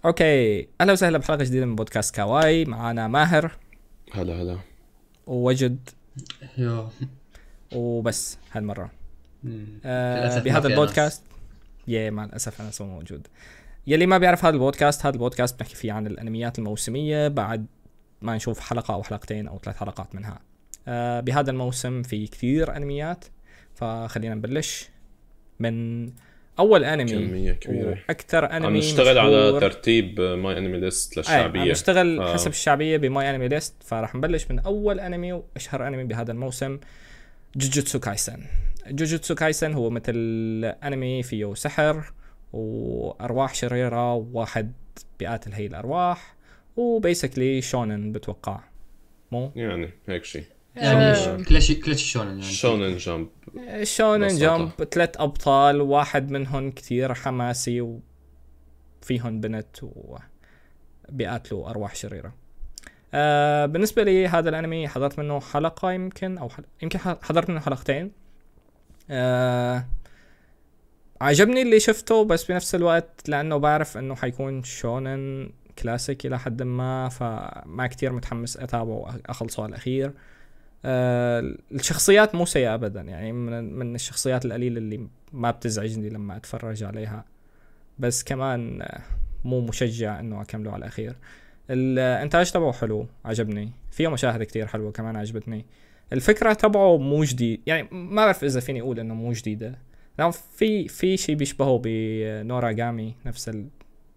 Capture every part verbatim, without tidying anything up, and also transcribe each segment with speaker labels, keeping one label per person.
Speaker 1: اوكي، اهلا وسهلا بحلقه جديده من بودكاست كاواي. معانا ماهر.
Speaker 2: هلا هلا.
Speaker 1: ووجد.
Speaker 3: يو.
Speaker 1: وبس هالمره
Speaker 3: مم.
Speaker 1: آه
Speaker 3: للأسف ما
Speaker 1: بهذا
Speaker 3: في
Speaker 1: البودكاست يا مع الاسف انا سو موجود. يلي ما بيعرف هذا البودكاست، هذا البودكاست بنحكي فيه عن الانميات الموسميه بعد ما نشوف حلقه او حلقتين او ثلاث حلقات منها. آه بهذا الموسم في كثير انميات، فخلينا نبلش من اول انمي.
Speaker 2: كمية كبيرة.
Speaker 1: اكثر انمي
Speaker 2: عم نشتغل على
Speaker 1: مشهور.
Speaker 2: ترتيب ماي انمي ليست للشعبية.
Speaker 1: عم نشتغل
Speaker 2: آه.
Speaker 1: حسب الشعبية بماي انمي ليست، فراح نبلش من اول انمي واشهر انمي بهذا الموسم، جوجوتسو كايسن. جوجوتسو كايسن هو مثل انمي فيه سحر وارواح شريرة وواحد بيقاتل هي الارواح، وبيسكلي شونن بتوقع مو
Speaker 2: يعني هيك شيء
Speaker 3: يعني
Speaker 1: آه.
Speaker 3: كلاشي كلاشي شونن يعني
Speaker 2: شونن جامب.
Speaker 1: شونن
Speaker 2: بساطة.
Speaker 1: جامب، ثلاث ابطال، واحد منهم كتير حماسي وفيهن بنت وبيقاتلوا ارواح شريرة. آه بالنسبة لي هذا الانمي حضرت منه حلقة يمكن او حل... يمكن حضرت منه حلقتين. آه عجبني اللي شفته، بس بنفس الوقت لانه بعرف انه حيكون شونن كلاسيك الى حد ما، فما كتير متحمس اتابعه اخلصه الاخير. آه الشخصيات مو سيئة ابدا، يعني من, من الشخصيات القليلة اللي ما بتزعجني لما اتفرج عليها، بس كمان آه مو مشجع انه اكمله على الاخير. الانتاج تبعه حلو، عجبني، فيه مشاهد كتير حلوة كمان عجبتني. الفكرة تبعه مو جديد، يعني ما بعرف اذا فيني اقول انه مو جديدة، لأن في في شيء بيشبهه بنوراغامي، نفس ال...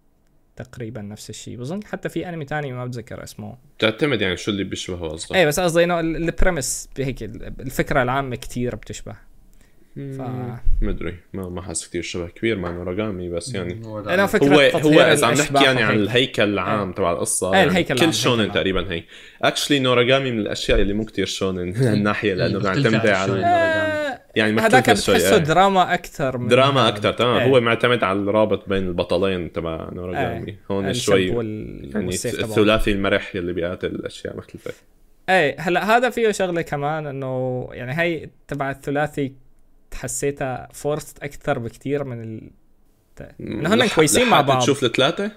Speaker 1: تقريبا نفس الشيء. بظن حتى في انمي تاني ما بتذكر اسمه.
Speaker 2: تعتمد يعني شو اللي بيشبهه قصدك.
Speaker 1: ايه بس قصدي انه البريمس بهيك، الفكرة العامة كتير بتشبه. ف...
Speaker 2: مدري ما ما حاسس كتير شبه كبير مع نوراغامي، بس يعني
Speaker 1: انا فكرة
Speaker 2: هو هو اذا عم نحكي يعني عن
Speaker 1: هيك.
Speaker 2: الهيكل العام تبع القصه،
Speaker 1: ايه
Speaker 2: يعني
Speaker 1: الهيكل
Speaker 2: كل
Speaker 1: العام،
Speaker 2: شونن
Speaker 1: هيكل
Speaker 2: تقريبا هيك. اكشلي نوراغامي من الاشياء اللي مو كتير شونن من هالناحيه، لانه بيعتمد على
Speaker 1: آه
Speaker 2: يعني
Speaker 1: هذاك
Speaker 2: مختلف شوي.
Speaker 1: بتحسه
Speaker 2: ايه.
Speaker 1: دراما اكثر من
Speaker 2: دراما اكثر تمام.
Speaker 1: ايه.
Speaker 2: هو معتمد على الرابط بين البطلين تبع نوراغامي.
Speaker 1: ايه.
Speaker 2: هون شوي
Speaker 1: وال...
Speaker 2: يعني الثلاثي المرح اللي بيقاتل اشياء مختلفه.
Speaker 1: ايه هلا هذا فيه شغله كمان، انه يعني هي تبع الثلاثي حسيتها فورست اكثر بكتير من ال... انه هن كويسين مع بعض.
Speaker 2: تشوف الثلاثه.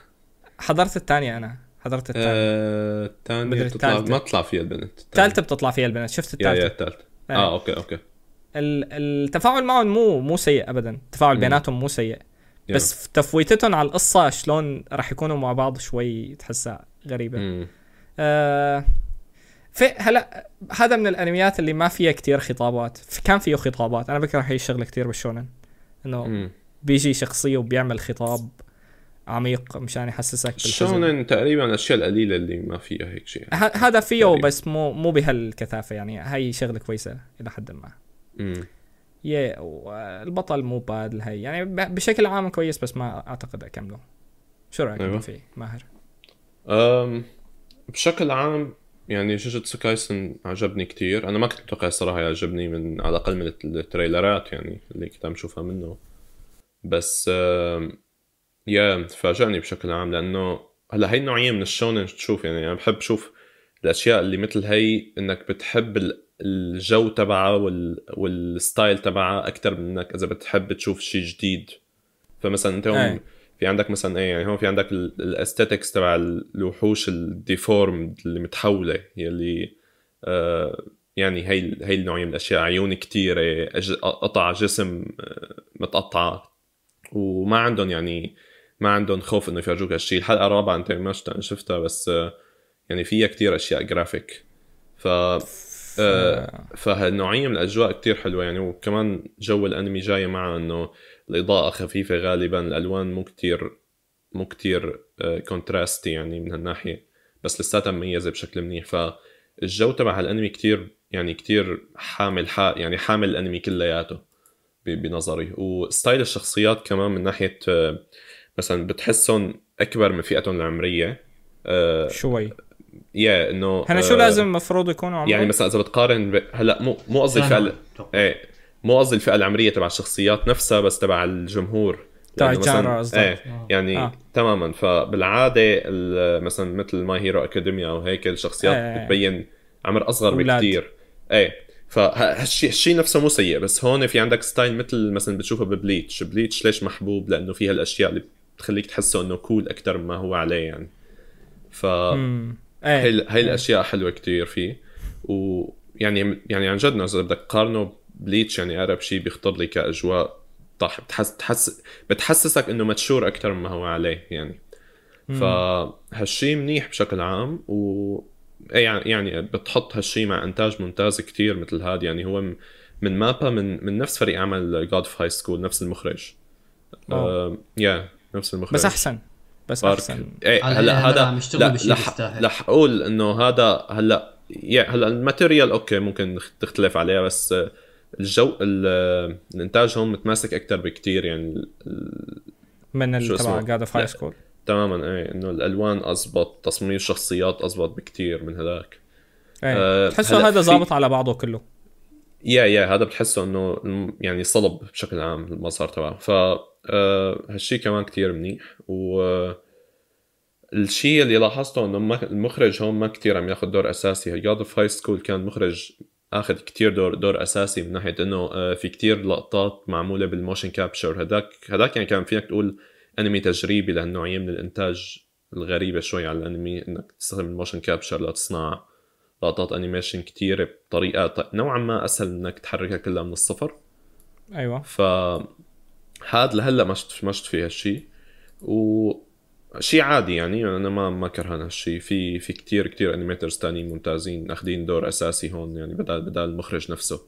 Speaker 1: حضرت الثانيه، انا حضرت الثانيه.
Speaker 2: آه، الثانيه بتطلع ما تطلع فيها البنت.
Speaker 1: الثالثه بتطلع فيها البنت. شفت الثالثه؟
Speaker 2: يا يا الثالثه. اه, آه اوكي اوكي.
Speaker 1: التفاعل معهم مو مو سيء ابدا، التفاعل م. بيناتهم مو سيء، بس yeah. تفويتتهم على القصه شلون راح يكونوا مع بعض شوي تحسها غريبه. آه في هلا هذا من الانميات اللي ما فيها كتير خطابات. كان فيه خطابات، انا بكره هي الشغله كتير بالشونن، انه م. بيجي شخصيه وبيعمل خطاب عميق مشان يحسسك بالحزن.
Speaker 2: شونن تقريبا الاشياء القليله اللي ما فيها هيك شيء.
Speaker 1: هذا فيه تقريبا. بس مو مو بهالكثافه، يعني هاي شغله كويسه الى حد ما.
Speaker 2: امم
Speaker 1: يا البطل مو باد هي، يعني بشكل عام كويس، بس ما اعتقد اكمله. شو رايك أيوة. فيه ماهر؟
Speaker 2: امم بشكل عام يعني جوجوتسو كايسن عجبني كتير. انا ما كنت متوقع صراحه يعجبني من على الاقل من التريلرات يعني اللي كنت عم شوفها منه، بس يا فاجأني بشكل عام، لانه هلا هي نوعيه من الشونن تشوف، يعني انا بحب شوف الاشياء اللي مثل هي، انك بتحب الجو تبعها وال... والستايل تبعها اكثر من انك اذا بتحب تشوف شيء جديد. فمثلا انت هون في عندك مثلا ايه يعني هون في عندك الاستاتيكس تبع الوحوش الديفورم اللي متحوله، يلي آه يعني هي هي النوعيه من الاشياء، عيون كتيره، قطع جسم متقطعه، وما عندهم يعني ما عندهم خوف انه يفرجوك هالشيء. الحلقه الرابعه انت ما شفتها، بس يعني فيها كتير اشياء جرافيك. ف آه فهالنوعيه من الاجواء كتير حلوه يعني. وكمان جو الانمي جاي معه انه الاضاءه خفيفه، غالبا الالوان مو كتير مو كتير آه كونتراستي يعني من هالناحيه، بس لساتها مميزه بشكل منيح. فالجو تبع هالانمي كتير يعني كتير حامل حق يعني حامل الانمي كلياته بنظري. وستايل الشخصيات كمان من ناحيه آه مثلا بتحسهم اكبر من فئتهم العمريه آه
Speaker 1: شوي.
Speaker 2: يا انه
Speaker 1: هنا شو لازم المفروض يكونوا عمره؟
Speaker 2: يعني مثلا اذا بتقارن ب... هلا مو مو قصدي الفئه ايه مو قصدي الفئه العمريه تبع الشخصيات نفسها، بس تبع الجمهور
Speaker 1: تبع الجانرا قصدك.
Speaker 2: ايه يعني آه. تماما. فبالعاده مثلا مثل ماي هيرو اكاديميا او هيك الشخصيات آه. بتبين عمر اصغر أولاد. بكتير. ايه فهالشيء الشيء نفسه مو سيء، بس هون في عندك ستايل مثل مثلا بتشوفه ببليتش. بليتش ليش محبوب؟ لانه فيها الاشياء اللي بتخليك تحسه انه كول اكتر مما هو عليه يعني. ف
Speaker 1: امم
Speaker 2: هاي
Speaker 1: ايه
Speaker 2: هاي الاشياء حلوه كتير فيه. ويعني يعني عن جد اذا بدك تقارنه بليتش يعني اقرب شيء بيخطر لي كاجواء طح بتحس تحس بتحسسك انه ماتشور اكتر مما هو عليه يعني. فهالشي منيح بشكل عام. و يعني يعني بتحط هالشي مع انتاج ممتاز كتير مثل هاد يعني. هو من مابا من من نفس فريق عمل جاد اوف هاي سكول، نفس المخرج. آه يا نفس المخرج
Speaker 1: بس احسن بس
Speaker 2: بارك.
Speaker 1: احسن
Speaker 2: ايه
Speaker 3: على
Speaker 2: هلا
Speaker 3: الأقل
Speaker 2: هذا
Speaker 3: عم يشتغلوا
Speaker 2: لا
Speaker 3: بشيء
Speaker 2: لح
Speaker 3: بيستاهل.
Speaker 2: رح اقول انه هذا هلا يا هلا الماتيريال اوكي ممكن تختلف عليها، بس الجو ال- الانتاج هون متماسك اكتر بكتير يعني. ال-
Speaker 1: من
Speaker 2: شو
Speaker 1: تبع
Speaker 2: اسمه؟
Speaker 1: جاد اوف
Speaker 2: لا.
Speaker 1: هاي سكول.
Speaker 2: تماما ايه انه الالوان اضبط، تصميم الشخصيات اضبط بكتير من هذاك.
Speaker 1: ايه
Speaker 2: أه
Speaker 1: تحسه
Speaker 2: هلا
Speaker 1: هذا
Speaker 2: في-
Speaker 1: ضابط على بعضه كله.
Speaker 2: يا يا هذا بتحسه انه الم- يعني صلب بشكل عام المسار تبعه. ف آه، هالشي كمان كتير منيح. و الشيء اللي لاحظته انه ما- المخرج هون ما كتير عم ياخذ دور اساسي. جاد اوف هاي سكول كان مخرج اخذ كتير دور دور اساسي من ناحيه انه آه، في كتير لقطات معموله بالموشن كابتشر. هداك هداك يعني كان فيك تقول انمي تجريبي لهالنوعيه من الانتاج الغريبه شوي على الانمي، انك تستخدم الموشن كابتشر لتصنع لقطات انيميشن كتير بطريقه ط- نوعا ما اسهل انك تحركها كلها من الصفر.
Speaker 1: ايوه
Speaker 2: ف هاد لهلا ما شفت ما شفت فيه هالشيء، وشيء عادي يعني. انا ما ما كرهان هالشيء. في في كتير كتير انيميترز تانيين ممتازين اخذين دور اساسي هون يعني بدال بدال المخرج نفسه.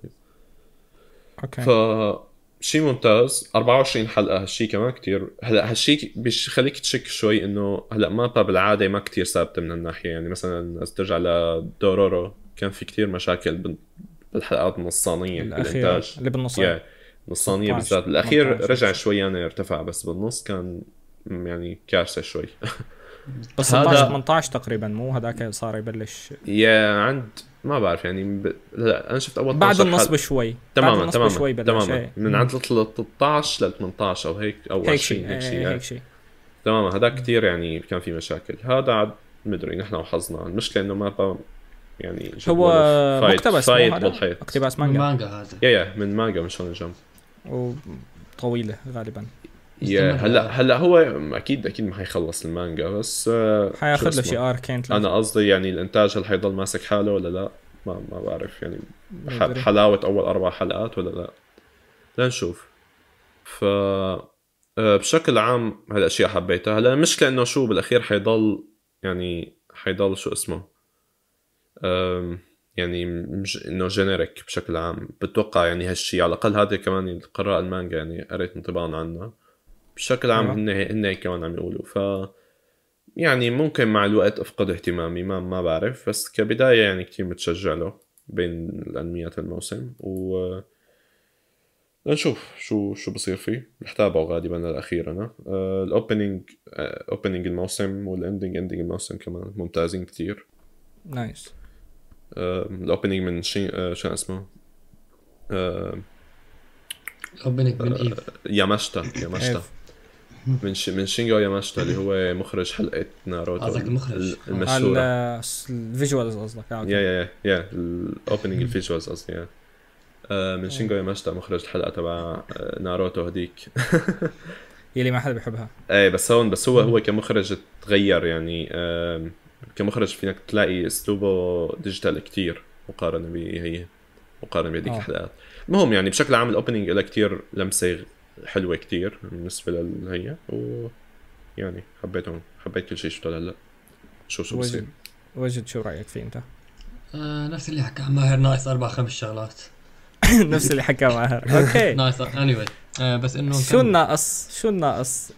Speaker 1: اوكي.
Speaker 2: ف شيء ممتاز. أربعة وعشرين حلقه هالشيء كمان كتير. هلا هالشيء بيخليك تشك شوي انه هلا مابا بالعاده ما كتير ثابته من الناحيه يعني. مثلا ترجع لدورورو كان في كتير مشاكل بال- بالحلقات النصانيه
Speaker 1: الاخير
Speaker 2: بالانتاج.
Speaker 1: اللي بالنص.
Speaker 2: يا نصانية
Speaker 1: ستة عشر
Speaker 2: بالذات. الأخير
Speaker 1: ثمانية عشر
Speaker 2: رجع شوي يعني ارتفع، بس بالنص كان يعني كارثة شوي.
Speaker 1: بس
Speaker 2: هذا-
Speaker 1: ستة عشر ثمانية عشر تقريبا، مو هذاك صار يبلش
Speaker 2: يا عند ما بعرف يعني ب... لا أنا شفت أول
Speaker 1: بعد
Speaker 2: اثناشر
Speaker 1: النص
Speaker 2: حلقة.
Speaker 1: بشوي. بعد
Speaker 2: تماما
Speaker 1: النص
Speaker 2: تماما
Speaker 1: بشوي بلش.
Speaker 2: تماما
Speaker 1: إيه.
Speaker 2: من عند ثلاثة عشر ل ثمانية عشر أو هيك أو
Speaker 1: هيك
Speaker 2: عشرين
Speaker 1: شيء
Speaker 2: هيك شيء
Speaker 1: هيك
Speaker 2: يعني.
Speaker 1: شيء.
Speaker 2: تماما هذاك كتير يعني كان في مشاكل. هذا عاد مدري نحن وحظنا. المشكلة إنه ما بقى يعني
Speaker 1: هو
Speaker 2: فايت
Speaker 1: مقتبس مو
Speaker 2: فايت
Speaker 1: هذا؟
Speaker 2: بالحيط.
Speaker 1: اقتباس مانجا
Speaker 3: مانجا هذا.
Speaker 2: يا يا من مانجا من شون جمب.
Speaker 1: وطويلة غالبا.
Speaker 2: يا
Speaker 3: مستمر
Speaker 2: هلا
Speaker 3: هذا.
Speaker 2: هلا هو اكيد اكيد ما حيخلص المانجا، بس آه، شو
Speaker 1: حياخذ له
Speaker 2: اسمه؟
Speaker 1: شيء اركين ثلاثة.
Speaker 2: انا قصدي يعني الانتاج هل حيضل ماسك حاله ولا لا؟ ما ما بعرف يعني. ح-
Speaker 1: مدري.
Speaker 2: حلاوه اول اربع حلقات ولا لا؟ لنشوف. ف آه، بشكل عام هالاشياء حبيتها. هلا المشكله انه شو بالاخير حيضل يعني حيضل شو اسمه أم، يعني مش انه جينيريك بشكل عام. بتوقع يعني هالشيء على الاقل هذا كمان اللي قرأ المانجا يعني قريت انطباعا عنه بشكل عام.
Speaker 1: أيوة.
Speaker 2: هن هن كمان عم يقولوا. ف يعني ممكن مع الوقت افقد اهتمامي، ما ما بعرف. بس كبدايه يعني كتير متشجع له بين الانميات الموسم. و نشوف شو شو بصير فيه. رح تابعه غالبا للاخير انا. أه الاوبننج أه اوبننج الموسم والاندنج اندنج الموسم كمان ممتازين كتير.
Speaker 1: نايس.
Speaker 2: أه الاوبننج من شي أه شو اسمه أه
Speaker 3: اوبننج من ايف.
Speaker 2: ياماشتا ياماشتا
Speaker 1: إيف.
Speaker 2: من ش... من شينجو ياماشتا اللي هو مخرج حلقة ناروتو.
Speaker 3: قصدك المخرج.
Speaker 2: ال-
Speaker 1: على
Speaker 2: المشهورة.
Speaker 1: الفيجوالز قصدك. آه،
Speaker 2: يا
Speaker 1: أوكي.
Speaker 2: يا يا يا الاوبننج الفيجوالز قصدي. يا. آه، من شينجو ياماشتا مخرج الحلقة تبع آه، ناروتو هديك.
Speaker 1: يلي ما حدا بيحبها.
Speaker 2: ايه بس هون بس هو هو كمخرج تغير يعني. آم، كمخرج فينك تلاقي اسلوبه ديجيتال كتير مقارنة بهي مقارنة بهديك
Speaker 1: آه.
Speaker 2: الحلقات. المهم يعني بشكل عام الاوبننج له كتير لمسة حلوة كتير بالنسبة لهي. و يعني حبيتهم حبيت كل شيء شفته هلا. شو شو بصير.
Speaker 1: وجد وجد شو رايك فيه انت؟
Speaker 3: آه نفس اللي حكى ماهر، ناقص اربع خمس شغلات.
Speaker 1: نفس اللي حكى ماهر. اوكي.
Speaker 3: ناقص اني آه بس انه
Speaker 1: شو
Speaker 3: نكمل.
Speaker 1: الناقص شو الناقص؟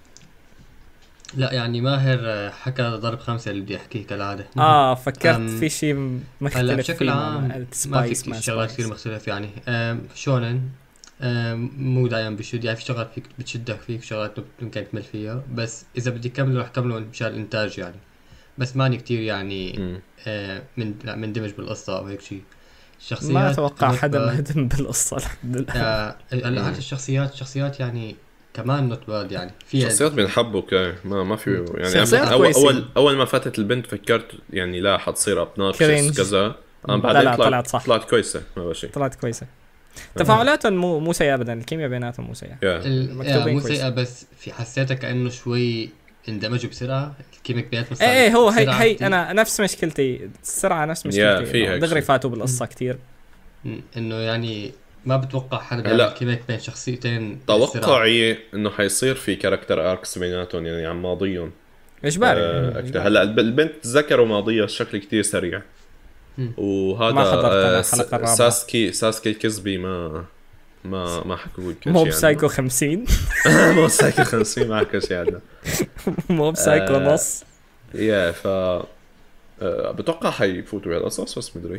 Speaker 3: لا يعني ماهر آه، حكى ضرب خمسة اللي بدي احكيه كالعاده.
Speaker 1: اه فكرت
Speaker 3: أم،
Speaker 1: في شيء
Speaker 3: هلا
Speaker 1: مختلف
Speaker 3: بشكل
Speaker 1: فيه.
Speaker 3: عام
Speaker 1: مع
Speaker 3: ما في
Speaker 1: السبايس
Speaker 3: كتير
Speaker 1: ما
Speaker 3: شغلات كثير
Speaker 1: سبايس.
Speaker 3: مختلف يعني. آم، شونن آم، مو دايما بشد يعني. في شغلات فيك بتشدك فيك، في شغلات ممكن تمل فيها، بس اذا بدي كمله رح كمله مشان الانتاج يعني. بس ماني كتير يعني
Speaker 2: مم.
Speaker 3: آه، من لا مندمج بالقصه او هيك شيء. الشخصيات
Speaker 1: ما اتوقع
Speaker 3: not
Speaker 1: حدا
Speaker 3: bad.
Speaker 1: مهتم بالقصه الحمد لله.
Speaker 3: آه، هلا حتى الشخصيات الشخصيات يعني كمان نوت باد يعني. فيها
Speaker 2: شخصيات بنحبه كي ما ما في يعني.
Speaker 1: شخصيات
Speaker 2: أول,
Speaker 1: كويسين.
Speaker 2: اول اول ما فاتت البنت فكرت يعني لا حتصير
Speaker 1: كرينج.
Speaker 2: ابنارشس كذا. ام
Speaker 1: لا،
Speaker 2: بعدين
Speaker 1: لا،
Speaker 2: طلعت
Speaker 1: طلعت صح.
Speaker 2: طلعت كويسه ما بشي.
Speaker 1: طلعت كويسه. تفاعلاتهم مو مو سيئه ابدا، الكيمياء بيناتهم مو سيئه.
Speaker 2: yeah.
Speaker 3: ال-
Speaker 1: مكتوبين
Speaker 3: مو
Speaker 1: كويس.
Speaker 3: سيئة، بس في حسيتها كأنه شوي اندمجوا بسرعة، الكيمياء بيناتهم
Speaker 1: ايه ايه هو هي
Speaker 3: بسرعة
Speaker 1: هي
Speaker 3: كتير.
Speaker 1: انا نفس مشكلتي السرعه، نفس
Speaker 2: Yeah،
Speaker 1: مشكلتي
Speaker 2: في
Speaker 1: إنه
Speaker 2: هيك
Speaker 1: دغري
Speaker 2: شيء.
Speaker 1: فاتوا بالقصه كتير.
Speaker 3: م، انه يعني ما بتوقع حدا
Speaker 2: هلا.
Speaker 3: بيعمل كيمياء بين شخصيتين بسرعة.
Speaker 2: توقعي انه حيصير في كاركتر اركس بيناتهم يعني عن ماضيهم
Speaker 1: اجباري
Speaker 2: آه،
Speaker 1: يعني،
Speaker 2: أكتر. هلا الب- البنت ذكروا ماضيها الشكل كتير سريع.
Speaker 3: مم.
Speaker 2: وهذا
Speaker 1: ما حضرت أنا
Speaker 2: آه،
Speaker 1: الحلقة الرابعة.
Speaker 2: ساسكي ساسكي الكذبي ما ما ما حكوا كل
Speaker 1: مو
Speaker 2: شيء
Speaker 1: بسايكو خمسين
Speaker 2: مو سايكو خمسين ما حكوا شيء عنه.
Speaker 1: مو بسايكو
Speaker 2: آه،
Speaker 1: نص.
Speaker 2: يا ف آه، بتوقع حيفوتوا بهالقصص بس مدري.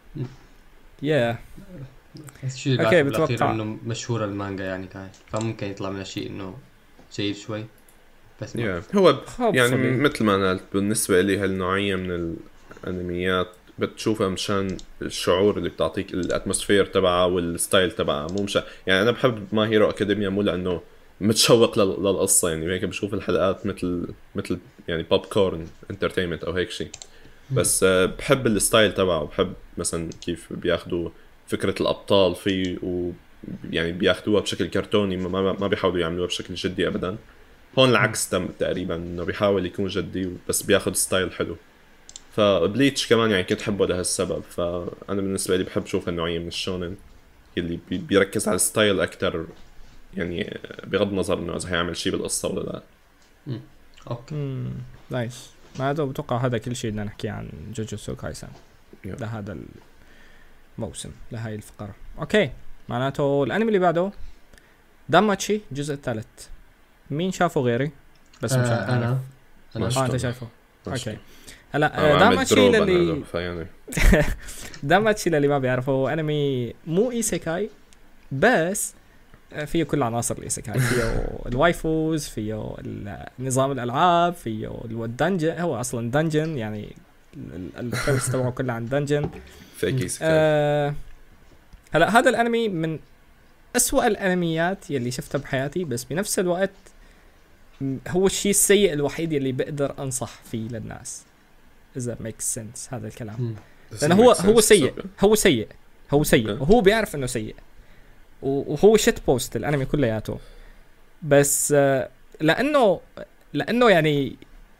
Speaker 1: يا
Speaker 3: بس الشيء اللي
Speaker 1: أوكي،
Speaker 3: بعرفه بالأخير
Speaker 1: بتوقع.
Speaker 3: انه مشهورة المانجا يعني كانت، فممكن يطلع منها شيء انه جيد شوي. بس ما
Speaker 2: يا هو يعني
Speaker 1: Hopefully.
Speaker 2: مثل ما قلت بالنسبة لي هالنوعية من الانميات بتشوفها مشان الشعور اللي بتعطيك، الاتموسفير تبعها والستايل تبعها، مو مشان يعني انا بحب ما هيرو اكاديميا مو لانه متشوق لل- للقصة يعني هيك بشوف الحلقات مثل مثل يعني بوب كورن انترتينمنت او هيك شيء. بس آه، بحب الستايل تبعه، وبحب مثلا كيف بياخدوا فكرة الابطال فيه ويعني بياخدوها بشكل كرتوني، ما ما ما بيحاولوا يعملوها بشكل جدي ابدا. هون العكس تم تقريبا، انه بيحاول يكون جدي بس بياخد ستايل حلو. فبليتش كمان يعني كنت حبه لهالسبب. فانا بالنسبه لي بحب اشوف النوعيه من الشونن اللي بي- بيركز على الستايل اكثر، يعني بغض النظر انه اذا هيعمل شيء بالقصه ولا لا.
Speaker 3: اوكي.
Speaker 1: امم نايس. ما هذا بتوقع هذا كل شيء بدنا نحكي عن جوجوتسو كايسن
Speaker 2: Yeah.
Speaker 1: لهذا الموسم، لهاي الفقره. اوكي، معناته الانمي اللي بعده داماتشي الجزء الثالث. مين شافه غيري؟ بس مش
Speaker 3: آه
Speaker 1: عارف.
Speaker 3: انا انا
Speaker 2: ما
Speaker 1: اه انت
Speaker 2: شفته.
Speaker 1: شايفه.
Speaker 2: ما
Speaker 1: اوكي
Speaker 2: شفته.
Speaker 1: هلا
Speaker 2: أنا
Speaker 1: آه،
Speaker 2: عملت
Speaker 1: داماتشي
Speaker 2: دروب أنا
Speaker 1: للي
Speaker 2: له، فيعني
Speaker 1: داماتشي للي ما بيعرفه هو انمي مو ايسيكاي، بس فيه كل عناصر الايسيكاي. فيه الوايفوز، فيه نظام الالعاب، فيه الدنجن. هو اصلا دنجن يعني البريس تبعه كله عن دنجن.
Speaker 2: فيك ايسكاي.
Speaker 1: آه هلا هذا الانمي من أسوأ الانميات يلي شفتها بحياتي، بس بنفس الوقت م- هو الشيء السيء الوحيد يلي بقدر انصح فيه للناس، اذا ميك سنس هذا الكلام.
Speaker 3: مم.
Speaker 1: لانه هو هو سيء هو سيء هو سيء
Speaker 2: أوكي.
Speaker 1: وهو بيعرف انه سيء، و- وهو شت بوست الانمي كلياته. بس آه، لانه لانه يعني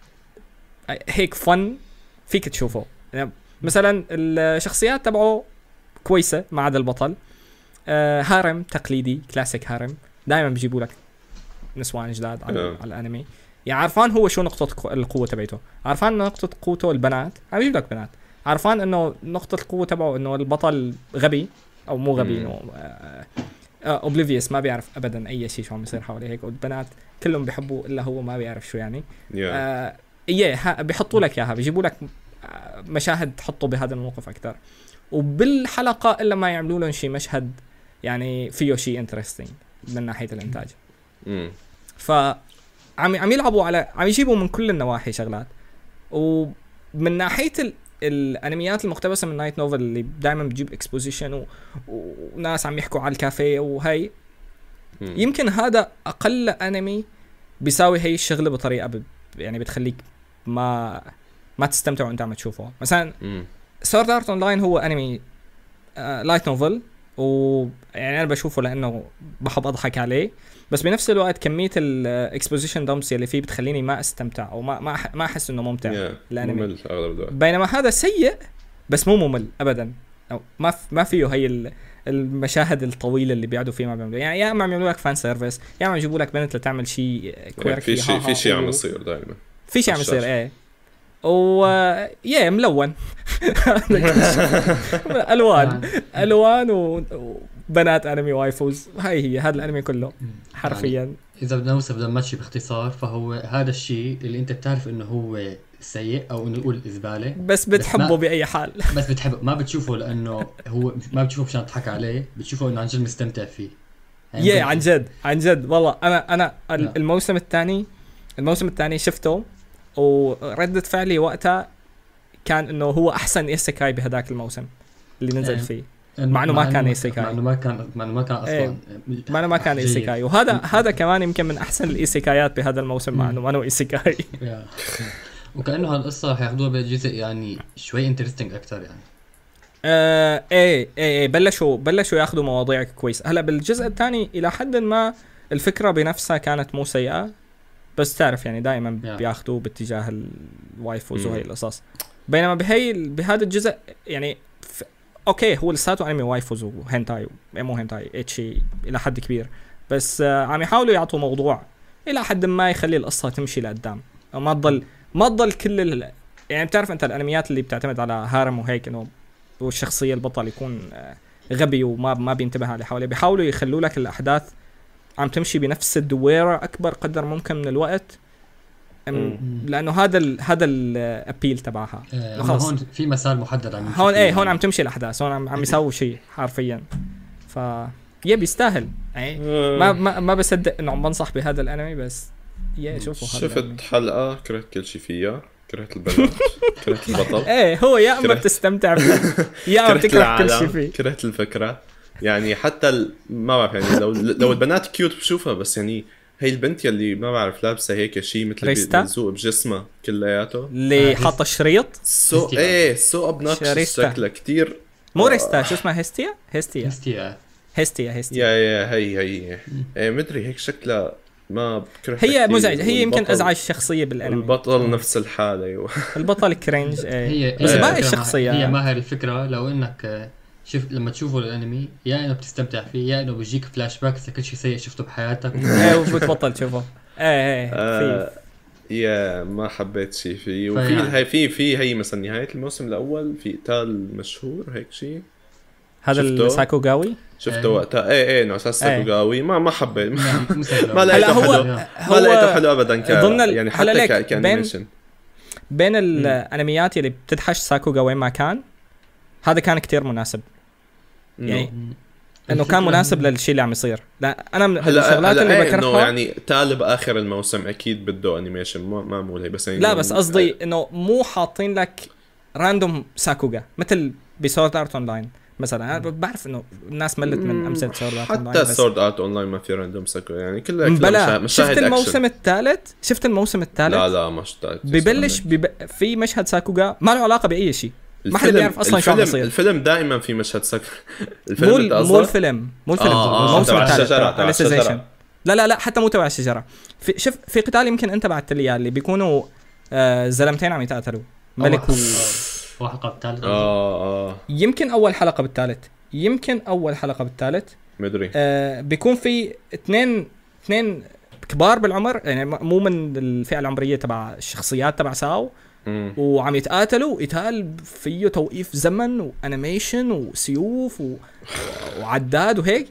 Speaker 1: هيك فن فيك تشوفه. يعني مثلا الشخصيات تبعه كويسه ما عدا البطل. آه، هارم تقليدي كلاسيك هارم، دائما بيجيبوا لك نسوان جداد على,
Speaker 2: آه.
Speaker 1: على الانمي. يعني عارفان هو شو نقطه قو- القوه تبعته، عارفان إنه نقطه قوته البنات، عم يجيب لك بنات. عارفان انه نقطه القوه تبعه انه البطل غبي او مو غبي،
Speaker 2: مم.
Speaker 1: انه اوبليفيوس ما بيعرف ابدا اي شيء شو عم يصير حواليه هيك، والبنات كلهم بيحبوه الا هو ما بيعرف شو يعني.
Speaker 2: يا
Speaker 1: آه ايه ها- بيحطوا لك اياها، بيجيبوا لك آه، مشاهد تحطوا بهذا الموقف اكثر، وبالحلقه الا ما يعملوا لهم شيء مشهد يعني فيه شيء انترستينج من ناحيه الانتاج.
Speaker 2: امم
Speaker 1: ف عم عم يلعبوا على عم يجيبوا من كل النواحي شغلات. ومن ناحيه ال... الانميات المقتبسه من نايت نوفل اللي دائما بتجيب اكسبوزيشن و... وناس عم يحكوا على الكافيه وهي، يمكن هذا اقل انمي بيساوي هي الشغله بطريقه ب... يعني بتخليك ما ما تستمتع وانت عم تشوفه. مثلا سورد ارت اون لاين هو انمي آه لايت نوفل، ويعني انا بشوفه لانه بحب اضحك عليه، بس بنفس الوقت كميه الاكسبوزيشن دمبس اللي فيه بتخليني ما استمتع او ما ما أح- ما احس انه ممتع الانمي.
Speaker 2: ممل اغلب الوقت.
Speaker 1: بينما هذا سيء بس مو ممل ابدا، أو ما ف- ما فيه هي ال- المشاهد الطويله اللي بيقعدوا فيها ما بيعملوا. يعني يا اما عم يعملوا لك فان سيرفيس، يا اما يجيبوا لك بنت لتعمل شيء
Speaker 2: يعني
Speaker 1: كويركي.
Speaker 2: في شيء في شيء عم يصير دائما،
Speaker 1: في شيء عم يصير.
Speaker 2: الشاشة.
Speaker 1: ايه و يا ملون الوان الوان و- وبنات انمي وايفوز. هاي هي هذا الانمي كله حرفيا.
Speaker 3: اذا بدنا نوصف دماتشي باختصار، فهو هذا الشيء اللي انت بتعرف انه هو سيء او انه نقول زباله،
Speaker 1: بس بتحبه
Speaker 3: ما-
Speaker 1: باي حال.
Speaker 3: بس بتحب ما بتشوفه لانه هو ما بتشوفه مشان تضحك عليه، بتشوفه انه عن جد مستمتع فيه. يعني
Speaker 1: يا
Speaker 3: ممكن-
Speaker 1: عن جد عن جد والله. انا انا ال-
Speaker 3: لا.
Speaker 1: الموسم الثاني الموسم الثاني شفته، وردة فعلي وقتها كان انه هو احسن ايسيكاي بهداك الموسم اللي نزل
Speaker 3: إيه.
Speaker 1: فيه. مع إنه ما كان إيسيكاي.
Speaker 3: مع انه ما كان مع انه ما كان اصلا
Speaker 1: إيه. ما أنا ما كان
Speaker 3: جيد.
Speaker 1: ايسيكاي، وهذا هذا كمان يمكن من احسن الايسيكايات بهذا الموسم، مع
Speaker 3: مم.
Speaker 1: انه ما انه ايسيكاي.
Speaker 3: يا. وكانه هالقصه رح ياخذوها بالجزء يعني شوي انترستنج اكثر يعني.
Speaker 1: آه ايه ايه ايه بلشوا بلشوا ياخذوا مواضيع كويس. هلا بالجزء الثاني الى حد ما الفكره بنفسها كانت مو سيئه، بس تعرف يعني دائما
Speaker 3: Yeah.
Speaker 1: بياخذوا باتجاه الوايفوز
Speaker 2: مم.
Speaker 1: وهي القصص. بينما بهي بهذا الجزء يعني ف... اوكي هو لساته انمي وايفوز وهنتاي مو هنتاي اتشي الى حد كبير، بس آه عم يحاولوا يعطوا موضوع الى حد ما يخلي القصه تمشي لقدام، ما تضل ما تضل كل ال... يعني بتعرف انت الانميات اللي بتعتمد على هارم وهيك انه والشخصيه البطل يكون آه غبي وما ما بينتبه على اللي حواليه، بيحاولوا يخلوا لك الاحداث عم تمشي بنفس الدويره اكبر قدر ممكن من الوقت، لانه هذا ال هذا الابيل تبعها.
Speaker 3: آه
Speaker 1: خلص.
Speaker 3: هون في مسار محدد عم يمشي
Speaker 1: هون
Speaker 3: فيه
Speaker 1: ايه
Speaker 3: يعني.
Speaker 1: هون عم تمشي الاحداث، هون عم, عم يسووا شيء حرفيا. ف يا بيستاهل يعني ما ما ما بصدق انه عم بنصح بهذا الانمي، بس يا شوفوا هذا الأنمي.
Speaker 2: شفت حلقة كرهت كل شيء فيها، كرهت البنات كرهت البطل
Speaker 1: ايه هو يا اما
Speaker 2: كرهت-
Speaker 1: بتستمتع فيه يا اما
Speaker 2: كرهت
Speaker 1: بتكره كل شيء
Speaker 2: العالم،
Speaker 1: فيه.
Speaker 2: كرهت الفكرة يعني. حتى ال... ما بعرف يعني لو لو البنات كيوت بشوفها، بس يعني هي البنت يلي ما بعرف لابسة هيك شيء مثل
Speaker 1: ريستا؟
Speaker 2: بيلزوق بجسمها كلياته،
Speaker 1: اللي
Speaker 3: آه،
Speaker 1: حاطه الشريط
Speaker 2: سو
Speaker 3: هيستيا.
Speaker 2: ايه سو ابناكش
Speaker 1: شريستا.
Speaker 2: شكلها كتير.
Speaker 1: مو ريستا، شو اسمها؟ هيستيا هيستيا
Speaker 3: هستيا.
Speaker 1: هيستيا هيستيا
Speaker 2: يا يا هي هي ايه مدري هيك شكلها ما بكرهها
Speaker 1: هي
Speaker 2: كتير.
Speaker 1: مزعجه، هي يمكن
Speaker 2: والبطل-
Speaker 1: ازعج شخصيه بالانمي.
Speaker 2: البطل نفس الحالة ايوه.
Speaker 1: البطل كرينج ايه.
Speaker 3: هي
Speaker 1: بس
Speaker 3: هي
Speaker 1: باقي
Speaker 3: الفكرة
Speaker 1: الشخصيات
Speaker 3: ما- هي ما هي الفكرة. لو انك آه، شوف لما تشوفوا الانمي يا انه بتستمتع فيه يا انه بيجيك فلاش باك لكل شيء سيء شفته بحياتك.
Speaker 1: ايه وبتبطل تشوفه. ايه ايه
Speaker 2: آه،
Speaker 1: في
Speaker 2: يا ما حبيت شيء فيه. وفي
Speaker 3: فيعني.
Speaker 2: هي في في هي مثلا نهاية الموسم الأول في قتال مشهور هيك شيء
Speaker 1: هذا
Speaker 2: شفته؟
Speaker 1: الساكوغاوي.
Speaker 2: شفته
Speaker 3: إيه.
Speaker 2: وقتها. ايه ايه انه اساس
Speaker 1: إيه.
Speaker 2: ساكوغاوي ما ما حبيت
Speaker 3: نعم، مثل-
Speaker 2: ما
Speaker 1: هلا
Speaker 2: لقيته
Speaker 1: هو
Speaker 2: حلو.
Speaker 1: هو
Speaker 2: ما لقيته حلو ابدا ك
Speaker 1: ضمن ال-
Speaker 2: يعني
Speaker 1: هلا
Speaker 2: حتى
Speaker 1: ليك
Speaker 2: ك...
Speaker 1: بين-
Speaker 2: كانيميشن.
Speaker 1: بين الانميات اللي بتدحش ساكوغا وين ما كان، هذا كان كتير مناسب يعني
Speaker 2: إنه-
Speaker 1: انه كان
Speaker 3: الفكرة
Speaker 1: مناسب
Speaker 3: إنه-
Speaker 1: للشيء اللي عم يصير. لا انا من
Speaker 2: هلا
Speaker 1: الشغلات
Speaker 2: هلا
Speaker 1: اللي
Speaker 2: ايه انه
Speaker 1: بكرهها
Speaker 2: يعني تالي باخر الموسم اكيد بده انيميشن ما ما مو هي بس يعني
Speaker 1: لا
Speaker 2: إنه-
Speaker 1: بس قصدي انه مو حاطين لك راندوم ساكوغا مثل بسورد ارت اون لاين مثلا. انا بعرف انه الناس ملت من امثله سورد ارت اون
Speaker 2: حتى
Speaker 1: لاين، بس
Speaker 2: سورد ارت اون لاين ما في راندوم ساكو يعني كلها
Speaker 1: بلا
Speaker 2: كلها
Speaker 1: شفت الموسم الثالث شفت الموسم الثالث
Speaker 2: لا لا ما شفت.
Speaker 1: ببلش بب... في مشهد ساكوغا ما له علاقه باي شيء، ما حدا
Speaker 2: الفيلم-
Speaker 1: بيعرف أصلاً شو عم
Speaker 2: الفيلم
Speaker 1: يصير.
Speaker 2: الفيلم دائما في مشهد سكر.
Speaker 1: مو
Speaker 2: الفيلم
Speaker 1: ال-
Speaker 2: انت
Speaker 1: مو
Speaker 2: قصدك؟
Speaker 1: الفيلم مو الفيلم
Speaker 2: آه، آه،
Speaker 1: الموسم
Speaker 2: تبع
Speaker 1: الثالث
Speaker 2: الشجرة،
Speaker 1: تبع
Speaker 2: تبع
Speaker 1: Alicization.
Speaker 2: الشجرة.
Speaker 1: لا لا لا حتى مو تبع الشجره. في شوف في قتال يمكن انت بعت لي إياه اللي بيكونوا آه زلمتين عم يتقاتلوا ملك و...
Speaker 3: هو حلقة الثالث.
Speaker 2: اه اه
Speaker 1: يمكن اول حلقه بالثالث يمكن اول حلقه بالثالث
Speaker 2: مدري.
Speaker 1: آه بيكون في اثنين اثنين كبار بالعمر يعني مو من الفئه العمريه تبع الشخصيات تبع ساو،
Speaker 2: مم.
Speaker 1: وعم يتقاتلوا قتال فيه توقيف زمن وانيميشن وسيوف و... وعداد وهيك،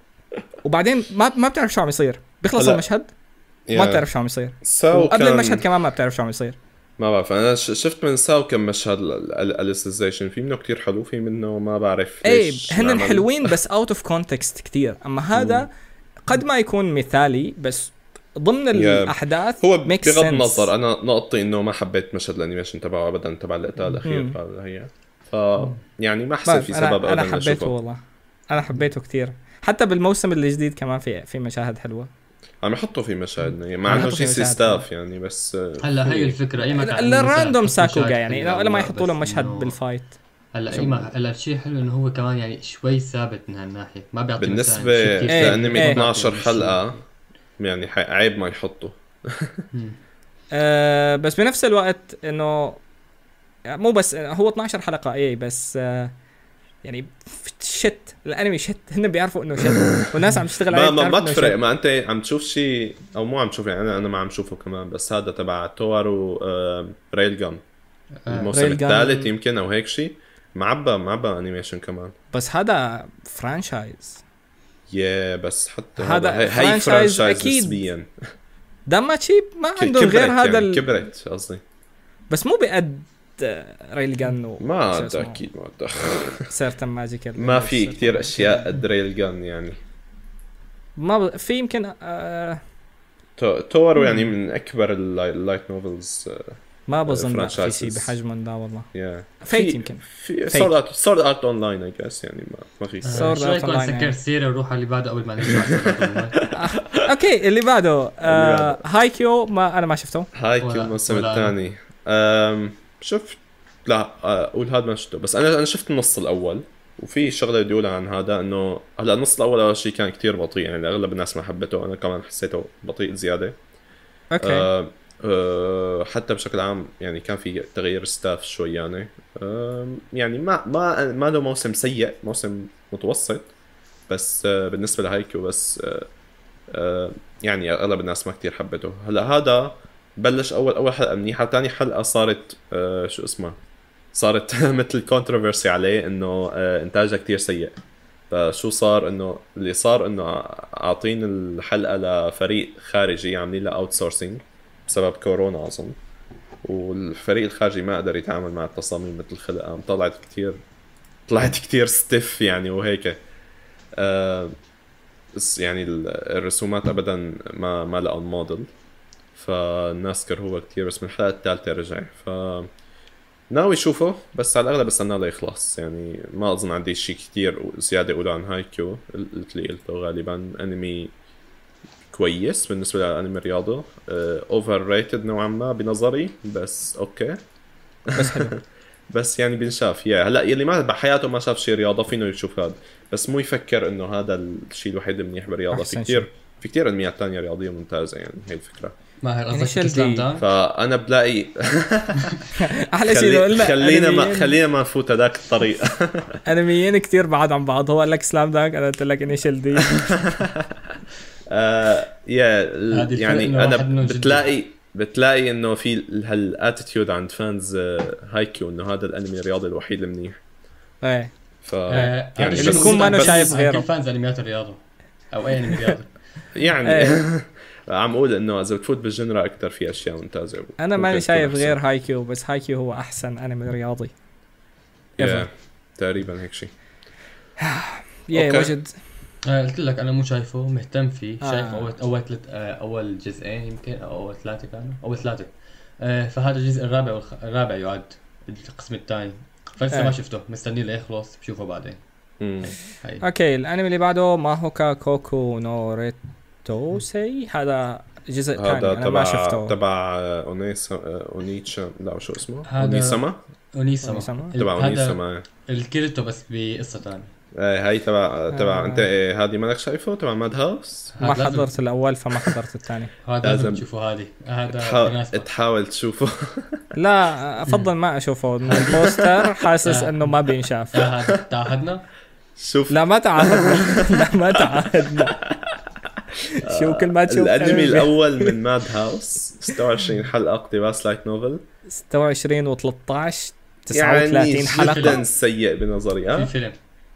Speaker 1: وبعدين ما ما بتعرف شو عم يصير بيخلص
Speaker 2: هلا،
Speaker 1: المشهد ما
Speaker 2: يعني
Speaker 1: بتعرف شو عم يصير،
Speaker 2: ساو
Speaker 1: وقبل
Speaker 2: كان...
Speaker 1: المشهد كمان ما بتعرف شو عم يصير.
Speaker 2: ما بعرف انا ش- شفت من ساو كم مشهد الاليسيزيشن في منه كتير حلو في منه ما بعرف
Speaker 1: ايه
Speaker 2: ليش
Speaker 1: هن
Speaker 2: انعمل.
Speaker 1: حلوين بس اوت اوف كونتكست كتير، اما هذا قد ما يكون مثالي بس ضمن الاحداث
Speaker 2: هو
Speaker 1: makes
Speaker 2: بغض
Speaker 1: sense.
Speaker 2: النظر انا نقطتي انه ما حبيت مشهد الانيميشن تبعه ابدا تبع القتال الاخير
Speaker 1: مم.
Speaker 2: هذا هي ف يعني ما حسيت
Speaker 1: بعرف،
Speaker 2: في
Speaker 1: أنا-
Speaker 2: سبب
Speaker 1: انا
Speaker 2: ابدا
Speaker 1: حبيته
Speaker 2: اشوفه.
Speaker 1: والله انا حبيته كتير، حتى بالموسم الجديد كمان في في مشاهد حلوه.
Speaker 2: عم يحطوا في مشاهد يعني مع
Speaker 1: عم
Speaker 2: انه
Speaker 1: يحطوا في
Speaker 2: شيء
Speaker 1: مشاهد
Speaker 2: ستاف يعني بس
Speaker 3: هلا هي الفكرة اي مكان
Speaker 1: الراندوم ساكوغا يعني لما يحطوا له مشهد بالفايت.
Speaker 3: هلا اي ما هلا الشيء حلو انه هو كمان يعني شوي ثابت من هالناحية ما بيعطي
Speaker 2: بالنسبة
Speaker 3: مثلاً شيء كتير
Speaker 1: إيه،
Speaker 3: ثابت.
Speaker 2: لانمي
Speaker 1: إيه.
Speaker 2: اثناشر حلقة يعني ح- عيب ما يحطوا.
Speaker 3: مم.
Speaker 1: أه بس بنفس الوقت انه مو بس هو اثناشر حلقة ايه بس أه يعني شت الانمي شت هن بيعرفوا انه شت والناس عم تشتغل عليه
Speaker 2: ما ما,
Speaker 1: بتعرف
Speaker 2: ما
Speaker 1: إنه
Speaker 2: تفرق
Speaker 1: شت.
Speaker 2: ما انت عم تشوف شيء او مو عم تشوف يعني انا انا ما عم شوفه كمان بس هذا تبع توارو آه ريل جان
Speaker 3: آه،
Speaker 2: الموسم
Speaker 1: ريل جان.
Speaker 2: الثالث يمكن او هيك شيء معبى معبى انيميشن كمان.
Speaker 1: بس هذا فرانشايز
Speaker 2: يا بس حتى
Speaker 1: هذا
Speaker 2: هذا هي, هي
Speaker 1: فرانشايز
Speaker 2: فرانشايز
Speaker 1: أكيد.
Speaker 2: نسبيا
Speaker 1: دم تشيب ما
Speaker 2: ك-
Speaker 1: عندهم
Speaker 2: كبرت
Speaker 1: غير هذا
Speaker 2: يعني
Speaker 1: ال...
Speaker 2: كبرت قصدي
Speaker 1: بس مو بقد ريل جان و
Speaker 2: ما
Speaker 1: شو
Speaker 2: عاد
Speaker 1: اسمه؟
Speaker 2: اكيد ما عاد
Speaker 1: سيرتن ماجيكال
Speaker 2: ما في كتير اشياء قد ريل جان يعني.
Speaker 1: ما ب... في يمكن آه...
Speaker 2: تو- تورو يعني من اكبر اللايت نوفلز
Speaker 1: ما بظن لا في
Speaker 2: franchises.
Speaker 1: شيء بحجمهم ده والله.
Speaker 2: يا
Speaker 1: فيت يمكن
Speaker 2: في
Speaker 1: Fate.
Speaker 2: سورد ارت سورد ارت اون لاين اي جس يعني ما ما في
Speaker 3: آه،
Speaker 1: Sword
Speaker 3: شو
Speaker 1: Art
Speaker 3: رايكم
Speaker 1: Online
Speaker 3: نسكر
Speaker 1: يعني.
Speaker 3: السيرة ونروح على اللي بعده قبل ما نرجع؟
Speaker 1: اوكي اللي بعده آه... هايكيو ما انا ما شفته.
Speaker 2: هاي كل
Speaker 3: ولا-
Speaker 2: الموسم
Speaker 3: ولا-
Speaker 2: الثاني أم شفت لا اقول هذا ما شفته، بس انا انا شفت النص الاول. وفي شغله بدي اقولها عن هذا انه هلا النص الاول اول شيء كان كتير بطيء، يعني اغلب الناس ما حبته، انا كمان حسيته بطيء زياده.
Speaker 1: اوكي.
Speaker 2: آه آه حتى بشكل عام يعني كان في تغيير ستاف شوي يعني. آه يعني ما ما ما له موسم سيء، موسم متوسط بس آه بالنسبه لهايكيو. بس آه آه يعني اغلب الناس ما كتير حبته. هلا هذا بلش اول اول حلقه منيحه، ثاني حلقه صارت آه شو اسمها صارت مثل كونتروفيرسي عليه انه آه انتاجها كتير سيء. فشو صار انه اللي صار انه اعطين الحلقه لفريق خارجي عاملين له اوت سورسينج بسبب كورونا اظن، والفريق الخارجي ما قدر يتعامل مع التصاميم مثل الخلقه، طلعت كتير طلعت كتير ستيف يعني وهيك. آه بس يعني الرسومات ابدا ما ما لقوا موديل، فالناس كرهوها كتير. بس من الحلقه الثالثه رجع، ف ناوي شوفه بس على الاغلب استناه ليخلص. يعني ما اظن عندي شيء كتير زياده اقوله عن هايكيو. قلت لي قلته غالبا انمي كويس بالنسبه للانمي الرياضه، اوفر ريتد نوعا ما بنظري، بس اوكي
Speaker 1: بس حلو.
Speaker 2: بس يعني بنشاف يا هلا يلي ما بحياته ما شاف شيء رياضه فينه يشوف هذا، بس مو يفكر انه هذا الشيء الوحيد المنيح بالرياضه. في كتير في كتير انميات تانية رياضيه ممتازه، يعني هي الفكره.
Speaker 3: ما هي قصدك سلام دانك؟
Speaker 2: فانا بلاقي
Speaker 1: احلى شيء لو قلنا
Speaker 2: خلينا ما خلينا ما نفوت هذاك الطريق.
Speaker 1: انميين كتير بعاد عن بعض. هو قال لك سلام دانك، انا قلت لك انيشال دي.
Speaker 2: آه يا يعني انا بتلاقي بتلاقي انه في هالاتيتيود عند فانز هايكيو انه هذا الانمي الرياضي الوحيد المنيح.
Speaker 1: ايه
Speaker 2: ف
Speaker 3: يعني
Speaker 1: اللي بكون ما انا شايف غيره
Speaker 3: فانز انميات الرياضه او اي انمي رياضي
Speaker 2: يعني عم اقول انه اذا بتفوت بالجنرا اكثر في اشياء ممتازه.
Speaker 1: انا ماني شايف غير هايكيو، بس هايكيو هو احسن انمي رياضي
Speaker 2: yeah. تقريبا هيك شيء.
Speaker 1: يا وجد
Speaker 3: آه قلت لك انا مو شايفه، مهتم فيه.
Speaker 1: آه.
Speaker 3: شايف اول اول ثلاث آه اول جزئين يمكن او اول ثلاثه كانوا اول ثلاثه آه فهذا الجزء الرابع والخ... الرابع يعد القسم الثاني، فلسه آه. ما شفته، مستني ليخلص بشوفه بعدين.
Speaker 1: هاي. اوكي الانمي اللي بعده ماهوكا كوكو نوريتو سي، هذا جزء ثاني انا ما شفته.
Speaker 2: تبع اونيسا اونيتشا لا شو اسمه
Speaker 3: اونيسما
Speaker 2: اونيسما تبع اونيسما
Speaker 3: الكيرتو بس بقصه ثانيه.
Speaker 2: ايه هاي تبع تبع آه. انت إيه هذه مالك شايفه تبع ماد هاوس؟
Speaker 1: ما حضرت الاول فما حضرت الثاني.
Speaker 3: هذا لازم تشوفه. هذه هذا
Speaker 2: تحاول, تحاول تشوفه.
Speaker 1: لا افضل ما اشوفه من البوستر، حاسس انه ما بينشاف.
Speaker 3: هذا تعهدنا
Speaker 2: شوف.
Speaker 1: لا ما تعهدنا. لا ما تعهدنا. شو كل ما تشوف
Speaker 2: الانمي الاول من ماد هاوس ستة وعشرين حلقه اقتباس لايت نوفل
Speaker 1: ستة وعشرين و13 تسعة وثلاثين
Speaker 2: يعني
Speaker 1: حلقه
Speaker 2: جدا سيء بنظري. اه
Speaker 3: في فيلم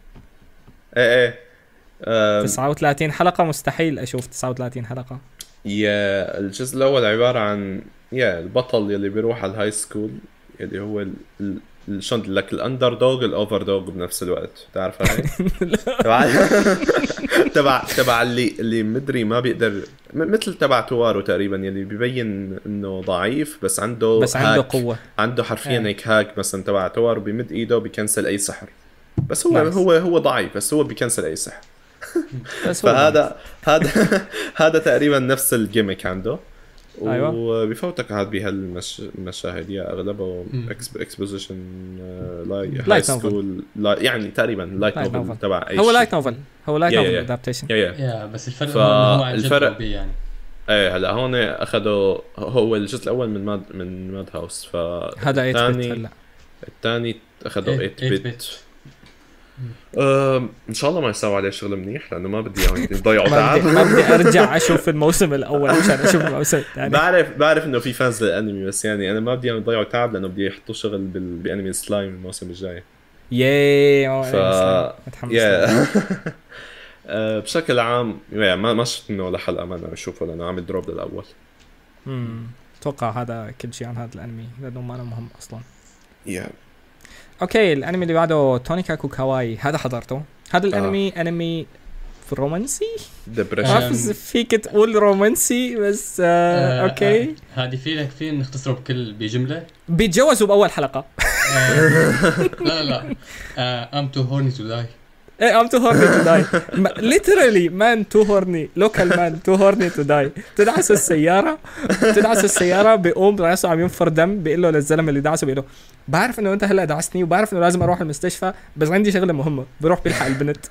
Speaker 2: ايه ايه
Speaker 1: تسعة وثلاثين حلقه مستحيل اشوف تسعة وثلاثين حلقه.
Speaker 2: يا الجزء الاول عباره عن يا البطل يلي بيروح على الهاي سكول يلي هو ال... ال... شلون لك الاندر دوغ الاوفر دوغ بنفس الوقت، تعرف هاي تبع تبع تبع اللي اللي مدري ما بيقدر مثل تبع توارو تقريبا يلي بيبين انه ضعيف بس عنده
Speaker 1: بس عنده قوه،
Speaker 2: عنده حرفيا هيك هاك. مثلا تبع توارو بيمد ايده بيكنسل اي سحر، بس هو هو هو ضعيف بس هو بيكنسل اي سحر. فهذا هذا هذا تقريبا نفس الجيميك عنده.
Speaker 1: أيوة.
Speaker 2: وبيفوتك هاد بهالمشاهد يا اغلبه اكسبوزيشن لاي سكول يعني تقريبا لايت نوفل تبع اي
Speaker 1: هو لايت نوفل هو لايت نوفل ادابتيشن.
Speaker 3: يا بس الفرق ف... هو عن
Speaker 2: الفرق
Speaker 3: يعني
Speaker 2: ايه هلا هون اخذوا هو الجزء الاول من ماد من ماد هاوس،
Speaker 1: فهذا ثمانية بت.
Speaker 2: الثاني اخذوا ثمانية بت. أه ان شاء الله ما يسووا عليه شغل منيح لانه ما بدي اياهم يضيعوا تعب.
Speaker 1: ما بدي ارجع اشوف الموسم الاول عشان اشوف الموسم الثاني.
Speaker 2: بعرف بعرف انه في فانز للانمي بس يعني انا ما بدي اياهم يضيعوا تعب لانه بدي يحطوا شغل بانمي سلايم الموسم الجاي.
Speaker 1: ياي
Speaker 2: ف يا بشكل عام ما ما شفت انه ولا حلقه ما انا اشوفه لانه عامل دروب للاول.
Speaker 1: امم اتوقع هذا كل شيء عن هذا الانمي لانه ما مهم اصلا.
Speaker 2: يا
Speaker 1: اوكي الانمي اللي بعده تونيكا كوكاواي، هذا حضرته. هذا الانمي آه. انمي في رومانسي ما فيك تقول رومانسي بس آه آه اوكي
Speaker 3: آه هذه فيك فين نختصره بكل بجمله
Speaker 1: بيتجوزوا باول حلقه.
Speaker 3: آه لا لا لا ام تو هورني تو داي.
Speaker 1: ايه I'm too horny to die. literally man too horny, local man too horny to die. تدعس السيارة تدعس السيارة بيقوم راسه عم ينفر دم، بيقول له للزلمة اللي دعسه، بيقول له بعرف انه انت هلا دعستني وبعرف انه لازم اروح المستشفى، بس عندي شغلة مهمة. بروح بيلحق البنت.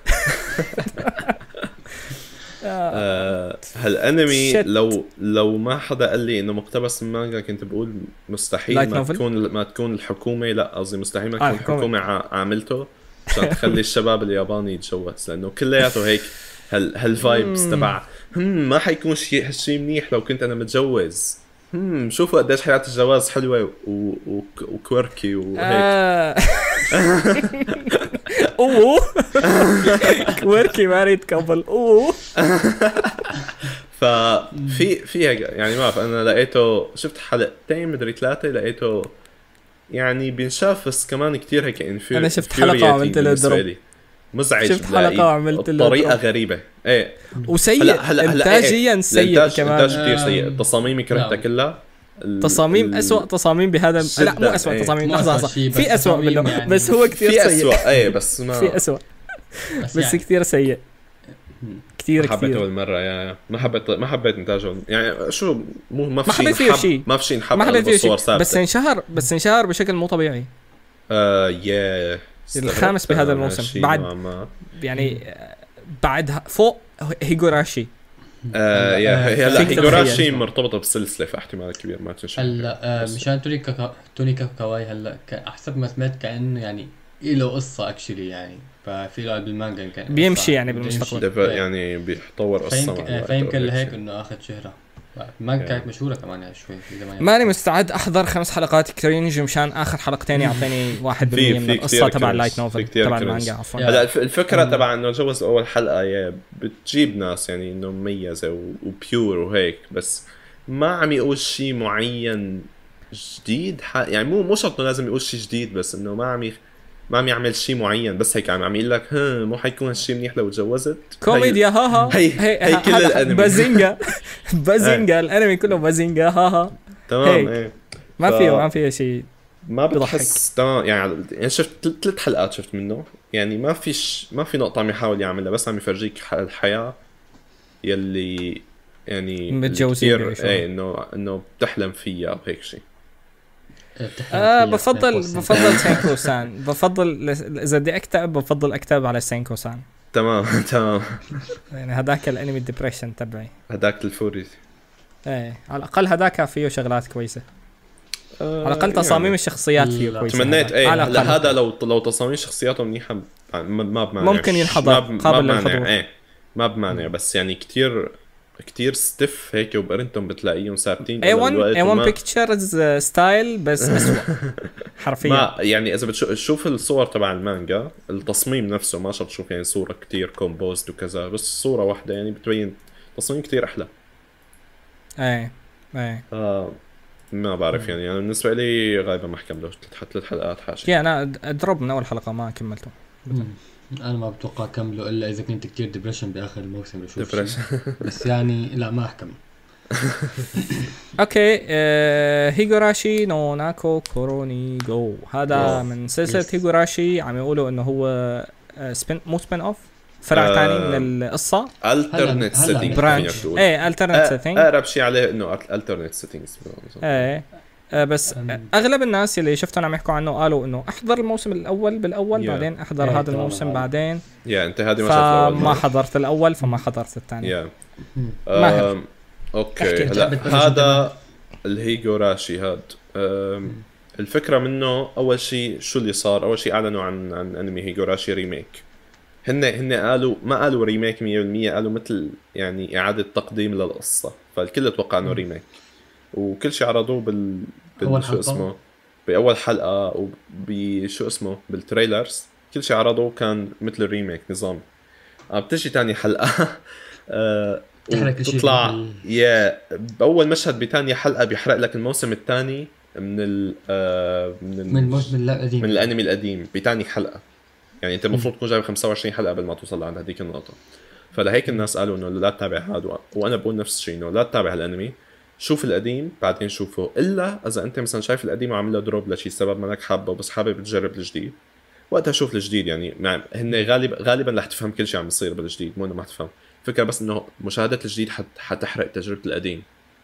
Speaker 2: آه هالانمي لو لو ما حدا قال لي انه مقتبس من مانجا كنت بقول مستحيل ما تكون ما تكون الحكومه، لا قصدي مستحيل ما تكون آه الحكومه عاملته عشان تخلي الشباب الياباني يتجوز، لانه كلياته هيك هال هالفايبس تبع هم ما حيكون شيء هالشيء منيح لو كنت انا متجوز. هم شوفوا قديش حياة الجواز حلوة و... و... وكوركي وهيك.
Speaker 1: اوه كوركي ماريد كابل اوه.
Speaker 2: ففي في هيك يعني ما بعرف، انا لقيته شفت حلقتين مدري ثلاثة لقيته يعني بينشاف، بس كمان كتير هيك انفير.
Speaker 1: انا شفت حلقة وعملت له ضرب
Speaker 2: مزعج،
Speaker 1: شفت حلقة وعملت له
Speaker 2: طريقة غريبة ايه
Speaker 1: وسيء انتاجيا سيء كمان،
Speaker 2: انتاج كتير سيء. التصاميم كرهتها كلها،
Speaker 1: تصاميم أسوأ تصاميم بهذا. لا مو أسوأ تصاميم، لحظة في أسوأ منه يعني. بس هو كتير
Speaker 2: في
Speaker 1: سيء.
Speaker 2: أسوأ ايه بس ما
Speaker 1: في أسوأ بس, بس يعني. كتير سيء كتير
Speaker 2: ما حبيته
Speaker 1: كتير.
Speaker 2: المرة يا ما حبيت ما حبيت انتاجه يعني شو مو ما
Speaker 1: في شيء
Speaker 2: ما في شيء نحب
Speaker 1: ما حبيت فيه شيء، بس انشهر بس انشهر بشكل مو طبيعي.
Speaker 2: آه يا
Speaker 1: الخامس بهذا الموسم بعد ما. يعني بعد فوق هيغوراشي.
Speaker 2: آه يا هلا هيغوراشي مرتبطه بالسلسله فاحتمال كبير ما تنشر.
Speaker 3: هلا مشان توني كاكا توني كاكاواي هلا احسب ما سمعت كانه يعني له قصه اكشلي يعني، ففي له بالمانجا كان
Speaker 1: بيمشي يعني بالمستقبل
Speaker 2: يعني بيتطور قصه
Speaker 3: فيمكن لهيك انه اخذ شهره. المانجا كانت مشهوره كمان يعني شوي.
Speaker 1: ماني مستعد احضر خمس حلقات كرينج مشان اخر حلقتين يعطيني واحد بالمية من القصه تبع اللايت نوفل تبع المانجا. عفوا
Speaker 2: هلا الفكره تبع انه جوز اول حلقه يا بتجيب ناس يعني انه مميزه وبيور وهيك، بس ما عم يقول شيء معين جديد يعني مو مو شرط انه لازم يقول شيء جديد، بس انه ما عم يخ... ما عم يعمل شيء معين، بس هيك عم عم يقول لك ها مو حيكون هالشيء منيح لو تجوزت.
Speaker 1: كوميديا ها ها
Speaker 2: هي هي, هي كل الانمي
Speaker 1: بازينجا بازينجا الانمي كله بازينجا ها ها
Speaker 2: تمام. ايه
Speaker 1: ما ف... فيه ما فيه شيء
Speaker 2: ما بتحس تمام يعني. يعني شفت ثلاث حلقات شفت منه يعني ما فيش ما في نقطه عم يحاول يعملها، بس عم يفرجيك الحياه يلي يعني
Speaker 1: متجوزين
Speaker 2: ايه انه انه بتحلم فيها او هيك شيء.
Speaker 1: آه بفضل بفضل سينكو سان بفضل اذا بدي اكتب بفضل اكتب على سينكو سان.
Speaker 2: تمام تمام
Speaker 1: يعني هداك الانمي ديبريشن تبعي،
Speaker 2: هداك الفوري
Speaker 1: ايه على الاقل هداك فيه شغلات كويسه. آه على الاقل تصاميم يعني الشخصيات فيه كويسه.
Speaker 2: تمنيت ايه لا هذا لو لو تصاميم شخصياته منيحه ما بمانع
Speaker 1: ممكن ينحضر قابل للحضور
Speaker 2: ايه ما بمانع، بس يعني كتير كتير ستيف هيك وبقرنتم بتلاقيهم ثابتين.
Speaker 1: اي واحد اي واحد بيكتشرز ستايل بس اسوء حرفيا.
Speaker 2: ما يعني اذا بتشوف الصور تبع المانجا التصميم نفسه ما شرط تشوف يعني صوره كتير كومبوزد وكذا، بس صوره واحده يعني بتبين تصميم كتير احلى.
Speaker 1: ايه ايه
Speaker 2: آه ما بعرف يعني انا بالنسبه لي غايبه ما حكمله ثلاث حلقات حاشي.
Speaker 1: يعني انا اضرب من اول حلقه ما كملته.
Speaker 3: انا ما بتوقع كمله الا اذا كنت كتير ديبريشن باخر الموسم بشوف بس يعني لا ما احكم.
Speaker 1: اوكي آه، هيغوراشي نو ناكو كوروني جو هذا أوه. من سلسله هيغوراشي عم يقولوا انه هو آه سبين مو سبين اوف فرع ثاني آه من القصه
Speaker 2: alternate setting
Speaker 1: برانش. ايه alternate setting
Speaker 2: اقرب شيء عليه انه alternate settings.
Speaker 1: ايه آه بس اغلب الناس اللي شفتهم عم يحكوا عنه قالوا انه احضر الموسم الاول بالاول yeah. بعدين احضر yeah, هذا الموسم بعدين
Speaker 2: يا yeah, انت هذه ما شفت الاول
Speaker 1: ما حضرت الاول فما حضرت الثاني.
Speaker 2: يا yeah. ما اوكي هلا هذا الهيغوراشي هاد الفكره منه اول شيء شو اللي صار. اول شيء اعلنوا عن عن انمي هيغوراشي ريميك. هن هن قالوا ما قالوا ريميك مية بالمية، قالوا مثل يعني اعاده تقديم للقصه، فالكل توقع انه ريميك وكل شيء عرضوه بال, بال... شو اسمه باول حلقه وبشو اسمه بالتريلرز كل شيء عرضوه كان مثل الريميك نظام. عم بتجي تاني حلقه آه تطلع يا باول مشهد بتاني حلقه بيحرق لك الموسم الثاني من ال آه من ال...
Speaker 3: من الموسم القديم
Speaker 2: من الانمي القديم بتاني حلقه. يعني انت المفروض تكون جايب خمسة وعشرين حلقه قبل ما توصل لعند هذيك النقطه. فلهيك الناس قالوا انه لا تتابع هذا، وانا بقول نفس الشيء انه لا تتابع الانمي، شوف القديم بعدين شوفه. الا اذا انت مثلا شايف القديم وعامل له دروب لشي سبب مالك حابه بس حابب تجرب الجديد وقتها اشوف الجديد يعني. مع هن غالبا غالبا رح تفهم كل شيء عم يصير بالجديد، مو انه ما تفهم فكرة، بس انه مشاهدة الجديد حت حتحرق تجربة القديم.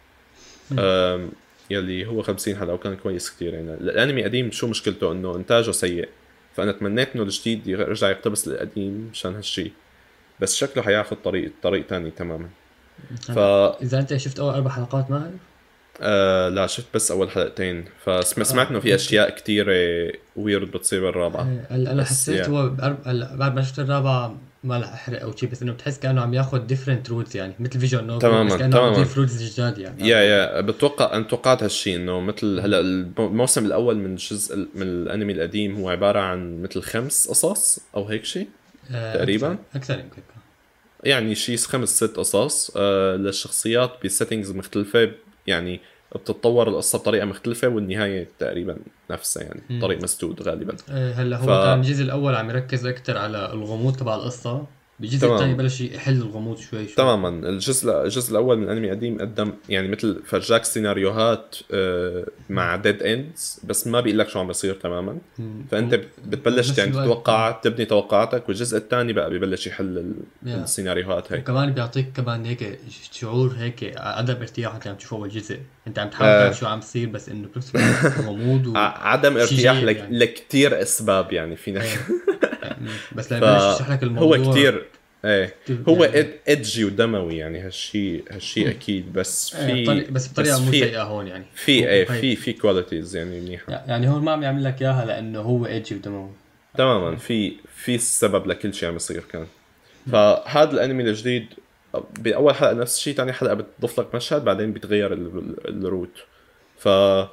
Speaker 2: أم يلي هو خمسين حلقة وكان كويس كتير يعني. الانمي قديم شو مشكلته؟ انه انتاجه سيء، فانا تمنيت انه الجديد يرجع يقتبس القديم مشان هالشي، بس شكله حياخد طريق طريق تاني تماما. ف
Speaker 3: اذا انت شفت اول اربع حلقات ما أعرف.
Speaker 2: آه لا شفت بس اول حلقتين، فسمعت انه في اشياء كتير ويرد بتصير بالرابعه.
Speaker 3: هلا انا
Speaker 2: بس
Speaker 3: حسيت
Speaker 2: يعني.
Speaker 3: هو بأرب... هلا بعد ما شفت الرابعه ما رح احرق او شيء، بس انه بتحس كانه عم ياخذ ديفرنت روتس يعني مثل فيجن نوفل،
Speaker 2: تماماً،
Speaker 3: بس كانه عم
Speaker 2: تماماً.
Speaker 3: يضيف روتس جداد يعني.
Speaker 2: يا يا بتوقع ان توقعت هالشيء انه مثل هلا الموسم الاول من جزء من الانمي القديم هو عباره عن مثل خمس قصص او هيك شيء
Speaker 3: آه
Speaker 2: تقريبا،
Speaker 3: اكثر, أكثر يمكن
Speaker 2: يعني شيء خمس ست قصص آه للشخصيات بسيتنجز مختلفه، يعني بتتطور القصه بطريقه مختلفه والنهايه تقريبا نفسها يعني
Speaker 3: مم.
Speaker 2: طريق مسدود غالبا.
Speaker 3: آه هلا هو
Speaker 2: ف...
Speaker 3: كان الجزء الاول عم يركز اكثر على الغموض تبع القصه، بالجزء
Speaker 2: تمام.
Speaker 3: الثاني بلش يحل الغموض شوي شوي.
Speaker 2: تماما. الجزء الجزء الاول من الانمي قديم قدم يعني مثل فرجاك سيناريوهات آه، مع ديد اندز، بس ما بيقول لك شو عم بيصير تماما،
Speaker 3: مم.
Speaker 2: فانت
Speaker 3: و-
Speaker 2: بتبلش
Speaker 3: وبنفس
Speaker 2: يعني
Speaker 3: الوقت-
Speaker 2: تتوقع تبني توقعاتك، والجزء الثاني بقى بيبلش يحل ال-
Speaker 3: يا.
Speaker 2: السيناريوهات هاي.
Speaker 3: وكمان بيعطيك كمان هيك شعور هيك عدم ارتياح انت عم تشوف اول جزء، انت عم تحاول
Speaker 2: آه.
Speaker 3: تعرف شو عم يصير بس انه بنفس الوقت غموض و
Speaker 2: ع- عدم
Speaker 3: شي
Speaker 2: ارتياح
Speaker 3: جيد
Speaker 2: لك
Speaker 3: يعني.
Speaker 2: لكتير اسباب يعني فينا.
Speaker 3: إيه. مم. بس لما يبلش يشرح لك الموضوع
Speaker 2: هو كتير ايه
Speaker 3: كتير
Speaker 2: هو
Speaker 3: يعني-
Speaker 2: ادجي ودموي يعني هالشي هالشي اكيد، بس
Speaker 3: إيه،
Speaker 2: في
Speaker 3: بطريقة- بس بطريقه
Speaker 2: بس
Speaker 3: مو
Speaker 2: في
Speaker 3: سيئه هون يعني.
Speaker 2: في
Speaker 3: هو-
Speaker 2: ايه
Speaker 3: هيك.
Speaker 2: في في كواليتيز يعني منيحه.
Speaker 3: يعني هون ما عم يعمل لك اياها لانه هو ايجي ودموي.
Speaker 2: تماما. في في السبب لكل شيء عم يصير كان. فهذا الانمي الجديد باول حلقه نفس الشيء، ثاني حلقه بتضيف لك مشهد بعدين بيتغير ال- ال- الروت. ف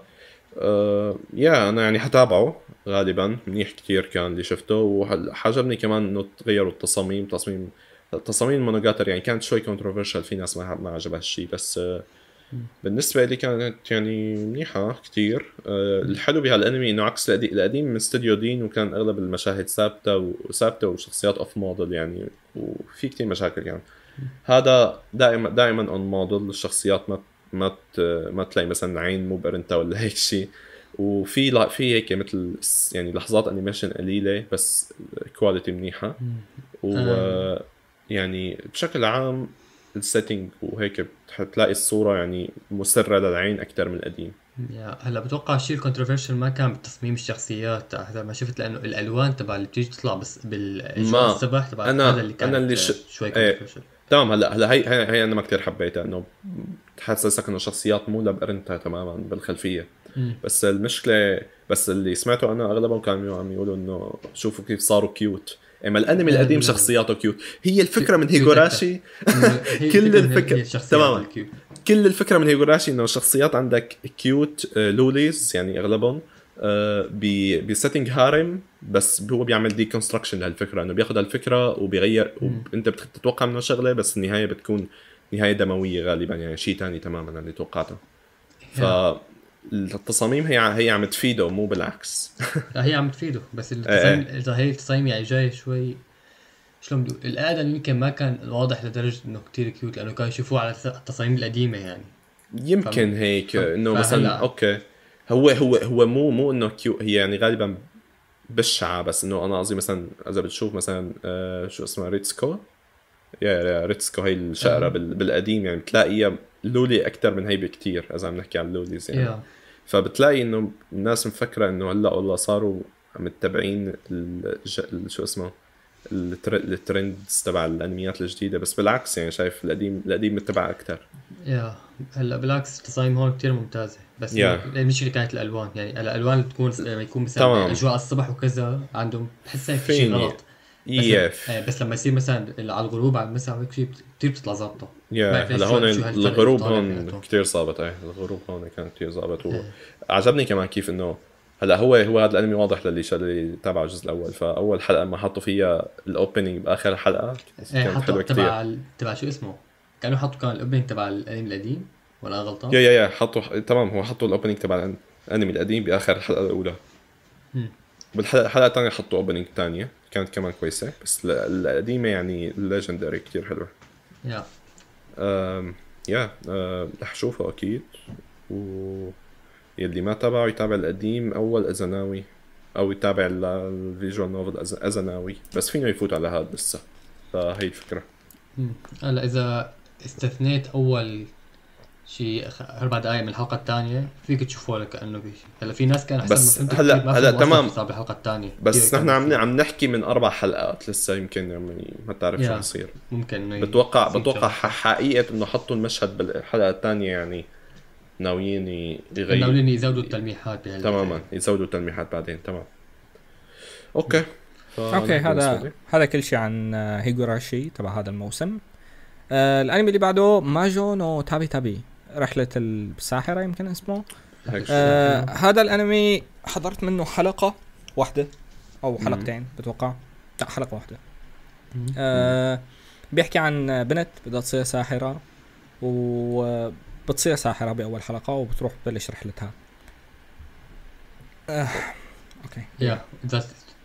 Speaker 2: آه يا انا يعني حتابعه غالبا، منيح كتير كان اللي شفته، وحاجبني كمان انه تغيروا التصاميم. تصميم تصاميم مونوجاتر يعني كانت شوي كونتروفيرشال، في ناس ما ما عجبها الشيء، بس آه بالنسبه لي كانت يعني منيحه كتير. آه الحلو بهالانمي انه عكس القدي- القديم من استوديو دين، وكان اغلب المشاهد ثابته وثابته وشخصيات اوف موديل يعني، وفي كتير مشاكل يعني. هذا دائما دائما اون موديل، الشخصيات ما ما ت- ما تلاقي مثلا عين مو برنتا ولا هيك شيء، وفي لا في هيك مثل س- يعني لحظات انيميشن قليله بس كواليتي منيحه. و يعني بشكل عام السيتنج وهيك بتلاقي الصوره يعني مسره للعين اكثر من القديم.
Speaker 3: يا هلا بتوقع الشيء الكونتروفيرشل ما كان بتصميم الشخصيات حسب ما شفت، لانه الالوان تبع اللي بتيجي تطلع بس بالاجواء
Speaker 2: ما-
Speaker 3: الصبح تبع
Speaker 2: أنا-
Speaker 3: هذا اللي كانت
Speaker 2: أنا اللي ش-
Speaker 3: شوي
Speaker 2: إيه.
Speaker 3: كونتروفيرشل.
Speaker 2: تمام. هلا هلا هي هي, هي انا ما كتير حبيتها، انه تحسسك انه الشخصيات مو لبقرنتها تماما بالخلفيه.
Speaker 3: مم.
Speaker 2: بس المشكله بس اللي سمعته انا اغلبهم كانوا عم يقولوا انه شوفوا كيف صاروا كيوت، اما الانمي
Speaker 3: إيه،
Speaker 2: القديم
Speaker 3: بال-
Speaker 2: شخصياته كيوت. هي الفكره من
Speaker 3: كيوت
Speaker 2: هيغوراشي
Speaker 3: هي
Speaker 2: كل
Speaker 3: الفكرة إن
Speaker 2: الفكرة-
Speaker 3: هي الشخصيات
Speaker 2: تماماً.
Speaker 3: الكيوت.
Speaker 2: كل الفكره من هيغوراشي انه الشخصيات عندك كيوت آه، لوليز يعني اغلبهم آه، ب بسيتنج هارم، بس هو بيعمل دي كونستراكشن لهالفكره، انه بياخذ هالفكره وبيغير وانت بتتوقع منه شغله بس النهايه بتكون نهايه دمويه غالبا يعني شيء تاني تماما اللي توقعته. فالتصاميم هي هي عم تفيده مو بالعكس.
Speaker 3: لا هي عم تفيده، بس
Speaker 2: إيه.
Speaker 3: التصميم اذا هي التصميم يعني جاي شوي شلون بدو الادم يمكن ما كان واضح لدرجه انه كتير كيوت، لانه كانوا يشوفوه على التصاميم القديمه يعني.
Speaker 2: يمكن
Speaker 3: فم-
Speaker 2: هيك
Speaker 3: فم-
Speaker 2: انه
Speaker 3: فهلا-
Speaker 2: مثلا اوكي هو هو هو مو مو انه كيو، هي يعني غالبا بشعه، بس انه انا قصدي مثلا اذا بتشوف مثلا آه شو اسمها ريتسكو، يا يا ريتسكو هي الشقره
Speaker 3: آه.
Speaker 2: بال بالقديم يعني بتلاقيها لولي اكثر من هي بكتير اذا عم نحكي عن اللوليز يعني.
Speaker 3: يا
Speaker 2: فبتلاقي انه الناس مفكره انه هلا والله صاروا متبعين الج... ال- شو اسمه التر... الترندز تبع الانميات الجديده، بس بالعكس يعني شايف القديم القديم متبع اكثر.
Speaker 3: يا هلا بالعكس التصاميم هون كتير ممتازه، بس
Speaker 2: يا.
Speaker 3: المشكله كانت الالوان، يعني الالوان بتكون لما يكون مثلا
Speaker 2: تمام.
Speaker 3: اجواء الصبح وكذا عندهم بحسها في شيء
Speaker 2: فيني.
Speaker 3: غلط. بس,
Speaker 2: يف
Speaker 3: لما بس لما يصير مثلا على الغروب على المساء وهيك شيء كثير بتطلع ظابطه.
Speaker 2: يا
Speaker 3: بعرف ليش
Speaker 2: هلا
Speaker 3: شو-
Speaker 2: هون
Speaker 3: شو هالفرق
Speaker 2: الغروب
Speaker 3: اللي طالع
Speaker 2: هون
Speaker 3: بيناتهم.
Speaker 2: كتير صابت. ايه الغروب هون كان كتير صابت.
Speaker 3: إيه.
Speaker 2: وعجبني كمان كيف انه هلا هو هو هذا الانمي واضح للي شا اللي تابع الجزء الاول، فاول حلقه ما حطوا فيها الاوبننج باخر الحلقه
Speaker 3: ايه
Speaker 2: كانت
Speaker 3: حطوا
Speaker 2: حلوه كتير.
Speaker 3: تبع ال- تبع شو اسمه، كانوا حطوا كان الاوبننج تبع الانمي القديم ولا أنا غلطان؟
Speaker 2: يا يا يا حطوا تمام، هو حطوا الاوبننج تبع الانمي القديم باخر الحلقه الاولى.
Speaker 3: مم.
Speaker 2: بالحلقه الحلقه الثانيه حطوا اوبننج ثانيه كانت كمان كويسه، بس ال- القديمه يعني الليجندري كتير حلوه.
Speaker 3: يا
Speaker 2: أم يا أه رح اشوفه اكيد، و يلي ما تابعه يتابع القديم اول اذا ناوي. او يتابع ال- الفيجوال نوفل أز- ازناوي، بس فينه يفوت على هذا لسه. فهي الفكره.
Speaker 3: مم. هلا اذا استثنيت اول شيء خ- اربع دقائق من الحلقه الثانيه فيك تشوفه لك كانه في شيء. هلا في ناس كان احسن
Speaker 2: بس
Speaker 3: ما فهمت
Speaker 2: هلا-
Speaker 3: كتير، ما
Speaker 2: هلا
Speaker 3: فهموا أصلاً
Speaker 2: تمام.
Speaker 3: شو صار بالحلقه الثانيه.
Speaker 2: بس نحن عم عم نحكي من اربع حلقات لسه، يمكن يعني ما تعرف شو
Speaker 3: يا.
Speaker 2: حيصير.
Speaker 3: ممكن إنه
Speaker 2: بتوقع
Speaker 3: يصير
Speaker 2: بتوقع
Speaker 3: شغلة.
Speaker 2: ح- حقيقه انه حطوا المشهد بالحلقه الثانيه، يعني ناويين ي- يغيروا
Speaker 3: ناويين يزودوا التلميحات بهال
Speaker 2: تماما، يزودوا تلميحات بعدين. تمام اوكي.
Speaker 1: اوكي هذا هذا كل شيء عن آه، هيغوراشي تبع هذا الموسم. آه الانمي اللي بعده ماجو نو تابي تابي، رحلة الساحرة يمكن اسمه. آه هذا الانمي حضرت منه حلقة واحدة او حلقتين بتوقع، لا حلقة واحدة. آه بيحكي عن بنت بدها تصير ساحرة، وبتصير ساحرة بأول حلقة وبتروح تبلش رحلتها. آه اوكي
Speaker 3: يا ذات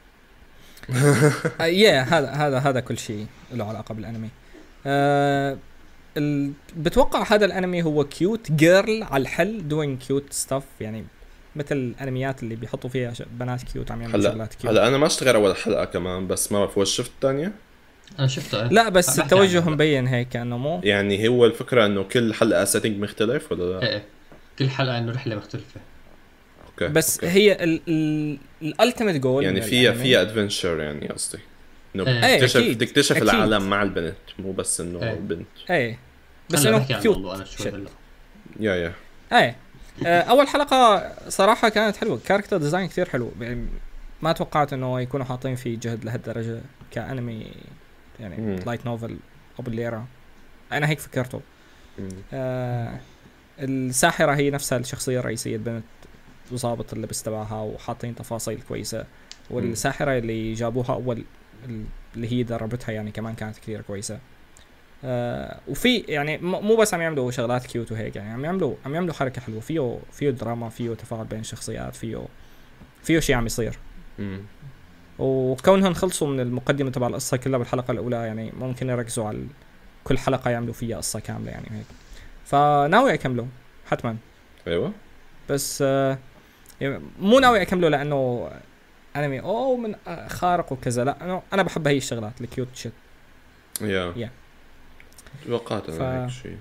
Speaker 1: آه يا هذا هذا هذا كل شيء له علاقة بالانمي. آه ال... بتوقع هذا الانمي هو كيوت جيرل على الحل دوينج كيوت ستاف، يعني مثل الانميات اللي بيحطوا فيها ش- بنات كيوت عم يعملوا
Speaker 2: هلا
Speaker 1: شغلات كيوت.
Speaker 2: هلا انا ما اشتغل اول حلقه كمان، بس ما بعرف وش شفت الثانيه.
Speaker 3: انا شفته.
Speaker 1: لا بس
Speaker 3: عم بحكي
Speaker 1: التوجه
Speaker 3: عنه.
Speaker 1: مبين هيك كانه مو
Speaker 2: يعني هو الفكره انه كل حلقه سيتنج مختلف ولا لا؟
Speaker 3: ايه إيه. كل حلقه انه رحله مختلفه.
Speaker 2: اوكي
Speaker 1: بس
Speaker 2: أوكي.
Speaker 1: هي الالتيميت جول
Speaker 2: يعني فيها فيها ادفنشر، يعني قصدي انه
Speaker 3: إيه.
Speaker 2: تكتشف
Speaker 1: أكيد.
Speaker 2: تكتشف
Speaker 1: أكيد.
Speaker 2: العالم مع البنت، مو بس انه
Speaker 3: إيه.
Speaker 2: البنت.
Speaker 1: ايه بس
Speaker 3: هلا
Speaker 1: انه
Speaker 3: بحكي عن
Speaker 1: كيوت
Speaker 3: الموضوع انا شوي
Speaker 1: شت.
Speaker 3: هلا.
Speaker 2: يا يا
Speaker 1: ايه آه، اول حلقه صراحه كانت حلوه، كاركتر ديزاين كثير حلو، يعني ما توقعت انه يكونوا حاطين فيه جهد لهالدرجه كانمي، يعني
Speaker 2: مم.
Speaker 1: لايت نوفل او بالليره، انا هيك فكرته.
Speaker 2: مم.
Speaker 1: آه الساحره هي نفسها الشخصيه الرئيسيه، البنت وظابط اللبس تبعها وحاطين تفاصيل كويسه، والساحره اللي جابوها اول اللي هي دربتها يعني كمان كانت كثير كويسه. آه وفي يعني م- مو بس عم يعملوا شغلات كيوت وهيك، يعني عم يعملوا عم يعملوا حركه حلوه، فيه فيه دراما، فيه تفاعل بين الشخصيات، فيه فيه شيء عم يصير.
Speaker 2: مم.
Speaker 1: وكونهم خلصوا من المقدمه تبع القصه كلها بالحلقه الاولى، يعني ممكن يركزوا على كل حلقه يعملوا فيها قصه كامله يعني هيك، فناوي اكمله حتما.
Speaker 2: ايوه
Speaker 1: بس آه يعني مو ناوي اكمله لانه انمي اوه من آه خارق وكذا، لا انا انا بحب هي الشغلات الكيوت شيت.
Speaker 2: يا
Speaker 1: يا.
Speaker 2: توقعت
Speaker 1: ف-
Speaker 2: انا هيك شيء.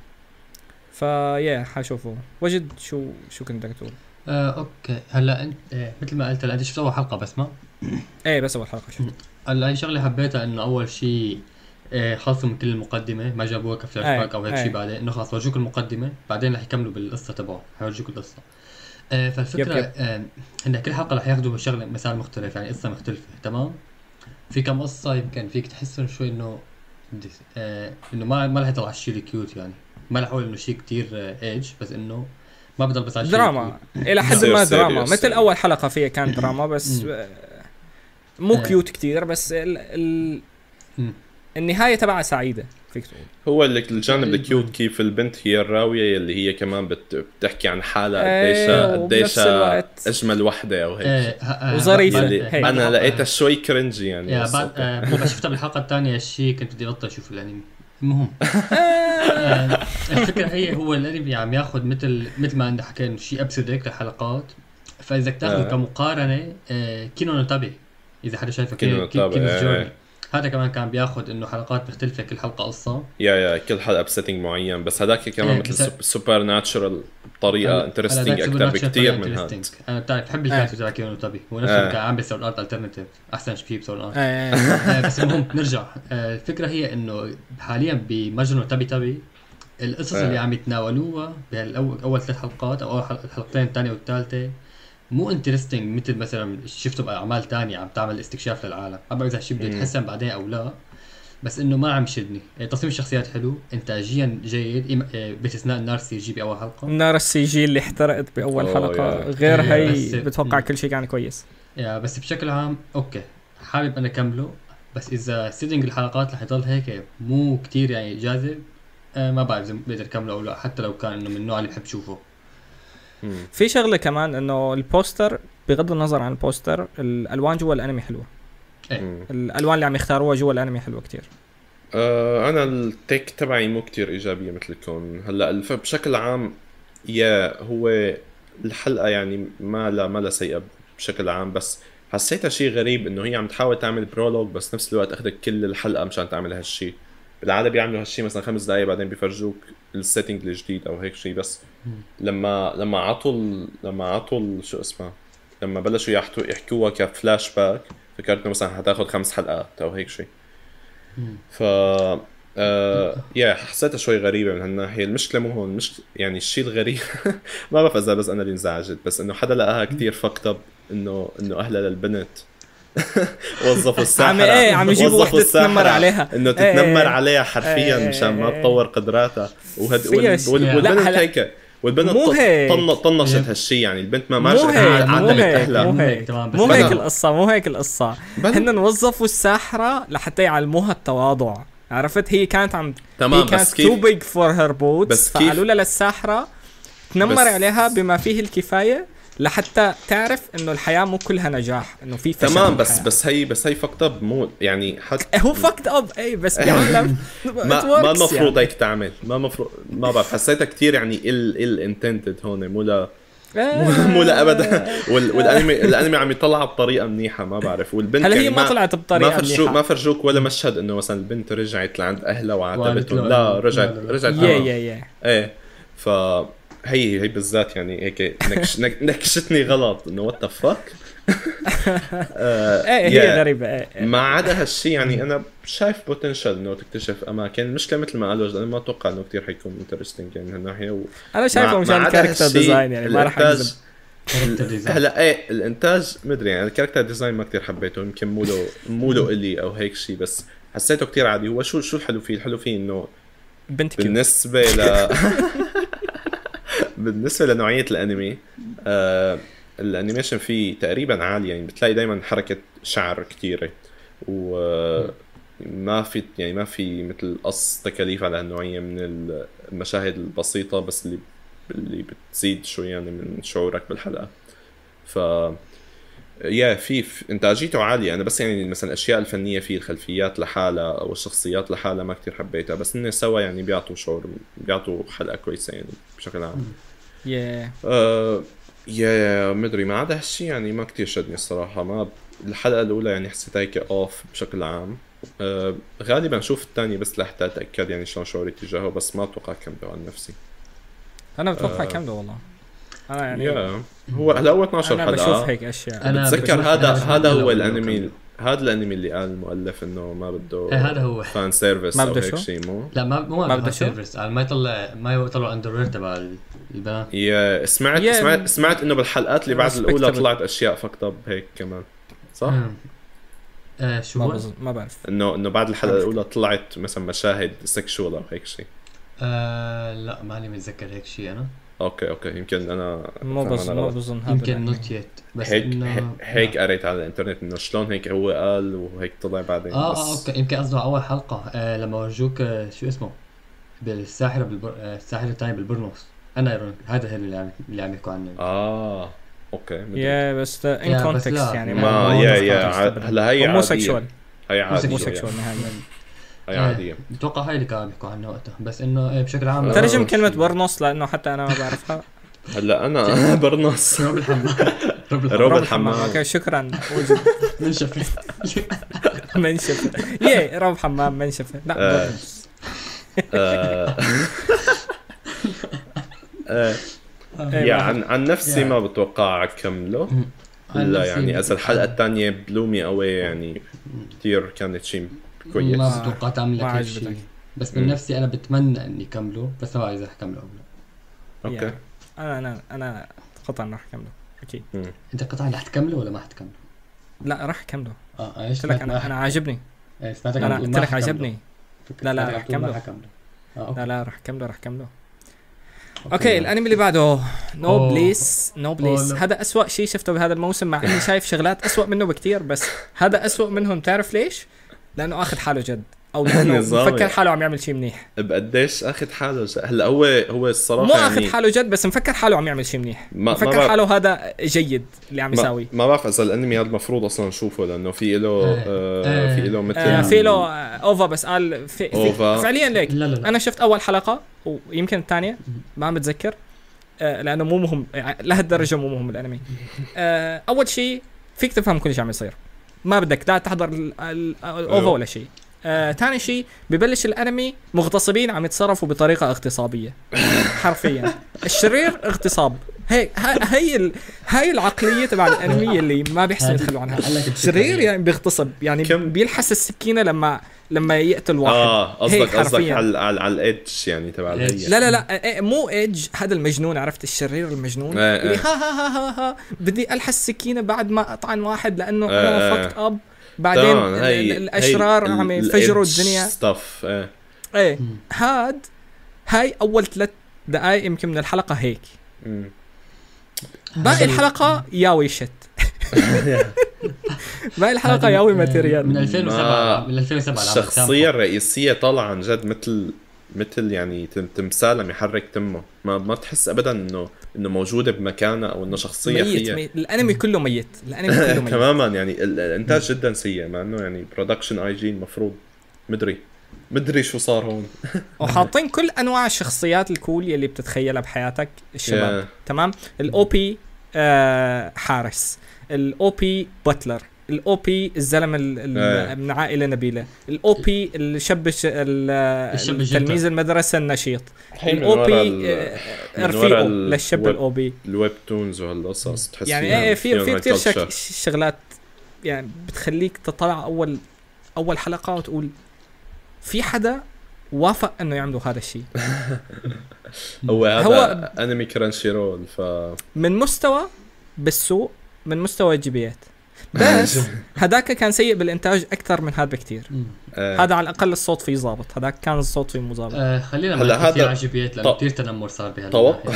Speaker 1: فيا حشوفه. وجد شو شو كنت بدك تقول؟
Speaker 3: آه اوكي هلا انت آه مثل ما قلت هلا انت شفت اول حلقه بس ما
Speaker 1: ايه بس اول حلقه شفت.
Speaker 3: هلا هي شغله حبيتها انه اول شيء آه خلصوا من كل المقدمه، ما جابوها كفلاش
Speaker 1: أي،
Speaker 3: باك او هيك
Speaker 1: أي.
Speaker 3: شيء، بعدين انه خلص ورجوك المقدمه بعدين رح يكملوا بالقصه تبعه، حيورجوك القصه. آه فالفكره
Speaker 1: يب يب.
Speaker 3: آه ان كل حلقه رح ياخذوا شغله مثال مختلف، يعني قصه مختلفه. تمام. في كم قصه يمكن فيك تحسهم شوي انه ديس- آه انه ما ما رح يطلع على الشيء الكيوت، يعني ما رح اقول انه شيء كتير آه ايج، بس انه ما بضل بس على الشيء
Speaker 1: دراما الى حد
Speaker 2: بصير
Speaker 1: ما
Speaker 2: serious
Speaker 1: دراما، مثل
Speaker 2: يعني.
Speaker 1: اول حلقه فيها كان دراما بس
Speaker 3: مم.
Speaker 1: آه، مو
Speaker 3: آه.
Speaker 1: كيوت كتير، بس ال ال
Speaker 3: مم.
Speaker 1: النهايه تبعها سعيده فيك تقول.
Speaker 2: هو اللي الجانب
Speaker 3: إيه.
Speaker 2: الكيوت كيف البنت هي الراوية اللي هي كمان بت... بتحكي عن حالها
Speaker 1: إيه،
Speaker 2: قديش
Speaker 1: وبنفس
Speaker 2: قديش
Speaker 1: الوقت-
Speaker 2: أجمل وحدة أو هيك.
Speaker 3: آه ه- آه
Speaker 1: وظريفة.
Speaker 3: بعد-
Speaker 1: هيك.
Speaker 3: بعد
Speaker 2: أنا
Speaker 3: الحلقة-
Speaker 2: لقيتها شوي كرنجي يعني.
Speaker 3: يا
Speaker 2: بس
Speaker 3: بعد
Speaker 2: أوكي.
Speaker 3: آه لما شفتها بالحلقه الثانيه الشيء كنت بدي ابطل اشوف الانمي. المهم آه الفكره هي هو الانمي عم ياخذ مثل مثل ما عندنا حكينا شيء ابسوديك للحلقات، فاذا بدك تاخذه
Speaker 2: آه.
Speaker 3: كمقارنه آه كينو نو تابي، اذا حدا شايفه
Speaker 2: كينو
Speaker 3: كينو
Speaker 2: نو تابي،
Speaker 3: كينو
Speaker 2: آه.
Speaker 3: جورني، هذا كمان كان بياخذ انه حلقات مختلفه كل حلقه قصه.
Speaker 2: يا يا كل حلقة بسيتنج معين، بس هذاك كمان
Speaker 3: إيه،
Speaker 2: مثل
Speaker 3: بس-
Speaker 2: سوب- سوبر ناتشرال بطريقة
Speaker 3: هلا-
Speaker 2: انترستنج
Speaker 3: هلا ذاك
Speaker 2: أكثر
Speaker 3: سوبر
Speaker 2: بكتير
Speaker 3: ناتشورال
Speaker 2: من
Speaker 3: طريقة
Speaker 2: هذا.
Speaker 3: interesting. انا بتعرف بحب
Speaker 1: آه.
Speaker 3: الكاركتر تبع كينو نو تابي، هو نفسه
Speaker 2: آه.
Speaker 3: كان عم بيسوي ارت الترناتيف احسن شيء بيسوي الارت.
Speaker 1: آه، آه.
Speaker 3: آه، بس المهم نرجع. آه، الفكره هي انه حاليا بمجنون تبي تبي القصص
Speaker 2: آه.
Speaker 3: اللي عم يتناولوها بهالاول اول ثلاث حلقات او اول حلق- الحلقتين الثانيه والثالثه مو انترستنج مثل مثلا شفته باعمال تانية عم تعمل استكشاف للعالم. ما بعرف اذا الشيء بده
Speaker 2: مم.
Speaker 3: يتحسن بعدين او لا، بس انه ما عم يشدني. آه، تصميم الشخصيات حلو، انتاجيا جيد، إيم- آه، باستثناء النار سي جي باول حلقه.
Speaker 1: النار السي جي اللي احترقت باول
Speaker 2: أوه،
Speaker 1: حلقه،
Speaker 2: يا.
Speaker 1: غير
Speaker 3: يا،
Speaker 1: هي
Speaker 3: بس-
Speaker 1: بتوقع
Speaker 3: مم.
Speaker 1: كل شيء كان كويس.
Speaker 3: يا بس بشكل عام اوكي حابب انا اكمله، بس اذا سيتنج الحلقات رح يضل هيك مو كتير يعني جاذب، آه ما بعرف اذا بقدر اكمله او لا، حتى لو كان انه من النوع اللي بحب شوفه.
Speaker 2: مم.
Speaker 1: في شغله كمان انه البوستر، بغض النظر عن البوستر، الالوان جوا الانمي حلوه،
Speaker 2: مم.
Speaker 1: الالوان اللي عم يختاروها جوا الانمي حلوه كتير.
Speaker 2: آه انا التيك تبعي مو كتير ايجابيه مثلكم. هلا الف بشكل عام يا هو الحلقه يعني ما لا ما لا سيئه بشكل عام، بس حسيتها شيء غريب انه هي عم تحاول تعمل برولوج بس نفس الوقت اخذت كل الحلقه مشان تعمل هالشيء. بالعاده بيعملوا هالشيء مثلا خمس دقائق بعدين بيفرجوك السيتنج الجديد او هيك شيء، بس لما لما عطوا لما عطوا شو اسمه لما بلشوا يحكوا يحكوها كفلاش باك فكرت انه مثلا حتاخذ خمس حلقات او هيك شيء. ف آه... يا حسيتها شوي غريبه من هالناحيه. المشكله مو هون، مش يعني الشيء الغريب ما بعرف اذا بس انا اللي انزعجت، بس انه حدا لقاها كتير فكتب انه انه اهلها للبنت وظفوا الساحرة
Speaker 1: عم ايه عم يجيبوا وحده تتنمر عليها،
Speaker 2: انه تتنمر عليها حرفيا مشان ما تطور قدراتها. وهد والبنت هيك والبنت طنشت هالشيء، يعني البنت ما ماشي عدمت اهلها.
Speaker 1: مو هيك مو هيك القصه مو هيك القصه هن وظفوا الساحره لحتى يعلموها التواضع، عرفت؟ هي كانت عم
Speaker 2: تمام
Speaker 1: هي كانت تو بيج فور هير بوتس، فقالوا لها للساحره تنمر عليها بما فيه الكفايه لحتى تعرف انه الحياه مو كلها نجاح، انه في فشل.
Speaker 2: تمام بس بس هي بس هي فكت اب، مو يعني حتى
Speaker 1: هو فكت اب اي بس بيعمل
Speaker 2: ما ما المفروض هيك تعمل، ما المفروض ما بعرف حسيتها كثير يعني ال ال انتندد هون، مو لا مو لا ابدا. والانمي الانمي عم يطلع بطريقه منيحه ما بعرف. والبنت
Speaker 1: هل هي ما طلعت بطريقه
Speaker 2: ما
Speaker 1: منيحه؟
Speaker 2: ما فرجوك ولا مشهد انه مثلا البنت رجعت لعند اهلها وعاتبتهم، لا رجعت رجعت
Speaker 1: يا يا يا
Speaker 2: ايه. ف هي هي بالذات يعني هيك نكش نكشتني غلط انه وات ذا فك.
Speaker 1: ايه هي غريبه. ايه
Speaker 2: ما عدا هالشيء يعني انا شايف بوتنشل انه تكتشف اماكن. المشكله مثل ما قالوا انا ما اتوقع انه كثير حيكون انترستينج يعني من هالناحيه و...
Speaker 1: انا شايفه مشان الكاركتر ديزاين يعني ما راح
Speaker 2: انزل هلا. ايه الانتاج مدري يعني الكاركتر ديزاين ما كثير حبيته، يمكن مو له مو له الي او هيك شيء، بس حسيته كثير عادي. هو شو شو الحلو فيه؟ الحلو فيه انه
Speaker 1: بنت
Speaker 2: بالنسبه ل بالنسبه لنوعيه الانمي آه الانيميشن فيه تقريبا عالي، يعني بتلاقي دائما حركه شعر كثيره وما في يعني ما في مثل قص تكاليف على هالنوعيه من المشاهد البسيطه بس اللي اللي بتزيد شوي يعني من شعورك بالحلقه. ف يا في انتاجيته عاليه. انا بس يعني مثلا الاشياء الفنيه فيه الخلفيات لحالها او الشخصيات لحالها ما كتير حبيتها، بس انه سوا يعني بيعطوا شعور، بيعطوا حلقه كويسه يعني بشكل عام.
Speaker 1: يا
Speaker 2: آه يا مدري ما عدا هالشي يعني ما كتير شدني الصراحه. ما الحلقه الاولى يعني حسيت هيك اوف بشكل عام. آه غالبا شوف الثانيه بس لحتى اتاكد يعني شلون شعوري تجاهه، بس ما اتوقع كمله عن نفسي.
Speaker 1: انا بتوقع آه كمله والله. انا يعني
Speaker 2: يا هو هلا هو اثنعش حلقه.
Speaker 1: انا بشوف هيك اشياء.
Speaker 2: انا بتذكر هذا هذا هو الانمي هذا الانمي اللي قال المؤلف انه ما بده
Speaker 3: ايه هذا هو
Speaker 2: فان سيرفيس او هيك شيء. مو
Speaker 3: لا ما مو ما بده سيرفيس، ما يطلع ما يطلع اندروير تبع البنات.
Speaker 2: يا سمعت
Speaker 1: yeah.
Speaker 2: سمعت سمعت انه بالحلقات اللي بعد الاولى طلعت اشياء فكتب هيك كمان صح؟
Speaker 3: ايه شو
Speaker 1: ما, ما بعرف
Speaker 2: انه انه بعد الحلقه الاولى طلعت مثلا مشاهد سكشوال او هيك شيء.
Speaker 3: آه لا ماني متذكر هيك شيء انا.
Speaker 2: اوكي اوكي يمكن انا
Speaker 1: مو بظن مو بظن هذا
Speaker 3: يمكن نوت يت بس
Speaker 2: هيك
Speaker 3: إنه...
Speaker 2: هيك قريت على الانترنت انه شلون هيك هو قال وهيك طلع بعدين.
Speaker 3: اه
Speaker 2: بس
Speaker 3: اه اوكي يمكن قصده اول حلقه آه لما ورجوك آه شو اسمه بالساحره بالبر... آه الساحره الثانيه بالبرنوس. انا ايرونيك هذا هو اللي عم اللي عم يحكوا عنه.
Speaker 2: اه اوكي
Speaker 1: يا بس ان كونتكست يعني
Speaker 2: ما يا يا هلا هي
Speaker 1: مو سكشوال،
Speaker 2: هي عاديه
Speaker 1: مو سكشوال نهائيا.
Speaker 2: هي عاديه.
Speaker 3: بتوقع هاي اللي كانوا بيحكوا عنها وقتها، بس انه بشكل عام
Speaker 1: ترجم كلمه برنوس لانه حتى انا ما بعرفها.
Speaker 2: هلا انا برنوس
Speaker 3: روب الحمام
Speaker 2: روب الحمام.
Speaker 1: اوكي شكرا.
Speaker 3: منشفه
Speaker 1: منشفه يا روب حمام منشفه. لا برنوس.
Speaker 2: يا عن عن نفسي ما بتوقع اكمله. لا يعني اذا الحلقه الثانيه بلومي قوي يعني كثير كانت شيء كويس.
Speaker 3: ما بتوقع تعمل لك هيك شيء، بس من نفسي انا بتمنى اني كمله، بس ما بعرف اذا حكمله او لا.
Speaker 2: اوكي
Speaker 1: انا انا انا قطعا راح اكمله اكيد.
Speaker 3: انت قطعا رح تكمله ولا ما حتكمله؟
Speaker 1: لا راح اكمله.
Speaker 3: اه ايش
Speaker 1: قلت لك انا انا عاجبني.
Speaker 3: ايه سمعتك
Speaker 1: انا قلت لك عجبني. لا لا راح
Speaker 3: اكمله.
Speaker 1: آه لا لا راح اكمله راح اكمله. اوكي, أوكي. الانمي اللي بعده نو بليس نو بليس. هذا اسوأ شيء شفته بهذا الموسم، مع اني شايف شغلات اسوأ منه بكتير، بس هذا اسوأ منهم. تعرف ليش؟ لانه اخذ حاله جد او لانه مفكر حاله عم يعمل شيء منيح.
Speaker 2: بقديش اخذ حاله جد؟ هلا هو هو الصراحه
Speaker 1: مو
Speaker 2: يعني
Speaker 1: اخذ حاله جد، بس مفكر حاله عم يعمل شيء منيح. مفكر ما حاله هذا جيد اللي عم يساوي.
Speaker 2: ما بعرف اذا الانمي هذا المفروض اصلا نشوفه لانه في له آه في له مثل
Speaker 1: آه في له اوفا، بس قال في, في فعليا ليك
Speaker 3: لا لا لا.
Speaker 1: انا شفت اول حلقه ويمكن الثانيه ما عم بتذكر آه لانه مو مهم لهالدرجه، مو مهم الانمي. آه اول شيء فيك تفهم كل شيء عم يصير، ما بدك لا تحضر الاوفا ولا شيء. آه، تاني شيء ببلش الانمي مغتصبين عم يتصرفوا بطريقه اغتصابيه حرفيا. الشرير اغتصاب، هي هي ال... هاي العقليه تبع الانمي اللي ما بيحسن يتخلوا عنها. الشرير يعني بيغتصب، يعني كم... بيلحس السكينه لما لما يقتل واحد.
Speaker 2: اه قصدك قصدك على على على الايدج يعني تبع الهي.
Speaker 1: لا لا لا مو ايدج، هذا المجنون، عرفت الشرير المجنون
Speaker 2: آه
Speaker 1: اللي
Speaker 2: آه.
Speaker 1: ها ها ها ها بدي الحس سكينه بعد ما اطعن واحد لانه آه انا فكت اب. بعدين
Speaker 2: هي
Speaker 1: الاشرار هي عم يفجروا الدنيا
Speaker 2: ستاف. ايه
Speaker 1: ايه هاد هاي اول ثلاث دقائق يمكن من الحلقه هيك.
Speaker 2: مم.
Speaker 1: باقي الحلقه ياوي شت باقي الحلقه ياوي ماتيريال
Speaker 3: من ألفين وسبعة. من ألفين وسبعة
Speaker 2: الشخصيه الرئيسيه طالعه عن جد مثل مثل يعني تمثال عم يحرك تمه، ما ما تحس ابدا انه انه موجوده بمكانها او انه شخصيه
Speaker 1: ميت,
Speaker 2: هي
Speaker 1: ميت. الانمي كله ميت، الانمي كله ميت
Speaker 2: تماما. يعني الانتاج جدا سيء، مع انه يعني برودكشن اي جي المفروض مدري مدري شو صار هون.
Speaker 1: وحاطين كل انواع الشخصيات الكول يلي بتتخيلها بحياتك الشباب.
Speaker 2: yeah.
Speaker 1: تمام. الاو بي آه حارس، الاو بي باتلر، الاو بي الزلمه من عائله نبيله، الاو بي الشاب التلميذ المدرسه النشيط، الاو بي ارفيقه للشاب الاو بي
Speaker 2: الويب تونز وهالقصص. تحس
Speaker 1: يعني ايه في في كثير شك... شغلات يعني بتخليك تطلع اول اول حلقه وتقول في حدا وافق انه يعملوا هذا الشيء.
Speaker 2: هو هذا هو انمي كرانشيرول. ف
Speaker 1: من مستوى بالسوق، من مستوى الجيبيات، بس هداك كان سيء بالإنتاج أكثر من هذا بكتير.
Speaker 2: آه.
Speaker 1: هذا على الأقل الصوت فيه ضابط، هذاك كان الصوت فيه مو ضابط.
Speaker 3: آه خلينا ما كثير عجبيات لأنه كثير تنمر صار بهذا.
Speaker 2: توقع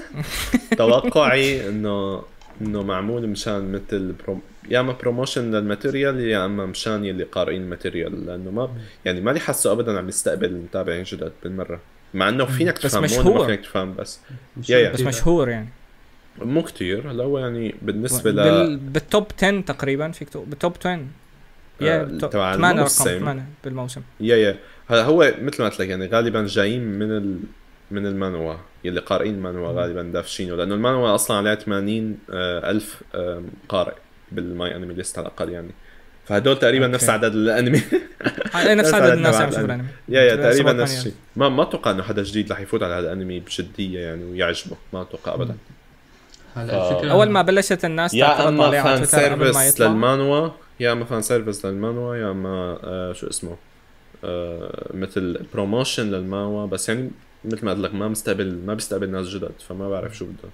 Speaker 2: توقعي إنه إنه معمول مشان مثل بروم... يا اما بروموشن للماتيريال يا اما مشان يلي قارئين الماتيريال، لأنه ما يعني ما لي حاسه أبدا عم يستقبل المتابعين جدد بالمرة، مع إنه فينك تفهم ما فينك تفهم بس
Speaker 1: مش يا بس مشهور يعني
Speaker 2: مو كتير. هلا هو يعني بالنسبة ل
Speaker 1: بال... بالتوب عشرة تقريبا فيك تو... بالتوب عشرة يا
Speaker 2: تبع
Speaker 1: ثمانية رقم ثمانية بالموسم.
Speaker 2: يا يا هلا هو مثل ما قلت لك يعني غالبا جايين من ال... من المانوا يلي قارئين المانوا غالبا دافشينه، لأنه المانوا أصلا عليها ثمانين ألف قارئ بالماي أنمي ليست على الأقل يعني، فهدول تقريبا
Speaker 1: أوكي.
Speaker 2: نفس عدد الأنمي
Speaker 1: نفس عدد الناس عم يشوفوا الأنمي.
Speaker 2: يا يا تقريبا نفس الشيء. ما ما أتوقع إنه حدا جديد رح يفوت على هذا الأنمي بجدية يعني ويعجبه، ما أتوقع أبدا.
Speaker 3: هلا الفكرة
Speaker 1: أول ما بلشت الناس
Speaker 2: يا أما فان سيرفيس للمانوا يا أما فان سيرفيس للمانوا يا أما آه شو اسمه آه مثل بروموشن للمانوا، بس يعني مثل ما قلت لك ما مستقبل ما بيستقبل ناس جدد، فما بعرف شو بده.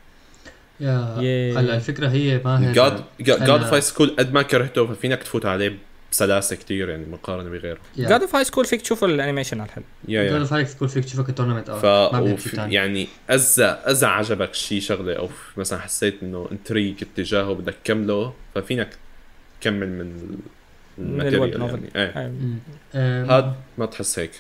Speaker 3: يا هلا الفكرة هي ما هي
Speaker 2: جاد جاد اوف هاي سكول قد ما كرهته ففينك تفوت عليه بسلاسة كتير يعني مقارنة بغيره.
Speaker 1: جاد اوف هاي سكول فيك تشوف الانيميشن على الحل.
Speaker 2: جاد
Speaker 3: اوف هاي سكول فيك تشوفه كتورنمنت
Speaker 2: ف... يعني اذا اذا عجبك شيء شغله او مثلا حسيت انه انتريك اتجاهه بدك تكمله ففينك تكمل من الماتيريال يعني. ايه هاد ما تحس هيك.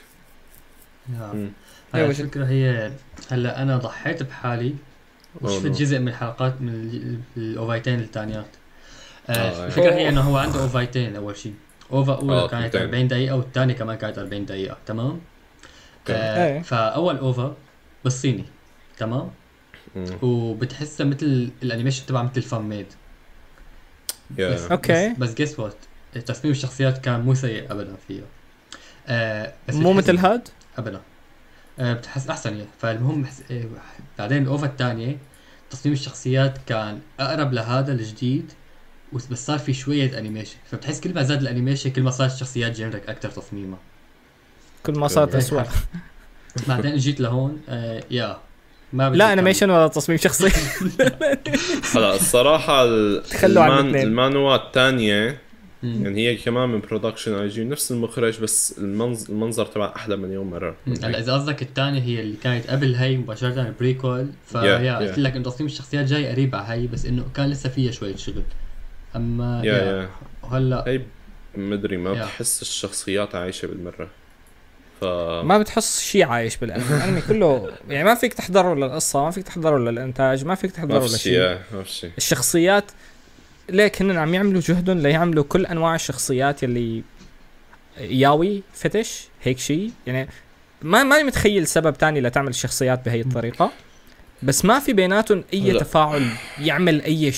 Speaker 3: هاي الفكرة هي هلا انا ضحيت بحالي وشفت جزء من الحلقات من الاوفايتين الثانيات. آه الفكرة هي انه هو عنده اوفايتين. اول شيء اوفا اولى كانت أربعين دقيقة والثانية كمان كانت أربعين دقيقة. تمام. آه فاول اوفا بالصيني تمام مم. وبتحسها مثل الانيميشن تبع مثل فان ميد.
Speaker 2: بس
Speaker 1: اوكي
Speaker 3: بس جيس وات تصميم الشخصيات كان مو سيء ابدا فيها. آه بس
Speaker 1: مو مثل هاد
Speaker 3: ابدا. آه بتحس احسن يعني. فالمهم بحس... آه بعدين الاوفا الثانية تصميم الشخصيات كان اقرب لهذا الجديد بس صار في شوية انيميشن، فبتحس كل ما زاد الانيميشن كل ما صارت الشخصيات جينرك اكثر تصميمها،
Speaker 1: كل ما صارت اسوء.
Speaker 3: بعدين جيت لهون آه يا
Speaker 1: ما لا انيميشن ولا تصميم شخصي.
Speaker 2: هلا الصراحة المان... المانوا الثانية يعني هي كمان من برودكشن اي جي نفس المخرج بس المنظر المنظر تبع احلى مليون مرة.
Speaker 3: هلا اذا قصدك الثانية هي اللي كانت قبل هي مباشرة بريكول فيا قلت لك انه تصميم الشخصيات جاي قريب على هي بس انه كان لسه فيها شوية شغل. اما
Speaker 2: يا يا
Speaker 3: هلا
Speaker 2: هي مدري ما بتحس الشخصيات عايشة بالمرة.
Speaker 1: ف... ما بتحس شيء عايش بالانمي كله يعني ما فيك تحضره للقصة، ما فيك تحضره للإنتاج، ما فيك تحضره لشيء. الشخصيات لكن عم يعملوا جهدهم ليعملوا كل انواع الشخصيات اللي ياوي فتش هيك شيء يعني. ما ماني متخيل سبب تاني لتعمل الشخصيات بهي الطريقة، بس ما في بيناتهم اي تفاعل يعمل اي شيء.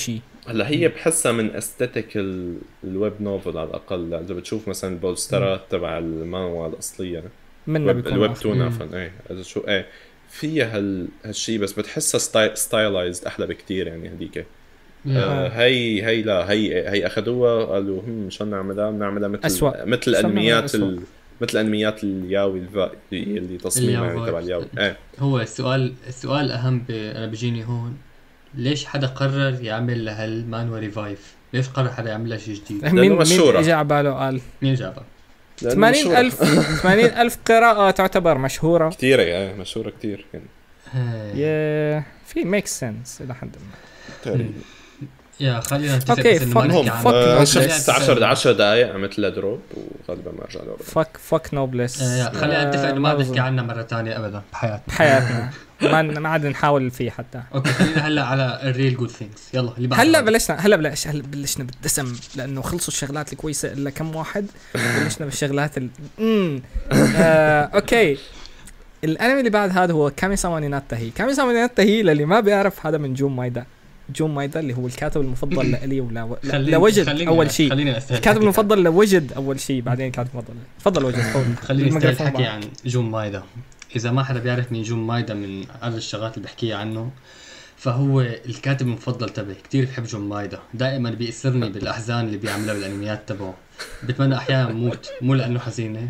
Speaker 2: هلا هي بحسها من استاتيك الويب نوفل على الاقل. اذا بتشوف مثلا البوسترات تبع المانوا الاصليه
Speaker 1: منها بيكون
Speaker 2: الويب
Speaker 1: أفضل.
Speaker 2: تون عفوا ايه اذا شو ايه فيها هال هالشيء، بس بتحسها ستاي... ستايلايزد احلى بكتير يعني هذيك. آه هي هي لا هي هي اخذوها قالوا هم شو نعملها بنعملها مثل
Speaker 1: أسوأ.
Speaker 2: مثل
Speaker 1: سموها
Speaker 2: انميات
Speaker 1: أسوأ.
Speaker 2: ال... مثل انميات الياوي الفا... اللي تصميمها يعني
Speaker 3: الياوي.
Speaker 2: تبع الياوي ايه.
Speaker 3: هو السؤال السؤال الأهم ب... أنا بيجيني هون، ليش حدا قرر يعمل لهالمانوا ريفايف؟ ليش قرر حدا يعمل لها شيء جديد؟
Speaker 1: مين مين
Speaker 2: مشهورة.
Speaker 1: اجى على باله قال
Speaker 3: مين جابها؟
Speaker 2: لأنه
Speaker 1: ثمانين
Speaker 2: مشهورة.
Speaker 1: ألف ثمانين ألف قراءة تعتبر مشهورة.
Speaker 2: كتير ايه مشهورة كتير يعني.
Speaker 1: يا في ميك سنس إلى حد ما.
Speaker 2: تقريبا.
Speaker 3: يا خلينا نتفق
Speaker 1: أوكي،
Speaker 3: بس إنه ما
Speaker 1: فك-
Speaker 3: نحكي
Speaker 2: المهم
Speaker 3: عنه.
Speaker 1: فك
Speaker 2: آه
Speaker 1: نوبلس.
Speaker 2: شفت عشر عشر دقائق عملت لها دروب وغالبا ما ارجع له أبداً.
Speaker 1: فك فك نوبلس.
Speaker 3: آه، يا خلينا نتفق إنه ما
Speaker 1: بظن.
Speaker 3: نحكي عنها مرة تانية أبدا بحياتنا.
Speaker 1: بحياتنا ما ما عاد نحاول فيه حتى.
Speaker 3: أوكي خلينا هلا على الريل جود ثينكس. يلا اللي بعد.
Speaker 1: هلا بلشنا هلا بلش هلا بلشنا بالدسم لانه خلصوا الشغلات الكويسه الا كم واحد. بلشنا بالشغلات ال امم آه، اوكي. الانمي اللي بعد هذا هو كاميساما نيناتا هي. كاميساما نيناتا هي للي ما بيعرف هذا من جون مايدا. جون مايدا اللي هو الكاتب المفضل لإلي ولا
Speaker 3: خلينا-
Speaker 1: لوجد
Speaker 3: خلينا-
Speaker 1: اول شيء.
Speaker 3: خلينا نستهل
Speaker 1: الكاتب
Speaker 3: الحكي.
Speaker 1: المفضل لوجد اول شيء بعدين الكاتب المفضل. تفضل وجد تفضل.
Speaker 3: خلينا نستهل
Speaker 1: الميكروفون
Speaker 3: الحكي
Speaker 1: معك.
Speaker 3: عن جون مايدا. إذا ما حدا بيعرف مين جون مايدا من عدد الشغلات اللي بحكيها عنه، فهو الكاتب المفضل تبعي. كتير بحب جون مايدا، دائما بيأثرني بالأحزان اللي بيعملها بالأنميات تبعه. بتمنى أحيانا موت، مو لأنه حزينة.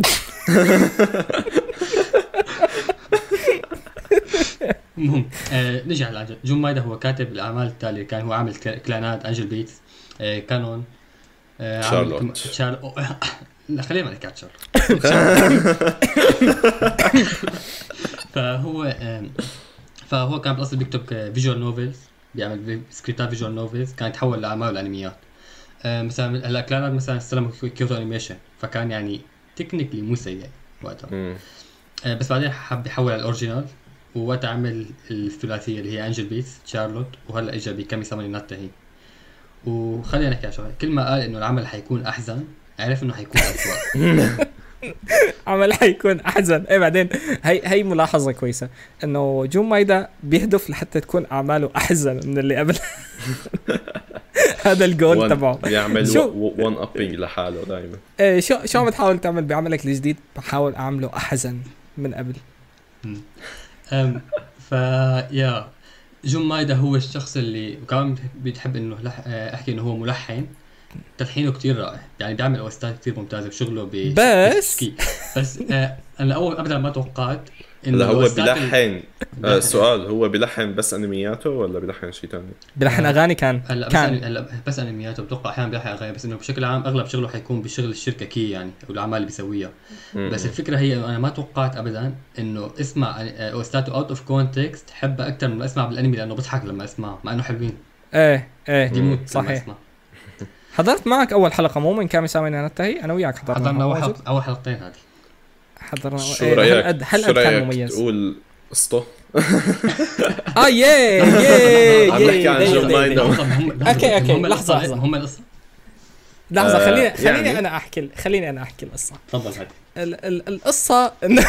Speaker 3: المهم آه نرجع على جون مايدا. هو كاتب الأعمال التالية. كان هو عامل كلا- كلانات، أنجل بيتس، آه كانون، آه عامل
Speaker 2: شارلوت.
Speaker 3: كم- شار... أو- لا خلينا ما نحكي عن شارلوت. فهو آم، فهو كان بالاصل بيكتب فيجوال نوفلز، بيعمل سكريبتات فيجوال نوفلز، كان يتحول لاعمال الانميات. آه، مثلا هلا كلانات مثلا استلم كيوتو انيميشن، فكان يعني تكنيكلي مو سيء وقتها.
Speaker 2: مم.
Speaker 3: آه، بس بعدين حب يحول على الاوريجينال، ووقتها عمل الثلاثيه اللي هي انجل بيتس، شارلوت، وهلا اجى بكاميساما نيناتا هي. وخلينا نحكي على شغله، كل ما قال انه العمل حيكون احزن عرف انه حيكون اسوء.
Speaker 1: عمل حيكون احزن. ايه بعدين هي هي ملاحظه كويسه انه جون مايدا بيهدف لحتى تكون اعماله احزن من اللي قبل. هذا الجول
Speaker 2: وان-
Speaker 1: تبعه.
Speaker 2: بيعمل
Speaker 1: شو-
Speaker 2: وان ابينج لحاله دائما.
Speaker 1: ايه شو شو عم تحاول تعمل بعملك الجديد؟ بحاول اعمله احزن من قبل.
Speaker 3: أم فيا جون مايدا هو الشخص اللي وكمان بتحب انه لح... احكي انه هو ملحن. تلحينه كتير رائع، يعني بيعمل اوستات كتير ممتازه بشغله ب
Speaker 1: بس
Speaker 3: بس آه انا اول ابدا ما توقعت
Speaker 2: هلا هو
Speaker 3: الأوستات ال-
Speaker 2: بيلحن
Speaker 3: بيلحن.
Speaker 2: آه سؤال، هو بيلحن بس انمياته ولا بيلحن شيء ثاني؟
Speaker 1: بلحن اغاني كان
Speaker 3: هلا بس
Speaker 1: كان
Speaker 3: أني- هلا بس انمياته بتوقع احيانا بيلحن اغاني، بس انه بشكل عام اغلب شغله حيكون بشغل الشركه كي يعني والاعمال اللي بيسويها. بس الفكره هي انه انا ما توقعت ابدا انه اسمع اوستاته اوت اوف كونتكست حبها اكثر من ما اسمع بالانمي، لانه بضحك لما اسمع مع انه حلوين.
Speaker 1: ايه ايه
Speaker 3: دي موت لما
Speaker 1: صحيح.
Speaker 3: اسمع.
Speaker 1: حضرت معك اول حلقه مو من كاميساما نيناتا هي؟ انا وياك حضرنا
Speaker 3: حضرنا اول
Speaker 1: واجد.
Speaker 3: حلقه اول حلقتين هذه.
Speaker 1: حضرنا
Speaker 2: شو
Speaker 1: إيه،
Speaker 2: رايك؟
Speaker 1: هالقد
Speaker 2: شو
Speaker 1: هالقد كان
Speaker 2: رايك
Speaker 1: مميز.
Speaker 2: تقول قصته؟
Speaker 1: اه ياي ياي
Speaker 2: عم نحكي عن جون مايدا.
Speaker 1: أوكي، أوكي، لحظة، لحظة.
Speaker 3: هم القصه.
Speaker 1: لحظه
Speaker 2: آه،
Speaker 1: خليني خليني
Speaker 2: يعني-
Speaker 1: انا احكي خليني انا احكي القصه.
Speaker 3: تفضل هذه.
Speaker 1: ال- ال- القصة إنه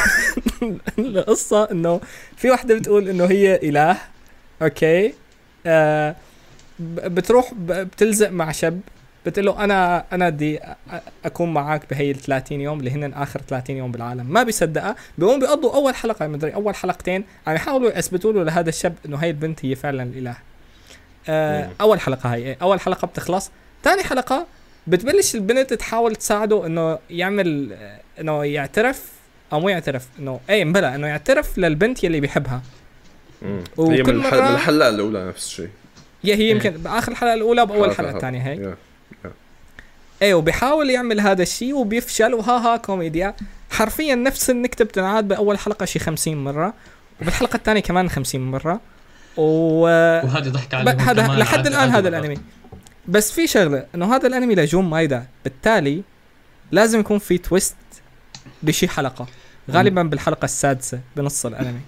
Speaker 1: القصة إنه في واحدة بتقول إنه هي إله. أوكي. آه ب- بتروح ب- بتلزق مع شاب، بتقول له أنا أنا بدي أ- أكون معك بهي الثلاثين يوم اللي هن آخر ثلاثين يوم بالعالم. ما بيصدقها، بيقوم بيقضوا أول حلقة مدري أول حلقتين عم يحاولوا يثبتوا له لهذا الشاب إنه هي البنت هي فعلا الإله. آه
Speaker 2: مم.
Speaker 1: أول حلقة هي أول حلقة بتخلص. ثاني حلقة بتبلش البنت تحاول تساعده إنه يعمل انه يعترف او مو يعترف انه ايه مبلا انه يعترف للبنت يلي بيحبها.
Speaker 2: مم.
Speaker 1: وكل
Speaker 2: هي من, الح...
Speaker 1: مرة-
Speaker 2: من الحلقه الاولى نفس الشيء.
Speaker 1: يا هي يمكن باخر الحلقه الاولى باول الحلقه
Speaker 2: حلقة-
Speaker 1: الثانيه هي.
Speaker 2: يا.
Speaker 1: ايه وبيحاول يعمل هذا الشيء وبيفشل وها ها كوميديا. حرفيا نفس النكته بتنعاد باول حلقه شي خمسين مره وبالحلقه الثانيه كمان خمسين مره و
Speaker 3: وهذا ضحك
Speaker 1: ب-
Speaker 3: عليهم
Speaker 1: هذا
Speaker 3: كمان
Speaker 1: لحد
Speaker 3: عاد-
Speaker 1: الان
Speaker 3: عاد
Speaker 1: هذا
Speaker 3: مرات.
Speaker 1: الانمي. بس في شغله انه هذا الانمي لجون مايدا، بالتالي لازم يكون في تويست بشي حلقه، غالبا بالحلقه السادسه بنص الانمي.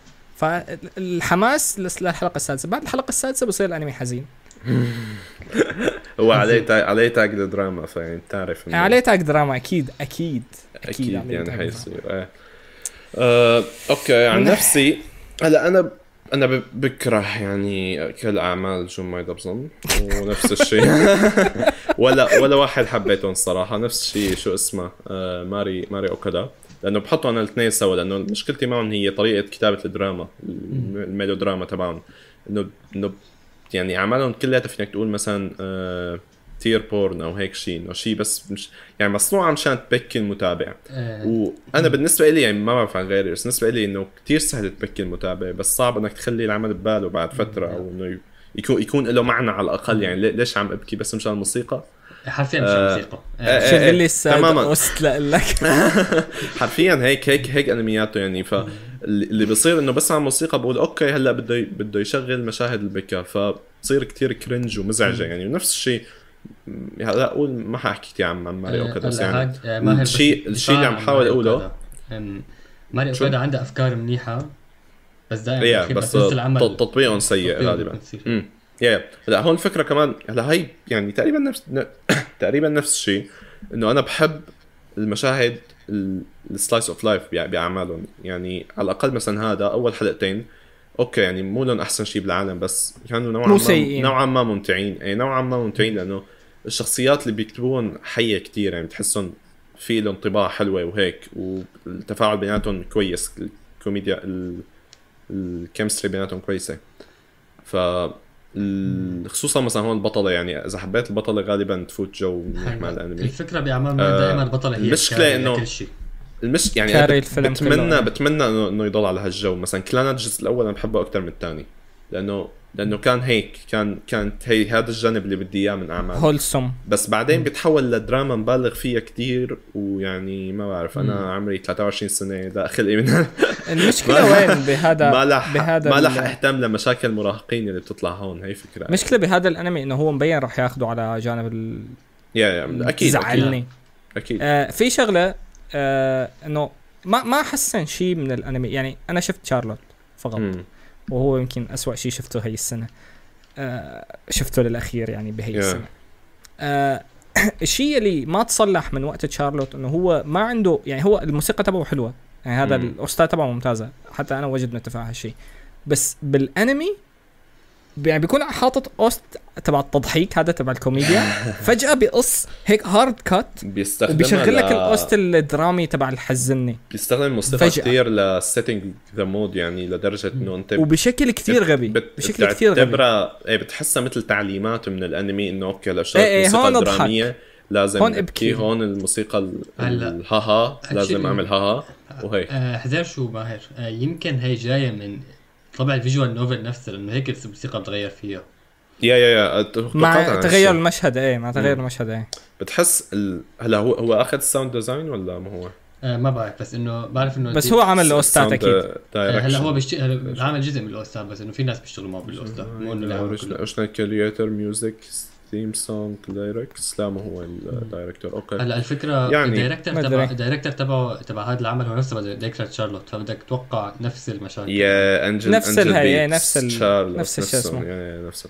Speaker 1: فالحماس لس- للحلقه السادسه، بعد الحلقه السادسه بصير الانمي حزين.
Speaker 2: هو عليه تا... عليه تاج دراما، فيعني بتعرف إنه-
Speaker 1: عليه تاج دراما اكيد اكيد اكيد,
Speaker 2: اكيد
Speaker 1: عليه
Speaker 2: يعني
Speaker 1: تاج دراما.
Speaker 2: حيصير. ايه آه، اوكي عن
Speaker 1: من-
Speaker 2: نفسي هلا انا انا ب- بكره يعني كل اعمال جون مايدا بظن ونفس الشيء ولا ولا واحد حبيتهم الصراحه. نفس الشيء شو اسمه آه ماري ماري اوكادا، لانه بحطوا انا الاثنين سوا، لانه مشكلتي معهم هي طريقه كتابه الدراما، الميلودراما تبعهم، انه انه يعني اعمالهم كلها فينك تقول مثلا آه تير بورن او هيك شيء، انه شيء بس مش يعني مصنوع مشان تبكي المتابع. وانا بالنسبه لي يعني ما بعرف عن غيري، بس بالنسبه لي انه كتير سهل تبكي المتابع، بس صعب انك تخلي العمل بباله بعد فتره، او انه يكون يكون له معنى على الاقل. يعني ليش عم ابكي بس مشان الموسيقى؟
Speaker 3: حرفيا مش آه موسيقى
Speaker 2: آه
Speaker 1: شغل لي الساد اوست لك
Speaker 2: حرفيا هيك هيك هيك انمياته يعني. فاللي بيصير انه بس عن موسيقى بقول اوكي هلا بده بده يشغل مشاهد البكاء، فبصير كتير كرنج ومزعجه يعني. ونفس الشيء هلا اقول ما حاحكي كثير عن ماري اوكادا، بس يعني الشيء الشيء اللي عم حاول اقوله
Speaker 3: ماري اوكادا عنده افكار منيحه، بس
Speaker 2: دائما بس تطبيقهم سيء غالبا. امم يا لا هون الفكره كمان هلا هي يعني تقريبا نفس تقريبا نفس الشيء، انه انا بحب المشاهد السلايس اوف لايف باعمالهم. يعني على الاقل مثلا هذا اول حلقتين اوكي يعني مو لهم احسن شيء بالعالم، بس كانوا نوعا ما نوعا ما ممتعين. اي نوعا ما ممتعين لانه الشخصيات اللي بيكتبون حيه كتير، يعني بتحسهم في لهم طباع حلوه وهيك، والتفاعل بيناتهم كويس، الكوميديا الكيمستري بيناتهم كويسه. ف خصوصا مثلا هون البطله، يعني اذا حبيت البطله غالبا تفوت جو مع الانمي.
Speaker 3: الفكره باعمال آه دائما البطله هي
Speaker 2: المشكله انه المش يعني بتمنى بتمنى انه انه يضل على هالجو. مثلا كلانات الجزء الاول انا بحبه اكثر من الثاني، لانه لانه كان هيك كان كانت هي هذا الجانب اللي بدي اياه من اعمال
Speaker 1: هولسوم،
Speaker 2: بس بعدين بيتحول لدراما مبالغ فيها كتير. ويعني ما بعرف انا مم. عمري ثلاثة وعشرين سنه لا خلقي من
Speaker 1: المشكله وين بهذا
Speaker 2: ما لح
Speaker 1: بهذا
Speaker 2: ما لح اهتم لمشاكل المراهقين اللي بتطلع هون. هي فكره
Speaker 1: مشكله بهذا الانمي انه هو مبين راح ياخذوا على جانب ال...
Speaker 2: يا يا اكيد
Speaker 1: زعلني
Speaker 2: اكيد
Speaker 1: آه في شغله آه انه ما ما حسن شيء من الانمي. يعني انا شفت شارلوت فقط مم. وهو يمكن أسوأ شيء شفته هاي السنه. آه شفته للأخير يعني بهي yeah. السنة. آه الشيء اللي ما تصلح من وقت شارلوت انه هو ما عنده، يعني هو الموسيقى تبعه حلوة، يعني هذا الأوستات تبعه ممتازة، حتى أنا وجد نتفاعل هالشيء، بس بالأنمي يعني بيكون حاطط أوست تبع التضحيك هذا تبع الكوميديا فجأة بيقص هيك هارد كات وبيشغل لك الأوست الدرامي تبع الحزني،
Speaker 2: بيستخدم الموسيقى كتير لسيتنج ذا مود، يعني لدرجة انه انت
Speaker 1: وبشكل كتير غبي بت... بشكل كتير غبي
Speaker 2: ايه بتحسها مثل تعليمات من الانمي انه اوكي لو اشتغلت ايه موسيقى درامية لازم هون ابكي، هون الموسيقى الهاها لازم اعمل هاها وهيك.
Speaker 3: احذر شو ماهر آه يمكن هي جاية من طبع الفيجوال نوفل نفسه، لانه هيك الموسيقى بتغير فيها
Speaker 2: يا يا يا
Speaker 1: مع تغير المشهد. ايه مع تغير المشهد ايه
Speaker 2: بتحس ال... هلا هو هو اخذ الساوند ديزاين ولا ما هو؟
Speaker 3: آه ما بعرف، بس انه بعرف انه
Speaker 1: بس هو عمل الاوستات اكيد.
Speaker 3: آه هلا هو بيشتغل عامل جزء من الاوستات، بس انه في ناس بيشتغلوا معه بالاوستات مو انه
Speaker 2: لا ايش كرييتر ميوزك ثيم سونج ليركس لا ما هو الدايركتور. اوكي
Speaker 3: هلا الفكره يعني الدايركتور تبع الدايركتور تبعه تبع هذا العمل هو نفسه دايركتور شارلوت، فبدك تتوقع نفس المشاكل
Speaker 2: يا انجل
Speaker 1: نفس الهي نفس
Speaker 2: ال... نفس الشيء اسمه يعني نفس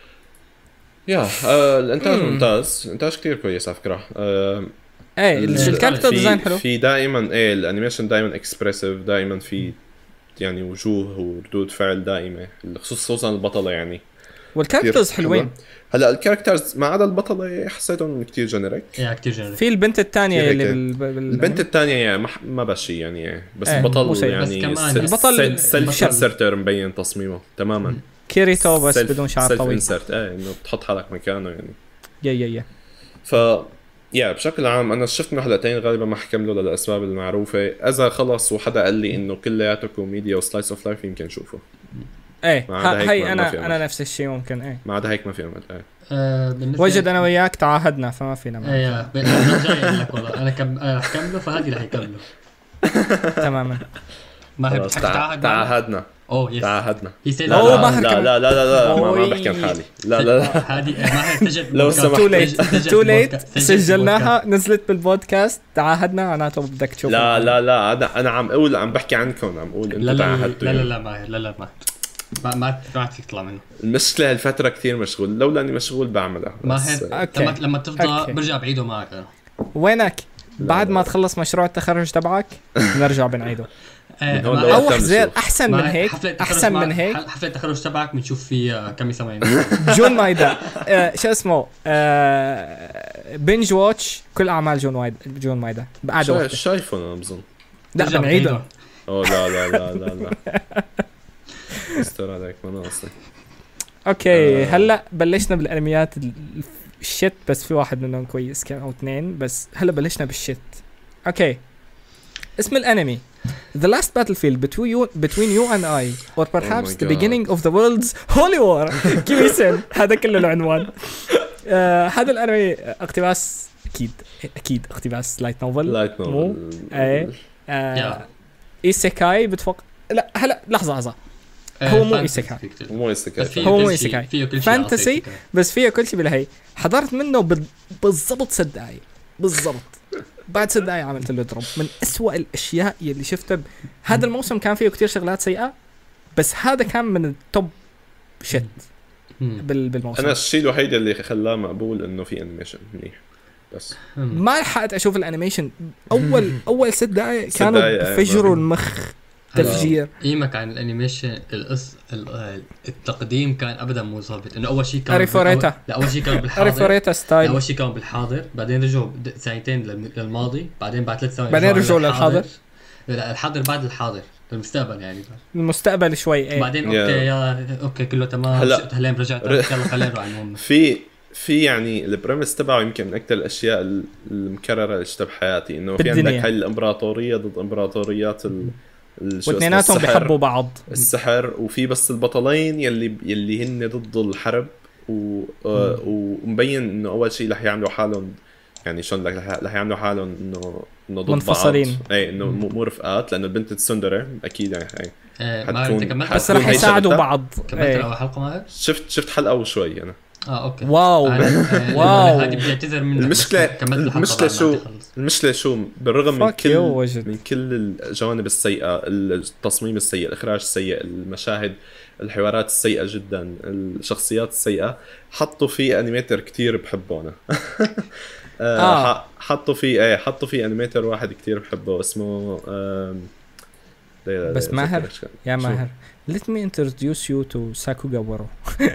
Speaker 2: يا آه الانتاج مم. ممتاز، الانتاج كتير كويس على فكره. آه
Speaker 1: ايه الكاركتر ديزاين حلو،
Speaker 2: في دائما ايه الانيميشن دائما اكسبرسيف، دائما في يعني وجوه وردود فعل دائمه، خصوصا البطله يعني
Speaker 1: والكاركترز حلوين.
Speaker 2: هلا الكاركترز ما عدا البطله حسيتهم كتير جنريك،
Speaker 3: يعني كتير جنريك.
Speaker 1: في البنت الثانيه اللي بال... بال...
Speaker 2: البنت الثانيه يعني ما بشي يعني، بس ايه البطل يعني
Speaker 1: البطل
Speaker 2: سيلف انسرتر مبين تصميمه تماما،
Speaker 1: كيريتو بس بدون شعر طويل،
Speaker 2: انسرت ايه انه بتحط حالك مكانه يعني.
Speaker 1: يا يا يا
Speaker 2: ف يا بشكل عام انا شفت حلقتين غالبا ما حكمله للاسباب المعروفه. اذا خلص وحدا قال لي انه كلياته كوميديا وسلايس اوف لايف يمكن شوفه.
Speaker 1: ايه هاي انا انا نفس الشيء ممكن ايه
Speaker 2: ما عدا هيك ما في امل. ايه
Speaker 3: آه
Speaker 1: وجد انا وياك تعاهدنا فما فينا ما
Speaker 3: ايه انا جاي اقول لك والله انا كم انا حكمله فهذه رح يكمله
Speaker 1: تماما.
Speaker 3: ما هي بتعاهد
Speaker 2: تعاهدنا
Speaker 3: اوه يس
Speaker 2: تعاهدنا
Speaker 1: لا
Speaker 2: لا لا لا لا لا ما ما بحكي عن حالي لا لا لا
Speaker 3: هذه ما هي تجد
Speaker 2: لو سمحت
Speaker 1: تو ليت تو ليت سجلناها نزلت بالبودكاست تعاهدنا معناته بدك تشوف.
Speaker 2: لا لا لا انا انا عم اقول عم بحكي عنكم، عم اقول انتوا تعاهدتوا.
Speaker 3: لا لا لا ما لا لا ما ما ما ما فيك تطلع منه.
Speaker 2: المشكله هالفتره كثير مشغول، لولا اني مشغول بعملها
Speaker 3: ما هي لما تفضى برجع بعيده معك انا.
Speaker 1: وينك بعد
Speaker 2: لا.
Speaker 1: ما تخلص مشروع التخرج تبعك نرجع بنعيده.
Speaker 2: من هون
Speaker 3: مع-
Speaker 2: لوقت
Speaker 1: او
Speaker 2: عم
Speaker 1: حزير
Speaker 2: نشوف.
Speaker 1: احسن من
Speaker 3: مع
Speaker 1: هيك
Speaker 3: حفلة التخرج
Speaker 1: احسن
Speaker 3: معك-
Speaker 1: من هيك
Speaker 3: حفلة التخرج تبعك بنشوف فيه كم سمين.
Speaker 1: جون مايدا آه شو اسمه آه بنج واتش كل اعمال جون مايدا جون مايدا بقعده
Speaker 2: شا-
Speaker 1: واحده.
Speaker 2: شايفه انا بظن.
Speaker 1: لا
Speaker 3: ترجع
Speaker 1: بنعيده.
Speaker 3: بتعيده.
Speaker 2: اوه لا لا لا لا لا استر عليك ما انا اصلا.
Speaker 1: اوكي
Speaker 2: آه.
Speaker 1: هلا بلشنا بالانميات ال- الشت بس في واحد منهم كويس كان او اثنين بس هلا بلشنا بالشت. اوكي اسم الانمي The last battlefield between you between you and I or perhaps
Speaker 2: Oh my
Speaker 1: the
Speaker 2: God.
Speaker 1: beginning of the world's holy war. كيميسن هذا كله العنوان. آه هذا الانمي اقتباس اكيد اكيد اقتباس لايت نوفل.
Speaker 2: لايت
Speaker 1: مو
Speaker 2: نوفل.
Speaker 1: ايه آه
Speaker 3: يا.
Speaker 1: ايسيكاي بتفق لا هلا لحظه لحظه هو مو إيسيكاي.
Speaker 2: مو إيسيكاي.
Speaker 3: بس فيه
Speaker 1: هو مو
Speaker 3: كل
Speaker 1: إيسيكاي.
Speaker 3: شيء فيه كل شيء
Speaker 1: فانتسي
Speaker 3: عاطفي.
Speaker 1: بس فيها كل شيء بالهي. حضرت منه بال- بالضبط ست دقايق بالضبط. بعد ست دقايق عملت له دروب من أسوأ الاشياء يلي شفتها. ب... هذا الموسم كان فيه كتير شغلات سيئه بس هذا كان من التوب شت
Speaker 3: مم.
Speaker 1: بال... بالموسم.
Speaker 2: انا الشيء الوحيد اللي خلاه مقبول انه في انيميشن منيح بس.
Speaker 3: مم.
Speaker 1: ما لحقت اشوف الانيميشن اول اول ست دقايق
Speaker 2: ست
Speaker 1: كانوا
Speaker 2: دقايق، إيه،
Speaker 1: بفجروا
Speaker 2: ما-
Speaker 1: المخ
Speaker 3: هلا.
Speaker 1: تفجير.
Speaker 3: قيمك عن الانيميشن القص ال- التقديم كان ابدا مو ظابط. انه اول شيء كان
Speaker 1: أريفوريتا.
Speaker 3: أول- لا اول شيء كان بالحاضر.
Speaker 1: اريفوريتا
Speaker 3: لا
Speaker 1: ستايل
Speaker 3: اول شيء كانوا بالحاضر بعدين رجعوا د- سنتين لل- للماضي بعدين بعد ثلاث سنوات
Speaker 1: بعدين رجعوا للحاضر.
Speaker 3: لا الحاضر بعد الحاضر للمستقبل يعني.
Speaker 1: المستقبل شوي ايه.
Speaker 3: بعدين
Speaker 2: يا.
Speaker 3: اوكي يا اوكي كله تمام.
Speaker 2: هلا.
Speaker 3: هلا هلين رجعت
Speaker 2: ر-
Speaker 3: يلا خلينا نروح على المهم.
Speaker 2: في في يعني البريمس تبعه يمكن من اكثر الاشياء ال- المكرره اللي شفتها بحياتي انه في
Speaker 1: بالدنيا.
Speaker 2: عندك هاي الامبراطوريه ضد امبراطوريات ال ال- شو اسمه
Speaker 1: واثنيناتهم
Speaker 2: السحر-
Speaker 1: بيحبوا بعض.
Speaker 2: السحر وفي بس البطلين يلي يلي هن ضد الحرب و آه، ومبين انه اول شيء رح يعملوا حالهم يعني شلون لك رح رح يعملوا حالهم انه انه ضد
Speaker 1: منفصلين.
Speaker 2: بعض. اي انه مو مو رفقات لانه البنت السندره اكيد يعني هي.
Speaker 3: آه، ما
Speaker 2: حتكون-
Speaker 3: انت كملت
Speaker 1: بس
Speaker 2: حتكون
Speaker 1: رح
Speaker 2: هي
Speaker 1: يساعدوا
Speaker 2: شغلتها.
Speaker 1: بعض.
Speaker 3: كملت
Speaker 1: ايه.
Speaker 3: اول حلقه معك.
Speaker 2: شفت شفت حلقه وشوي انا.
Speaker 3: اه اوكي.
Speaker 1: واو.
Speaker 3: أنا- آه،
Speaker 1: واو.
Speaker 3: هذه بدي اعتذر منك.
Speaker 2: المشكلة-
Speaker 3: بس كملت الحلقة
Speaker 2: المشكلة
Speaker 3: بعد ما
Speaker 2: شو-
Speaker 3: تخلص.
Speaker 2: المشكله شو بالرغم من
Speaker 1: Fuck
Speaker 2: كل
Speaker 1: you وجد.
Speaker 2: من كل الجوانب السيئه التصميم السيء الاخراج السيء المشاهد الحوارات السيئه جدا الشخصيات السيئه حطوا فيه انيميتر كتير بحبه انا. آه.
Speaker 1: آه.
Speaker 2: ح- حطوا فيه ايه حطوا فيه انيميتر واحد كتير بحبه اسمه آم، لا- لا- لا،
Speaker 1: بس ماهر،
Speaker 2: أتذكر إيش كان.
Speaker 1: يا
Speaker 2: شو؟
Speaker 1: ماهر let me introduce you to ساكوغابورو.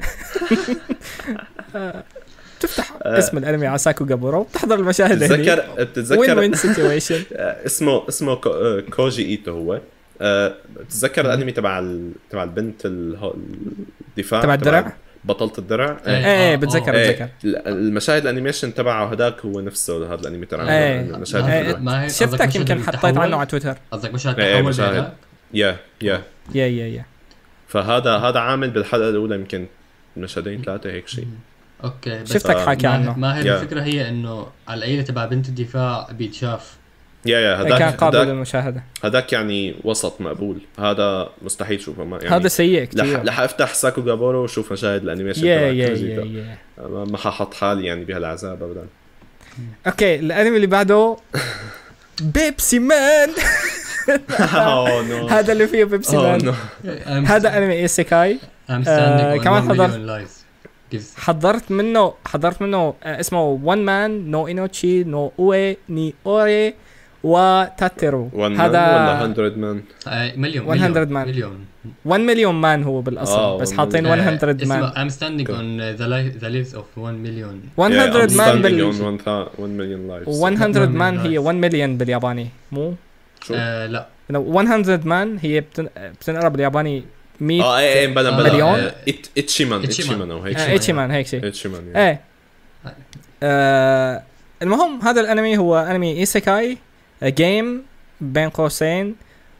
Speaker 1: تفتح
Speaker 2: آه.
Speaker 1: اسم الانمي على ساكوغابورو تحضر المشاهد هذه
Speaker 2: تتذكر
Speaker 1: وين
Speaker 2: تتذكر
Speaker 1: وين سيتويشن.
Speaker 2: آه، اسمه اسمه كو- آه، كوجي ايتو هو. آه، بتتذكر الانمي تبع ال... تبع البنت الهو- الدفاع
Speaker 1: تبع الدرع.
Speaker 2: بطلة الدرع.
Speaker 3: إيه.
Speaker 1: ايه
Speaker 3: آه،
Speaker 1: بتذكر
Speaker 3: آه.
Speaker 1: بتذكر.
Speaker 2: ايه المشاهد الانيميشن تبعه هذاك هو نفسه هذا الانمي تبع
Speaker 1: ايه.
Speaker 2: المشاهد
Speaker 3: ما-
Speaker 2: الحلوة.
Speaker 3: ما هي- قصدك
Speaker 1: شفتك
Speaker 3: مشهد
Speaker 1: يمكن
Speaker 3: التحول؟
Speaker 1: حطيت عنه على تويتر.
Speaker 3: قصدك مشهد
Speaker 2: إيه،
Speaker 3: تحول
Speaker 2: مشاهد.
Speaker 3: بينك؟
Speaker 2: يا يا
Speaker 1: يا يا يا
Speaker 2: فهذا هذا عامل بالحلقه الاولى يمكن مشهدين ثلاثه هيك شيء.
Speaker 3: اوكي بس
Speaker 1: شفتك
Speaker 2: آه،
Speaker 1: حاكي
Speaker 3: ما,
Speaker 1: عنه.
Speaker 3: ما هي
Speaker 2: يا.
Speaker 3: الفكره هي انه على العيله تبع بنت الدفاع بيتشاف.
Speaker 2: يا يا
Speaker 1: كان
Speaker 2: هذاك
Speaker 1: قابل
Speaker 2: هذاك
Speaker 1: للمشاهده.
Speaker 2: هذاك يعني وسط مقبول هذا مستحيل شوفه ما يعني
Speaker 1: هذا سيء
Speaker 2: لح
Speaker 1: كثير.
Speaker 2: لح افتح ساكو جابورو وشوف مشاهد الانيميشن
Speaker 1: يا
Speaker 2: تبع
Speaker 1: يا
Speaker 2: كوجي
Speaker 1: يا
Speaker 2: ده.
Speaker 1: يا
Speaker 2: ما ما ححط حالي يعني بهالعذاب ابدا.
Speaker 1: اوكي الانمي اللي بعده بيبسي مان.
Speaker 2: اوه نو
Speaker 1: هذا اللي فيه بيبسي
Speaker 2: اوه
Speaker 1: مان.
Speaker 2: نو
Speaker 1: هذا انمي ايسيكاي.
Speaker 3: ام
Speaker 1: آه،
Speaker 3: ستاندينج
Speaker 1: كمان
Speaker 3: كمان
Speaker 1: حضرت-
Speaker 3: حضرت
Speaker 1: حضرت منه حضرت منه آه، اسمه وان مان نو انوتشي نو اوي ني اوري وتاتيرو.
Speaker 2: ولا
Speaker 1: هذا
Speaker 2: مية مان.
Speaker 3: مليون
Speaker 1: مية
Speaker 3: مليون
Speaker 1: مان.
Speaker 3: مليون
Speaker 1: واحد مليون مان هو بالاصل
Speaker 2: آه،
Speaker 1: بس
Speaker 2: one
Speaker 1: حاطين
Speaker 2: million.
Speaker 1: مية مان.
Speaker 3: اسمه ام ستاندينج اون ذا ذا ليفز اوف واحد مليون.
Speaker 1: مية مان بال
Speaker 2: واحد مليون لايفز.
Speaker 1: مية
Speaker 3: one
Speaker 1: مان هي
Speaker 3: million
Speaker 1: واحد مليون بالياباني مو
Speaker 2: شو؟
Speaker 3: آه لا
Speaker 1: مية مان هي بتن... بتنقرا بالياباني مية.
Speaker 2: اه ايه ايه بلا بلا
Speaker 1: مليون.
Speaker 2: آه، إت- اتشيمان
Speaker 3: إتشيمان.
Speaker 2: اتشيمان او هيك
Speaker 1: آه،
Speaker 2: شيء.
Speaker 1: ايتشيمان هيك شيء.
Speaker 2: اتشيمان يعني.
Speaker 1: ايه آه المهم هذا الانمي هو انمي ايسيكاي جيم بين قوسين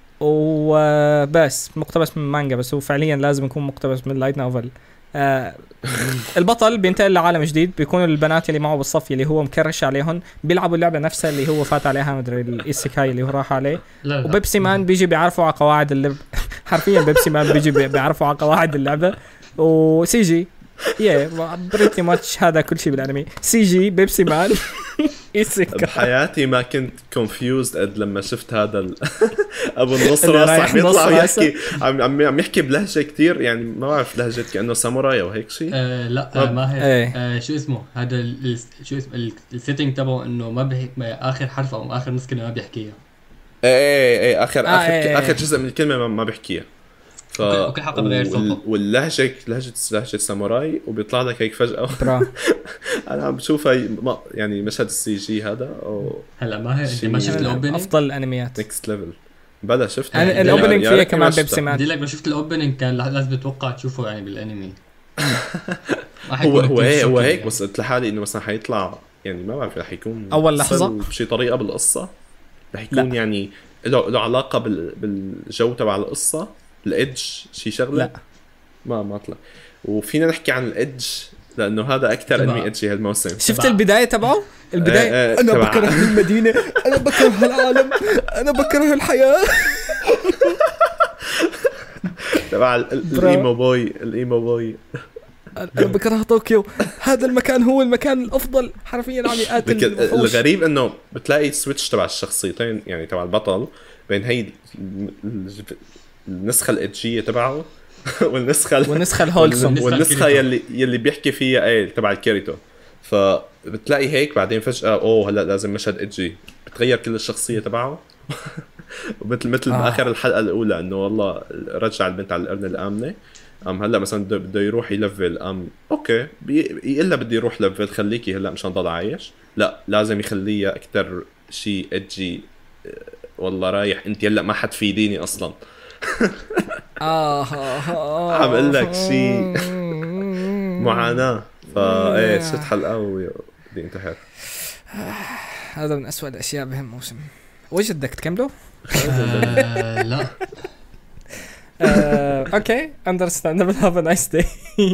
Speaker 1: وبس مقتبس من مانجا بس هو فعليا لازم يكون مقتبس من لايت نوفل. آه البطل بينتقل لعالم جديد بيكونوا البنات اللي معه بالصف اللي هو مكرش عليهم بيلعبوا اللعبه نفسها اللي هو فات عليها مدري الايسيكاي اللي هو راح عليه.
Speaker 3: لا لا
Speaker 1: وبيبسي مان بيجي بيعرفوا على قواعد اللعبه. حرفيا بيبسي مان بيجي بي- بيعرفوا على قواعد اللعبه وسي جي. يا بريتي ماتش هذا كل شيء بالانمي سي جي بيبسي مان. إيسيكاي.
Speaker 2: بحياتي ما كنت confused قد لما شفت هذا ال... ابو النص
Speaker 1: اللي
Speaker 2: راس
Speaker 1: رايح
Speaker 2: عم يطلع
Speaker 1: نص
Speaker 2: يحكي عم عم عم يحكي بلهجه كتير يعني ما بعرف لهجه كانه ساموراي او هيك شيء.
Speaker 3: آه لا آه ما هيك
Speaker 1: إيه.
Speaker 3: آه شو اسمه هذا ال- ال- شو اسمه السيتنج تبعه انه ما بيحكي ما اخر حرف او اخر مسكنه ما بيحكيها.
Speaker 2: ايه ايه ايه اخر
Speaker 1: آه،
Speaker 2: اخر
Speaker 1: إيه،
Speaker 2: اخر
Speaker 1: إيه.
Speaker 2: جزء من الكلمه ما, ما بحكيها. ف
Speaker 3: وكل- وكل حلقة بغير
Speaker 2: وال-
Speaker 3: صوته.
Speaker 2: واللهجه لهجه لهجه ساموراي وبيطلع لك هيك فجاه.
Speaker 1: برا.
Speaker 2: انا عم بشوفها ما- يعني مشهد السي جي هذا او
Speaker 3: هلا ما هي انت
Speaker 2: شيء
Speaker 3: ما شفت
Speaker 2: من
Speaker 3: الاوبننج؟
Speaker 1: افضل الانميات.
Speaker 2: نكست ليفل. بلا شفت
Speaker 1: يعني
Speaker 2: يا-
Speaker 1: الاوبننج
Speaker 2: يا
Speaker 1: فيها
Speaker 2: ريتني
Speaker 1: كمان
Speaker 2: ما شفتها.
Speaker 1: بيبسي مان.
Speaker 3: بدي لك لو شفت الاوبننج كان لازم تتوقع تشوفه يعني بالانمي. ما
Speaker 2: هو
Speaker 3: حيكون
Speaker 2: هو
Speaker 3: كتير
Speaker 2: هيك هو
Speaker 3: شوكينج
Speaker 2: هيك
Speaker 3: يعني.
Speaker 2: بس قلت لحالي انه مثلا حيطلع يعني ما بعرف رح يكون
Speaker 1: أول لحظة؟
Speaker 2: مفصل بشي طريقه بالقصه رح يكون
Speaker 1: لا.
Speaker 2: يعني له له علاقه بال بالجو تبع القصه الادج شي شغله.
Speaker 1: لا.
Speaker 2: ما ما طلع. وفينا نحكي عن الادج لانه هذا اكثر
Speaker 3: تبع-
Speaker 2: انمي ادجي هالموسم.
Speaker 1: شفت
Speaker 3: تبع-
Speaker 1: البداية تبعه؟ البداية
Speaker 2: إيه، إيه،
Speaker 1: أنا
Speaker 2: تبع-
Speaker 1: بكره المدينة، أنا بكره العالم، أنا بكره الحياة.
Speaker 2: تبع ال- ال-
Speaker 1: برا.
Speaker 2: الايمو بوي الايمو بوي.
Speaker 1: أنا بكره طوكيو، هذا المكان هو المكان الأفضل حرفيا عم
Speaker 2: لك
Speaker 1: يقاتل
Speaker 2: ال-
Speaker 1: الوحوش.
Speaker 2: الغريب انه بتلاقي سويتش تبع الشخصيتين يعني تبع البطل بين هي ال- ال- النسخه الادجيه تبعه والنسخه
Speaker 1: والنسخة الهولسوم.
Speaker 3: والنسخة
Speaker 2: والنسخه
Speaker 3: الكيريتو.
Speaker 2: يلي يلي بيحكي فيها ايه تبع الكيريتو. فبتلاقي هيك بعدين فجاه اوه هلا لازم مشهد ادجي بتغير كل الشخصيه تبعه. ومثل مثل
Speaker 1: آه.
Speaker 2: آه. اخر الحلقه الاولى انه والله رجع البنت على القرن الامنه. ام هلا مثلا بده بده يروح يلفل ام اوكي بي... الا بدي يروح لفل خليكي هلا مشان ضل عايش. لا لازم يخليها اكثر شيء ادجي. والله رايح انت هلا ما حتفيديني اصلا.
Speaker 1: آه آه
Speaker 2: عم اقول لك شيء معاناه. فايه ست حلقه وبدي انتحر.
Speaker 1: هذا من أسوأ الأشياء بهالموسم. وش بدك تكمله؟
Speaker 3: آه لا
Speaker 1: آه، اوكي understandable have a nice day.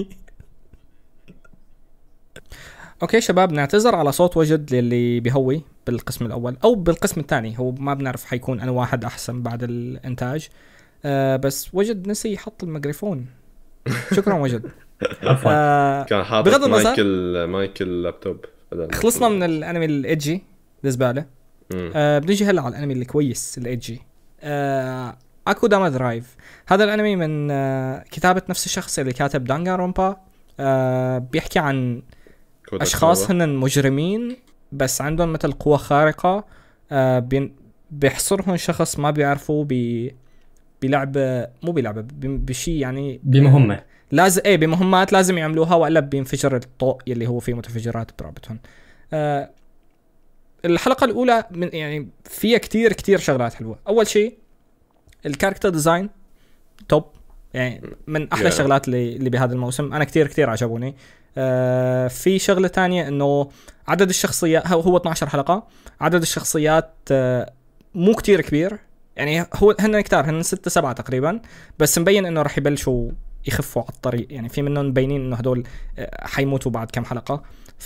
Speaker 1: اوكي شباب نعتذر على صوت وجد اللي بيهوي بالقسم الاول او بالقسم الثاني. هو ما بنعرف حيكون انا واحد احسن بعد الانتاج. آه بس وجد نسي يحط الميكروفون. شكرا وجد. آه
Speaker 2: كان حاطط
Speaker 1: بغض النظر-
Speaker 2: مايك ال- مايك اللابتوب.
Speaker 1: خلصنا من الانمي الايدجي بالنسبه
Speaker 2: مم.
Speaker 1: آه بنيجي هلا على الانمي الكويس الايدجي. آه اكوداما درايف. هذا الانمي من آه كتابه نفس الشخص اللي كاتب دانغانرومبا. آه بيحكي عن
Speaker 2: كوداك
Speaker 1: اشخاص
Speaker 2: نوبا.
Speaker 1: هن مجرمين بس عندهم مثل قوة خارقة. آه بين بيحصرهم شخص ما بيعرفوه ب بلعبة مو بلعبة ب- بشي يعني
Speaker 3: بمهمة.
Speaker 1: لازم ايه بمهمات لازم يعملوها والا بينفجر الضوء يلي هو فيه متفجرات برقبتهم. آه الحلقة الأولى من يعني فيها كتير كتير شغلات حلوة. أول شيء الكاركتر ديزاين توب يعني من أحلى
Speaker 2: Yeah.
Speaker 1: الشغلات اللي اللي بهذا الموسم. أنا كتير كتير عجبوني. آه في شغلة تانية إنه عدد الشخصيات هو هو اثناشر حلقة. عدد الشخصيات آه مو كتير كبير يعني هو هن كتار هن ستة سبعة تقريبا بس مبين إنه رح يبلشوا يخفوا على الطريق يعني في منهم مبينين إنه هدول آه حيموتوا بعد كم حلقة.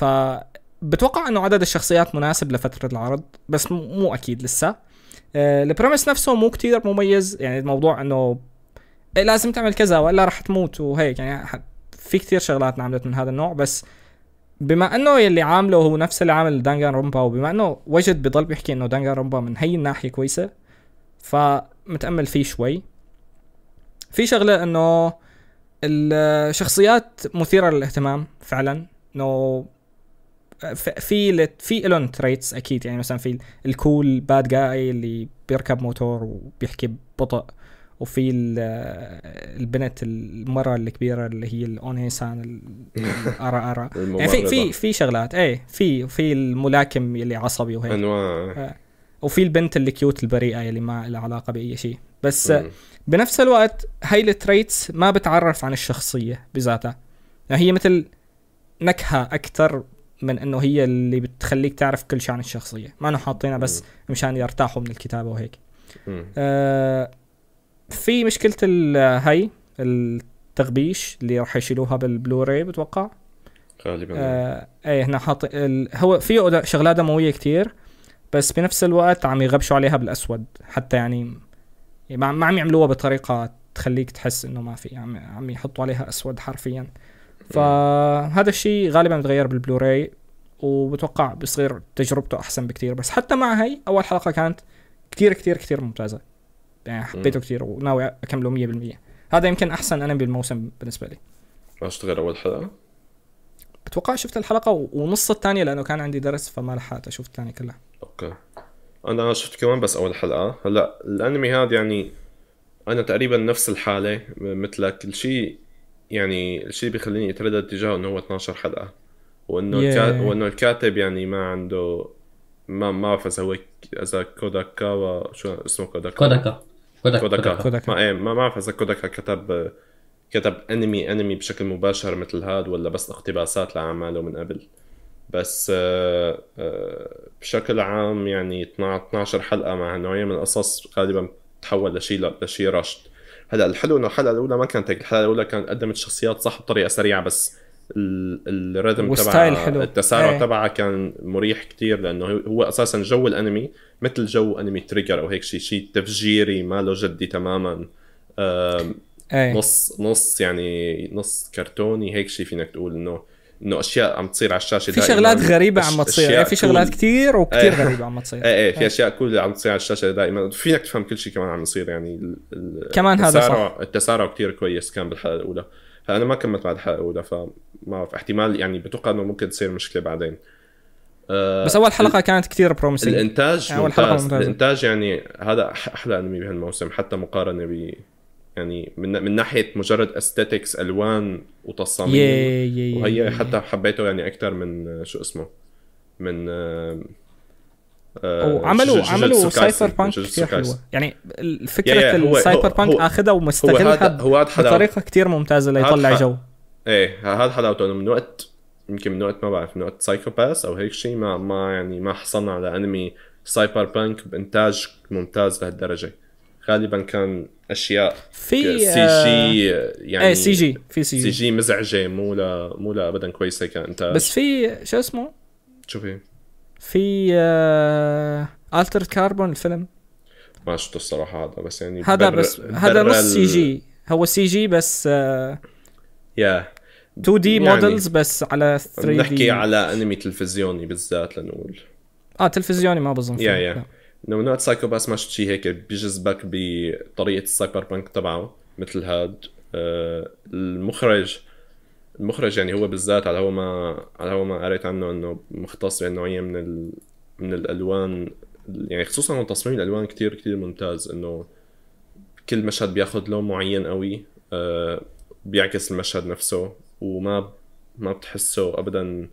Speaker 1: فبتوقع إنه عدد الشخصيات مناسب لفترة العرض بس مو مو أكيد لسه. آه البريمس نفسه مو كتير مميز يعني الموضوع إنه إيه لازم تعمل كذا ولا رح تموت وهيك يعني ح- في كتير شغلات نعملت من هذا النوع. بس بما انه يلي عامله هو نفس اللي عامل دانغانرومبا وبما انه وجد بضل بيحكي انه دانغانرومبا من هي الناحية كويسة فمتأمل فيه شوي. في شغلة انه الشخصيات مثيرة للاهتمام فعلا. انه ف- في لت- في إلون تريتس اكيد يعني مثلا في الكول باد جاي اللي بيركب موتور وبيحكي ببطء. وفي ال- البنت المرة الكبيرة اللي هي الأونيسان الأرا أرا يعني في في في شغلات ايه في في الملاكم اللي عصبي وهيك.
Speaker 2: انواع.
Speaker 1: وفي البنت اللي كيوت البريئة اللي ما لها علاقة بأي شيء. بس
Speaker 2: مم.
Speaker 1: بنفس الوقت هاي التريتس ما بتعرف عن الشخصية بذاتها يعني هي مثل نكهة أكتر من إنه هي اللي بتخليك تعرف كل شيء عن الشخصية. ما أنه حاطينها بس مشان يرتاحوا من الكتابة وهيك.
Speaker 2: مم.
Speaker 1: آه في مشكلة ال- هاي التغبيش اللي راح يشيلوها بالبلوراي بتوقع.
Speaker 2: غالبا.
Speaker 1: آه ايه هنا حاط ال... هو فيه شغلات دموية كتير بس بنفس الوقت عم يغبشوا عليها بالأسود حتى يعني ما ما عم يعملوها بطريقة تخليك تحس إنه ما في عم عم يحطوا عليها أسود حرفيا. فهذا الشيء غالبا بتغير بالبلوراي وبتوقع بيصير تجربته احسن بكتير. بس حتى مع هاي اول حلقه كانت كتير كتير كتير ممتازه يعني حبيته كتير وناوي اكمله مية بالمية. هذا يمكن احسن انمي بالموسم بالنسبه لي.
Speaker 2: ما شفت غير اول حلقه.
Speaker 1: بتوقع شفت الحلقه ونص الثانيه لانه كان عندي درس فما لحقت اشوف الثانيه كلها.
Speaker 2: اوكي انا شفت كمان بس اول حلقه. هلا الانمي هذا يعني انا تقريبا نفس الحاله مثلك. الشيء يعني الشيء بيخليني اتردد تجاهه انه هو اثناشر حلقه وانه
Speaker 1: Yeah.
Speaker 2: الكاتب وانه الكاتب يعني ما عنده ما ما بعرف اذا هو اذا كوداكاوا شو اسمه كوداكاوا
Speaker 3: كوداكا كوداكا
Speaker 2: كوداكا,
Speaker 1: كوداكا.
Speaker 2: ما ايه ما بعرف اذا كوداكا كتب كتب انمي انمي بشكل مباشر مثل هاد ولا بس اقتباسات لاعماله من قبل. بس آه آه بشكل عام يعني اثناشر حلقه مع نوعيه من القصص غالبا تحول لشيء لشيء رشد. هلا الحلو انه الحلقه الاولى ما كانت هيك. الحلقه الاولى كانت قدمت شخصيات صح بطريقه سريعه بس الريتم تبع التسارع
Speaker 1: ايه.
Speaker 2: تبعها كان مريح كتير لانه هو اساسا جو الانمي مثل جو انمي تريجر او هيك شيء شيء تفجيري ما له جدي تماما.
Speaker 1: ايه.
Speaker 2: نص نص يعني نص كرتوني هيك شيء فينك تقول انه انه اشياء عم تصير على الشاشه
Speaker 1: في شغلات غريبه عم تصير يعني في شغلات كتير وكتير
Speaker 2: ايه.
Speaker 1: غريبه عم تصير.
Speaker 2: ايه ايه في اشياء كل عم تصير على الشاشه دائما فينك تفهم كل شيء كمان عم يصير يعني
Speaker 1: كمان هذا صح.
Speaker 2: التسارع كتير كويس كان بالحلقه الاولى. انا ما كملت بعد الحلقه الاولى فما بعرف احتمال يعني بتوقع انه ممكن تصير مشكله بعدين.
Speaker 1: أه بس اول حلقه كانت كتير بروميسنج.
Speaker 2: الانتاج يعني ممتاز. الانتاج يعني هذا احلى انمي بهالموسم حتى مقارنه ب يعني من من ناحيه مجرد استاتيكس الوان وتصاميم
Speaker 1: يه يه
Speaker 2: وهي
Speaker 1: يه
Speaker 2: حتى حبيته يعني اكثر من شو اسمه من آه
Speaker 1: وعملوا عملوا سايبر بانك كتير حلوه يعني الفكره السايبر بانك اخذها ومستغلها بطريقه كتير ممتازه ليطلع جو.
Speaker 2: ايه هذا حلاوته من وقت يمكن من وقت ما بعرف من وقت سايكوباث او هيك شيء ما ما يعني ما حصلنا على انمي سايبر بانك بانتاج ممتاز لهالدرجه. غالبا كان اشياء
Speaker 1: في
Speaker 2: سي جي يعني
Speaker 1: ايه سي جي في سي جي,
Speaker 2: سي جي مزعجه مو لا مو لا ابدا كويسه كانتاج.
Speaker 1: بس في شو اسمه
Speaker 2: شو في
Speaker 1: في التر كاربون الفيلم
Speaker 2: ما شفته الصراحه هذا بس يعني
Speaker 1: هذا بس هذا نص سي جي هو سي جي بس
Speaker 2: يا
Speaker 1: تو دي مودلز بس على ثري دي.
Speaker 2: نحكي على انمي تلفزيوني بالذات لنقول
Speaker 1: اه تلفزيوني ما بظن
Speaker 2: يا يا انه نوع سايكوباث ما شفت شيء هيك بيجذبك بطريقه السايبر بانك تبعه مثل هاد. آه المخرج المخرج يعني هو بالذات على هو ما على هو ما قريت عنه انه مختص بنوعيه من ال... من الالوان يعني خصوصا تصميم الالوان كتير كتير ممتاز. انه كل مشهد بياخد لون معين قوي آه بيعكس المشهد نفسه وما ما بتحسه ابدا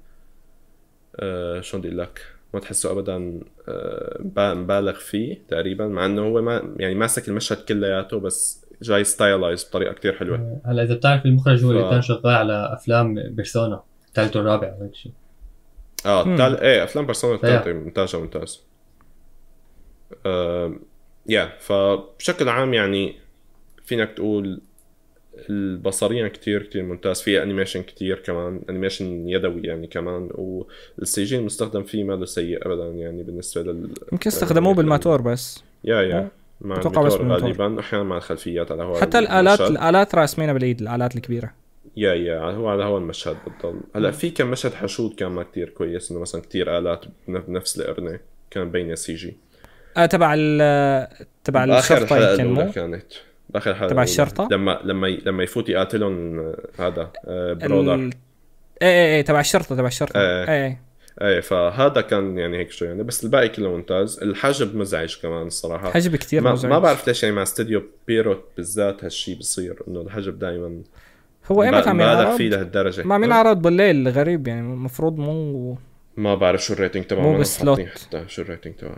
Speaker 2: آه شو بدي لك ما تحسه ابدا آه مبالغ فيه تقريبا مع انه هو ما يعني ماسك المشهد كلياته بس جاي ستايلايز بطريقه كتير حلوه.
Speaker 3: هلا اذا بتعرف المخرج هو ف... اللي كان شغال على افلام بيرسونا الثالث والرابع او هيك شيء.
Speaker 2: اه تال... ايه افلام بيرسونا الثالثه ممتازه ممتاز. آه... يا فبشكل عام يعني فينك تقول البصريا كتير كتير ممتاز. فيه انيميشن كتير كمان انيميشن يدوي يعني كمان والسي جي المستخدم فيه ما له سيء ابدا يعني بالنسبه لل
Speaker 1: يمكن استخدموه بالماتور بس
Speaker 2: يا يا مع الماتور غالبا احيانا مع الخلفيات على هو
Speaker 1: حتى الالات المشهد. الالات راسمينها بالايد الالات الكبيره
Speaker 2: يا يا هو على هو المشهد بالضبط. هلا في كم مشهد حشود كان ما كتير كويس انه مثلا كتير الات بنفس القرنه كان بين سي جي
Speaker 1: اه تبع ال تبع الشرطه يمكن مو
Speaker 2: كانت باخر حلقه
Speaker 1: تبع الشرطه
Speaker 2: لما لما لما يفوت يقاتلون هذا برودر
Speaker 1: ال... ايه ايه ايه تبع الشرطه تبع الشرطه
Speaker 2: ايه
Speaker 1: ايه
Speaker 2: ايه فهذا كان يعني هيك شو يعني بس الباقي كله ممتاز. الحجب مزعج كمان الصراحه
Speaker 1: حجب كتير
Speaker 2: ما,
Speaker 1: مزعج.
Speaker 2: ما بعرف ليش يعني مع استوديو بيروت بالذات هالشي بصير انه الحجب دائما
Speaker 1: هو ايمتى عم ينعرض
Speaker 2: فيه لهالدرجه
Speaker 1: ما بينعرض بالليل غريب يعني المفروض مو
Speaker 2: ما بعرف شو الريتنج تبعه
Speaker 1: مو بالسلوت
Speaker 2: حتى شو الريتنج تبعه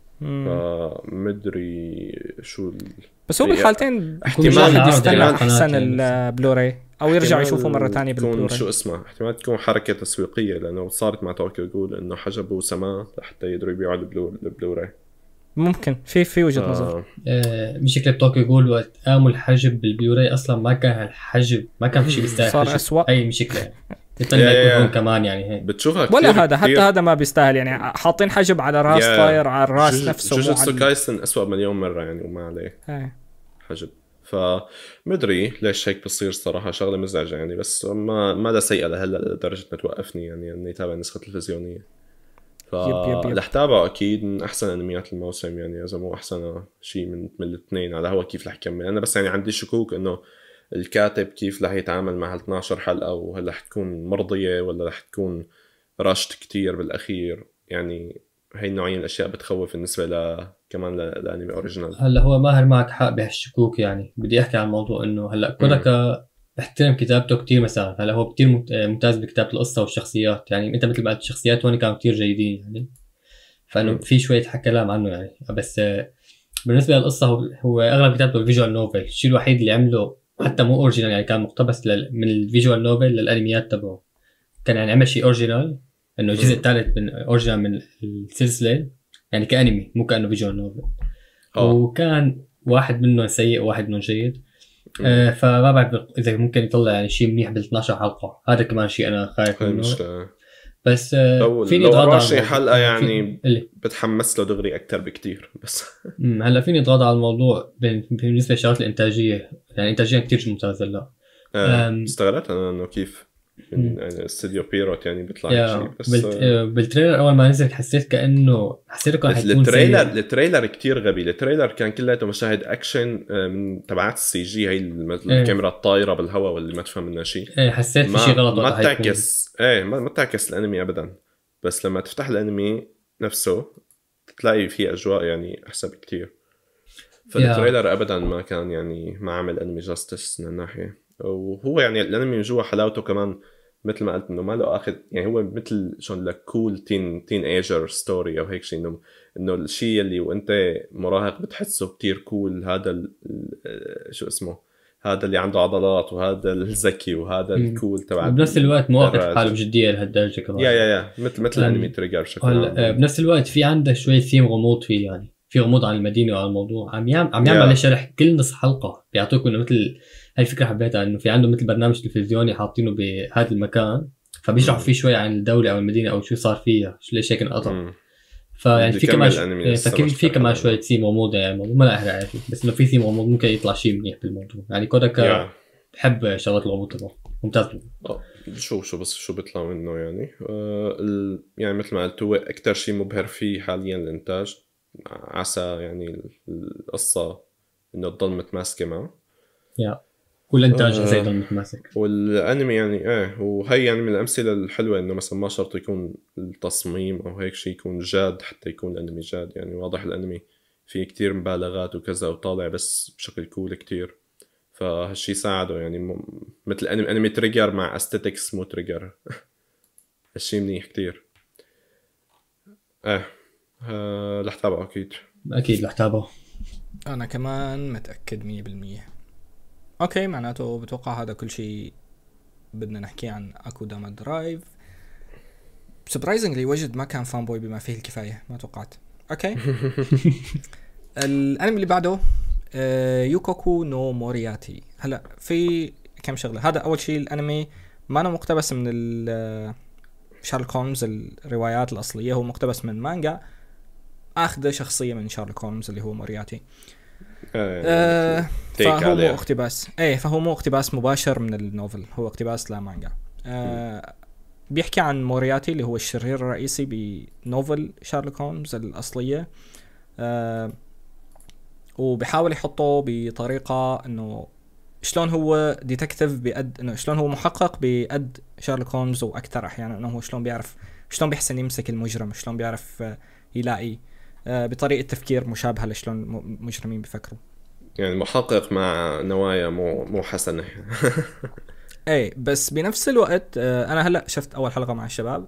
Speaker 2: فمدري شو ال...
Speaker 1: بس هو بالحالتين
Speaker 2: احتمال
Speaker 1: يستنى احسن البلوراي او يرجع يشوفه مره ثانيه بالبلوراي.
Speaker 2: شو اسمه احتمال تكون حركه تسويقيه لانه صارت مع طوكيو يقول انه حجبوا سما حتى يقدروا يبيعوا البلو البلوراي.
Speaker 1: ممكن في في وجهه
Speaker 2: آه.
Speaker 1: نظر.
Speaker 3: آه بشكل طوكيو يقول وقت قاموا الحجب بالبلوراي اصلا ما كان هالحجب ما كان في شيء بيستاهل
Speaker 1: صار اسوء
Speaker 3: اي مشكله يعني يطلع يكون هون كمان يعني هيك
Speaker 2: بتشوفها
Speaker 1: ولا هذا حتى هذا ما بيستاهل يعني حاطين حجب على راس طاير على الراس
Speaker 2: جوج...
Speaker 1: نفسه
Speaker 2: جوجوتسو كايسن أسوأ مليون مره يعني وما عليه
Speaker 1: هي.
Speaker 2: حجب فمدري ليش هيك بصير صراحة، شغلة مزعجة يعني، بس ما ما لا سيئة لهلا لدرجة ما توقفني يعني اني اتابع النسخة التلفزيونية.
Speaker 1: يب يب يب.
Speaker 2: فرح تابعه اكيد، من احسن انميات الموسم يعني، اذا مو احسن شيء من من الاثنين، على هو كيف رح يكمل. انا بس يعني عندي شكوك انه الكاتب كيف رح يتعامل مع هال اثنا عشر حلقة، وهل رح تكون مرضية ولا رح تكون رشت كتير بالاخير يعني. هاي النوعية من الاشياء بتخوف بالنسبة ل كمان للانمي اوريجينال.
Speaker 3: هلا هو ماهر معك حق بهالشكوك يعني. بدي احكي عن الموضوع انه هلا كوداكا بحترم كتابته كتير مثلا. هلا هو كتير ممتاز بكتابة القصة والشخصيات يعني. انت مثل ما قلت الشخصيات هون كانوا كتير جيدين يعني، فانه في شوية حكى كلام عنه يعني. بس بالنسبة للقصة هو, هو اغلب كتابته الفيجوال نوفل. الشيء الوحيد اللي عمله حتى مو اوريجينال يعني، كان مقتبس لل... من الفيجوال نوفل للانميات تبعه. كان يعني عمل شيء اوريجينال، انه الجزء الثالث من اوريجينال من السلسلة يعني كأنمي، مو كأنه فيجوال نوفل.
Speaker 2: أوه.
Speaker 3: وكان واحد منهم سيء وواحد منهم جيد. آه فما بعرف اذا ممكن يطلع يعني شيء منيح بال اثنا عشر حلقة. هذا كمان شيء انا خايف
Speaker 2: هاي
Speaker 3: منه.
Speaker 2: مشكلة.
Speaker 3: بس آه فيني
Speaker 2: اتغاضى
Speaker 3: اتغاضى
Speaker 2: عن شيء حلقة يعني
Speaker 3: في...
Speaker 2: بتحمس له دغري اكثر بكتير. بس
Speaker 3: هلا فيني اتغاضى على الموضوع بالنسبة للشغلات الانتاجية يعني. انتاجيا كتير ممتازة. لا
Speaker 2: آه استغربت انا انه كيف من يعني استوديو بيروت يعني بيطلع هيك شيء. بس
Speaker 3: بالت... بالتريلر اول ما نزل حسيت كانه حسيت انه حيكون
Speaker 2: التريلر التريلر كتير غبي. التريلر كان كلياته مشاهد اكشن من تبعات السي جي، هي الكاميرا الطايره بالهواء واللي ما تفهم منها شيء.
Speaker 3: ايه حسيت في شيء غلط.
Speaker 2: ما تعكس ايه ما, ما تعكس الانمي ابدا. بس لما تفتح الانمي نفسه تلاقي فيه اجواء يعني احسن بكتير. فالتريلر ابدا ما كان يعني ما عمل انمي جاستس من الناحيه. وهو يعني الانمي من جوا حلاوته كمان مثل ما قلت انه ما له اخذ يعني. هو مثل شلون لك كول تين تين ايجر ستوري او هيك شيء، انه انه الشيء اللي وانت مراهق بتحسه كتير كول. هذا شو اسمه، هذا اللي عنده عضلات، وهذا الذكي، وهذا الكول تبع.
Speaker 3: بنفس الوقت مو واخذ حاله بجديه لهالدرجه كمان.
Speaker 2: يا يا يا مثل مثل انمي تريجر بشكل
Speaker 3: عام. بنفس الوقت في عنده شويه ثيم غموض فيه يعني. في غموض عن المدينه وعن الموضوع. عم يعمل عم يعمل عليه شرح كل نص حلقه. بيعطوك انه مثل هاي الفكره حبيتها، انه في عنده مثل برنامج تلفزيوني حاطينه بهذا المكان، فبيشرحوا فيه شوي عن الدوله او المدينه او شو صار فيها، شو ليش هيك انقطع. فيعني في كمان فكيف في كمان شويه ثيم غموض يعني. ما لا احرق عليه، بس انه في ثيم غموض ممكن يطلع شيء منيح بالموضوع يعني. كوداكا بحب شغلات الغموض تبعه ممتاز.
Speaker 2: اه شو شو بس شو بيطلع منه يعني. آه ال... يعني مثل ما قلت هو اكثر شيء مبهر فيه حاليا الانتاج. عسى يعني القصه انه تضل متماسكه معه.
Speaker 3: يا والانتاج آه زي متماسك.
Speaker 2: والانمي يعني ايه. وهي يعني من الامثله الحلوه انه مثلا ما شرط يكون التصميم او هيك شيء يكون جاد حتى يكون الانمي جاد يعني. واضح الانمي فيه كتير مبالغات وكذا وطالع بس بشكل كول كتير. فهالشي ساعده يعني. م... مثل انمي انمي تريجر مع استيتكس مو تريجر. هالشي منيح كتير. ايه آه رح تابعه اكيد.
Speaker 3: اكيد رح تابعه.
Speaker 1: انا كمان متاكد مية بالمية. اوكي معناته بتوقع هذا كل شيء بدنا نحكي عن اكوداما درايف. سبرايزنجلي وجد ما كان فان بوي بما فيه الكفايه، ما توقعت. اوكي. الانمي اللي بعده يوكوكو نو مورياتي. هلا في كم شغله. هذا اول شيء الانمي ما أنا مقتبس من شارلوك هولمز الروايات الاصليه، هو مقتبس من مانجا اخذ شخصيه من شارلوك هولمز اللي هو مورياتي. آه فهو مو اقتباس. ايه فهو مو اقتباس مباشر من النوفل، هو اقتباس لمانجا. آه بيحكي عن مورياتي اللي هو الشرير الرئيسي بنوفل شارلوك هولمز الاصليه. آه وبيحاول يحطه بطريقه انه شلون هو ديتكتيف بقد انه شلون هو محقق بقد شارلوك هولمز واكثر احيانا، انه هو شلون بيعرف شلون بيحسن يمسك المجرم، شلون بيعرف يلاقي بطريقه تفكير مشابهه لشلون مجرمين بيفكروا.
Speaker 2: يعني محقق مع نوايا مو مو حسنه.
Speaker 1: اي بس بنفس الوقت انا هلا شفت اول حلقه مع الشباب.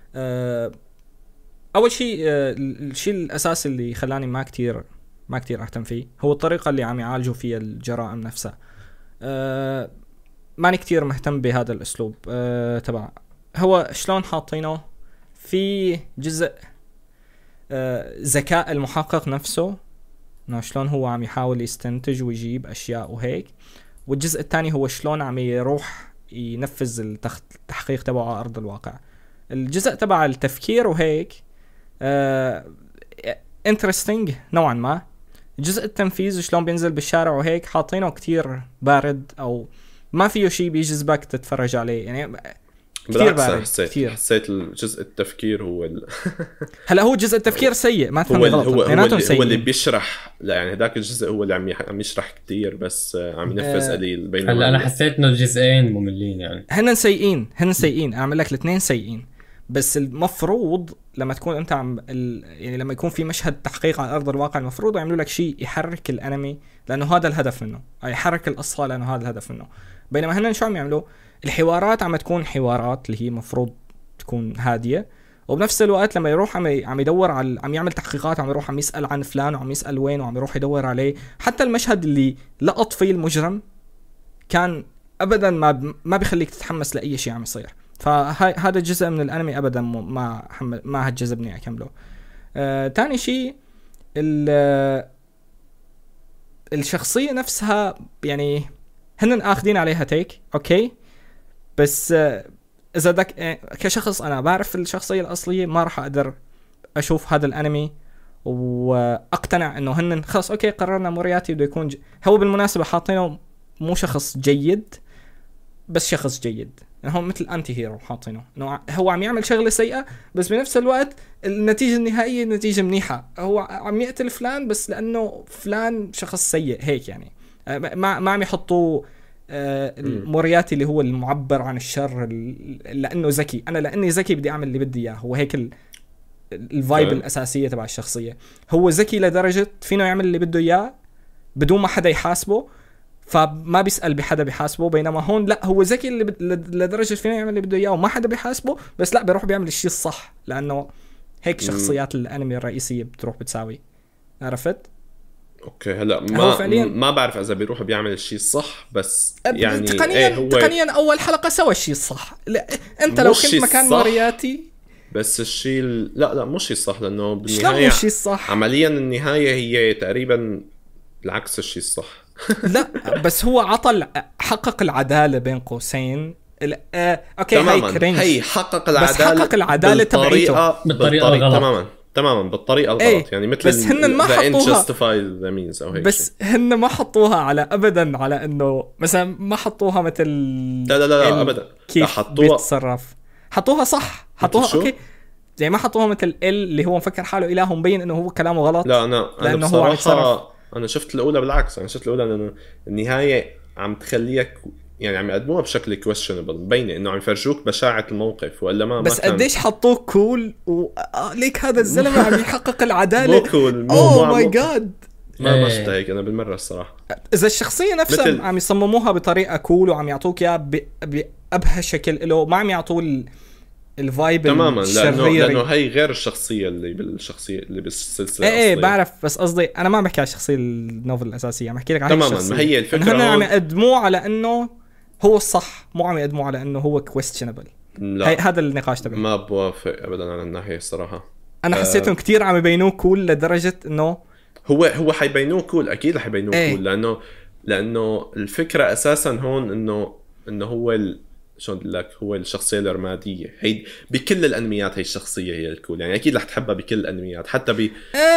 Speaker 1: اول شيء الشيء الاساسي اللي خلاني ما كتير ما كتير اهتم فيه هو الطريقه اللي عم يعالجوا فيها الجرائم نفسها. أه ماني كتير مهتم بهذا الاسلوب أه تبع هو شلون حاطينه في جزء أه ذكاء المحقق نفسه، انه شلون هو عم يحاول يستنتج ويجيب اشياء وهيك، والجزء الثاني هو شلون عم يروح ينفذ التحقيق تبعه على ارض الواقع. الجزء تبع التفكير وهيك أه انترستينج نوعا ما، جزء التنفيذ وشلون بينزل بالشارع وهيك حاطينه كتير بارد او ما فيه شيء بيجذبك تتفرج عليه يعني كتير بارد
Speaker 2: حسيت
Speaker 1: كتير.
Speaker 2: حسيت الجزء التفكير هو ال...
Speaker 1: هلا هو جزء التفكير سيء ما
Speaker 2: هو
Speaker 1: تفهمني
Speaker 2: ال-
Speaker 1: غلط
Speaker 2: هو هو
Speaker 1: اثنيناتهم
Speaker 2: اللي, هو اللي
Speaker 1: سيئين.
Speaker 2: بيشرح لا يعني هداك الجزء هو اللي عم يح- عم يشرح كتير بس آه، عم ينفذ
Speaker 1: آه.
Speaker 2: قليل بينما
Speaker 4: هلا انا
Speaker 2: ال-
Speaker 4: حسيت انه الجزئين مملين يعني.
Speaker 1: هن سيئين هن سيئين اعمل لك الاثنين سيئين بس المفروض لما تكون انت عم ال... يعني لما يكون في مشهد تحقيق على ارض الواقع المفروض يعملوا لك شيء يحرك الانمي لانه هذا الهدف منه يحرك القصه لانه هذا الهدف منه. بينما هن شو عم يعملوا الحوارات عم تكون حوارات اللي هي مفروض تكون هاديه وبنفس الوقت لما يروح عم عم يدور على عم يعمل تحقيقات وعم يروح عم يسال عن فلان وعم يسال وين وعم يروح يدور عليه. حتى المشهد اللي لقط فيه المجرم كان ابدا ما ما بيخليك تتحمس لاي شيء عم يصير. فهذا الجزء من الانمي ابدا ما حمل ما هتجذبني اكمله. آه، تاني شيء الشخصيه نفسها يعني هن اخذين عليها تيك اوكي بس آه اذا دك آه كشخص انا بعرف الشخصيه الاصليه ما راح اقدر اشوف هذا الانمي واقتنع انه هن خلص اوكي قررنا مورياتي بده يكون ج... هو بالمناسبه حاطينه مو شخص جيد بس شخص جيد يعني هو مثل انتي هيرو حاطينه انه هو عم يعمل شغله سيئه بس بنفس الوقت النتيجه النهائيه نتيجه منيحه. هو عم يقتل فلان بس لانه فلان شخص سيء هيك يعني ما ما عم يحطوا آه المورياتي اللي هو المعبر عن الشر لانه ذكي. انا لاني ذكي بدي اعمل اللي بدي اياه. هو هيك ال... الفايب الاساسيه تبع الشخصيه. هو ذكي لدرجه فينه يعمل اللي بده اياه بدون ما حدا يحاسبه فما بيسأل بحدا بيحاسبه. بينما هون لا هو ذكي اللي بد... لدرجة فينا يعمل اللي بده إياه وما حدا بيحاسبه بس لا بيروح بيعمل الشيء الصح لأنه هيك شخصيات الأنمي الرئيسية بتروح بتساوي. عرفت؟
Speaker 2: اوكي هلا ما فعلياً... ما بعرف اذا بيروح بيعمل الشيء الصح بس يعني
Speaker 1: تقنيا
Speaker 2: ايه هو...
Speaker 1: تقنيا اول حلقة سوى الشيء الصح. لا انت لو كنت مكان مورياتي
Speaker 2: بس الشيء ال... لا لا مش الشيء الصح لانه
Speaker 1: بالنهاية الشيء الصح
Speaker 2: عمليا النهاية هي تقريبا العكس الشيء الصح.
Speaker 1: لا بس هو عطل حقق العدالة بين قوسين. آه، اوكي
Speaker 2: تماما
Speaker 1: هاي كرينج
Speaker 2: هي حقق العدالة
Speaker 1: بس حقق العدالة
Speaker 2: بالطريقة
Speaker 4: بالطريقة الغلط
Speaker 2: تماما تماما بالطريقة الغلط
Speaker 1: ايه
Speaker 2: يعني مثل
Speaker 1: بس هن ما حطوها
Speaker 2: the means أو هيك
Speaker 1: بس
Speaker 2: شيء.
Speaker 1: هن ما حطوها على ابدا على انه مثلا ما حطوها مثل
Speaker 2: لا لا لا, لا ابدا
Speaker 1: كيف
Speaker 2: حطوها
Speaker 1: بيتصرف حطوها صح حطوها اوكي زي ما حطوها مثل ال اللي هو مفكر حاله اله مبين انه هو كلامه غلط.
Speaker 2: لا انا انا
Speaker 1: لانه هو عم يتصرف.
Speaker 2: انا شفت الاولى بالعكس. انا شفت الاولى انه النهايه عم تخليك يعني عم يقدموها بشكل كويشنبل مبينه انه عم يفرجوك بشاعه الموقف ولا ما
Speaker 1: بس
Speaker 2: ما
Speaker 1: قديش حطوه كول وليك هذا الزلمه عم يحقق العداله.
Speaker 2: مو كول
Speaker 1: اوه ماي جاد
Speaker 2: ما ما شفت هيك انا بالمره الصراحه.
Speaker 1: اذا الشخصيه نفسها مثل... عم يصمموها بطريقه كول وعم يعطوك اياها بابهى شكل له ما عم يعطوه ال... الفايب
Speaker 2: تماما
Speaker 1: الشريري.
Speaker 2: لانه لانه هي غير الشخصيه اللي بالشخصيه اللي بالسلسله
Speaker 1: ايه ايه بعرف بس قصدي انا ما بحكي على الشخصيه النوفل الاساسيه عم احكي لك عن
Speaker 2: تماما ما هي الفكره
Speaker 1: هن عم يقدموه على انه هو الصح مو عم يقدموه على انه هو كويستشنبل. هذا النقاش تبعي
Speaker 2: ما بوافق ابدا على الناحيه الصراحه.
Speaker 1: انا حسيتهم أه كتير عم يبينوه كول لدرجه انه
Speaker 2: هو هو حيبينوه كول اكيد رح يبينوه
Speaker 1: ايه.
Speaker 2: كول لانه لانه الفكره اساسا هون انه انه هو ال... شلون بدي لك هو الشخصيه الرماديه هي بكل الانميات. هي الشخصيه هي الكول يعني اكيد رح تحبها بكل الانميات حتى ب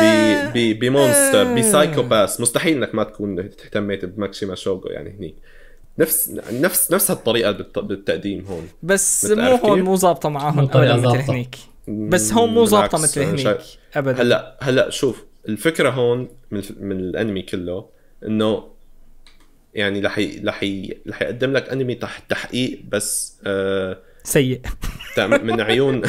Speaker 2: ب بمونستر بسايكوباث مستحيل انك ما تكون اهتميت بماكسيما شوغو يعني هنيك نفس نفس نفس هالطريقه بالتقديم هون.
Speaker 1: بس مو هون مو ظابطه معاهم ابدا مثل هنيك. بس هون مو ظابطه مثل هنيك ابدا.
Speaker 2: هلا هلا شوف الفكره هون من, من الانمي كله انه يعني رح رح رح يقدم لك انمي تحت تحقيق بس آه
Speaker 1: سيء
Speaker 2: من عيون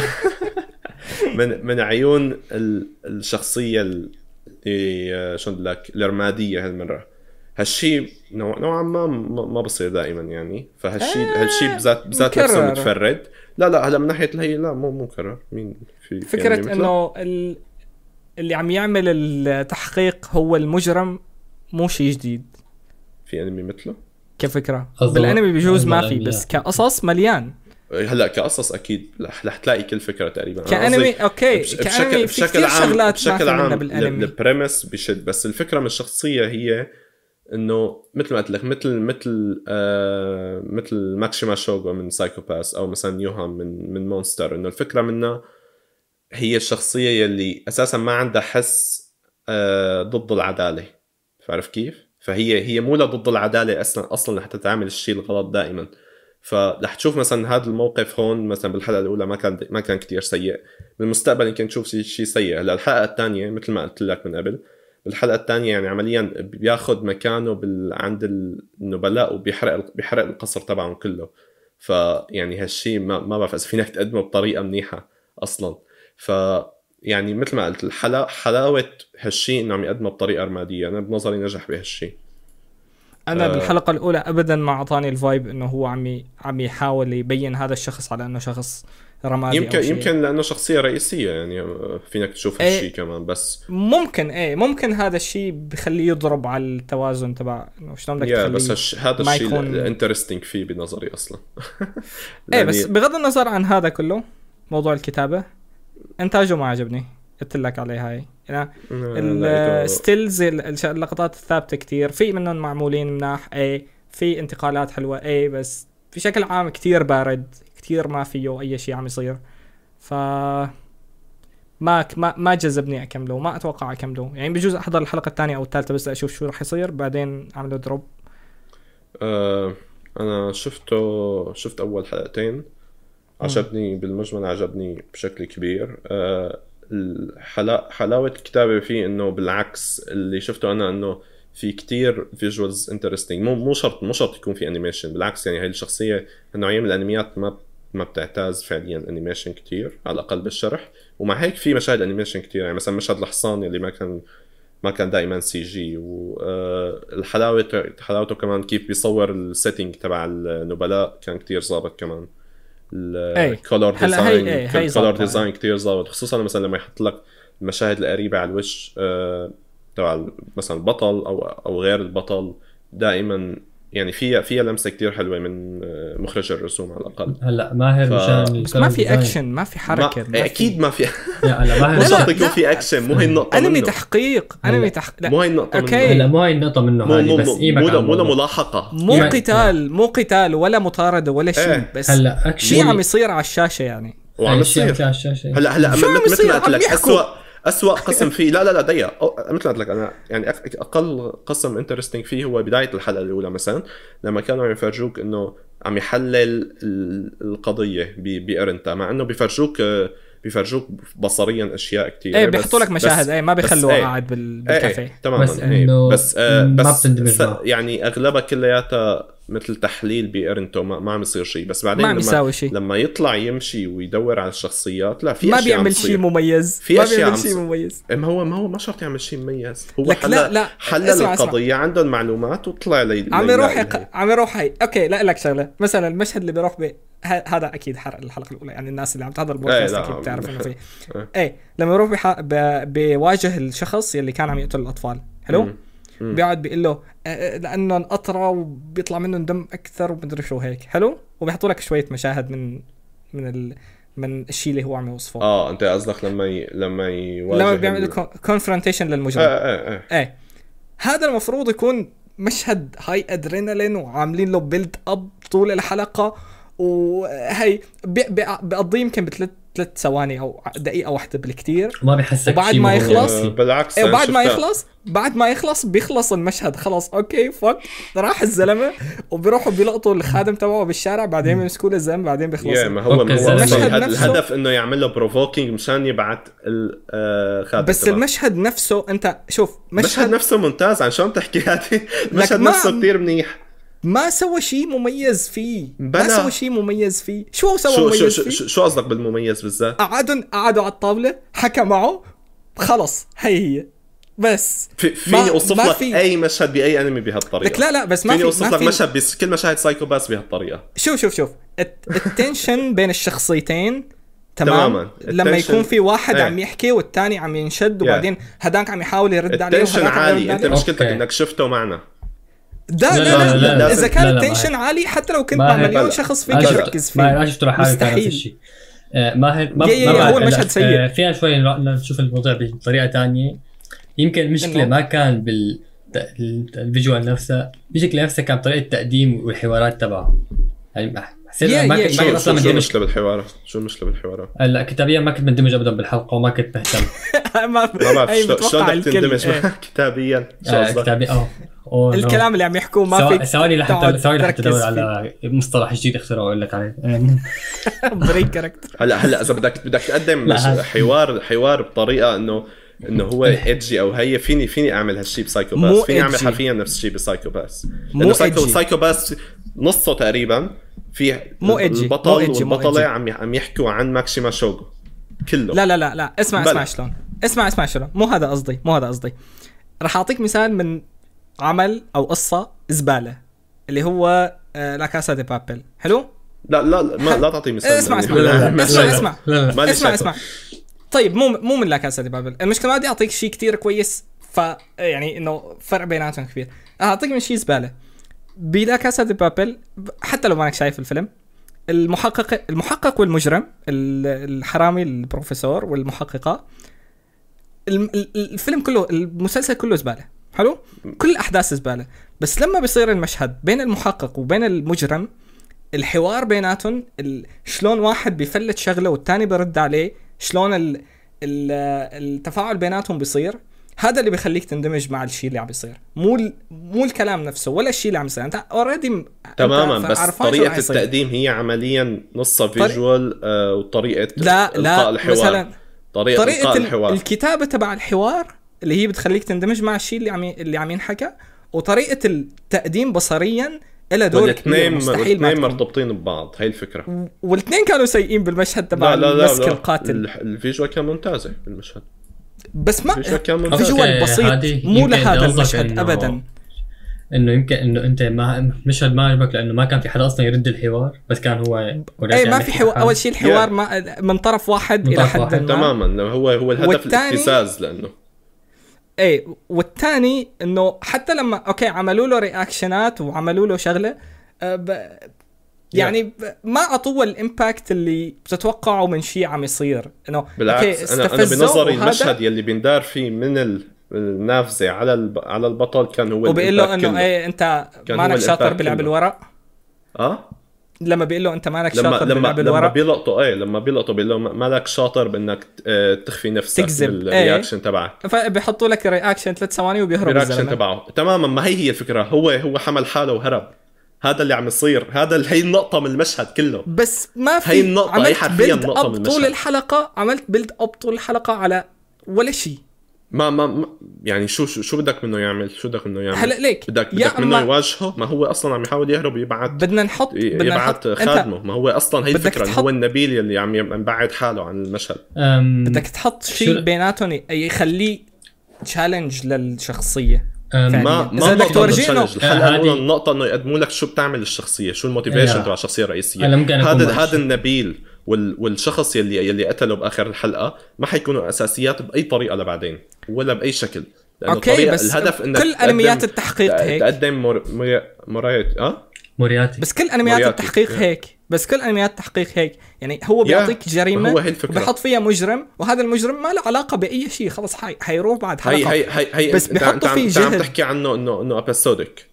Speaker 2: من من عيون الشخصيه اللي شلون بدي لك الرماديه هالمره. هالشيء نوعا ما ما بصير دائما يعني. فهالشيء آه هالشيء بذات بذات نفسه متفرد. لا لا هلا من ناحيه هي لا مو مكرر. مين في
Speaker 1: فكره انه اللي عم يعمل التحقيق هو المجرم مو شيء جديد
Speaker 2: في انمي مثله
Speaker 1: كفكره. بالانمي بجوز ما في بس كقصص مليان.
Speaker 2: هلا كقصص اكيد رح تلاقي كل فكره تقريبا.
Speaker 1: كانمي اوكي كانمي في كثير شغلات
Speaker 2: بشكل عام
Speaker 1: بالانمي
Speaker 2: البريمس بشد. بس الفكره من الشخصيه هي انه مثل ما قلت لك مثل مثل آه مثل ماكسيما شوغو من سايكوباث او مثلا يوهان من من مونستر. انه الفكره منها هي الشخصيه يلي اساسا ما عندها حس آه ضد العداله فعرف كيف؟ فهي هي مو ضد العداله اصلا اصلا لحتى تعمل الشيء الغلط دائما. فرح تشوف مثلا هذا الموقف هون مثلا بالحلقه الاولى ما كان ما كان كتير سيء، بالمستقبل يمكن تشوف شيء سيء. هلا الحلقه الثانيه مثل ما قلت لك من قبل، بالحلقه الثانيه يعني عمليا بياخذ مكانه بال... عند النبلاء وبيحرق بيحرق القصر تبعهم كله. فيعني هالشيء ما ما بعرف اذا فينك تقدمه بطريقه منيحه اصلا. ف يعني مثل ما قلت الحلا حلاوه هالشيء انه عم يقدمه بطريقه رماديه. انا بنظري نجح بهالشيء.
Speaker 1: انا
Speaker 2: آه.
Speaker 1: بالحلقه الاولى ابدا ما اعطاني الفايب انه هو عم عم يحاول يبين هذا الشخص على انه شخص رمادي.
Speaker 2: يمكن يمكن لانه شخصيه رئيسيه يعني فينك تشوف هالشيء
Speaker 1: ايه
Speaker 2: كمان. بس
Speaker 1: ممكن ايه ممكن هذا الشيء بخليه يضرب على التوازن تبع انه شلون بدك
Speaker 2: تخليه.
Speaker 1: تخليه
Speaker 2: بس هش... هذا
Speaker 1: ما
Speaker 2: الشيء
Speaker 1: يكون-
Speaker 2: الانترستينج فيه بنظري اصلا.
Speaker 1: ايه بس بغض النظر عن هذا كله، موضوع الكتابه انتاجه ما عجبني، قلت لك عليه هاي. يعني الستيلز اللقطات الثابته كتير، في منهم معمولين مناح ايه، في انتقالات حلوه ايه، بس بشكل عام كتير بارد، كتير ما فيه اي شيء عم يصير. ف ما ما ما جذبني اكمله، ما اتوقع اكمله. يعني بجوز احضر الحلقه الثانيه او الثالثه بس اشوف شو راح يصير، بعدين اعمله دروب.
Speaker 2: آه انا شفته شفت اول حلقتين، عجبني بالمجمل، عجبني بشكل كبير. آه الحلا... حلاوه الكتابه فيه انه بالعكس اللي شفته انا انه في كتير فيجوالز انترستينج. مو مو شرط مو شرط يكون في انيميشن، بالعكس يعني هاي الشخصيه النوعيه من الانميات ما ما بتعتاز فعليا انيميشن كتير على الاقل بالشرح، ومع هيك في مشاهد انيميشن كتير. يعني مثلا مشهد الحصان اللي ما كان ما كان دائما سي جي. والحلاوه حلاوته كمان كيف بيصور السيتنج تبع النبلاء كان كتير ظابط كمان. الكولر ديزاين الكولر ديزاين كتير ظابط، خصوصا مثلا لما يحط لك المشاهد القريبه على الوش آه تبع مثلا البطل او او غير البطل. دائما يعني فيها فيها لمسه كتير حلوه من مخرج الرسوم على الاقل.
Speaker 3: هلا ماهر
Speaker 2: ف...
Speaker 3: مشان
Speaker 1: بس ما في اكشن، ما في حركه،
Speaker 2: ما...
Speaker 1: ما
Speaker 2: اكيد ما في.
Speaker 3: هلا ماهر
Speaker 2: مو
Speaker 1: لا،
Speaker 2: شرط
Speaker 1: لا،
Speaker 2: يكون
Speaker 1: لا.
Speaker 2: في اكشن، مو هي النقطه
Speaker 1: انمي
Speaker 2: منه.
Speaker 1: تحقيق انمي تحقيق
Speaker 2: مو هي النقطه
Speaker 1: أوكي.
Speaker 2: منه.
Speaker 3: هلا مو هي النقطه منه
Speaker 2: مو
Speaker 3: هذه،
Speaker 2: مو
Speaker 3: بس
Speaker 2: مو
Speaker 3: قيمك
Speaker 2: مو,
Speaker 3: على
Speaker 2: مو
Speaker 3: الموضوع.
Speaker 2: ملاحقه.
Speaker 1: مو
Speaker 3: يعني-
Speaker 1: قتال مو قتال ولا مطارده ولا شيء
Speaker 2: إيه.
Speaker 1: بس
Speaker 3: هلا اكشن
Speaker 1: شيء عم يصير على الشاشه يعني.
Speaker 2: وعم
Speaker 3: الشيء
Speaker 2: يصير
Speaker 3: على الشاشه.
Speaker 2: هلا هلا
Speaker 1: شو عم
Speaker 2: مثل
Speaker 1: يصير؟
Speaker 2: ما قلت
Speaker 1: عم
Speaker 2: لك
Speaker 1: يحكوا.
Speaker 2: اسوء اسوء قسم فيه لا لا لا ضيق مثل ما قلت لك انا يعني أق- اقل قسم انترستينج فيه هو بدايه الحلقه الاولى مثلا لما كانوا عم يفرجوك انه عم يحلل ال- القضيه ب- بإرنتا، مع انه بيفرجوك بيفرجوك بصريا اشياء كتير.
Speaker 1: ايه بيحطوا لك مشاهد ايه ما بيخلوه
Speaker 2: ايه
Speaker 1: قاعد بال-
Speaker 2: ايه
Speaker 1: بالكافيه.
Speaker 2: ايه تماما
Speaker 3: بس
Speaker 2: ايه
Speaker 3: إنه
Speaker 2: بس آه
Speaker 3: ما
Speaker 2: بس
Speaker 3: بتندمج
Speaker 2: س-
Speaker 3: معه.
Speaker 2: يعني اغلبها كلياتها مثل تحليل بإرنتو، ما, ما عم يصير شيء. بس بعدين
Speaker 1: ما عم
Speaker 2: لما
Speaker 1: يساوي شيء،
Speaker 2: لما يطلع يمشي ويدور على الشخصيات لا في
Speaker 1: ما
Speaker 2: اشياء عم
Speaker 1: بيعمل
Speaker 2: تصير.
Speaker 1: شيء مميز،
Speaker 2: في
Speaker 1: ما
Speaker 2: أشياء
Speaker 1: بيعمل
Speaker 2: عم
Speaker 1: شيء
Speaker 2: تصير.
Speaker 1: مميز.
Speaker 2: ما هو ما هو ما شرط يعمل شيء مميز، هو
Speaker 1: لك
Speaker 2: حلل
Speaker 1: لا لا
Speaker 2: حلل
Speaker 1: اسمع
Speaker 2: القضيه
Speaker 1: اسمع.
Speaker 2: عنده المعلومات وطلع لي
Speaker 1: عم
Speaker 2: لي-
Speaker 1: يروح
Speaker 2: لي-
Speaker 1: يق... عم يروح هاي اوكي. لا لك شغله مثلا المشهد اللي بيروح ب ه... هذا اكيد حرق الحلقه الاولى، يعني الناس اللي عم تحضر البودكاست
Speaker 2: لا،
Speaker 1: اكيد بتعرف انه في
Speaker 2: إيه.
Speaker 1: ايه لما يروح بح... ب... بواجه الشخص يلي كان عم يقتل الاطفال. حلو
Speaker 2: مم. مم.
Speaker 1: بيقعد بيقول له آه، لانه انقطره وبيطلع منه دم اكثر ومدري شو هيك. حلو وبيحطوا لك شويه مشاهد من من ال... من الشيء اللي هو عم يوصفه.
Speaker 2: اه انت قصدك لما ي... لما يواجه
Speaker 1: لما بيعمل
Speaker 2: ال-
Speaker 1: كونفرونتيشن للمجرم.
Speaker 2: اه اه اه
Speaker 1: ايه هذا المفروض يكون مشهد هاي ادرينالين وعاملين له بيلد اب طول الحلقه، وهي بي- بي- بقضي يمكن بثلاث ثلاث ثواني او دقيقه واحدة بالكتير.
Speaker 3: ما بيحسك
Speaker 1: وبعد
Speaker 3: شيء
Speaker 1: ما
Speaker 3: مميز.
Speaker 1: يخلص
Speaker 2: آه، بالعكس
Speaker 1: ايه
Speaker 2: أنا
Speaker 1: وبعد ما
Speaker 2: شفتها.
Speaker 1: يخلص بعد ما يخلص بيخلص المشهد خلص اوكي فك راح الزلمه وبيروحوا بيلقطوا الخادم تبعه بالشارع، بعدين بيمسكوا له الزلمه، بعدين بيخلص.
Speaker 2: يا ما هو
Speaker 3: أوكي،
Speaker 2: ما هو
Speaker 3: الزلمة
Speaker 2: أصلاً
Speaker 1: المشهد
Speaker 2: الهد-
Speaker 1: نفسه-
Speaker 2: الهدف انه يعمل له بروفوكينج مشان يبعت الخادم.
Speaker 1: بس المشهد نفسه انت شوف
Speaker 2: مشهد
Speaker 1: مشهد
Speaker 2: نفسه ممتاز، عن شو عم تحكي هذه؟ المشهد
Speaker 1: ما-
Speaker 2: نفسه كتير منيح.
Speaker 1: ما سوى شيء مميز فيه، ما
Speaker 2: بلا.
Speaker 1: سوى شيء مميز فيه. شو سوى
Speaker 2: شو شو
Speaker 1: مميز
Speaker 2: شو,
Speaker 1: فيه؟
Speaker 2: شو, شو قصدك بالمميز بالذات؟
Speaker 1: قعدوا قعدوا على الطاولة حكى معه خلص هي هي بس
Speaker 2: في فيني
Speaker 1: ما-
Speaker 2: اوصف
Speaker 1: ما
Speaker 2: لك
Speaker 1: في-
Speaker 2: اي مشهد باي انمي بهالطريقه.
Speaker 1: لك لا لا بس ما
Speaker 2: فيني
Speaker 1: في
Speaker 2: اوصف
Speaker 1: ما
Speaker 2: لك
Speaker 1: في
Speaker 2: مشهد بس كل مشاهد سايكوباس بهالطريقه.
Speaker 1: شوف شوف شوف الت- التنشن بين الشخصيتين تمام.
Speaker 2: تماماً.
Speaker 1: لما
Speaker 2: التنشن-
Speaker 1: يكون في واحد
Speaker 2: ايه.
Speaker 1: عم يحكي والتاني عم ينشد وبعدين هداك عم يحاول يرد عليه
Speaker 2: التنشن
Speaker 1: وهداك عم
Speaker 2: عالي،
Speaker 1: يرد
Speaker 2: انت
Speaker 1: عليه.
Speaker 2: مشكلتك
Speaker 3: أوكي.
Speaker 2: انك شفته معنا.
Speaker 1: ده لا
Speaker 3: لا،
Speaker 1: لا,
Speaker 3: لا،
Speaker 1: لا,
Speaker 3: لا،
Speaker 1: اذا
Speaker 3: لا،
Speaker 1: كان
Speaker 3: لا، ما
Speaker 1: التنشن
Speaker 3: هي.
Speaker 1: عالي حتى لو كنت
Speaker 3: ما
Speaker 1: مع
Speaker 3: هي.
Speaker 1: مليون
Speaker 2: لا.
Speaker 1: شخص فيك
Speaker 3: أنا
Speaker 1: تركز
Speaker 3: شفت- ما
Speaker 1: فيه.
Speaker 3: انا شفت له حاجه كان نفس
Speaker 1: مستحيل.
Speaker 3: الشيء. آه، ماهر ما
Speaker 1: يا- يا-
Speaker 3: ما
Speaker 1: هو
Speaker 3: بعرف.
Speaker 1: المشهد
Speaker 3: هلا،
Speaker 1: سيء.
Speaker 3: آه، فينا شوي نروح نشوف الموضوع بطريقه تانية. يمكن المشكله
Speaker 1: إنه-
Speaker 3: ما كان بال الفيجوال نفسها، المشكله نفسها كان طريقه التقديم والحوارات تبعه. يعني حسيت
Speaker 1: يا-
Speaker 3: ما
Speaker 1: يا-
Speaker 3: كنت ما
Speaker 2: شو
Speaker 3: كنت
Speaker 2: شو
Speaker 3: اصلا
Speaker 2: شو
Speaker 3: مندمج.
Speaker 2: المشكله بالحوار؟ شو المشكله بالحوار؟
Speaker 3: لا كتابيا ما كنت مندمج ابدا بالحلقه وما كنت مهتم.
Speaker 1: ما
Speaker 2: ما بعرف
Speaker 1: أي
Speaker 2: شلون
Speaker 1: بتوقع
Speaker 2: شلون بدك
Speaker 1: الكل.
Speaker 2: تندمج
Speaker 1: إيه.
Speaker 2: معك كتابيا شو
Speaker 4: آه،
Speaker 2: قصدك؟
Speaker 4: كتابي اه أوه، نو.
Speaker 1: الكلام اللي عم يحكوه ما
Speaker 4: ثوا-
Speaker 1: فيك
Speaker 4: ثواني لحتى
Speaker 1: تقعد
Speaker 4: ثواني لحتى
Speaker 1: تركز
Speaker 4: ادور
Speaker 1: فيه.
Speaker 4: على مصطلح جديد اخترعه اقول لك عليه. آم،
Speaker 1: بريك كاركتر.
Speaker 2: هلا هلا اذا بدك بدك تقدم
Speaker 4: لا،
Speaker 2: مش-
Speaker 4: هذا-
Speaker 2: حوار حوار بطريقه انه انه هو ايدجي او هي فيني فيني اعمل هالشيء بسايكو
Speaker 1: مو
Speaker 2: باس، فيني اعمل
Speaker 1: edgy.
Speaker 2: حرفيا نفس الشيء بسايكو باس.
Speaker 1: مو
Speaker 2: لانه سايكو
Speaker 1: edgy.
Speaker 2: سايكو باس نصه تقريبا في
Speaker 1: مو edgy.
Speaker 2: البطل
Speaker 1: مو edgy. مو
Speaker 2: والبطله
Speaker 1: edgy.
Speaker 2: عم عم يحكوا عن ماكسيما شوغو كله.
Speaker 1: لا لا لا لا اسمع
Speaker 2: بلى.
Speaker 1: اسمع شلون اسمع اسمع شلون مو هذا قصدي مو هذا قصدي راح اعطيك مثال من عمل او قصه زباله اللي هو آه لا كاسا دي بابل. حلو.
Speaker 2: لا لا لا, ما لا تعطي مثال.
Speaker 1: اسمع اسمع
Speaker 4: لا، لا، لا.
Speaker 1: اسمع
Speaker 4: لا، لا.
Speaker 1: اسمع
Speaker 4: لا لا
Speaker 2: ما لي
Speaker 1: اسمع
Speaker 2: شايفه.
Speaker 1: اسمع طيب مو مو من لا كاسا دي بابل. المشكله ما بدي اعطيك شيء كتير كويس ف يعني انه فرق بيناتهم كبير. اعطيك من شيء زباله بلا كاسا دي بابل. حتى لو مانك شايف الفيلم المحقق المحقق والمجرم ال- الحرامي البروفيسور والمحققه الم- ال- الفيلم كله المسلسل كله زباله. حلو. كل الاحداث زباله بس لما بيصير المشهد بين المحقق وبين المجرم الحوار بيناتهم ال- شلون واحد بيفلت شغله والتاني برد عليه شلون ال... ال... التفاعل بيناتهم بيصير. هذا اللي بيخليك تندمج مع الشيء اللي عم بيصير مو ال... مو الكلام نفسه ولا الشيء اللي عم يصير. انت اوريدي
Speaker 2: تماما بس طريقه التقديم هي عمليا نصها فيجوال آه وطريقه
Speaker 1: لا
Speaker 2: إلقاء
Speaker 1: لا
Speaker 2: الحوار.
Speaker 1: مثلا
Speaker 2: طريقه,
Speaker 1: طريقه
Speaker 2: إلقاء
Speaker 1: ال...
Speaker 2: الحوار.
Speaker 1: الكتابه تبع الحوار اللي هي بتخليك تندمج مع الشيء اللي عم ي... اللي عم ينحكى وطريقه التقديم بصريا إلها دور كبير
Speaker 2: والاثنين
Speaker 1: مستحيل ما
Speaker 2: الاثنين
Speaker 1: تكون.
Speaker 2: مرتبطين ببعض. هي الفكره.
Speaker 1: والاثنين كانوا سيئين بالمشهد تبع
Speaker 2: لا لا لا,
Speaker 1: مسك
Speaker 2: لا.
Speaker 1: القاتل
Speaker 2: ال- الفيجوال كان ممتازه بالمشهد.
Speaker 1: بس ما
Speaker 2: الفيجوال كان ممتاز.
Speaker 1: فيجوال
Speaker 4: أوكي،
Speaker 1: بسيط
Speaker 4: هذه
Speaker 1: مو
Speaker 4: يمكن
Speaker 1: لهذا
Speaker 4: قصدك
Speaker 1: المشهد
Speaker 4: إنه-
Speaker 1: ابدا.
Speaker 4: انه يمكن انه انت ما مشهد ما عجبك لانه ما كان في حدا اصلا يرد الحوار بس كان هو
Speaker 1: اي ما في حوار. اول شيء الحوار
Speaker 2: Yeah.
Speaker 1: ما من طرف واحد
Speaker 4: من
Speaker 1: الى
Speaker 4: طرف
Speaker 1: حد
Speaker 4: واحد.
Speaker 1: ما.
Speaker 2: تماما هو هو الهدف
Speaker 1: والتاني-
Speaker 2: الابتزاز لانه
Speaker 1: اي والثاني انه حتى لما اوكي عملوا له رياكشنات وعملوا له شغله أه ب... يعني ب... ما اعطوه الامباكت اللي بتتوقعه من شيء عم يصير. انه
Speaker 2: بالعكس انا انا بنظري المشهد يلي بيندار فيه من ال... النافذه على الب... على البطل كان هو
Speaker 1: وبيقول له
Speaker 2: الإمباكت
Speaker 1: انه
Speaker 2: كله.
Speaker 1: ايه انت
Speaker 2: كان
Speaker 1: مانك
Speaker 2: هو
Speaker 1: شاطر
Speaker 2: الإمباكت
Speaker 1: بلعب
Speaker 2: كله.
Speaker 1: الورق.
Speaker 2: اه
Speaker 1: لما بيقول له انت مانك
Speaker 2: لما
Speaker 1: شاطر
Speaker 2: لما
Speaker 1: بلعب
Speaker 2: لما
Speaker 1: الورق
Speaker 2: بيلقطوا ايه لما بيلقطوا بيقول له مالك شاطر بانك آه، تخفي نفسك
Speaker 1: تكذب.
Speaker 2: بالرياكشن تبعك.
Speaker 1: فبيحطوا لك رياكشن ثلاث ثواني وبيهرب
Speaker 2: الرياكشن
Speaker 1: الزلمه.
Speaker 2: تبعه تماما. ما هي هي الفكره. هو هو حمل حاله وهرب. هذا اللي عم يصير. هذا ال- هي النقطه من المشهد كله.
Speaker 1: بس ما في
Speaker 2: هي النقطة، هي
Speaker 1: عملت
Speaker 2: حرفياً
Speaker 1: build
Speaker 2: نقطة
Speaker 1: up
Speaker 2: من
Speaker 1: طول
Speaker 2: المشهد.
Speaker 1: الحلقه عملت بيلد اب طول الحلقه على ولا شيء.
Speaker 2: ما ما, ما يعني شو شو شو بدك منه يعمل؟ شو بدك منه يعمل؟
Speaker 1: هلا ليك
Speaker 2: بدك
Speaker 1: يا
Speaker 2: بدك منه
Speaker 1: أما
Speaker 2: يواجهه. ما هو اصلا عم يحاول يهرب ويبعت
Speaker 1: بدنا نحط بدنا
Speaker 2: يبعت
Speaker 1: نحط
Speaker 2: خادمه.
Speaker 1: انت
Speaker 2: ما هو اصلا هي
Speaker 1: بدك
Speaker 2: الفكره انه
Speaker 1: تحط-
Speaker 2: هو النبيل يلي عم يبعد حاله عن المشهد.
Speaker 4: أم...
Speaker 1: بدك تحط
Speaker 4: شو-
Speaker 1: شيء بيناتهم يخليه تشالنج للشخصيه.
Speaker 4: أم...
Speaker 1: فعلا.
Speaker 2: ما
Speaker 1: إذا
Speaker 2: ما
Speaker 1: بدك
Speaker 2: النقطة
Speaker 1: تورجينه-
Speaker 2: التشالنج. الحلقة
Speaker 4: آه،
Speaker 2: الأولى
Speaker 4: هذه-
Speaker 2: النقطة إنه يقدموا لك شو بتعمل الشخصية، شو الموتيفيشن
Speaker 4: آه.
Speaker 2: تبع الشخصية الرئيسية.
Speaker 4: أنا ممكن أكون
Speaker 2: هذا
Speaker 4: ماشي.
Speaker 2: هذا النبيل وال والشخص يلي يلي قتله بآخر الحلقة ما حيكونوا أساسيات بأي طريقة لبعدين ولا بأي شكل. لأنه
Speaker 1: اوكي
Speaker 2: طريقة
Speaker 1: بس
Speaker 2: الهدف إنك
Speaker 1: كل
Speaker 2: تقدم-
Speaker 1: انميات التحقيق هيك.
Speaker 2: تقدم مر... مر... مرايت اه
Speaker 4: مورياتي
Speaker 1: بس كل انميات
Speaker 2: مورياتي.
Speaker 1: التحقيق هيك بس كل انميات التحقيق هيك يعني هو بيعطيك جريمه
Speaker 2: هو هي الفكرة.
Speaker 1: وبيحط فيها مجرم وهذا المجرم ما له علاقه باي شيء. خلص حي... حيروح بعد
Speaker 2: هي
Speaker 1: حلقه.
Speaker 2: هي هي هي
Speaker 1: بس
Speaker 2: أنت-
Speaker 1: بيحطوا
Speaker 2: أنت عم-
Speaker 1: فيه
Speaker 2: أنت عم
Speaker 1: جهد.
Speaker 2: تحكي عنه إنه إنه أبيسودك.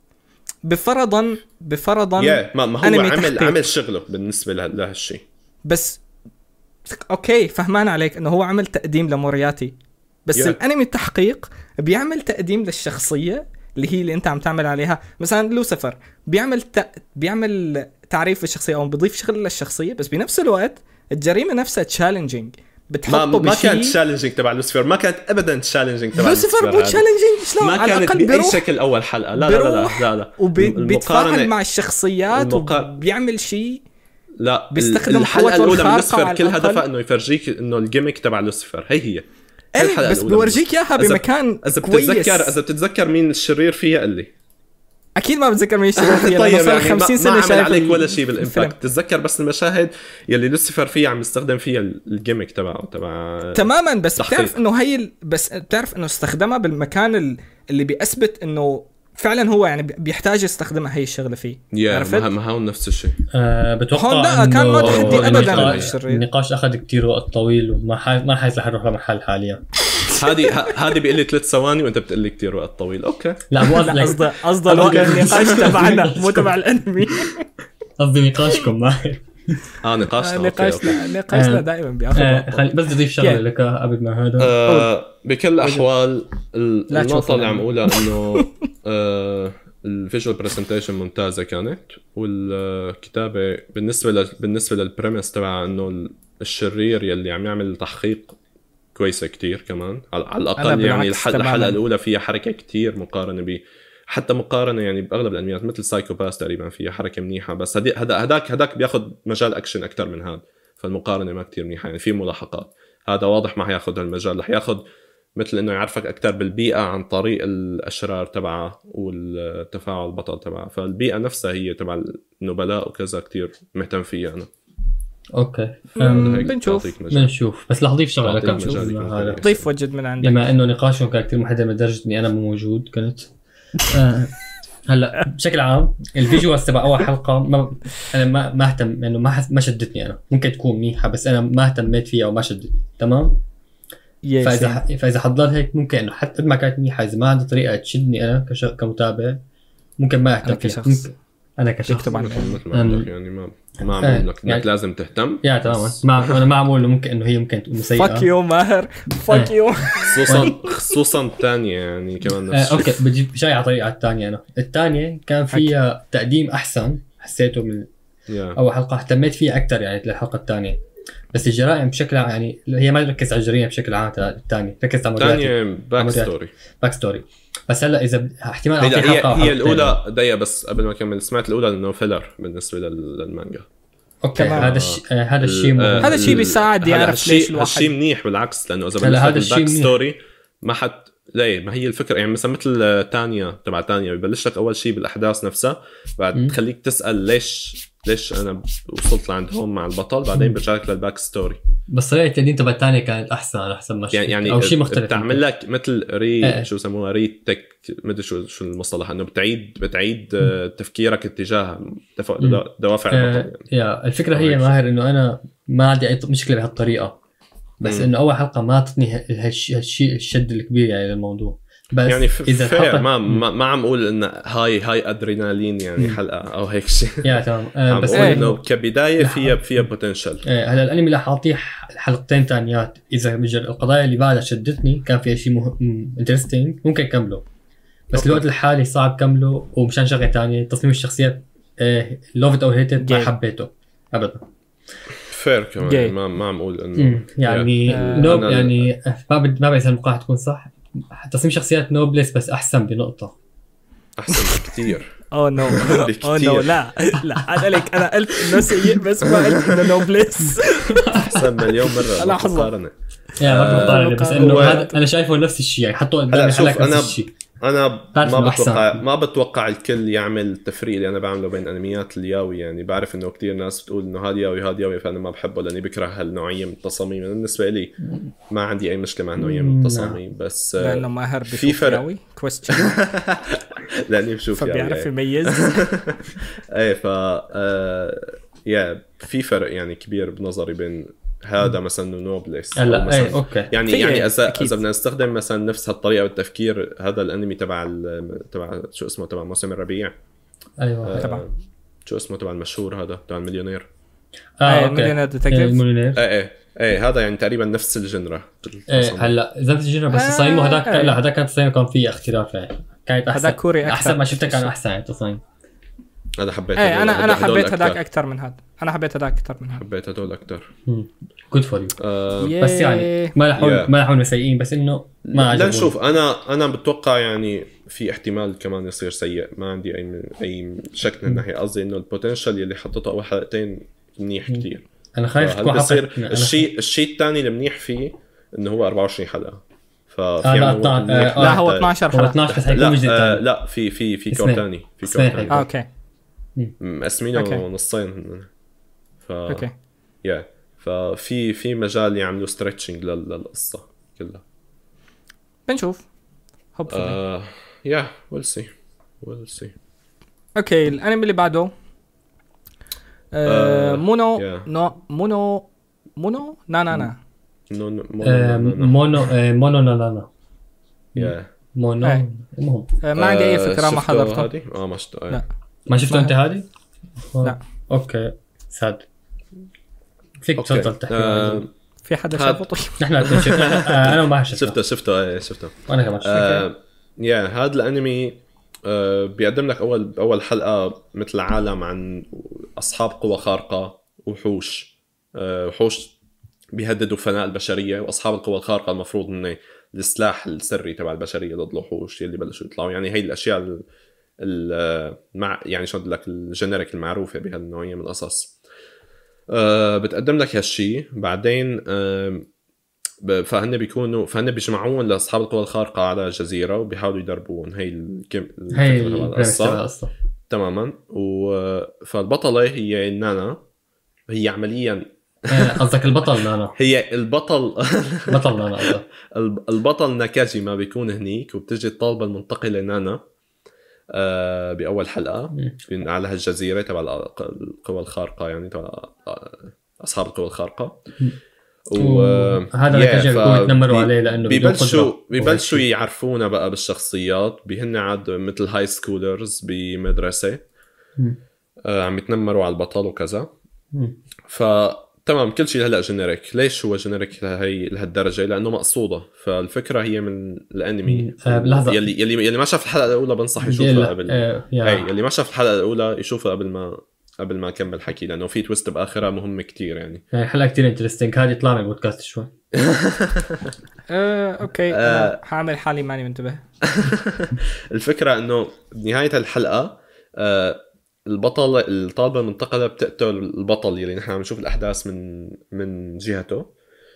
Speaker 1: بفرضا بفرضا
Speaker 2: يا ما, ما هو
Speaker 1: أنمي
Speaker 2: عمل
Speaker 1: تحقيق.
Speaker 2: عمل شغله بالنسبة له- لهالشيء.
Speaker 1: بس اوكي فهمان عليك انه هو عمل تقديم لمورياتي بس
Speaker 2: Yeah.
Speaker 1: الانمي التحقيق بيعمل تقديم للشخصيه اللي هي اللي انت عم تعمل عليها. مثلا لوسيفر بيعمل ت... بيعمل تعريف للشخصيه او بيضيف شغل للشخصيه بس بنفس الوقت الجريمه نفسها تشالنجينج
Speaker 2: ما
Speaker 1: بتحطه
Speaker 2: ما
Speaker 1: بشيء.
Speaker 2: كانت تشالنجينج تبع لوسيفر. ما كانت ابدا تشالنجينج تبع
Speaker 1: لوسيفر مو
Speaker 2: هذا.
Speaker 1: تشالنجينج شلون
Speaker 2: ما
Speaker 1: على
Speaker 2: كانت
Speaker 1: الاقل
Speaker 2: باي
Speaker 1: بيروح
Speaker 2: شكل اول حلقه. لا لا لا
Speaker 1: بيروح
Speaker 2: لا لا
Speaker 1: وبيتفاعل
Speaker 2: المقارنة-
Speaker 1: مع الشخصيات
Speaker 2: المقار-
Speaker 1: وبيعمل شيء.
Speaker 2: لا
Speaker 1: بيستخدم
Speaker 2: الحلقه
Speaker 1: قوته
Speaker 2: الاولى من
Speaker 1: الخارقة
Speaker 2: لوسيفر
Speaker 1: على
Speaker 2: كل
Speaker 1: الأقل.
Speaker 2: هدفها انه يفرجيك انه الجيميك تبع لوسيفر هي هي
Speaker 1: ايه
Speaker 2: الحلقة
Speaker 1: بس
Speaker 2: الأولى
Speaker 1: بورجيك اياها
Speaker 2: إذا-
Speaker 1: بمكان
Speaker 2: اذا
Speaker 1: كويس.
Speaker 2: بتتذكر اذا بتتذكر مين الشرير فيها قل لي.
Speaker 1: اكيد ما بتذكر مين الشيء فيها
Speaker 2: طيب
Speaker 1: لأنه صار
Speaker 2: يعني ما,
Speaker 1: خمسين
Speaker 2: ما
Speaker 1: سنه
Speaker 2: عمل
Speaker 1: شايف
Speaker 2: عليك
Speaker 1: ال-
Speaker 2: ولا شيء
Speaker 1: الفيلم.
Speaker 2: بالامباكت. تتذكر بس المشاهد يلي لوسيفر فيها عم يستخدم فيها الجيميك تبعه تبع
Speaker 1: تماما. بس
Speaker 2: تحقيق.
Speaker 1: بتعرف انه هي ال... بس بتعرف انه استخدمها بالمكان ال- اللي بيثبت انه فعلا هو يعني بيحتاج يستخدمها هي الشغله فيه.
Speaker 2: يا
Speaker 1: عرفت؟
Speaker 2: ما ما هو نفس الشيء.
Speaker 4: أه بتوقع
Speaker 1: هون لا، كان ما
Speaker 4: إنه
Speaker 1: تحدي أبداً
Speaker 4: النقاش-
Speaker 1: للشرير.
Speaker 4: النقاش اخذ كتير وقت طويل وما ح... ما حيصلح رح نروح لمحل حاليا.
Speaker 2: هذه ه- هذه بيقول لي ثلاث ثواني وانت بتقول لي كثير وقت طويل. اوكي
Speaker 4: لا مو
Speaker 1: لا
Speaker 4: قصدي
Speaker 1: قصده قصده النقاش تبعنا مو تبع الانمي.
Speaker 4: قصدي نقاشكم معي.
Speaker 2: اه نقاشنا أوكي،
Speaker 1: نقاشنا نقاشنا
Speaker 4: آه.
Speaker 1: دائما بياخذ
Speaker 4: آه
Speaker 1: وقته.
Speaker 4: خلي بس اضيف شغله
Speaker 1: يعني.
Speaker 4: لك قبل ما هذا
Speaker 2: آه بكل الاحوال ال-
Speaker 1: لا تشوف
Speaker 2: النقطه اللي
Speaker 1: الأنمي.
Speaker 2: عم اقولها انه آه الفيجوال برزنتيشن ممتازه كانت، والكتابه بالنسبه لل بالنسبه للبريمس تبع انه ال- الشرير يلي عم يعمل تحقيق كويسه كتير كمان، على على
Speaker 1: أنا
Speaker 2: الاقل يعني
Speaker 1: بالعكس
Speaker 2: الحلقه
Speaker 1: تماماً.
Speaker 2: الحلقه الاولى فيها حركه كتير مقارنه ب حتى مقارنه يعني باغلب الانميات مثل سايكو باس تقريبا فيها حركه منيحه، بس هدي هدا هداك هداك بياخذ مجال اكشن اكثر من هذا، فالمقارنه ما كتير منيحه يعني في ملاحقات. هذا واضح ما حياخذ هالمجال، رح ياخذ مثل انه يعرفك اكثر بالبيئه عن طريق الاشرار تبعها والتفاعل البطل تبعها، فالبيئه نفسها هي تبع النبلاء وكذا كتير مهتم فيها انا.
Speaker 4: اوكي
Speaker 1: مم.
Speaker 2: هيك
Speaker 1: بنشوف.
Speaker 2: تعطيك مجال.
Speaker 4: بنشوف، بس رح اضيف شغله
Speaker 2: تعطيك
Speaker 4: كم
Speaker 2: مجال يكون
Speaker 4: هذا
Speaker 2: كويس.
Speaker 1: ضيف وجد من عندك.
Speaker 4: بما انه نقاشهم كان كثير محدد لدرجه اني انا مو موجود كنت آه. هلا بشكل عام الفيجوالز تبع اول حلقه ما انا ما ما اهتم انه ما حس... ما شدتني انا، ممكن تكون منيحه بس انا ما اهتميت فيها وما شدتني تمام.
Speaker 1: يس.
Speaker 4: فاذا فاذا حضرت هيك ممكن انه حتى قد ما كانت منيحه اذا ما عندي طريقه تشدني انا كش... كمتابع ممكن ما اهتم
Speaker 1: أنا
Speaker 4: فيها.
Speaker 1: كشخص.
Speaker 4: ممكن... انا كشخص
Speaker 1: يكتب عن
Speaker 2: مثل مثل ما
Speaker 4: أم.
Speaker 2: عندك يعني ما ما عم
Speaker 4: آه،
Speaker 2: بقول لك انك
Speaker 4: يعني-
Speaker 2: لازم تهتم،
Speaker 4: يا تماما
Speaker 2: بس
Speaker 4: ما انا ما عم اقول انه ممكن انه هي ممكن تكون سيئه.
Speaker 1: فاك يو ماهر فاك يو.
Speaker 2: خصوصا خصوصا الثانيه يعني كمان
Speaker 4: آه،
Speaker 2: نفس الشيء.
Speaker 4: اوكي بجيب شاي على طريقه الثانيه. انا الثانيه كان فيها تقديم احسن حسيته من
Speaker 2: يا.
Speaker 4: اول حلقه، اهتميت فيها اكثر يعني للحلقه الثانيه. بس الجرائم بشكل عام يعني هي ما تركز على الجريمه بشكل عام، الثانيه ركزت على المريات
Speaker 2: الثانيه باك
Speaker 4: عمليات.
Speaker 2: ستوري.
Speaker 4: باك ستوري. بس هلا اذا ب- احتمال
Speaker 2: هي
Speaker 4: اعطي
Speaker 2: هي,
Speaker 4: حلقه أو
Speaker 2: هي
Speaker 4: حلقتين.
Speaker 2: الاولى ضيقه، بس قبل ما اكمل سمعت الاولى انه فيلر بالنسبه لل- للمانجا.
Speaker 4: اوكي
Speaker 1: تمام.
Speaker 4: هذا الشيء آه هذا الشيء
Speaker 2: ال-
Speaker 4: مهم.
Speaker 2: آه،
Speaker 1: هذا الشيء
Speaker 2: ال-
Speaker 1: بيساعد
Speaker 2: هلا
Speaker 1: يعرف
Speaker 2: هالشيء-
Speaker 1: ليش الواحد-
Speaker 2: هالشيء منيح بالعكس، لانه اذا
Speaker 4: هلا
Speaker 2: بلشت
Speaker 4: هذا الشيء
Speaker 2: بالباك
Speaker 4: منيح.
Speaker 2: ستوري ما حد ليه، ما هي الفكره يعني مثلا مثل تانيا تبع تانيا ببلش لك اول شيء بالاحداث نفسها، بعد
Speaker 4: م.
Speaker 2: تخليك تسال ليش ليش انا وصلت لعند هون مع البطل، بعدين برجع لك للباك ستوري.
Speaker 4: بس طريقه التقديم تبع الثانيه كانت احسن على حسب ما
Speaker 2: يعني يعني
Speaker 4: او شيء مختلف.
Speaker 2: بتعمل لك مثل ري
Speaker 4: إيه.
Speaker 2: شو سموها ري تك مدري شو شو المصطلح، انه بتعيد بتعيد آه، تفكيرك اتجاه دف-
Speaker 4: م.
Speaker 2: دوافع
Speaker 4: آه
Speaker 2: البطل يعني.
Speaker 4: يا الفكره
Speaker 2: آه،
Speaker 4: هي
Speaker 2: هيك
Speaker 4: ماهر انه انا ما عندي اي مشكله بهالطريقه، بس
Speaker 2: م.
Speaker 4: انه اول حلقه ما اعطتني ه- هالشيء هالشيء الشد الكبير يعني للموضوع. بس
Speaker 2: يعني ف-
Speaker 4: اذا
Speaker 2: فير
Speaker 4: الحلقه
Speaker 2: ما, ما ما عم اقول انه هاي هاي ادرينالين يعني
Speaker 4: م.
Speaker 2: حلقه او هيك شيء.
Speaker 4: يا تمام آه
Speaker 2: عم
Speaker 4: بس
Speaker 2: بقول
Speaker 1: إيه.
Speaker 2: انه كبدايه
Speaker 4: لا.
Speaker 2: فيها فيها بوتنشل.
Speaker 4: آه هلا الانمي اللي حاعطيه حلقتين ثانيات، اذا بجر القضايا اللي بعدها شدتني كان فيها شيء مهم انترستينج ممكن كمله، بس
Speaker 2: أوكي.
Speaker 4: الوقت الحالي صعب كمله. ومشان شغله ثانيه تصميم الشخصيات آه لوفت او هيتد ما
Speaker 1: جاي.
Speaker 4: حبيته ابدا.
Speaker 2: فير كمان
Speaker 1: جاي.
Speaker 2: يعني ما ما عم اقول انه
Speaker 4: مم. يعني
Speaker 1: آه،
Speaker 4: نوب
Speaker 2: أنا-
Speaker 4: يعني ما بد ما بعرف المقاطعة تكون صح. تصميم شخصيات نوبلس بس احسن بنقطه.
Speaker 2: احسن بكثير.
Speaker 1: اوه نو اوه
Speaker 2: بكتير.
Speaker 1: نو لا لا انا لك انا قلت انه سيء بس ما قلت انه نو بليس.
Speaker 2: احسن مليون مره
Speaker 1: لحظة.
Speaker 2: مقارنه.
Speaker 4: يعني ما
Speaker 2: آه،
Speaker 4: بقارن بس انه
Speaker 2: هو-
Speaker 4: هذا انا شايفه نفس الشيء يعني حطوا قدام
Speaker 2: هلا شوف،
Speaker 4: الحلقه
Speaker 2: أنا
Speaker 4: نفس الشيء.
Speaker 2: انا
Speaker 4: بعرف
Speaker 2: ما
Speaker 4: إنه
Speaker 2: بتوقع
Speaker 4: أحسن.
Speaker 2: ما بتوقع الكل يعمل التفريق اللي انا بعمله بين انميات الياوي، يعني بعرف انه كتير ناس بتقول انه هذا ياوي هذا ياوي، فانا ما بحبه لاني بكره هالنوعيه من التصاميم. أنا بالنسبه لي ما عندي اي مشكله مع نوعيه من التصاميم، بس آه،
Speaker 1: لانه ماهر
Speaker 2: في
Speaker 1: بشوف
Speaker 2: فرق.
Speaker 1: ياوي كويستشن
Speaker 2: لاني بشوف ياوي
Speaker 1: فبيعرف
Speaker 2: إيه.
Speaker 1: يميز.
Speaker 2: ايه ف آه، يا في فرق يعني كبير بنظري بين هذا مثلا ونوبلس أو
Speaker 4: هلا
Speaker 2: مثلاً-
Speaker 4: ايه اوكي
Speaker 2: يعني
Speaker 1: في
Speaker 2: يعني اذا
Speaker 1: أكيد.
Speaker 2: اذا بدنا نستخدم مثلا نفس هالطريقه بالتفكير، هذا الانمي تبع ال- تبع شو اسمه تبع موسم الربيع،
Speaker 4: ايوه
Speaker 2: آه،
Speaker 1: تبع.
Speaker 2: شو اسمه تبع المشهور هذا تبع المليونير.
Speaker 4: اه
Speaker 1: إيه،
Speaker 4: اوكي
Speaker 1: مليونير
Speaker 4: إيه،
Speaker 1: ديتكتيف.
Speaker 4: المليونير.
Speaker 2: ايه ايه ايه هذا يعني تقريبا نفس الجنرا.
Speaker 4: ايه هلا زي الجنرا بس
Speaker 1: آه،
Speaker 4: تصميمه هذاك
Speaker 1: إيه.
Speaker 4: لا هذاك كان تصميمه كان فيه اختلاف يعني كانت احسن.
Speaker 1: هذاك كوري أكثر.
Speaker 4: احسن ما شفته كان احسن يعني تصميم.
Speaker 2: انا حبيت
Speaker 1: ايه
Speaker 2: هدول-
Speaker 1: انا انا
Speaker 2: هدول
Speaker 1: حبيت هذاك
Speaker 2: أكتر.
Speaker 1: اكثر من هذا. انا حبيت هذاك اكثر من هذا.
Speaker 2: حبيت هدول اكثر.
Speaker 4: جود فور يو.
Speaker 2: آه
Speaker 4: بس يعني ما رح اقول
Speaker 2: Yeah.
Speaker 4: ما رح اقول سيئين بس انه ما
Speaker 2: لا
Speaker 4: عجبوني.
Speaker 2: نشوف، انا انا بتوقع يعني في احتمال كمان يصير سيء، ما عندي اي اي شك من الناحيه، قصدي انه البوتنشل اللي حطيته اول حلقتين منيح كتير.
Speaker 4: انا خايف
Speaker 2: فهل
Speaker 4: تكون
Speaker 2: بصير
Speaker 4: حلقة- أنا-
Speaker 2: الشيء الشيء الثاني المنيح فيه انه هو أربعة وعشرين حلقه، ففي
Speaker 4: آه، لا،
Speaker 2: عمل وقت
Speaker 4: اثنا-
Speaker 2: منيح
Speaker 4: آه،
Speaker 1: لا
Speaker 2: لحتى-
Speaker 1: هو اثناشر
Speaker 4: هو
Speaker 1: حلقة.
Speaker 4: اثناشر بس حيكون
Speaker 2: لا
Speaker 4: جزء
Speaker 2: آه
Speaker 4: ثاني.
Speaker 2: لا في في في كون
Speaker 4: اسمين.
Speaker 2: ثاني في كون
Speaker 4: اسمين
Speaker 2: ثاني
Speaker 4: حيكون.
Speaker 1: آه، اوكي
Speaker 2: مقسمينه
Speaker 1: أوكي.
Speaker 2: نصين. ف
Speaker 1: اوكي
Speaker 2: يا ففي في مجال يعملوا ستريتشنج للقصه كلها.
Speaker 1: بنشوف hopefully.
Speaker 2: آه يا ويل سي ويل سي
Speaker 1: اوكي الانمي اللي بعده آه
Speaker 2: آه،
Speaker 1: مونو
Speaker 2: yeah.
Speaker 1: نو مونو مونو نا نا نا
Speaker 2: نو نو
Speaker 4: آه، مونو آه، مونو لا لا لا
Speaker 2: يا
Speaker 4: مونو
Speaker 1: إيه.
Speaker 4: المهم
Speaker 1: آه ما عندي اي فكره ما حضرته.
Speaker 2: هذه اه ما شفته
Speaker 1: لا.
Speaker 4: ما شفته
Speaker 1: ما-
Speaker 4: انت هذه؟
Speaker 1: لا.
Speaker 4: اوكي ساد فيك
Speaker 2: أوكي.
Speaker 4: تفضل تحكي.
Speaker 2: آه
Speaker 1: في حدا
Speaker 2: هاد-
Speaker 1: شافه؟ طيب
Speaker 4: نحن قاعدين نشوف. انا وما شفته
Speaker 2: شفته شفته ايه شفته
Speaker 4: وانا كمان شفته.
Speaker 2: آه يا هذا الانمي آه بيقدم لك اول اول حلقه مثل عالم عن اصحاب قوى خارقه وحوش آه وحوش بيهددوا فناء البشريه، واصحاب القوى الخارقه المفروض انه السلاح السري تبع البشريه ضد الوحوش اللي بلشوا يطلعوا. يعني هي الاشياء ال ال مع يعني شو بدي لك الجينيريك المعروفه بهالنوعيه من القصص. أه بتقدم لك هالشي بعدين أه فهن بيكونوا فهن بيجمعون لاصحاب القوى الخارقه على جزيره وبيحاولوا يدربون. هي الكم
Speaker 4: هي
Speaker 2: الفكرة تبع
Speaker 4: البريمس تبع القصة.
Speaker 2: تماما. و فالبطله هي نانا، هي عمليا
Speaker 4: آه، قصدك البطل نانا.
Speaker 2: هي البطل
Speaker 4: بطل نانا قصدك.
Speaker 2: الب- البطل ناكاجي ما بيكون هنيك، وبتجي الطالبة المنتقلة نانا آه بأول حلقة
Speaker 4: مم.
Speaker 2: بين- على هالجزيرة تبع الق- القوى الخارقة، يعني تبع آه، أصحاب القوى الخارقة.
Speaker 4: وهذا
Speaker 2: يا،
Speaker 4: ناكاجي
Speaker 2: ف-
Speaker 4: بيكونوا يتنمروا
Speaker 2: بي-
Speaker 4: عليه لأنه بدون
Speaker 2: بيبلشوا
Speaker 4: قدرة.
Speaker 2: بيبلشوا يعرفونا بقى بالشخصيات، بهن عاد مثل هاي سكولرز بمدرسة
Speaker 4: مم.
Speaker 2: آه عم يتنمروا على البطل وكذا.
Speaker 4: مم.
Speaker 2: فتمام كل شيء هلا جينيريك. ليش هو جينيريك لهي لهالدرجه؟ لانه مقصوده. فالفكره هي من الانمي
Speaker 4: آه، لحظة.
Speaker 2: يلي يلي يلي ما شاف الحلقه الاولى بنصح يشوفها قبل
Speaker 4: آه، يا-
Speaker 2: هي يلي ما شاف الحلقه الاولى يشوفها قبل ما قبل ما اكمل حكي، لانه في تويست باخرها مهمه كتير يعني.
Speaker 4: يعني حلقة كتير انترستينج. هذه طلع من البودكاست شوي.
Speaker 1: آه، اوكي
Speaker 2: آه.
Speaker 1: أنا حاعمل حالي ماني منتبه.
Speaker 2: الفكره انه بنهايه الحلقه آه البطل الطالبه المنتقله بتقتل البطل يلي نحن عم نشوف الاحداث من من جهته،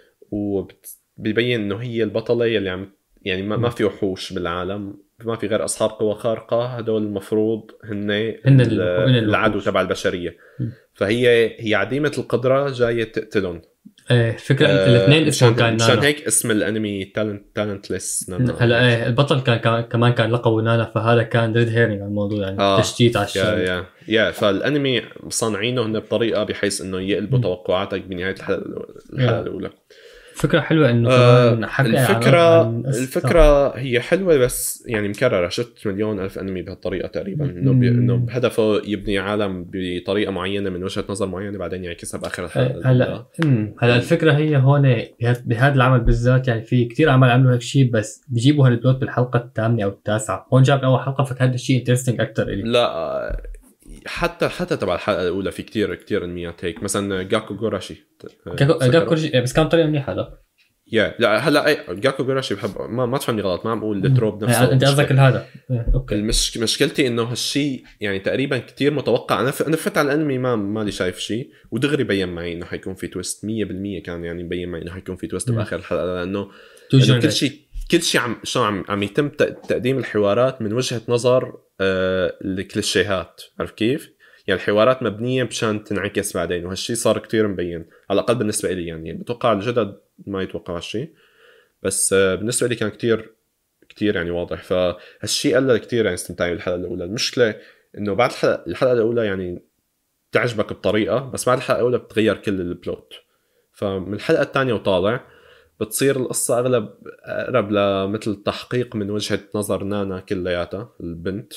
Speaker 2: وبيبين انه هي البطله يلي عم يعني ما, ما في وحوش بالعالم، ما في غير اصحاب قوى خارقه. هدول المفروض هن
Speaker 4: هن
Speaker 2: ال-
Speaker 4: ال- هن
Speaker 2: العدو
Speaker 4: الوحوش.
Speaker 2: تبع البشريه.
Speaker 4: م.
Speaker 2: فهي هي عديمه القدره جايه تقتلهم.
Speaker 4: آه، فكرة
Speaker 2: آه،
Speaker 4: الاثنين اسمهم
Speaker 2: مشان
Speaker 4: كان
Speaker 2: مشان
Speaker 4: نانا.
Speaker 2: هيك اسم الانمي تالنت تالنتلس نانا.
Speaker 4: هلا ايه البطل كان كان- كمان كان لقبه نانا، فهذا كان ريد هيرنج على الموضوع يعني
Speaker 2: آه.
Speaker 4: تشتيت على
Speaker 2: يا
Speaker 4: الشيء.
Speaker 2: يا يا فالانمي صانعينه هن بطريقه بحيث انه يقلبوا توقعاتك بنهايه الحلقه الحلقه
Speaker 4: يا.
Speaker 2: الاولى.
Speaker 4: فكرة حلوة انه
Speaker 2: آه
Speaker 4: كمان حكى عن-
Speaker 2: الفكره
Speaker 4: عن قصة-
Speaker 2: الفكره هي حلوه، بس يعني مكرره. شفت مليون الف انمي بهالطريقه تقريبا، انه بي...
Speaker 4: مم.
Speaker 2: انه بهدفه يبني عالم بطريقه معينه من وجهه نظر معينه، بعدين يعكسها باخر الحلقه
Speaker 4: آه،
Speaker 2: الأولى.
Speaker 4: هلا أمم، هلا الفكرة هي هون بهذا بهذا العمل بالذات. يعني في كتير اعمال عملوا هيك شيء، بس بيجيبوا هالبلوت بالحلقة الثامنة او التاسعة. هون جاب اول حلقة، فهذا الشيء انترستنج اكثر الي.
Speaker 2: لا حتى حتى تبع الحلقه الاولى في كتير كتير انميات هيك، مثلا جاكو جوراشي.
Speaker 4: جاكو بس كان طريقة منيحة هذا.
Speaker 2: يا لا هلا اي جاكو جوراشي بحب، ما ما تفهمني غلط، ما عم اقول التروب نفسه.
Speaker 4: يعني انت قصدك هذا. اوكي.
Speaker 2: المش... مشكلتي انه هالشيء يعني تقريبا كتير متوقع. انا ف... انا فت على الانمي ما مالي شايف شيء، ودغري بين معي انه حيكون في تويست مية بالمية. كان يعني مبين معي انه حيكون في تويست
Speaker 4: مم.
Speaker 2: باخر الحلقه، لانه
Speaker 4: تو
Speaker 2: لأنه كل
Speaker 4: جنرال.
Speaker 2: شيء كل شيء عم شو عم عم يتم ت... تقديم الحوارات من وجهه نظر آه... الكليشيهات. عارف كيف؟ يعني الحوارات مبنيه مشان تنعكس بعدين، وهالشيء صار كتير مبين على الاقل بالنسبه لي. يعني بتوقع الجدد ما يتوقع هالشيء، بس آه... بالنسبه لي كان كتير كتير يعني واضح. فهالشيء قلل كتير يعني استمتاعي بالحلقه الاولى. المشكله انه بعد الحلقه الحلقه الاولى يعني تعجبك بطريقه، بس بعد الحلقه الاولى بتغير كل البلوت. فمن الحلقه الثانيه وطالع بتصير القصه اغلب اقرب لمثل تحقيق من وجهه نظر نانا كلياتها البنت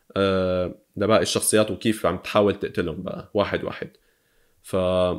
Speaker 2: أه لباقي الشخصيات، وكيف عم تحاول تقتلهم بقى واحد واحد. ف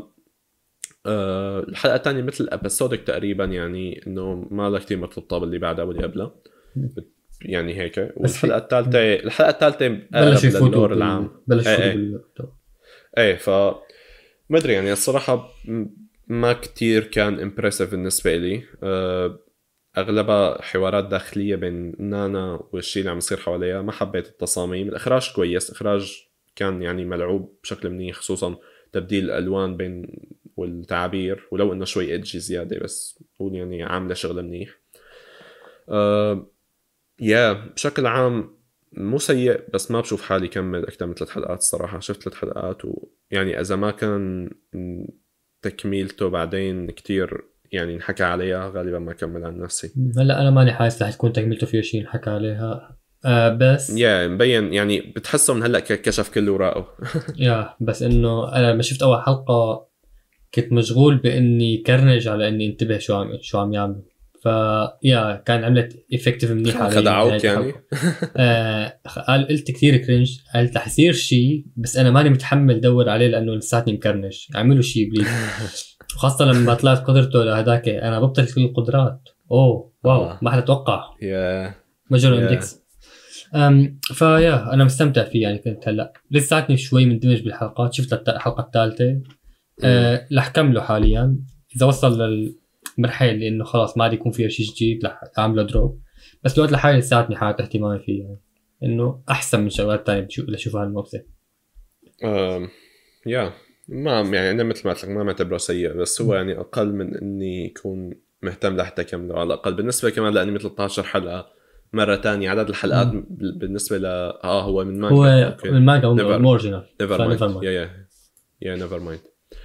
Speaker 2: أه الحلقه الثانيه مثل ابيسودك تقريبا، يعني انه ما لها كثير مرتبطه باللي بعدها واللي قبلها يعني هيك. والحلقه الثالثه الحلقه الثالثه
Speaker 4: بلشوا يفوتوا
Speaker 2: للور
Speaker 4: بال-
Speaker 2: العام.
Speaker 4: بلشوا
Speaker 2: ايه
Speaker 4: يفوتوا بال-
Speaker 2: ايه ف ما ادري يعني الصراحه م- ما كتير كان امبرسيف بالنسبه لي. أه اغلبها حوارات داخليه بين نانا والشيء اللي عم يصير حواليها. ما حبيت التصاميم. الاخراج كويس، اخراج كان يعني ملعوب بشكل منيح، خصوصا تبديل الالوان بين والتعابير، ولو انه شوي ادجي زياده، بس قول يعني عامله شغل منيح. أه يا بشكل عام مو سيء، بس ما بشوف حالي كمل اكثر من ثلاث حلقات الصراحه. شفت ثلاث حلقات، ويعني اذا ما كان تكميلته بعدين كتير يعني انحكى عليها غالبا ما كمل عن نفسي.
Speaker 4: هلا انا ماني حاسس رح تكون تكملته فيه شيء انحكى عليها. آه بس
Speaker 2: يا مبين يعني بتحسه من هلا ك- كشف كل وراءه.
Speaker 4: يا بس انه انا لما شفت اول حلقه كنت مشغول باني كرنج على اني انتبه شو عم شو عم يعمل. فيا كان عملت افكتيف منيح علي.
Speaker 2: خدعوك يعني.
Speaker 4: آه قال قلت كثير كرنج، قلت رح يصير شيء بس انا ماني متحمل دور عليه لانه لساتني مكرنج. اعملوا شيء بليز. وخاصة لما طلعت قدرته لهداك انا ببطل كل القدرات. اوه واو
Speaker 2: آه.
Speaker 4: ما حدا توقع
Speaker 2: يا
Speaker 4: مجرى
Speaker 2: Yeah.
Speaker 4: اندكس. أم فيا انا مستمتع فيه يعني. كنت هلا لساتني شوي مندمج بالحلقات. شفت الت- الحلقة الثالثة أه رح كمله حاليا. اذا وصل للمرحلة اللي انه خلاص ما عاد يكون فيها شيء جديد رح اعمله دروب. بس الوقت لحالي لساتني حالة اهتمامي فيه يعني انه احسن من شغلات تانية بشوف لشوفها الموسم.
Speaker 2: أم، يا ما يعني انا مثل ما قلت لك ما معتبره سيء، بس هو يعني اقل من اني يكون مهتم لحتى كمله. على الاقل بالنسبه كمان لاني ثلاثة عشر حلقه مره تانية عدد الحلقات
Speaker 4: مم.
Speaker 2: بال- بالنسبه ل اه هو من مانجا.
Speaker 4: هو
Speaker 2: أوكي.
Speaker 4: المانجا
Speaker 2: Never.
Speaker 4: اوريجينال.
Speaker 2: نيفر
Speaker 4: فنيفر
Speaker 2: مايند.
Speaker 4: مايند.
Speaker 2: يا يا يا نيفر مايند.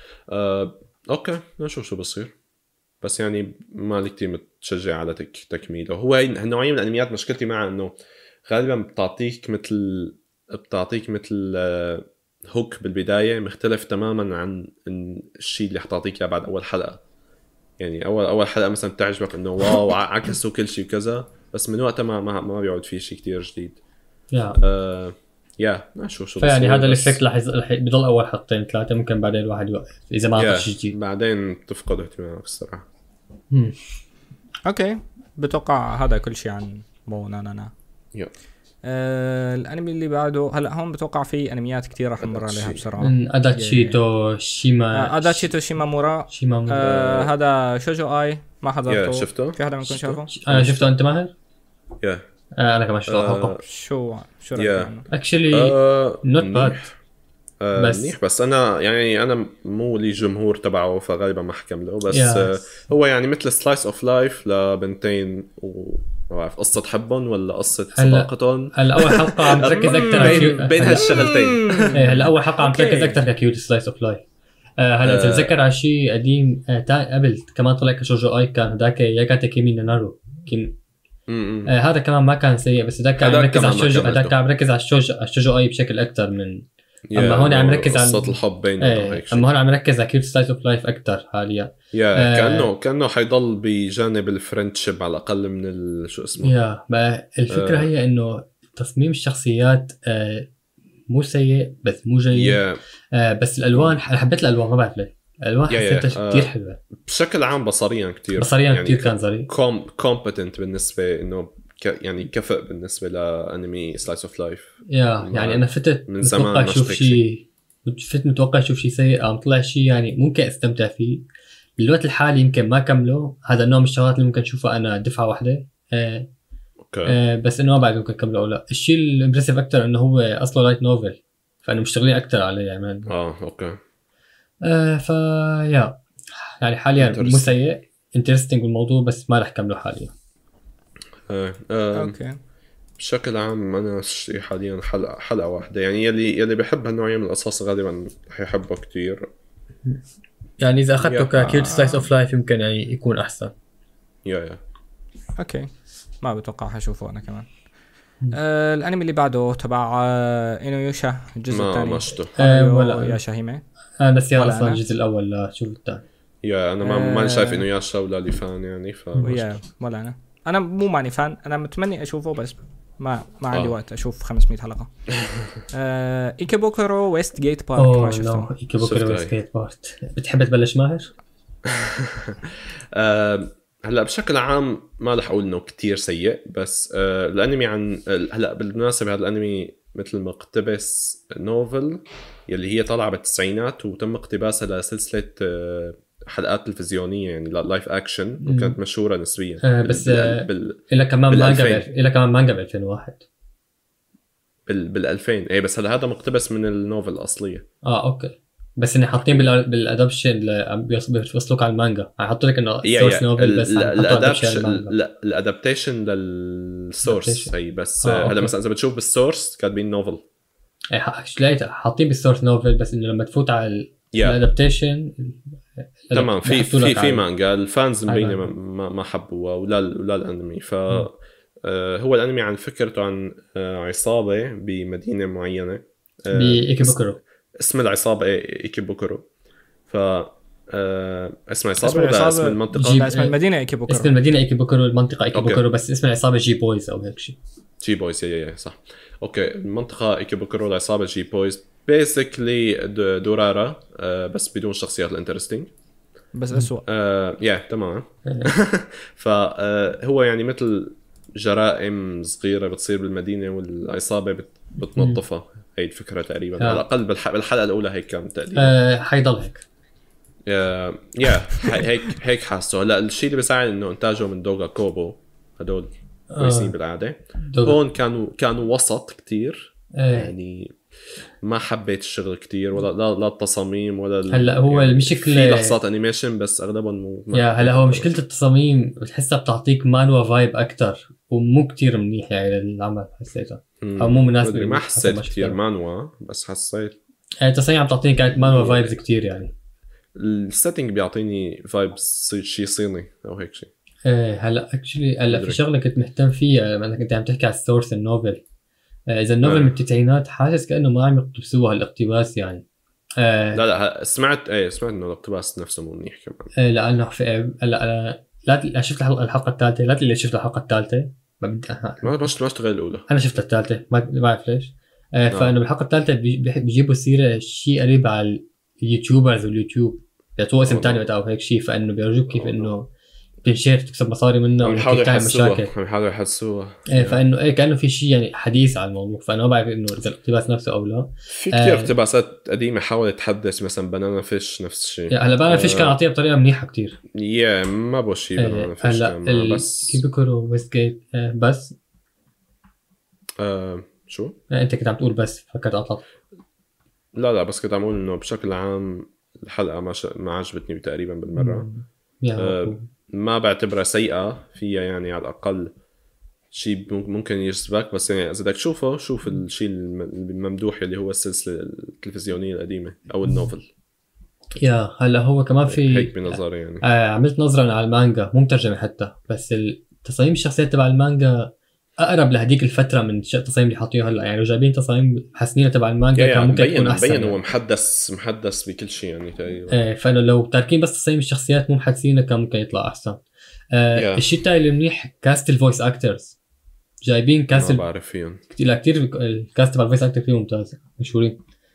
Speaker 2: اوكي نشوف شو بصير. بس يعني ما لي كتير متشجع على تك تكميله. هو هي النوعيه من الانميات مشكلتي معها انه غالبا بتعطيك مثل بتعطيك مثل آه، هوك بالبدايه مختلف تماما عن الشيء اللي حتعطيك اياه بعد اول حلقه. يعني اول اول حلقه مثلا بتعجبك انه واو ع- عكسوا كل شيء وكذا، بس من وقتها ما ما, ما بيعود في شيء كتير جديد.
Speaker 4: يا
Speaker 2: آه يا نشوف شو
Speaker 4: فيعني
Speaker 2: بصير.
Speaker 4: هذا
Speaker 2: بس-
Speaker 4: الافكت رح يز- رح بضل اول حلقتين ثلاثه ممكن بعدين الواحد يوقف اذا ما
Speaker 2: يا
Speaker 4: عطى شيء جديد.
Speaker 2: بعدين تفقد اهتمامك الصراحه.
Speaker 4: مم.
Speaker 1: اوكي بتوقع هذا كل شيء عن بو نانانا.
Speaker 2: يا
Speaker 1: آه الانمي اللي بعده هلا هون بتوقع في انميات كثير رح نمر عليها بسرعه.
Speaker 4: من اداتشيتو شيما
Speaker 1: آه اداتشيتو شيمامورا.
Speaker 4: شيما
Speaker 1: آه هذا شوجو اي ما
Speaker 2: يا
Speaker 1: حضرته.
Speaker 2: شفته
Speaker 1: في حدا منكم
Speaker 2: شفته؟
Speaker 1: شافه؟
Speaker 4: انا شفته. انت ماهر؟
Speaker 2: يا
Speaker 4: آه انا كمان شفته
Speaker 2: آه،
Speaker 4: الحلقه.
Speaker 1: شو شو
Speaker 2: Yeah.
Speaker 1: رايك عنه؟
Speaker 4: اكشلي
Speaker 2: آه
Speaker 4: نوت
Speaker 2: منيح.
Speaker 4: باد.
Speaker 2: آه
Speaker 4: بس-
Speaker 2: منيح بس انا يعني انا مو لي جمهور تبعه فغالبا ما حكمله. بس
Speaker 4: Yeah.
Speaker 2: آه هو يعني مثل سلايس اوف لايف لبنتين و ما بعرف قصه حبهم ولا قصه
Speaker 4: هلا-
Speaker 2: صداقتهم
Speaker 4: هلا اول حلقه عم تركز اكثر على
Speaker 2: بين,
Speaker 4: كيو-
Speaker 2: بين
Speaker 4: هلا-
Speaker 2: هالشغلتين.
Speaker 4: ايه هلا اول حلقه عم
Speaker 1: أوكي.
Speaker 4: تركز اكثر ككيوت سلايس اوف لايف. هلا اذا
Speaker 2: آه.
Speaker 4: تتذكر على شيء قديم آه تا- قبل كمان طلع كشوجو اي كان هداك ياغاتا كيمي نانارو كيم.
Speaker 2: م- م.
Speaker 4: آه هذا كمان ما كان سيء بس هداك عم
Speaker 2: هداك
Speaker 4: يركز على
Speaker 2: كمان ما
Speaker 4: الشوجو.
Speaker 2: كملته.
Speaker 4: هداك عم يركز على الشوجو على الشوجو اي بشكل اكثر من
Speaker 2: يا
Speaker 4: أما هون عم ركز على-
Speaker 2: قصه الحب بينهم
Speaker 4: ايه.
Speaker 2: وهيك
Speaker 4: اما
Speaker 2: شيء.
Speaker 4: هون عم يركز على كيوت سلايس اوف لايف اكثر حاليا.
Speaker 2: يا
Speaker 4: آه.
Speaker 2: كانه كانه حيضل بجانب الفرنتشيب على الاقل من ال- شو اسمه.
Speaker 4: يا بقى الفكره
Speaker 2: آه.
Speaker 4: هي انه تصميم الشخصيات آه مو سيء بس مو جيد.
Speaker 2: يا
Speaker 4: آه بس الالوان انا حبيت الالوان ما بعرف ليه. الالوان
Speaker 2: يا- يا.
Speaker 4: حسيتها
Speaker 2: آه.
Speaker 4: كثير حلوه.
Speaker 2: بشكل عام بصريا كتير
Speaker 4: بصريا
Speaker 2: يعني
Speaker 4: كثير كان ظريف.
Speaker 2: كوم كومبتنت بالنسبه انه ك يعني كفء بالنسبه لانمي سلايس اوف لايف.
Speaker 4: يا يعني انا فتت
Speaker 2: من زمان
Speaker 4: متوقع
Speaker 2: ما
Speaker 4: اشوف
Speaker 2: شفت
Speaker 4: شيء فتت متوقع اشوف شيء سيء عم طلع شيء يعني ممكن استمتع فيه. بالوقت الحالي يمكن ما كمله. هذا النوع من الشغلات اللي ممكن اشوفها انا دفعه واحده. آه
Speaker 2: اوكي
Speaker 4: آه بس انه ما بعد ممكن كمله او لا. الشيء الامبرسيف اكثر انه هو اصله لايت نوفل فانه مشتغلين اكثر عليه يعني.
Speaker 2: اه اوكي
Speaker 4: آه فيا يعني حاليا مو
Speaker 2: Interesting.
Speaker 4: سيء انترستنج بالموضوع بس ما رح كمله حاليا.
Speaker 2: آه. آه.
Speaker 1: اوكي
Speaker 2: بشكل عام انا شي حاليا حلقه حلقه واحده يعني يلي يلي بحب هالنوعيه من القصص غالبا حيحبه كتير.
Speaker 4: يعني اذا اخذته
Speaker 2: يا.
Speaker 4: ككيوت سلايس اوف لايف يمكن يعني يكون احسن.
Speaker 2: يا يا
Speaker 1: اوكي ما بتوقع حشوفه انا كمان. آه الانمي اللي بعده تبع آه انويوشا الجزء
Speaker 2: ما
Speaker 1: الثاني.
Speaker 2: ما شفته.
Speaker 4: آه، ولا-
Speaker 1: يا شاهيمه.
Speaker 4: انا بس
Speaker 1: ولا
Speaker 4: اصلا
Speaker 1: أنا.
Speaker 4: الجزء الاول لا شوف الثاني.
Speaker 2: يا انا ما
Speaker 1: آه.
Speaker 2: ماني شايف انه ياشا ولا لي فان يعني ف
Speaker 1: ويا ولا انا انا مو ماني فان. انا متمني اشوفه بس ما ما عندي
Speaker 2: آه.
Speaker 1: وقت اشوف خمسمية حلقه. آه ايكيبوكورو ويست جيت بارك
Speaker 4: اوه
Speaker 1: ما شفته.
Speaker 4: نو ايكيبوكورو
Speaker 2: شفت هاي.
Speaker 4: سكيت بارت. بتحب تبلش ماهر؟
Speaker 2: آه هلا بشكل عام ما رح اقول انه كتير سيء بس آه الانمي عن هلا بالمناسبه هذا الانمي مثل مقتبس نوفل يلي هي طالعه بالتسعينات وتم اقتباسها لسلسله آه حلقات تلفزيونيه يعني لايف اكشن وكانت مشهوره نسبيا.
Speaker 4: آه، بس،
Speaker 2: بال
Speaker 4: آه،
Speaker 2: بال
Speaker 4: إلا كمان مانجا
Speaker 2: بالألفين.
Speaker 4: بال- إلا كمان مانجا ب ألفين وواحد.
Speaker 2: بال بال ألفين اي بس هلا هذا مقتبس من النوفل الاصليه.
Speaker 4: اه اوكي بس اني حاطين بال بالادابشن عم بيوصلوك على المانجا حيحطوا لك انه
Speaker 2: يا
Speaker 4: سورس
Speaker 2: يا
Speaker 4: نوفل بس عم يحطوا adaptation على المانجا.
Speaker 2: الادابتيشن للسورس
Speaker 4: Adaptation.
Speaker 2: هي بس
Speaker 4: آه،
Speaker 2: آه هلا
Speaker 4: أوكي.
Speaker 2: مثلا اذا بتشوف بالسورس كاتبين نوفل.
Speaker 4: اي ح- لقيت حاطين بالسورس نوفل بس انه لما تفوت على
Speaker 2: يا
Speaker 4: الادابتيشن
Speaker 2: تمام في في في مانجا الفانز
Speaker 4: هاي
Speaker 2: مبينه
Speaker 4: مانجا.
Speaker 2: ما ما حبوها ولا ولا الانمي ف آه هو الانمي عن فكرته عن آه عصابه بمدينه معينه آه
Speaker 4: بايكيبوكورو.
Speaker 2: اسم العصابه إيه- ايكيبوكورو ف آه اسم
Speaker 1: اسم
Speaker 2: العصابه ولا
Speaker 1: العصابة
Speaker 2: اسم المنطقه؟
Speaker 4: جي-
Speaker 1: لا، اسم المدينه
Speaker 4: اسم
Speaker 1: ايكيبوكورو.
Speaker 4: المدينه ايكيبوكورو المنطقه ايكيبوكورو بس اسم العصابه جي بويز او هيك شيء.
Speaker 2: جي بويز يا يا صح اوكي المنطقه ايكيبوكورو العصابه جي بويز بيسكلي دورارا آه بس بدون الشخصيات الانترستينج
Speaker 1: بس اسوء.
Speaker 2: آه يا تمام. فهو يعني مثل جرائم صغيرة بتصير بالمدينة والعصابة بت- بتنظفها. هي الفكرة تقريبا
Speaker 4: آه.
Speaker 2: على الأقل بالح- بالحلقة الأولى هيك كان تقريبا.
Speaker 4: آه حيضل هيك.
Speaker 2: يا يا هي- هيك هيك حاسه. هلا الشيء اللي بيساعد انه انتاجه من دوغا كوبو هدول كويسين
Speaker 4: آه.
Speaker 2: بالعاده.
Speaker 4: دوغا.
Speaker 2: هون كانوا كانوا وسط كتير
Speaker 4: آه.
Speaker 2: يعني ما حبيت الشغل كتير ولا لا, لا التصاميم ولا ال-
Speaker 4: هلا هو
Speaker 2: يعني
Speaker 4: المشكلة-
Speaker 2: في لحظات انيميشن بس اغلبهم مو ما
Speaker 4: يا هلا
Speaker 2: حبيت
Speaker 4: هو
Speaker 2: الدور.
Speaker 4: مشكلة التصاميم بتحسها بتعطيك مانوا فايب أكتر ومو كتير منيح يعني للعمل حسيتها.
Speaker 2: مم.
Speaker 4: أو مو مناسب
Speaker 2: مدري، ما
Speaker 4: حسب
Speaker 2: حسيت
Speaker 4: ما
Speaker 2: كتير
Speaker 4: شفتها.
Speaker 2: مانوا بس حسيت
Speaker 4: يعني التصاميم عم تعطيني كانت مانوا فايبز كتير يعني.
Speaker 2: السيتنج بيعطيني فايبس شيء صيني او هيك شيء.
Speaker 4: ايه هلا اكشلي هلا في
Speaker 2: مدري.
Speaker 4: شغله كنت مهتم فيها لما كنت عم تحكي على السورس النوفل. آه اذا النوفل
Speaker 2: آه.
Speaker 4: من التسعينات حاسس كانه ما عم يقتبسوها الاقتباس يعني. آه
Speaker 2: لا لا سمعت ايه سمعت انه الاقتباس نفسه مو منيح كمان.
Speaker 4: آه لانه في هلا انا لا لا شفت الحلقه الحلقه الثالثه لا اللي شفت الحلقه الثالثه ما بدي أها.
Speaker 2: ما بس ما اشتغل الاولى.
Speaker 4: انا شفت الثالثه ما ما بعرف ليش. آه
Speaker 2: آه.
Speaker 4: فانه بالحلقه الثالثه بي- بي- بيجيبوا سيره شيء قريب على اليوتيوبرز واليوتيوب بيعطوه اسم
Speaker 2: والله.
Speaker 4: ثاني او هيك شيء فانه بيورجوك كيف
Speaker 2: والله.
Speaker 4: انه تنشير تكسب مصاري منه
Speaker 2: عم
Speaker 4: وكيف
Speaker 2: يحاولوا
Speaker 4: تعمل
Speaker 2: يحسوها
Speaker 4: مشاكل.
Speaker 2: عم يحاولوا يحسوها.
Speaker 4: ايه فانه ايه كانه في شيء يعني حديث على الموضوع فانا ما بعرف انه اذا الاقتباس نفسه او لا.
Speaker 2: في كتير
Speaker 4: آه.
Speaker 2: اقتباسات قديمة حاولت تحدث مثلا بنانا فيش نفس الشيء.
Speaker 4: يعني هلا بقى فيش كان
Speaker 2: آه.
Speaker 4: اعطيها بطريقه منيحه كتير.
Speaker 2: يا ما بو شيء بنانا
Speaker 4: إيه
Speaker 2: فيش
Speaker 4: هلا
Speaker 2: كان ما
Speaker 4: ال-
Speaker 2: بس
Speaker 4: كيف بيكونوا ويست جيت آه بس
Speaker 2: آه شو
Speaker 4: آه انت كنت عم تقول بس فكرت اطلع.
Speaker 2: لا لا بس كنت عم اقول انه بشكل عام الحلقة ما ش... ما عجبتني تقريبا بالمرة.
Speaker 4: يا
Speaker 2: آه ما بعتبرها سيئة فيها يعني على الأقل شيء ممكن يجذبك بس يعني إذا بدك تشوفه شوف الشيء الم- الممدوح اللي هو السلسلة التلفزيونية القديمة أو النوفل.
Speaker 4: يا هلا هو كمان في
Speaker 2: هيك بنظري يعني.
Speaker 4: آه عملت نظره على المانجا مو مترجمه حتى بس التصاميم الشخصيات تبع المانجا اقرب لهديك الفتره من الش- التصاميم اللي حاطينها هلا يعني لو جايبين تصاميم حسنينه تبع المانجا
Speaker 2: يا
Speaker 4: كان
Speaker 2: يعني
Speaker 4: ممكن تكون
Speaker 2: مبين
Speaker 4: احسن
Speaker 2: مبين
Speaker 4: يعني.
Speaker 2: هو محدث محدث بكل شيء يعني تقريبا.
Speaker 4: ايه فانه لو تاركين بس تصميم الشخصيات مو محدثينه كان ممكن يطلع احسن. آه
Speaker 2: Yeah.
Speaker 4: الشيء الثاني اللي منيح كاست الفويس اكترز جايبين كاست
Speaker 2: ما
Speaker 4: ال...
Speaker 2: بعرف فيهم.
Speaker 4: كتير لا كتير الكاست تبع الفويس اكتر فيه ممتاز مشهورين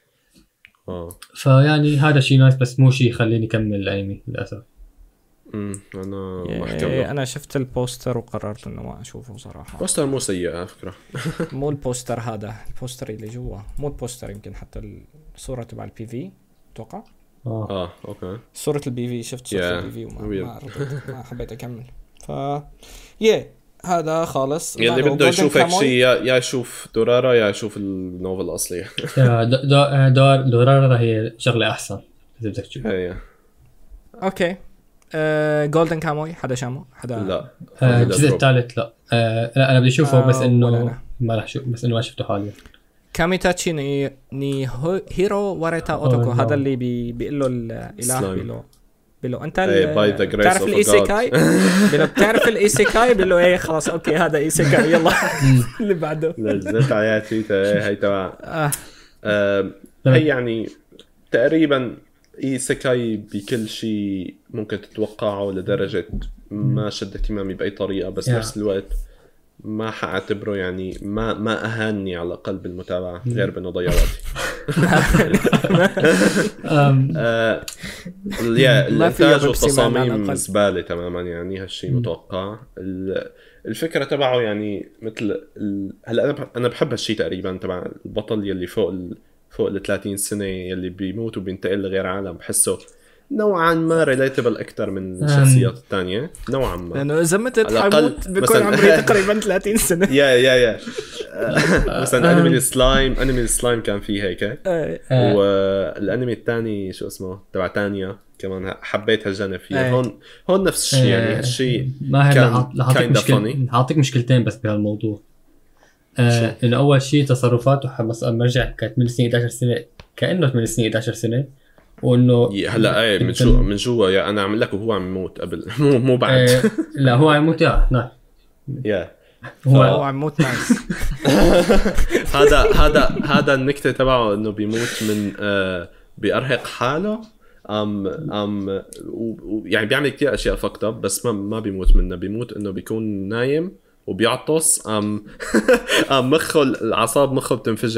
Speaker 2: اه
Speaker 4: فيعني هذا شيء نايس بس مو شيء يخليني اكمل الانمي للاسف.
Speaker 2: امم انا ما
Speaker 1: إيه،
Speaker 2: حكمله.
Speaker 1: انا شفت البوستر وقررت انه ما اشوفه صراحه.
Speaker 2: بوستر مو سيء على فكرة.
Speaker 1: مو البوستر هذا، البوستر اللي جوا، مو البوستر، يمكن حتى الصوره تبع البي في اتوقع.
Speaker 4: اه
Speaker 2: اه اوكي.
Speaker 1: صورة البي في، شفت صورة
Speaker 2: Yeah,
Speaker 1: البي في وما
Speaker 2: weird.
Speaker 1: ما, رضيت- ما حبيت اكمل. ف يا هذا خالص.
Speaker 2: يلي
Speaker 1: بعده
Speaker 2: بده
Speaker 1: Golden
Speaker 2: يشوف هيك
Speaker 1: Kamuy.
Speaker 2: شيء يا يا يشوف دورارا يا يشوف النوفل الأصلي.
Speaker 4: يا د- د- دور دورارا هي شغله احسن اذا بدك تشوف.
Speaker 2: هي
Speaker 1: اوكي. آه، جولدن كاموي حدا شامو حدا؟
Speaker 2: لا
Speaker 4: آه،
Speaker 2: لا،
Speaker 4: الجزء
Speaker 2: برو.
Speaker 4: الثالث لا آه لا انا بدي اشوفه
Speaker 1: آه،
Speaker 4: بس
Speaker 1: ولا
Speaker 4: انه
Speaker 1: أنا.
Speaker 4: ما راح شوف بس انه ما شفته حاليا.
Speaker 1: كاميتاتشي ني ني هو- هيرو وريتا اوتوكو،
Speaker 4: Oh, no.
Speaker 1: هذا اللي بي بيقول له الاله،
Speaker 2: Slime.
Speaker 1: بيقول له بيقول له انت
Speaker 2: Hey, by the
Speaker 1: ال-
Speaker 2: grace
Speaker 1: بتعرف
Speaker 2: of a
Speaker 1: الايسيكاي؟ بيقول له بتعرف الايسيكاي؟ بيقول له ايه خلاص اوكي هذا ايسيكاي يلا اللي بعده.
Speaker 2: نزلت عليها تويتر هي تبع
Speaker 1: آه.
Speaker 2: آه، هي يعني تقريبا ايسيكاي بكل شيء ممكن تتوقعه لدرجة ما شد اهتمامي بأي طريقة بس
Speaker 4: Yeah.
Speaker 2: نفس الوقت ما حاعتبره يعني ما ما أهاني على الأقل بالمتابعة غير بأنه ضيع وقتي.
Speaker 4: أم،
Speaker 2: آه، يا
Speaker 1: ما في
Speaker 2: الإنتاج
Speaker 1: بيبسي مان على
Speaker 2: والتصاميم
Speaker 1: الأقل.
Speaker 2: زبالة تماما يعني هالشيء متوقع. ال- الفكرة تبعه يعني مثل ال... هلا أنا بح- أنا بحب هالشيء تقريبا تبع البطل يلي فوق ال... فوق ال ثلاثين سنة يلي بيموت وبينتقل لغير عالم. بحسه نوعا ما ريليتبل أكتر من الشخصيات الثانية نوعا ما.
Speaker 1: لانه اذا متت
Speaker 2: على الأقل
Speaker 1: حموت بكون
Speaker 2: مثلاً-
Speaker 1: عمري تقريبا ثلاثين سنه.
Speaker 2: يا يا يا آه، مثلا انمي السلايم انمي السلايم كان فيه هيك.
Speaker 1: آه.
Speaker 4: آه،
Speaker 2: والانمي الثاني شو اسمه تبع تانيا كمان حبيت هالجانب فيه.
Speaker 1: أي.
Speaker 2: هون هون نفس الشيء يعني
Speaker 4: آه،
Speaker 2: هالشيء
Speaker 4: ما هي
Speaker 2: كان
Speaker 4: رح رح اعطيك
Speaker 2: kinda
Speaker 4: مشكلة
Speaker 2: funny.
Speaker 4: حاعطيك مشكلتين بس بهالموضوع. آه انه اول شيء تصرفاته حمس مرجع كانت من سنه إحدى عشرة سنه كانه من سنه إحدى عشرة سنه وانه
Speaker 2: ي- هلا ايه من
Speaker 4: جداً-
Speaker 2: شو من جوا يا انا عم لك وهو عم يموت قبل مو مو بعد.
Speaker 4: آه لا هو عم يموت يا نعم
Speaker 2: يا
Speaker 1: هو
Speaker 4: هو
Speaker 1: عم موت نايس.
Speaker 2: هذا هذا هذا النكته تبعه انه بيموت من آه بيرهق حاله ام ام و- و- يعني بيعمل كتير اشياء فقط بس ما ما بيموت منها. بيموت انه بيكون نايم وبيعطس ام ام مخه الاعصاب مخه بتنفجر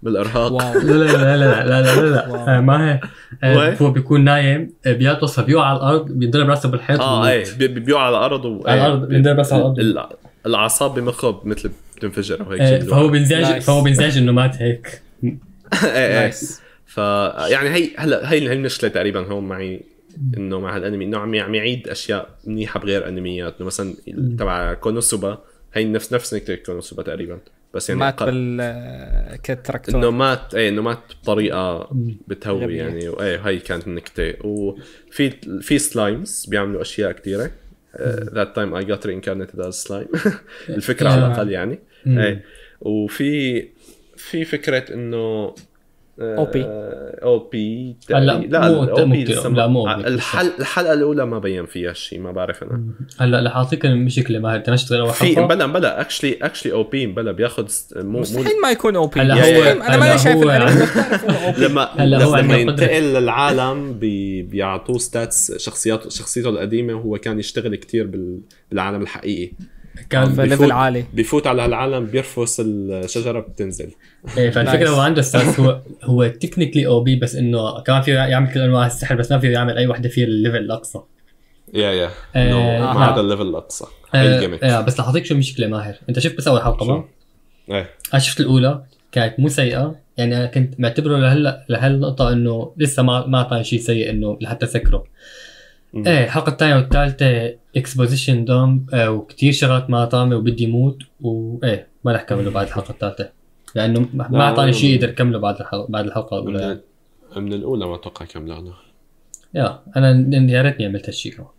Speaker 2: بالارهاق.
Speaker 1: واو.
Speaker 4: لا لا لا لا لا لا لا
Speaker 1: واو.
Speaker 4: آه، ما هي آه،
Speaker 2: وين؟
Speaker 4: هو بيكون نايم آه، بيعطس فبيقع على الارض بينضرب راسه بالحيط
Speaker 2: اه
Speaker 4: وبيموت.
Speaker 2: ايه بي- بيبيعوا على الارض و
Speaker 4: على الأرض، بينضرب بس على الأرض.
Speaker 2: ال- الاعصاب بمخه مثل بتنفجر او هيك
Speaker 4: آه،
Speaker 2: شيء.
Speaker 4: فهو بينزعج
Speaker 1: نايس.
Speaker 4: فهو بينزعج انه مات هيك.
Speaker 2: ايه ايه
Speaker 1: نايس.
Speaker 2: ف يعني هي هلا هي هي المشكله تقريبا هون معي، انه مع هالانمي انه عم عم يعيد اشياء منيحه بغير انميات، انه مثلا تبع كونوسوبا هي نفس نفس نكته كونوسوبا تقريبا، بس يعني
Speaker 1: مات
Speaker 2: قل-
Speaker 1: بال كتراكتور.
Speaker 2: انه مات ايه انه مات بطريقه بتهوي
Speaker 1: غبية.
Speaker 2: يعني، وايه هاي كانت النكته. وفي في سلايمز بيعملوا اشياء كثيره. ذات تايم اي جات رينكارنيتد از سلايم الفكره على الاقل يعني. ايه وفي في فكره انه
Speaker 1: أو بي.
Speaker 2: او بي
Speaker 4: هلا
Speaker 2: لا
Speaker 4: مو-
Speaker 2: الاو
Speaker 4: مو
Speaker 2: بي
Speaker 4: كتير-
Speaker 2: لسه
Speaker 4: لا، مو
Speaker 2: ما-
Speaker 4: أو بي.
Speaker 2: الحل الحلقه الاولى ما بين فيها شيء، ما بعرف انا.
Speaker 4: هلا رح اعطيك المشكله ماهر تنشت غير اول
Speaker 2: في
Speaker 4: حلقه.
Speaker 2: بلا بلا اكشلي اكشلي او بي بلا بياخذ مو مو
Speaker 1: مستحيل ما يكون او بي.
Speaker 4: هلا
Speaker 2: هو-
Speaker 1: انا
Speaker 4: هلا
Speaker 1: ما شايف
Speaker 4: هو-
Speaker 1: الانمي بس بعرف إنه أو بي.
Speaker 2: لما
Speaker 4: هلا هو
Speaker 2: لما
Speaker 4: عنده
Speaker 2: ينتقل للعالم بي بيعطوه ستاتس شخصيات شخصيته القديمه، وهو كان يشتغل كتير بال... بالعالم الحقيقي.
Speaker 4: كان
Speaker 1: في
Speaker 2: بيفوت-
Speaker 1: ليفل عالي.
Speaker 2: بيفوت على هالعالم بيرفس الشجره بتنزل.
Speaker 4: إيه، فالفكره
Speaker 1: نايس.
Speaker 4: هو عنده ستاتس هو هو تكنيكلي او بي، بس انه كمان فيه يعمل كل انواع السحر، بس ما فيه يعمل اي وحده فيه الليفل الاقصى.
Speaker 2: يا يا
Speaker 4: آه،
Speaker 2: no, ما
Speaker 4: آه.
Speaker 2: هذا الليفل الاقصى. هي
Speaker 4: آه
Speaker 2: الجيمك.
Speaker 4: آه بس لحظيك شو المشكله ماهر، انت شفت بس اول حلقه
Speaker 2: شو؟
Speaker 4: ما؟
Speaker 2: ايه
Speaker 4: انا شفت الاولى كانت مو سيئه، يعني انا كنت معتبره لهلا لهالنقطه انه لسه ما ما اعطاني شيء سيء انه لحتى سكره.
Speaker 2: مم.
Speaker 4: ايه الحلقه الثانيه والثالثه اكسبوزيشن دوم آه وكثير شغلات ما طعمه وبدي موت، وايه ما رح كمله بعد الحلقه الثالثه لانه ما
Speaker 2: لا،
Speaker 4: ما اعطاني
Speaker 2: لا،
Speaker 4: شيء
Speaker 2: لا.
Speaker 4: يقدر كمله بعد الحلقه بعد الحلقه
Speaker 2: من,
Speaker 4: الاولى يعني.
Speaker 2: ال- من الاولى ما اتوقع كامله انا.
Speaker 4: يا انا يا ريتني عملت هالشيء كمان.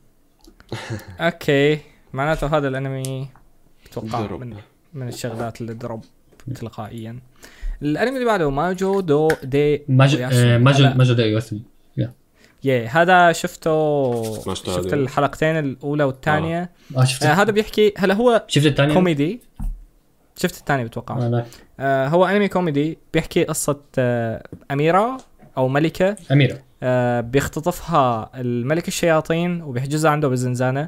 Speaker 1: اوكي معناته هذا الانمي اتوقع
Speaker 2: ضرب.
Speaker 1: من من الشغلات اللي ضرب تلقائيا. الانمي اللي بعده ماجو دو دي
Speaker 4: ماجو
Speaker 1: أوياسو.
Speaker 4: آه ماجو
Speaker 1: هذا-
Speaker 4: ماجو ده يوسم.
Speaker 1: يا هذا شفته
Speaker 2: ما شفته
Speaker 1: شفت
Speaker 2: هذا.
Speaker 1: الحلقتين الاولى والثانيه.
Speaker 4: اه شفت
Speaker 1: آه هذا بيحكي هلا هو
Speaker 4: شفت الثانيه
Speaker 1: كوميدي. شفت الثاني بتوقع.
Speaker 4: آه لا.
Speaker 1: آه هو انمي كوميدي بيحكي قصه آه اميره او ملكه
Speaker 4: اميره
Speaker 1: آه بيختطفها الملك الشياطين وبيحجزها عنده بالزنزانه،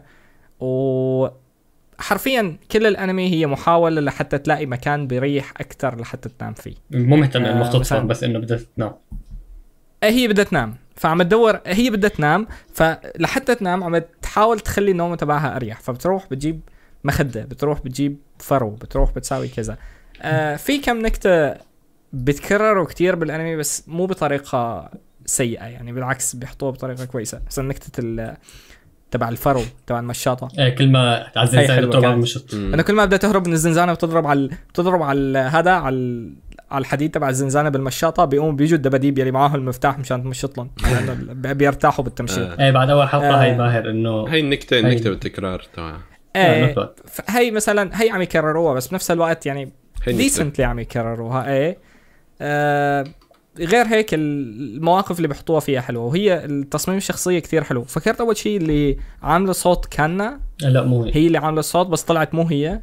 Speaker 1: وحرفيا كل الانمي هي محاوله لحتى تلاقي مكان بريح اكثر لحتى تنام فيه.
Speaker 4: مو مهتم
Speaker 1: آه،
Speaker 4: المختطفه
Speaker 1: مثلاً.
Speaker 4: بس انه بدها تنام.
Speaker 1: آه هي بدها تنام فعم تدور، هي بدها تنام فلحتى تنام عم تحاول تخلي النوم تبعها اريح، فبتروح بتجيب مخده، بتروح بتجيب فرو، بتروح بتساوي كذا. آه في كم نكته بتكرروا كتير بالانمي بس مو بطريقه سيئه، يعني بالعكس بيحطوها بطريقه كويسه. مثلا نكته ال- تبع الفرو تبع المشاطه،
Speaker 4: ايه كل ما تعزل
Speaker 1: هي
Speaker 4: زي
Speaker 1: حلوة
Speaker 4: تضرب على
Speaker 1: كانت.
Speaker 4: المشط.
Speaker 2: مم.
Speaker 1: انه كل ما بدها تهرب من الزنزانه بتضرب على بتضرب على هذا على على الحديد تبع الزنزانه بالمشاطه، بيقوموا بيجوا الدباديب يلي معاهم المفتاح مشان تمشط لهم لانه بي- بيرتاحوا بالتمشيط.
Speaker 2: آه.
Speaker 4: ايه بعد اول حلقه
Speaker 1: آه.
Speaker 4: هاي ماهر انه
Speaker 2: هي النكته
Speaker 4: هي-
Speaker 2: النكته بالتكرار تبعها.
Speaker 4: آه،
Speaker 1: ايه
Speaker 4: نقطة.
Speaker 1: ف- هي مثلا هي عم يكرروها بس بنفس الوقت يعني
Speaker 2: هي النكتة.
Speaker 1: ديسنتلي عم يكرروها. ايه آه غير هيك المواقف اللي بيحطوها فيها حلوه، وهي التصميم الشخصيه كتير حلو. فكرت اول شيء اللي عامله صوت كانا
Speaker 4: لا مو هي.
Speaker 1: هي اللي عامله الصوت بس طلعت مو هي.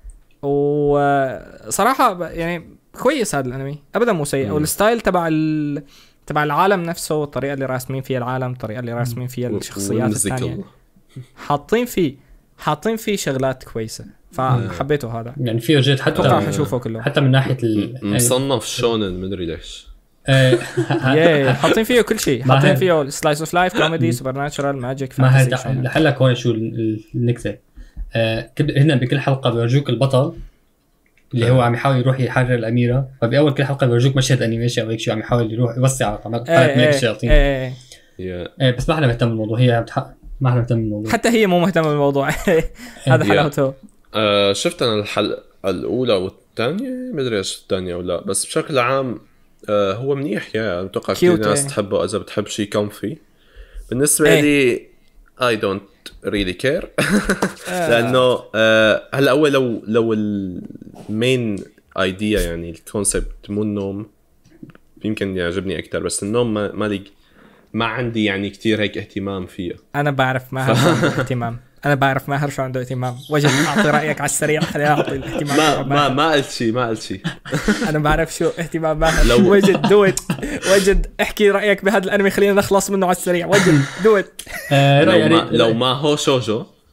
Speaker 1: وصراحه يعني كويس هذا الانمي ابدا مو سيء،
Speaker 2: مم.
Speaker 1: والستايل تبع ال... تبع العالم نفسه والطريقه اللي راسمين فيها العالم، الطريقه اللي راسمين فيها الشخصيات
Speaker 2: والموسيقى.
Speaker 1: الثانيه، حاطين فيه حاطين فيه شغلات كويسه فحبيته هذا.
Speaker 4: يعني فيه جد
Speaker 1: اتوقع
Speaker 4: حتى
Speaker 1: حشوفه كله.
Speaker 4: حتى من ناحيه ال
Speaker 2: م- مصنف شونن مدري ليش.
Speaker 4: آه،
Speaker 1: ياي حاطين فيه كل شيء،
Speaker 4: ما
Speaker 1: حاطين
Speaker 4: هي-
Speaker 1: فيه سلايس اوف لايف، كوميدي، سوبر ناتشرال، ماجيك،
Speaker 4: ما
Speaker 1: فانتسي.
Speaker 4: هي لحلك هون شو ال- ال- النكته. آه، كل- هنا بكل حلقه بيورجوك البطل اللي هو عم يحاول يروح يحرر الاميره، فباول كل حلقه بيورجوك مشهد انيميشن او هيك شيء عم يحاول يروح يوسع على قناه
Speaker 1: ايه
Speaker 4: ملك
Speaker 1: ايه
Speaker 4: الشياطين.
Speaker 1: ايه
Speaker 2: يا
Speaker 4: آه، بس ما احنا مهتم بالموضوع، هي عم تحقق ما احنا مهتم بالموضوع.
Speaker 1: حتى هي مو مهتمه بالموضوع. هذا
Speaker 2: يا.
Speaker 1: حلاوته.
Speaker 2: آه شفت انا الحلقه الاولى والثانيه مدري ايش الثانيه ولا، بس بشكل عام آه هو منيح. يا اتوقع كثير
Speaker 1: Cute
Speaker 2: ناس
Speaker 1: يعني.
Speaker 2: تحبه اذا بتحب شيء كومفي. بالنسبه
Speaker 1: إيه.
Speaker 2: لي I don't really care. لانه آه هلا اول لو لو المين ايديا يعني الكونسبت مو النوم يمكن يعجبني اكثر، بس النوم ما ما لي ما عندي يعني كتير هيك اهتمام فيه.
Speaker 1: انا بعرف ماهر شو عنده اهتمام، انا بعرف ماهر شو عنده اهتمام. وجد اعطي رايك على السريع، خليني اعطي الاهتمام
Speaker 2: ما
Speaker 1: تبع
Speaker 2: ما
Speaker 1: ماهر.
Speaker 2: ما قلت شيء ما قلت شيء.
Speaker 1: انا بعرف شو اهتمام ماهر.
Speaker 2: لو-
Speaker 1: وجد دوت وجد احكي رايك بهذا الانمي، خلينا نخلص منه على السريع. وجد دوت
Speaker 4: آه،
Speaker 2: لو
Speaker 4: رأي-
Speaker 2: ما
Speaker 4: رأي-
Speaker 2: لو ما هو شوجو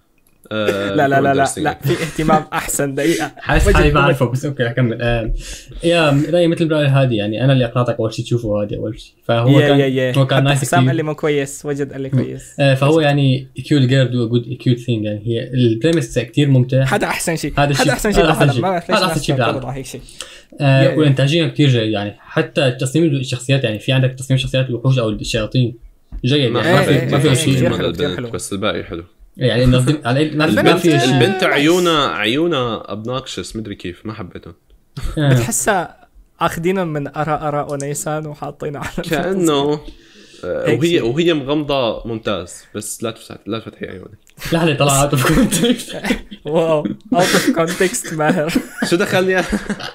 Speaker 2: آه
Speaker 1: لا لا لا لا,
Speaker 2: interesting.
Speaker 1: لا في اهتمام احسن دقيقه.
Speaker 4: حاسس
Speaker 1: وجد
Speaker 4: حالي
Speaker 1: نظر.
Speaker 4: بعرفه بس اوكي اكمل. آه يا رايي مثل راي هادي، يعني انا اللي اقنعتك اول شيء تشوفه هادي اول شيء، فهو
Speaker 1: يا
Speaker 4: كان
Speaker 1: يا يا
Speaker 4: هو كان
Speaker 1: حتى
Speaker 4: نايس
Speaker 1: حسام قال لي
Speaker 4: كثير.
Speaker 1: مو كويس، وجد قال لي كويس.
Speaker 4: آه فهو يعني كيوت جير دو جود كيوت ثينج، يعني هي البريمس كثير ممتع.
Speaker 1: هذا احسن شيء،
Speaker 4: هذا
Speaker 1: هذا
Speaker 4: الشيء-
Speaker 1: احسن شيء
Speaker 4: هذا أحسن
Speaker 1: بالعالم،
Speaker 4: شيء.
Speaker 1: ما بعرف ليش
Speaker 4: هذا أحسن
Speaker 1: الناس
Speaker 4: شيء بالعالم.
Speaker 1: تعترض على هيك شيء.
Speaker 4: آه
Speaker 1: يا-
Speaker 4: والانتاجيه كثير جيد، يعني حتى تصميم الشخصيات، يعني في عندك تصميم شخصيات الوحوش او الشياطين جيد،
Speaker 2: ما
Speaker 4: يعني ما
Speaker 1: إيه،
Speaker 4: في
Speaker 1: إيه،
Speaker 4: ما في
Speaker 1: إيه،
Speaker 4: شيء
Speaker 1: كثير
Speaker 2: مال
Speaker 1: حلو، كثير
Speaker 2: البنت،
Speaker 1: حلو.
Speaker 2: بس الباقي حلو.
Speaker 4: يعني نظم على ما في ما في شيء.
Speaker 2: البنت عيونها عيونها ابناكشس، مدري كيف ما حبيتهم.
Speaker 4: آه.
Speaker 1: بتحسها اخذينهم من ارى ارى ونيسان وحاطينها على
Speaker 2: كانه آه،
Speaker 1: هيك
Speaker 2: وهي
Speaker 1: شيء.
Speaker 2: وهي مغمضه ممتاز، بس لا تفتح لا تفتحي عيونك.
Speaker 4: لحظه طلعت في كونتكست.
Speaker 1: واو اوت اوف كونتكست ماهر.
Speaker 2: شو دخلني؟ ما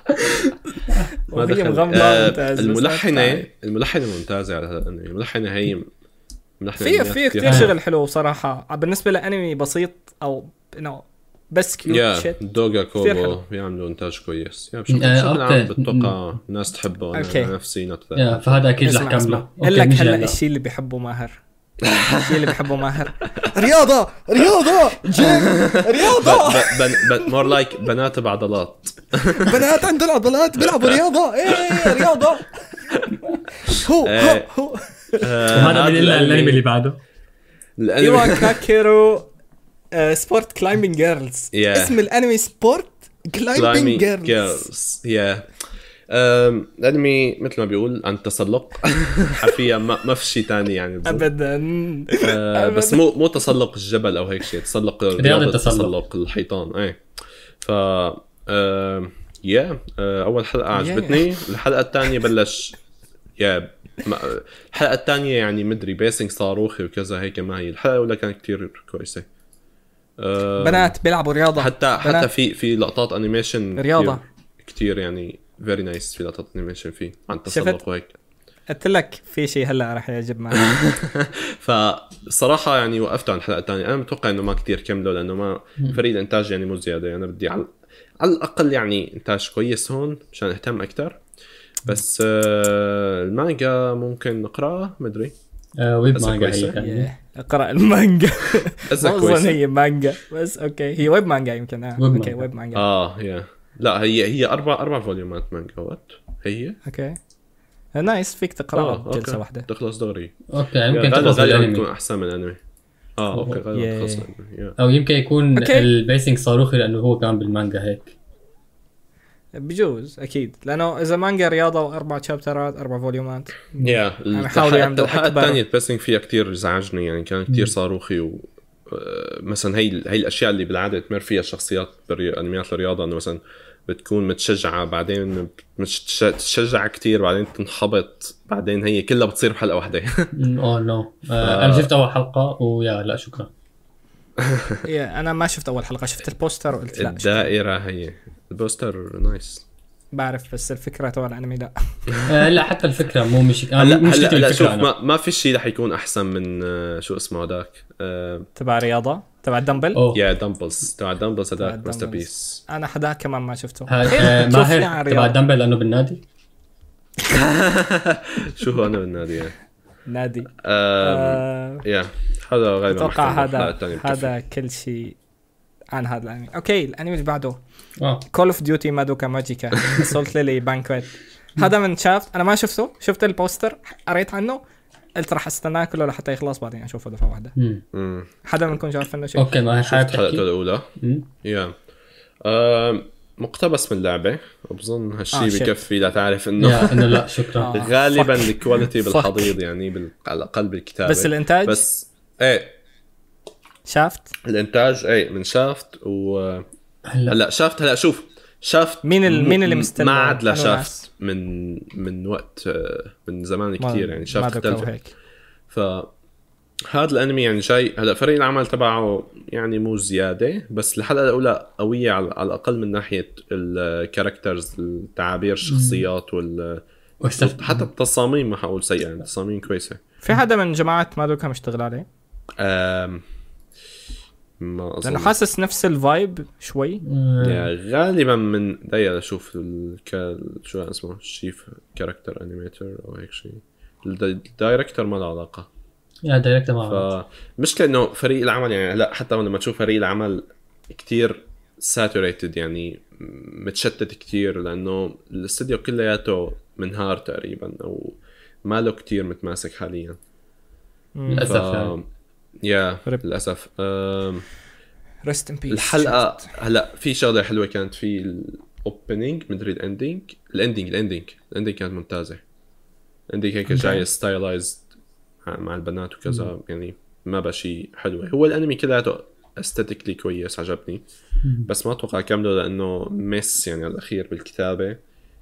Speaker 1: وهي
Speaker 2: دخل.
Speaker 1: مغمضه
Speaker 2: آه،
Speaker 1: ممتاز. بس
Speaker 2: الملحنه
Speaker 1: لا
Speaker 2: الملحنه ممتازه على هذا الانمي. الملحنه هي ملحنه
Speaker 1: في
Speaker 2: أنميات
Speaker 1: في كثير
Speaker 4: حلو.
Speaker 1: شغل حلو صراحه بالنسبه لانمي بسيط او انه بس كيوت
Speaker 2: يا
Speaker 1: شيت.
Speaker 2: دوغا
Speaker 1: كثير
Speaker 2: كوبو
Speaker 1: حلو.
Speaker 2: بيعملوا انتاج كويس. يا بشكل
Speaker 4: آه،
Speaker 2: بشكل عام
Speaker 4: أوكي.
Speaker 2: بتوقع الناس تحبه. انا
Speaker 1: أوكي.
Speaker 2: نفسي نت
Speaker 4: يا فهذا اكيد رح
Speaker 1: اسمع
Speaker 4: كمله.
Speaker 1: اسمع
Speaker 4: أوكي،
Speaker 1: قال لك
Speaker 4: نجي
Speaker 1: هلا
Speaker 4: هلا.
Speaker 1: الشيء اللي بيحبه ماهر. الشيء اللي بيحبه ماهر رياضه رياضه جيم رياضه.
Speaker 2: مور لايك بنات بعضلات.
Speaker 1: بنات عند العضلات بيلعبوا رياضه. ايه رياضه. هو هو هو
Speaker 4: وهذا من الا الانمي اللي بعده.
Speaker 1: ايوا كاكيرو سبورت كلايمبينج جيرلز.
Speaker 2: Yeah.
Speaker 1: اسم الانمي سبورت كلايمبينج جيرلز.
Speaker 2: جيرلز. يا الانمي مثل ما بيقول عن تسلق. حرفيا ما ما في شيء ثاني يعني بالضبط.
Speaker 1: ابدا
Speaker 2: آه، بس مو مو تسلق الجبل او هيك شيء، تسلق رياضه
Speaker 4: التسلق.
Speaker 2: تسلق الحيطان. ايه ف آه، يا آه، اول حلقه عجبتني. الحلقه الثانيه بلش يا ما- الحلقه الثانيه يعني مدري بيسنج صاروخي وكذا هيك. ما هي الحلقه الاولى كانت كتير كويسه. آه،
Speaker 1: بنات بيلعبوا رياضه.
Speaker 2: حتى حتى
Speaker 1: بنات.
Speaker 2: في في لقطات انيميشن
Speaker 1: رياضة.
Speaker 2: كتير يعني فيري نايس. في لقطات انيميشن فيه عن
Speaker 1: شفت؟
Speaker 2: تسلق وهيك.
Speaker 1: قلت لك في شيء هلا رح يعجب معي.
Speaker 2: فصراحه يعني وقفت عن الحلقه الثانيه. انا متوقع انه ما كتير كملوا لانه ما فريق الانتاج يعني مو زياده. انا بدي على على الاقل يعني انتاج كويس هون مشان اهتم اكثر. بس آه، المانجا ممكن نقراها مدري.
Speaker 4: آه، ويب
Speaker 2: بس
Speaker 4: مانجا
Speaker 2: كويسة.
Speaker 4: هي كان.
Speaker 1: إيه، اقرا المانجا.
Speaker 2: إذا
Speaker 1: ما اظن
Speaker 2: كويسة.
Speaker 1: هي مانجا بس اوكي هي ويب مانجا يمكن. اه
Speaker 4: ويب
Speaker 1: اوكي
Speaker 4: مانجا.
Speaker 1: ويب مانجا.
Speaker 2: اه يا لا هي هي اربع اربع فوليومات مانجا. وات هي
Speaker 1: اوكي نايس فيك تقراها
Speaker 2: اه
Speaker 1: بجلسه
Speaker 2: أوكي.
Speaker 1: واحده.
Speaker 2: تخلص دغري.
Speaker 4: اوكي يعني
Speaker 2: يا
Speaker 4: ممكن
Speaker 2: غالبا
Speaker 4: تخلص
Speaker 2: غالبا
Speaker 4: الانمي،
Speaker 2: تكون احسن من الانمي. اه اوكي غالبا
Speaker 1: ياه.
Speaker 2: تخلص الانمي. يا.
Speaker 4: او يمكن يكون
Speaker 1: أوكي.
Speaker 4: البيسنج صاروخي لانه هو كان بالمانجا هيك.
Speaker 1: بجوز اكيد لانه اذا مانجا رياضه واربع شابترات اربع فوليومات.
Speaker 2: يا
Speaker 1: حاولوا
Speaker 2: الحلقه
Speaker 1: يعملوا
Speaker 2: الحلقه
Speaker 1: أكبر.
Speaker 2: الثانيه البيسنج فيها كتير زعجني يعني. كان كتير صاروخي و آه، مثلا هي هي الاشياء اللي بالعاده تمر فيها الشخصيات بالانميات الرياضه انه مثلا بتكون متشجعه بعدين مش تشجع كتير بعدين تنحبط بعدين هي كلها بتصير بحلقه واحده.
Speaker 4: اوه نو انا شفت اول حلقه ويا لا شكرا.
Speaker 1: إيه، انا ما شفت اول حلقه، شفت البوستر وقلت لا شكراً.
Speaker 2: الدائره هي البوستر نايس.
Speaker 1: بعرف بس الفكره تبع الانمي لا.
Speaker 4: آه لا حتى الفكره مو مش
Speaker 2: هلا
Speaker 4: انا مش
Speaker 2: هلا هلا شوف
Speaker 4: أنا.
Speaker 2: ما, ما في شيء رح يكون احسن من آه، شو اسمه هذاك آه،
Speaker 1: تبع رياضه تبع الدمبل.
Speaker 4: أوه.
Speaker 2: يا دمبلز تبع دمبلز
Speaker 1: تبع
Speaker 2: هذاك ماستر
Speaker 1: الدمبلز.
Speaker 2: بيس.
Speaker 1: انا حدا كمان ما شفته.
Speaker 4: هاي
Speaker 1: خير،
Speaker 4: آه
Speaker 1: شوف لي عن
Speaker 4: ماهر تبع
Speaker 1: رياضة.
Speaker 4: الدمبل لانه بالنادي.
Speaker 2: شو هو انا بالنادي يعني.
Speaker 1: نادي.
Speaker 2: آم،
Speaker 1: آه،
Speaker 2: يا هذا غالبا
Speaker 1: اتوقع
Speaker 2: محكمة. الحلقة
Speaker 1: هذا
Speaker 2: الثانية بكفي.
Speaker 1: هذا كل شيء عن هذا الانمي. اوكي الانمي اللي بعده
Speaker 4: اه
Speaker 1: كول اوف ديوتي مادوكا ماجيكا اسولت ليلي بانكويت. هذا من شاف انا ما شفته، شفت البوستر قريت عنه قلت راح استناه كله لحتى يخلص بعدين اشوفه دفعه واحده.
Speaker 4: مم.
Speaker 2: مم.
Speaker 1: حدا منكم شاف عنه شيء؟
Speaker 4: اوكي ما حابب
Speaker 2: شفت حلقته
Speaker 4: تحكي.
Speaker 2: الأولى.
Speaker 4: مم.
Speaker 2: يا آم، مقتبس من اللعبة وبظن هالشي
Speaker 1: آه، شيت.
Speaker 2: بكفي لتعرف انه
Speaker 4: يا انه لا شكرا.
Speaker 1: آه.
Speaker 2: غالبا
Speaker 1: فك.
Speaker 2: الكواليتي
Speaker 1: فك.
Speaker 2: بالحضيض يعني بال... على الاقل بالكتابة.
Speaker 1: بس الانتاج
Speaker 2: بس ايه
Speaker 1: شافت
Speaker 2: الانتاج ايه من شافت و
Speaker 4: هلا
Speaker 2: هلا شافت هلا شوف شافت
Speaker 1: مين ال-
Speaker 2: م-
Speaker 1: مين اللي
Speaker 2: م-
Speaker 1: مستنى؟
Speaker 2: ما عاد لا
Speaker 1: أنو
Speaker 2: شافت
Speaker 1: ناس؟
Speaker 2: من من وقت آه، من زمان
Speaker 1: ما-
Speaker 2: كتير يعني شافت
Speaker 1: مادوكا
Speaker 2: اختلفت.
Speaker 1: وهيك.
Speaker 2: ف هذا الانمي يعني جاي هلا فريق العمل تبعه يعني مو زياده بس الحلقه الاولى قويه على, على الاقل من ناحيه الكاركترز التعابير الشخصيات وال
Speaker 4: واستفدت.
Speaker 2: حتى التصاميم ما حقول سيئه يعني التصاميم كويسه.
Speaker 1: في حدا من جماعه مادوكا مشتغل عليه؟
Speaker 2: أم... ما اظن
Speaker 1: لانه حاسس نفس الفايب شوي.
Speaker 4: آه،
Speaker 2: يعني غالبا من دقيقه اشوف الك... شو اسمه الشيف كاركتر انيميتر او هيك شيء. الدايركتور ما له علاقه.
Speaker 4: يا دايركت ما
Speaker 2: فمشكلة انه فريق العمل يعني لا حتى لما تشوف فريق العمل كتير ساتوريتد يعني متشتت كتير لانه الاستديو كلياته منهار تقريبا او ماله كتير متماسك حاليا
Speaker 4: للاسف
Speaker 2: ف...
Speaker 4: يعني.
Speaker 2: يا للاسف أم...
Speaker 1: ريست ان بيس.
Speaker 2: الحلقه هلا في شغله حلوه كانت في الاوبننج مدري الاندينج الاندينج الاندينج الاندينج كانت ممتازه. الاندينج هيك جاي ستايلايزد مع البنات وكذا م. يعني ما بشي حلوه. هو الانمي كلياته استاتيكلي كويس عجبني م. بس ما اتوقع كمله لانه مس يعني الاخير بالكتابه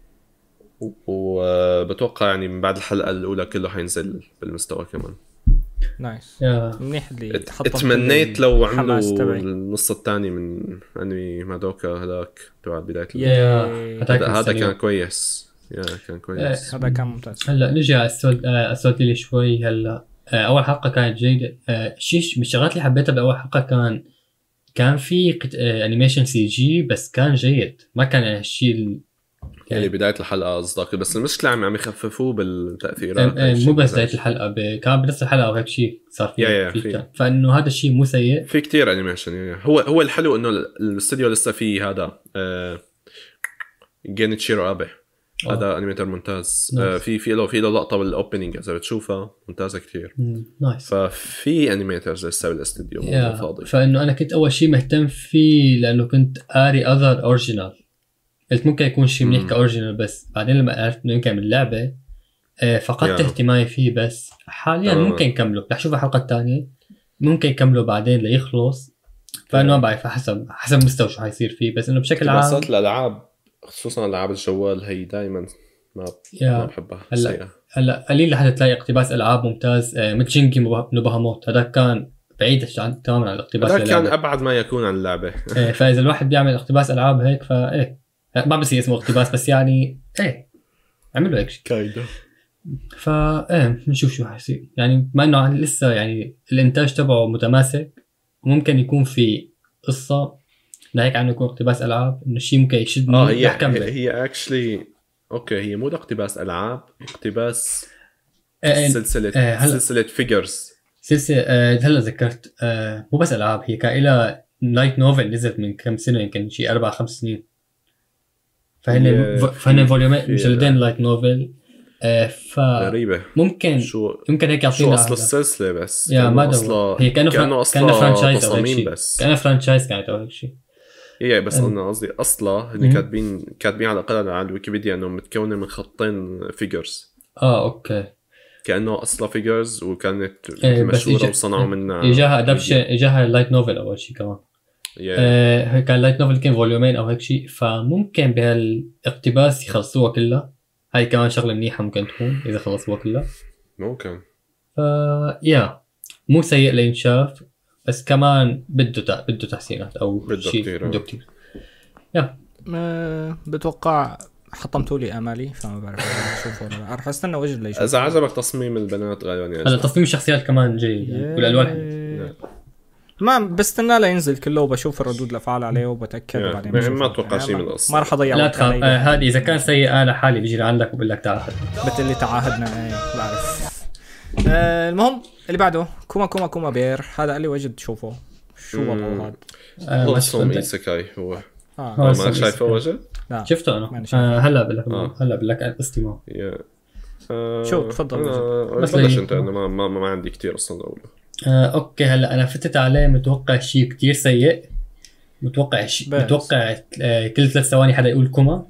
Speaker 2: وبتوقع يعني من بعد الحلقه الاولى كله حينزل بالمستوى كمان.
Speaker 1: نايس
Speaker 4: يا
Speaker 1: منيح اللي
Speaker 2: اتمنيت لو عملوا النص الثاني من انمي مادوكا هذاك تبع بدايه هذا هذا كان كويس. يا كان كويس
Speaker 1: هذا كان ممتاز.
Speaker 4: هلا نجي على السؤال السؤال لي شوي. هلا اول حلقه كانت جيده. شيء من الشغلات اللي حبيتها باول حلقه كان كان في انيميشن سي جي بس كان جيد ما كان الشيء
Speaker 2: يعني بدايه الحلقه قصدك. بس المشكله عم عم يخففوه بالتاثيرات
Speaker 4: مو بس بدايه الحلقه ب... كان بنفس الحلقه او هيك شيء صار فيه في فانه هذا الشيء مو سيء.
Speaker 2: في كتير انيميشن يعني. هو هو الحلو انه الاستوديو لسه فيه هذا آه... جينيتشيرو ابي هذا انيميتر ممتاز. آه في في له في له لقطه بالاوبننج اذا بتشوفها ممتازه كتير.
Speaker 4: نايس.
Speaker 2: ففي انيميترز لسه بالاستوديو مو فاضي.
Speaker 4: فانه انا كنت اول شيء مهتم فيه لانه كنت قاري اذر اوريجينال قلت ممكن يكون شيء منيح كاوريجينال بس بعدين لما عرفت انه يمكن من اللعبه آه فقدت yeah. اهتمامي فيه. بس حاليا uh. ممكن يكمله رح اشوف الحلقه الثانيه ممكن يكمله بعدين ليخلص. فانه ما بعرف حسب حسب مستوى شو حيصير فيه. بس انه بشكل عام
Speaker 2: اقتباسات الالعاب خصوصا العاب الجوال هي دائما ما ما بحبها.
Speaker 4: هلا هلا قليل لحد تلاقي اقتباس العاب ممتاز آه مثل جينجي نوباهاموت هذا كان بعيد عن تماما عن الاقتباس.
Speaker 2: هذا كان ابعد ما يكون عن اللعبه.
Speaker 4: آه فاذا الواحد بيعمل اقتباس العاب هيك فايه ما بصير اسمه اقتباس بس يعني ايه عملوا هيك شيء
Speaker 2: كايدو.
Speaker 4: فا ايه بنشوف شو حيصير يعني ما انه لسه يعني الانتاج تبعه متماسك وممكن يكون في قصه لهيك عنه يكون اقتباس العاب انه شيء ممكن يشدني.
Speaker 2: اه هي هي, هي اكشلي اوكي هي مو اقتباس العاب اقتباس آه سلسله آه سلسله فيجرز سلسله
Speaker 4: آه هلا ذكرت آه مو بس العاب هي كان لها لايت نوفل نزلت من كم سنه يمكن شيء أربع خمس سنين. فهن فهن فوليومين مجلدين لايت نوفل. آه ف
Speaker 2: غريبه
Speaker 4: ممكن
Speaker 2: شو
Speaker 4: يمكن هيك يعطينا
Speaker 2: شو اصل السلسله بس
Speaker 4: يا ما اصلا هي كانه
Speaker 2: كانه
Speaker 4: اصلا فرانشايز او
Speaker 2: تصاميم بس
Speaker 4: كانه فرانشايز كانت او هيك شيء.
Speaker 2: هي بس انا قصدي اصلا اللي كاتبين كاتبين على الاقل على الويكيبيديا انه متكونه من خطين فيجرز.
Speaker 4: اه اوكي
Speaker 2: كانه اصلا فيجرز وكانت
Speaker 4: إيه
Speaker 2: مشهوره وصنعوا منها
Speaker 4: اجاها ادابشن اجاها لايت نوفل اول شيء كمان.
Speaker 2: yeah.
Speaker 4: آه كان لايت نوفل كان فوليومين او هيك شيء فممكن بهالاقتباس يخلصوها كلها. هاي كمان شغله منيحه ممكن تكون اذا خلصوها كلها
Speaker 2: ممكن.
Speaker 4: ف يا مو سيء لينشاف بس كمان بده تا... بده تحسينات او شيء بده كتير. يا
Speaker 1: ما بتوقع حطمتوا لي امالي فما بعرف اشوفه ولا لا. رح استنى وجه ليش
Speaker 2: اذا عجبك تصميم البنات غالبا يعني
Speaker 4: هلا تصميم الشخصيات كمان جيد يعني. والالوان
Speaker 1: ما بستنى لا ينزل كله وبشوف ردود الافعال عليه وبتاكد
Speaker 2: yeah.
Speaker 1: وبعدين
Speaker 2: ما, ما اتوقع شيء من القصه.
Speaker 1: ما رح اضيع
Speaker 4: لا تخاف آه هذه اذا كان سيء انا لحالي بيجي لعندك وبقول لك تعال
Speaker 1: بتقلي تعاهدنا. ايه بعرف. آه المهم اللي بعده كوما كوما كوما بير. هذا اللي وجد تشوفه شو والله
Speaker 2: هذا هولسوم ايساكاي هو اه ما شايفه وجد
Speaker 4: لا شفته انا آه هلا بقول لك آه. هلا بقول لك قصتي
Speaker 2: yeah.
Speaker 1: آه شو تفضل
Speaker 2: آه بس ليش انت انا ما, ما, ما عندي كتير اصلا اقوله.
Speaker 4: آه أوكي هلا أنا فتت عليه متوقع شيء كتير سيء. متوقع شيء متوقع آه كل ثلاث ثواني حدا يقول كوما.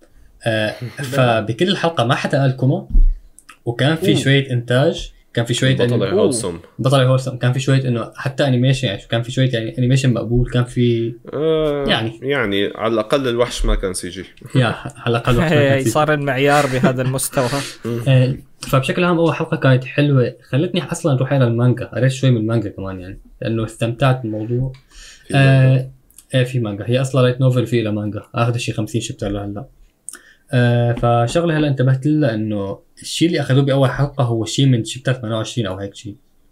Speaker 4: آه فبكل الحلقة ما حدا قال كوما وكان في أوه. شوية إنتاج كان في شوية
Speaker 2: بطل هولسوم
Speaker 4: بطل هولسوم كان في شوية إنه حتى أنيميشن يعني كان في شوية يعني أنيميشن مقبول كان في
Speaker 2: آه
Speaker 4: يعني
Speaker 2: يعني على الأقل الوحش ما كان سي جي
Speaker 4: يا على الأقل الوحش ما كان سي جي
Speaker 1: صار المعيار بهذا المستوى.
Speaker 4: آه فبشكل عام أول حلقة كانت حلوة خلتني أصلاً أروح إلى المانجا قريت شوي من المانجا كمان يعني لأنه استمتعت بالموضوع. آه إيه في مانجا هي أصلاً لايت نوفل في إلى مانجا آخذ شيء خمسين شابتر لهلا. آه فشغله هلا انتبهت له انه الشيء اللي اخذوه باول حلقه هو شيء من شابتر ثمانية وعشرين او هيك شيء.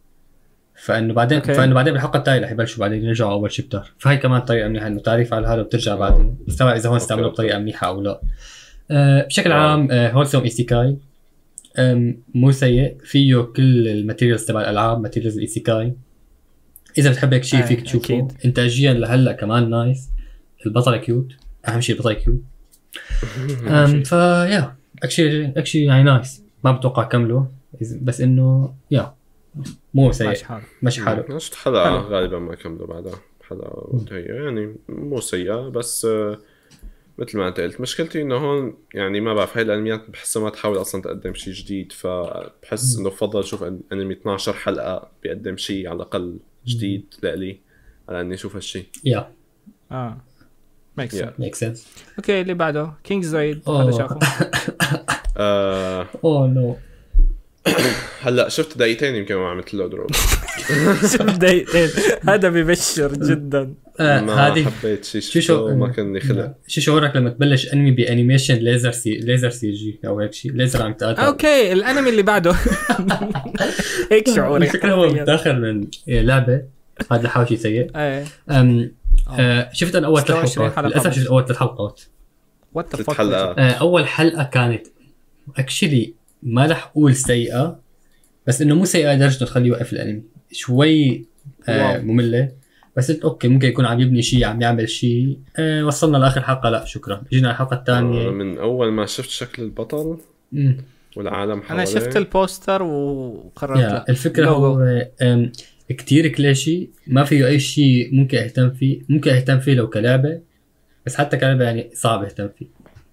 Speaker 4: فانه بعدين okay. فانه بعدين بالحلقه الثانيه رح يبلشوا بعدين يرجعوا اول شابتر. فهي كمان طريقه منيحه انه تعريف على هذا وبترجع بعدين استوعب اذا هون استعملوا بطريقه منيحه او لا. آه بشكل عام آه هولسوم ايسيكاي أم، مو سيء، فيه كل الماتيريالز تبع الالعاب، ماتيريالز الايسيكاي. اذا بتحب هيك شيء
Speaker 1: آه،
Speaker 4: فيك تشوفه.
Speaker 1: أكيد.
Speaker 4: انتاجيا لهلا كمان نايس. البطل كيوت، اهم شيء البطل كيوت. أم فيا اكشلي اكشلي يعني نايس. ما بتوقع كمله إذا- بس انه يا مو سيء،
Speaker 1: ماشي حال.
Speaker 4: مش حاله.
Speaker 2: مش حلقة
Speaker 1: حلو.
Speaker 2: غالبا ما كملوا بعدها حلقة وانتهي يعني مو سيئة بس آه، مثل ما انت قلت مشكلتي انه هون يعني ما بعرف هاي الانميات بحسها ما تحاول اصلا تقدم شيء جديد فبحس انه بفضل اشوف أن- انمي اثناشر حلقة بيقدم شيء على الاقل جديد لإلي على اني اشوف هالشيء.
Speaker 4: يا
Speaker 1: اه ميك
Speaker 2: Yeah.
Speaker 1: سنس.
Speaker 4: ميك سنس.
Speaker 1: اوكي اللي بعده كينج زايد.
Speaker 4: أوه.
Speaker 1: هذا شافه.
Speaker 2: آه
Speaker 4: اوه نو.
Speaker 2: هلا شفت دقيقتين يمكن ما عملت له دروب.
Speaker 1: شوف دقيقتين هذا ببشر جدا.
Speaker 4: آه
Speaker 2: ما
Speaker 4: هذه
Speaker 2: حبيت شيء
Speaker 4: شو
Speaker 2: شو
Speaker 4: شو
Speaker 2: ما كان لي خلق.
Speaker 4: شو شعورك لما تبلش انمي بانيميشن ليزر سي ليزر سي جي او هيك شيء، ليزر عم تقاطع؟
Speaker 1: اوكي الانمي اللي بعده. هيك شعوري.
Speaker 4: الفكرة هو متاخر من لعبه، هذا حاول شيء سيء.
Speaker 1: ايه
Speaker 4: أم آه شفت انا اول ثلاث
Speaker 1: ستة وعشرين
Speaker 4: حلقات،
Speaker 1: حلقة
Speaker 4: للاسف
Speaker 1: بس.
Speaker 4: شفت اول ثلاث حلقات.
Speaker 1: وات ذا
Speaker 2: ست حلقات.
Speaker 4: آه اول حلقه كانت اكشلي ما رح اقول سيئه، بس انه مو سيئه لدرجه تخليه يوقف الانمي. شوي آه
Speaker 1: واو.
Speaker 4: ممله، بس قلت اوكي ممكن يكون عم يبني شيء، عم يعمل شيء. آه وصلنا لاخر حلقه لا شكرا، جينا الحلقه
Speaker 2: آه،
Speaker 4: الثانيه.
Speaker 2: من اول ما شفت شكل البطل والعالم حواليه
Speaker 1: انا شفت البوستر وقررت
Speaker 4: يا
Speaker 1: لا.
Speaker 4: الفكره
Speaker 1: لوجو.
Speaker 4: هو أم، كتير كلاشي، ما فيه اي شيء ممكن اهتم فيه. ممكن اهتم فيه لو كلعبه، بس حتى كلعبه يعني صعب اهتم فيه.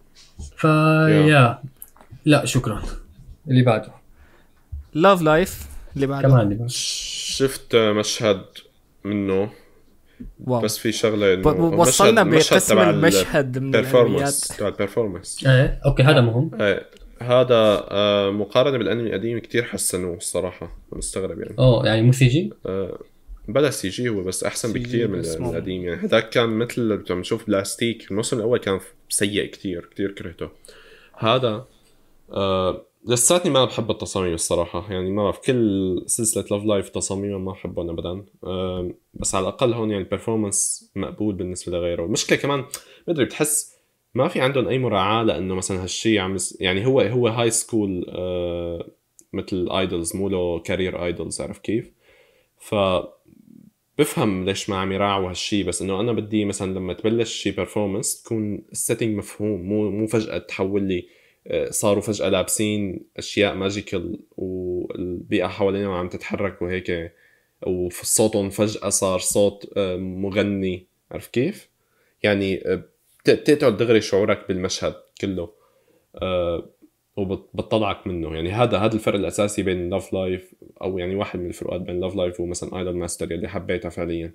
Speaker 4: فيا لا شكرا. اللي بعده
Speaker 1: لاف لايف اللي بعده.
Speaker 4: كمان اللي بعده.
Speaker 2: شفت مشهد منه
Speaker 1: واو.
Speaker 2: بس في شغله انه
Speaker 1: ب- وصلنا
Speaker 2: المشهد
Speaker 1: بقسم
Speaker 2: تبع
Speaker 1: المشهد من الانميات.
Speaker 2: البرفورمانس تبع البرفورمانس.
Speaker 4: ايه اوكي هذا مهم.
Speaker 2: ايه هذا آه، مقارنه بالانمي القديم كتير حسنوه الصراحه، مستغرب يعني.
Speaker 4: اوه يعني مو سي جي.
Speaker 2: آه، بلا سي جي هو بس احسن
Speaker 1: سي جي
Speaker 2: بكتير من
Speaker 1: بس مو-
Speaker 2: القديم يعني. هذاك كان مثل اللي عم نشوف بلاستيك. الموسم الاول كان سيء كتير كتير كرهته. هذا آه لساتني ما بحب التصاميم الصراحه يعني، ما بعرف كل سلسله لاف لايف تصاميمها ما بحبهم ابدا. آه بس على الاقل هون يعني البرفورمانس مقبول بالنسبه لغيره. المشكله كمان ما ادري بتحس ما في عندهم اي مراعاه لانه مثلا هالشيء عم يس- يعني هو هو هاي سكول آه مثل ايدلز، مو له كارير ايدلز، عارف كيف؟ ف بفهم ليش ما عم يراعوا هالشيء، بس انه انا بدي مثلا لما تبلش شي بيرفورمانس تكون السيتنج مفهوم، مو مو فجاه تحول لي آه، صاروا فجاه لابسين اشياء ماجيكال والبيئه حوالينا عم تتحرك وهيك، وفي صوتهم فجاه صار صوت آه، مغني، عارف كيف؟ يعني آه، بت- بتقعد دغري شعورك بالمشهد كله آه، وبتطلعك منه. يعني هذا هذا الفرق الاساسي بين لاف لايف، او يعني واحد من الفروقات بين لاف لايف ومثلا ايدل ماستر اللي حبيتها فعليا.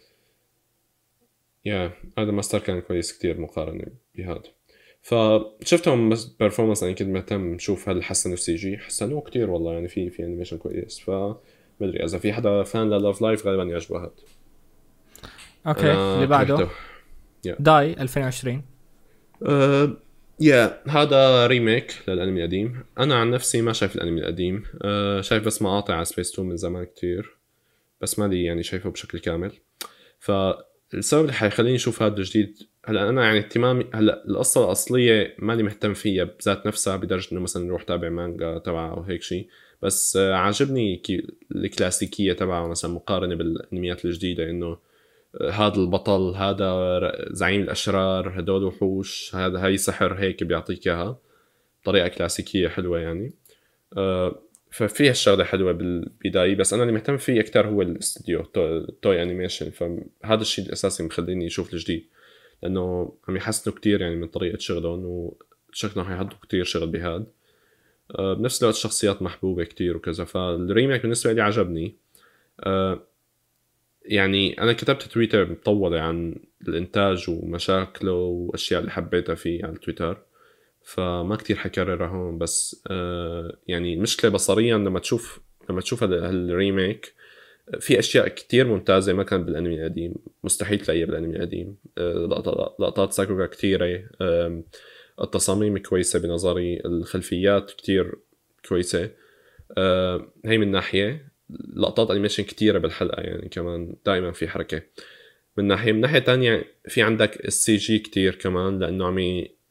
Speaker 2: يا هذا ماستر كان كويس كتير مقارنه بهذا. فشفتهم بس بيرفورمانس انا كنت مهتم شوف هل حسنوا السي جي، حسنوه كتير والله يعني. في في انيميشن كويس. ف مدري اذا في حدا فان للاف لايف غالبا يعجبه هذا.
Speaker 1: اوكي اللي بعده داي ألفين وعشرين.
Speaker 2: أه يا هذا ريميك للانمي القديم. انا عن نفسي ما شايف الانمي القديم، أه شايف بس مقاطع على سبيس تون من زمان كتير، بس ما لي يعني شايفه بشكل كامل. فالسبب اللي حيخليني اشوف هذا الجديد، هلا انا يعني اهتمامي هلا القصه الاصليه مالي مهتم فيها بذات نفسها بدرجه انه مثلا نروح تابع مانجا تبعها او هيك شيء، بس آه عاجبني الكلاسيكيه تبعه مثلا مقارنه بالانميات الجديده، انه هذا البطل، هذا زعيم الأشرار، هدول وحوش، هذا هاي سحر، هيك بيعطيك إياها بطريقة كلاسيكية حلوة يعني. أه ففيها الشغلة حلوة بالبداية، بس أنا اللي مهتم فيه أكتر هو الاستوديو تو... توي أنيميشن. فهذا الشيء الأساسي مخليني أشوف الجديد، لأنه عم يحسنوا كتير يعني من طريقة شغلهم، وشكلهم هيحطوا كتير شغل بهذا. أه بنفس الوقت الشخصيات محبوبة كتير وكذا. فالريميك بالنسبة لي عجبني. أه يعني أنا كتبت تويتر مطولة عن الإنتاج ومشاكله وأشياء اللي حبيتها فيه على تويتر، فما كتير حكررها هون. بس آه يعني المشكلة بصريا لما تشوف لما تشوف هالريميك في أشياء كتير ممتازة ما كانت بالأنمي القديم، مستحيل تلاقيها بالأنمي القديم. آه لقطات, لقطات ساكوغا كتيرة، آه التصاميم كويسة بنظري، الخلفيات كتير كويسة. آه هي من ناحية. لقطات انيميشن كتيرة بالحلقة يعني، كمان دائما في حركة من ناحية. من ناحية تانية في عندك السي جي كتير كمان، لأنه عم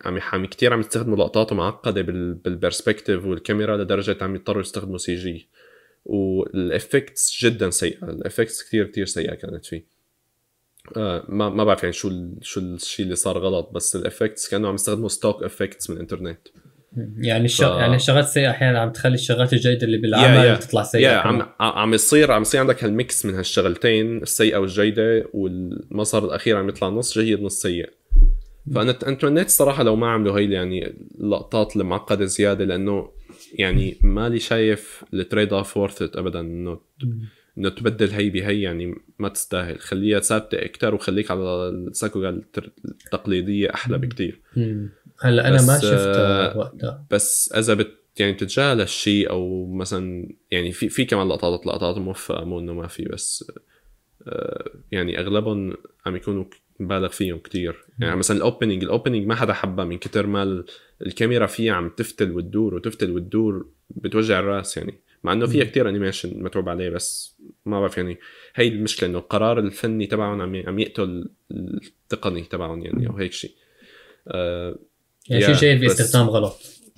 Speaker 2: عم عم كتير عم يستخدموا لقطات معقده بال بالبرسبكتيف والكاميرا لدرجه عم يضطروا يستخدموا سي جي، والافكتس جدا سيئه، الافكتس كتير كتير سيئه كانت فيه. آه ما ما بعرف يعني شو ال شو الشيء اللي صار غلط، بس الافكتس كانوا عم يستخدموا ستوك افكتس من الانترنت.
Speaker 4: يعني الش... ف... يعني الشغلات السيئه احيانا عم تخلي الشغلات الجيده اللي بالعمل yeah, yeah. تطلع سيئه.
Speaker 2: yeah, عم عم يصير عم يصير عندك هالميكس من هالشغلتين، السيئه والجيده، والمسار الاخير عم يطلع نص جيد نص سيء. فانا تمنيت الصراحه لو ما عملوا هي يعني اللقطات المعقده زياده، لانه يعني مالي شايف التريد اوف وورث ابدا انه انه تبدل هي بهي، يعني ما تستاهل. خليها ثابته اكثر وخليك على الساكوغا التقليديه احلى بكتير.
Speaker 4: هلا انا ما شفت وقتها،
Speaker 2: بس اذا بت يعني بتتجاهل هالشيء او مثلا يعني في في كمان لقطات لقطات موفقه، مو انه ما في، بس آه يعني اغلبهم عم يكونوا مبالغ فيهم كتير. يعني مثلا الاوبننج الاوبننج ما حدا حبها من كتر ما الكاميرا فيها عم تفتل وتدور وتفتل وتدور، بتوجع الراس يعني، مع انه فيها كتير انيميشن متعوب عليه، بس ما بعرف يعني هي المشكله، انه القرار الفني تبعهم عم عم يقتل التقني تبعهم يعني، او هيك شيء. آه
Speaker 4: يعني شيء جيد باستخدام غلط.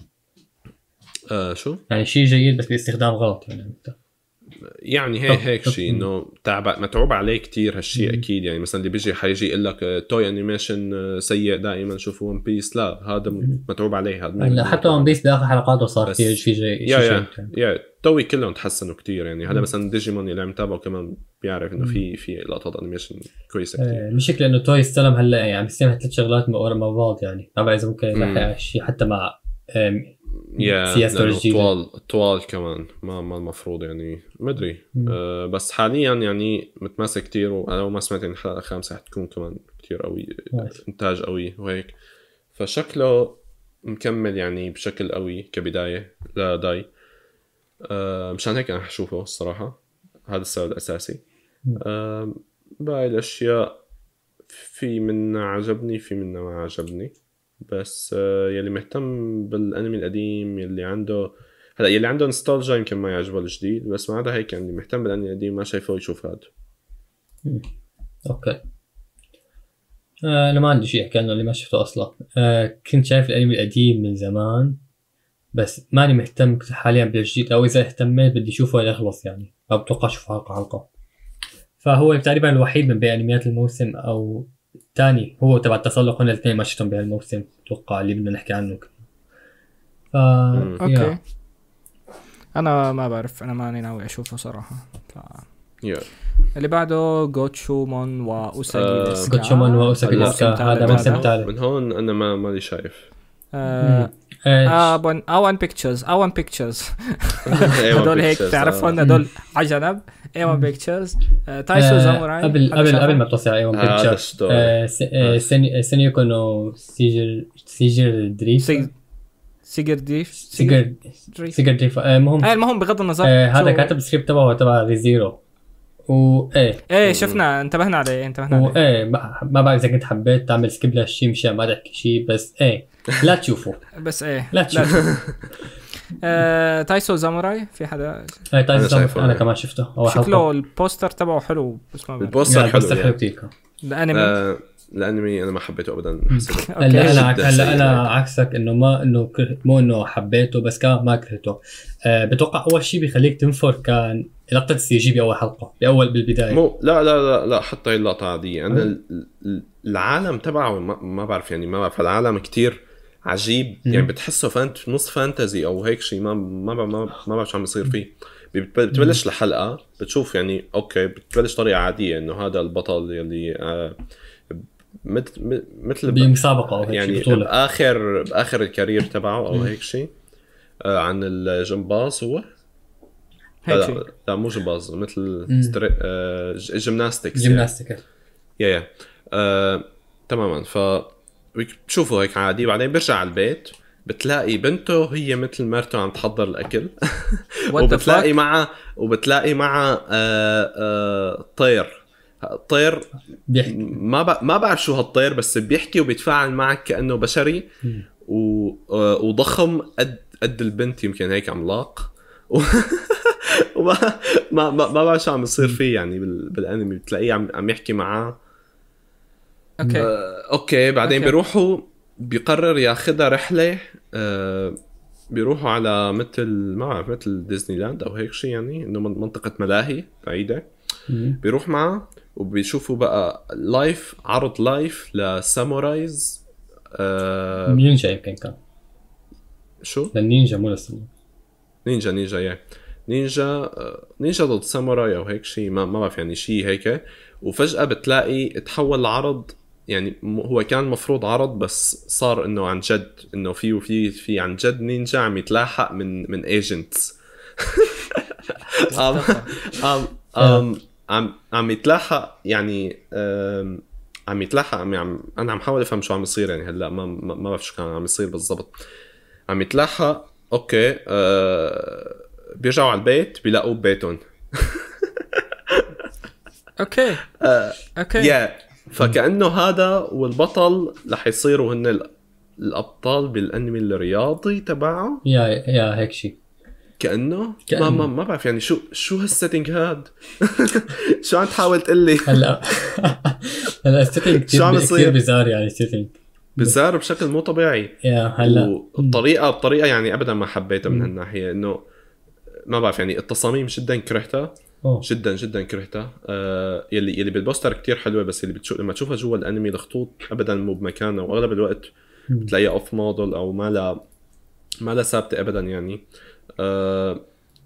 Speaker 2: آه شو
Speaker 4: يعني شيء جيد بس باستخدام غلط يعني انت
Speaker 2: يعني هي هيك شيء انه تعب متعوب عليه كتير هالشيء. اكيد يعني مثلا اللي بيجي حيجي يقول لك توي انيميشن سيء دائما شوفوا ون بيس، لا هذا متعوب عليه هذا.
Speaker 4: لا حتى ون بيس باخر حلقاته صار فيه شيء شيء
Speaker 2: يا يا, يا توي كلهم تحسنوا كتير يعني. هذا مثلا ديجيمون اللي عم يتابعه كمان بيعرف انه في في لقطات انيميشن كويسه كتير.
Speaker 4: المشكله انه توي استلم هلا يعني عم يستلم ثلاث شغلات ورا بعض، يعني ما بعرف اذا ممكن يلحق شيء حتى مع
Speaker 2: يا طوال طوال كمان ما ما المفروض يعني ما ادري. أه بس حاليا يعني متماسك كتير، وانا ما سمعت ان الحلقه الخامسه حتكون كمان كتير قوي، انتاج قوي وهيك، فشكله مكمل يعني بشكل قوي كبدايه لداي. أه مشان هيك انا حشوفه الصراحه، هذا السبب الاساسي. أه باقي الاشياء في منها عجبني في منها ما عجبني، بس يلي مهتم بالانمي القديم يلي عنده هلا يلي عنده نوستالجيا يمكن ما يعجبه الجديد، بس ما عدا هيك يعني مهتم بالانمي القديم ما شايفه يشوف هذا.
Speaker 4: اوكي آه انا ما عندي شيء احكي عنه اللي ما شفته اصلا. آه كنت شايف الانمي القديم من زمان بس ماني مهتم حاليا بالجديد، او اذا اهتميت بدي اشوفه يخلص يعني، ما بتوقع اشوف حلقه حلقه. فهو تقريبا الوحيد من بين انميات الموسم او تاني هو تبع التسلق، هن الاثنين ما شفتهم بهالموسم اتوقع اللي بدنا نحكي عنه. ف
Speaker 1: اوكي انا ما بعرف، انا ماني ناوي اشوفه صراحه. ف...
Speaker 2: yeah.
Speaker 1: اللي بعده غوتشومون واوساجي ديسكا.
Speaker 4: غوتشومون واوساجي ديسكا هذا موسم ثالث.
Speaker 2: من هون انا ما مالي شايف.
Speaker 1: آه ابون اوان بيكتشرز اوان بيكتشرز هذول هيك تعرفون هذول على جنب. ايوان بيكتشرز تايسو زاموراي.
Speaker 4: قبل قبل قبل ما توصل على ايوان بيكتشرز سينيوكو نو سيجر سيجر دريف
Speaker 1: سيجر دريف
Speaker 4: سيجر سيجر دريف المهم
Speaker 1: المهم بغض النظر
Speaker 4: هذا كاتب السكريبت تبعه تبع ريزيرو و ايه
Speaker 1: ايه شفنا انتبهنا عليه انتبهنا عليه
Speaker 4: وايه ما بعرف اذا كنت حبيت تعمل سكيب لهالشيء مشان ما تحكي شيء، بس ايه لا تشوفوا
Speaker 1: بس ايه
Speaker 4: لا تشوفوا.
Speaker 1: آه، تايسو زاموراي في حدا؟
Speaker 4: ايه تايسو زاموراي انا كمان شفته اول حلقه.
Speaker 1: شكله البوستر تبعه حلو بس ما
Speaker 2: البوستر حلو
Speaker 4: حلو كثير.
Speaker 1: الانمي
Speaker 2: آه الانمي انا ما حبيته ابدا.
Speaker 4: هلا انا هلا انا عكسك انه ما انه مو انه حبيته بس كمان ما كرهته. أه بتوقع اول شيء بيخليك تنفر كان لقطه السي جي باول حلقه باول بالبدايه.
Speaker 2: مو لا لا لا لا حتى هي اللقطه عاديه. انا العالم تبعه ما, ما بعرف يعني ما بعرف العالم كتير عجيب يعني بتحسه فانت نص فانتزي او هيك شيء ما ما ما, ما بعرف شو عم بيصير فيه. بتبلش الحلقه بتشوف يعني اوكي بتبلش طريقه عاديه انه هذا البطل اللي آه مثل مثل
Speaker 4: بمسابقه او هيك
Speaker 2: يعني باخر باخر الكارير تبعه او هيك شيء آه عن الجمباز هو لا, لا, لا مو جمباز مثل ستري... آه جيمناستكس
Speaker 4: جيمناستيك
Speaker 2: يعني. يا يا آه تماما. ف بتشوفوا هيك عادي بعدين بيرجع على البيت بتلاقي بنته هي مثل مرته عم تحضر الاكل وبتلاقي معها وبتلاقي معها آه آه طير طير
Speaker 4: بيحكي.
Speaker 2: ما ب... ما بعرف شو هالطير بس بيحكي وبيتفاعل معك كأنه بشري و... وضخم قد قد البنت يمكن هيك عملاق و... وما ما ما ما بعرف شو عم يصير فيه يعني بال... بالانمي بتلاقيه عم عم يحكي معاه.
Speaker 1: اوكي
Speaker 2: آه... اوكي بعدين أوكي. بيروحوا بيقرر ياخدها رحلة. آه بيروحوا على مثل ما بعرف مثل ديزني لاند أو هيك شيء، يعني إنه منطقة ملاهي بعيدة. بيروح معه وبيشوفوا بقى لايف، عرض لايف لسامورايز. آه
Speaker 4: نينجا يمكن كان
Speaker 2: شو؟
Speaker 4: للنينجا مو للساموراي.
Speaker 2: نينجا نينجا يا نينجا آه نينجا ضد ساموراي أو هيك شيء، ما ما بعرف يعني شيء هيك. وفجأة بتلاقي تحول العرض، يعني هو كان مفروض عرض بس صار انه عن جد، انه في وفي في عن جد نينجا عم يتلاحق من من ايجنتس. عم عم عم عم عم يتلاحق يعني عم يتلاحق عم انا عم حاول افهم شو عم يصير يعني هلا ما ما بعرف شو كان عم يصير بالضبط. عم يتلاحق اوكي. أه بيرجعوا على البيت بيلاقوه ببيتهم.
Speaker 1: اوكي
Speaker 2: أه
Speaker 1: اوكي
Speaker 2: يا فكأنه هذا والبطل رح يصيروا هن الأبطال بالأنمي الرياضي تبعه.
Speaker 4: يا يا هيك شيء
Speaker 2: كأنه,
Speaker 4: كأنه.
Speaker 2: ما ما ما بعرف يعني شو شو هالسيتنج هاد. شو عم تحاول تقول لي؟
Speaker 4: هلا هلا السيتنج كثير كثير بيزار، يعني السيتنج
Speaker 2: بيزار بشكل مو طبيعي.
Speaker 4: يا هلا
Speaker 2: والطريقة بطريقة يعني أبدا ما حبيتها من هالناحية، إنه ما بعرف يعني التصاميم جدا كرهتها. أوه. جدا جدا كرهتها. آه يلي يلي بالبوستر كتير حلوه، بس اللي بتشوف لما تشوفها جوا الانمي الخطوط ابدا مو بمكانها، واغلب الوقت بتلاقيها اوف موديل او ما لا ما لا ثابته ابدا يعني. آه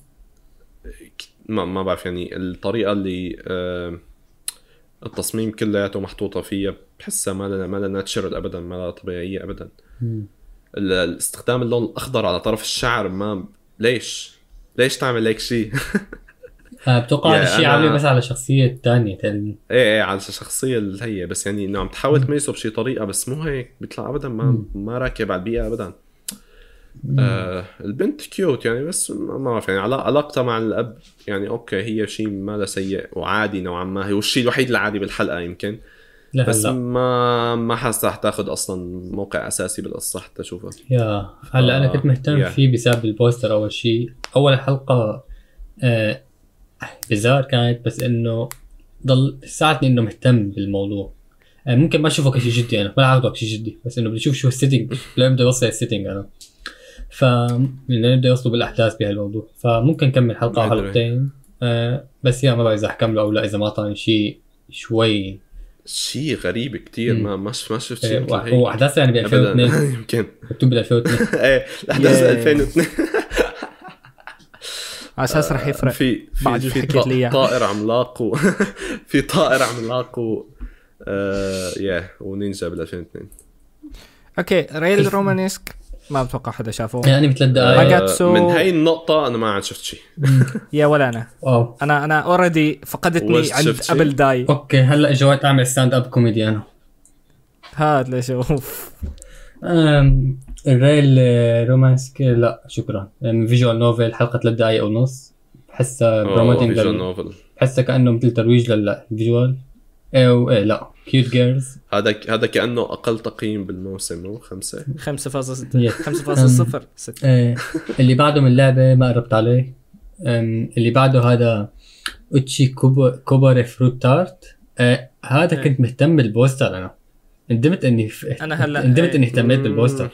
Speaker 2: ما ما بعرف يعني الطريقه اللي آه التصميم كلياته محطوطه فيها بحسها ما لا ما لا ناتشرال ابدا، ما لا طبيعيه ابدا. الاستخدام اللون الاخضر على طرف الشعر، ما ليش ليش تعمل هيك شيء؟
Speaker 4: بتوقع هذا الشيء عامله بس على شخصية الثانية تقريبا.
Speaker 2: ايه ايه على الشخصية اللي هي بس يعني انه عم تحاول تميزه بشي طريقة، بس مو هيك بيطلع ابدا ما مم. ما راكب على البيئة ابدا. آه البنت كيوت يعني، بس ما بعرف يعني علاقتها مع الاب يعني اوكي هي شيء ما لا سيء وعادي نوعا ما، هي الشيء الوحيد العادي بالحلقة يمكن. لا بس لا. ما ما حاسس رح تاخذ اصلا موقع اساسي بالقصة حتى اشوفها.
Speaker 4: يا هلا انا كنت مهتم فيه بسبب البوستر. اول شيء اول حلقة آه بزار كانت، بس انه ضل ساعدني انه مهتم بالموضوع. آه ممكن ما اشوفه كشي جدي، انا ما عارضه كشي جدي، بس انه بدي اشوف شو السيتنج لا يبدا يوصل السيتنج انا، ف لانه يبدا يوصلوا بالاحداث بهالموضوع. فممكن نكمل حلقه او حلقتين. آه بس يا ما بعرف اذا احكمله او لا، اذا ما طاني شيء شوي
Speaker 2: شيء غريب كتير. ما ما ما شفت شيء
Speaker 4: مثل هيك. هو احداث يعني ب ألفين واثنين
Speaker 2: يمكن
Speaker 4: مكتوب ب ألفين واثنين.
Speaker 2: ايه الاحداث ألفين واثنين
Speaker 1: على اساس رح يفرق.
Speaker 2: في بعد في طائر عملاق و... في طائر عملاق و آه... يا ونينجا بال ألفين واثنين.
Speaker 1: اوكي ريل رومانيسك ما بتوقع حدا شافه
Speaker 4: يعني مثل
Speaker 1: الدقائق.
Speaker 2: من هاي النقطة أنا ما عاد شفت شيء.
Speaker 1: يا ولا أنا
Speaker 4: أوه.
Speaker 1: أنا أنا أوريدي فقدتني عند قبل داي.
Speaker 4: أوكي هلا جوات أعمل ستاند أب كوميدي أنا.
Speaker 1: هاد لشوف.
Speaker 4: أم الريل رومانسك لا شكرا. من فيجوال نوفل حلقة ثلاث دقايق ونص، بحسها بروموتينج لل... بحسها كأنه مثل ترويج للفيجوال. أو إيه لا كيوت جيرلز.
Speaker 2: هذا هذا كأنه أقل تقييم بالموسم، مو خمسة
Speaker 1: خمسة فاصلة ستة خمسة فاصلة صفر ستة.
Speaker 4: إيه اللي بعده من اللعبة ما قربت عليه. اللي بعده هذا أوتشي كوبا كوباري فروت تارت. إيه هذا إيه. كنت مهتم بالبوستر. أنا ندمت إني ف...
Speaker 1: أنا هلا
Speaker 4: ندمت
Speaker 1: إيه.
Speaker 4: إني اهتميت بالبوستر.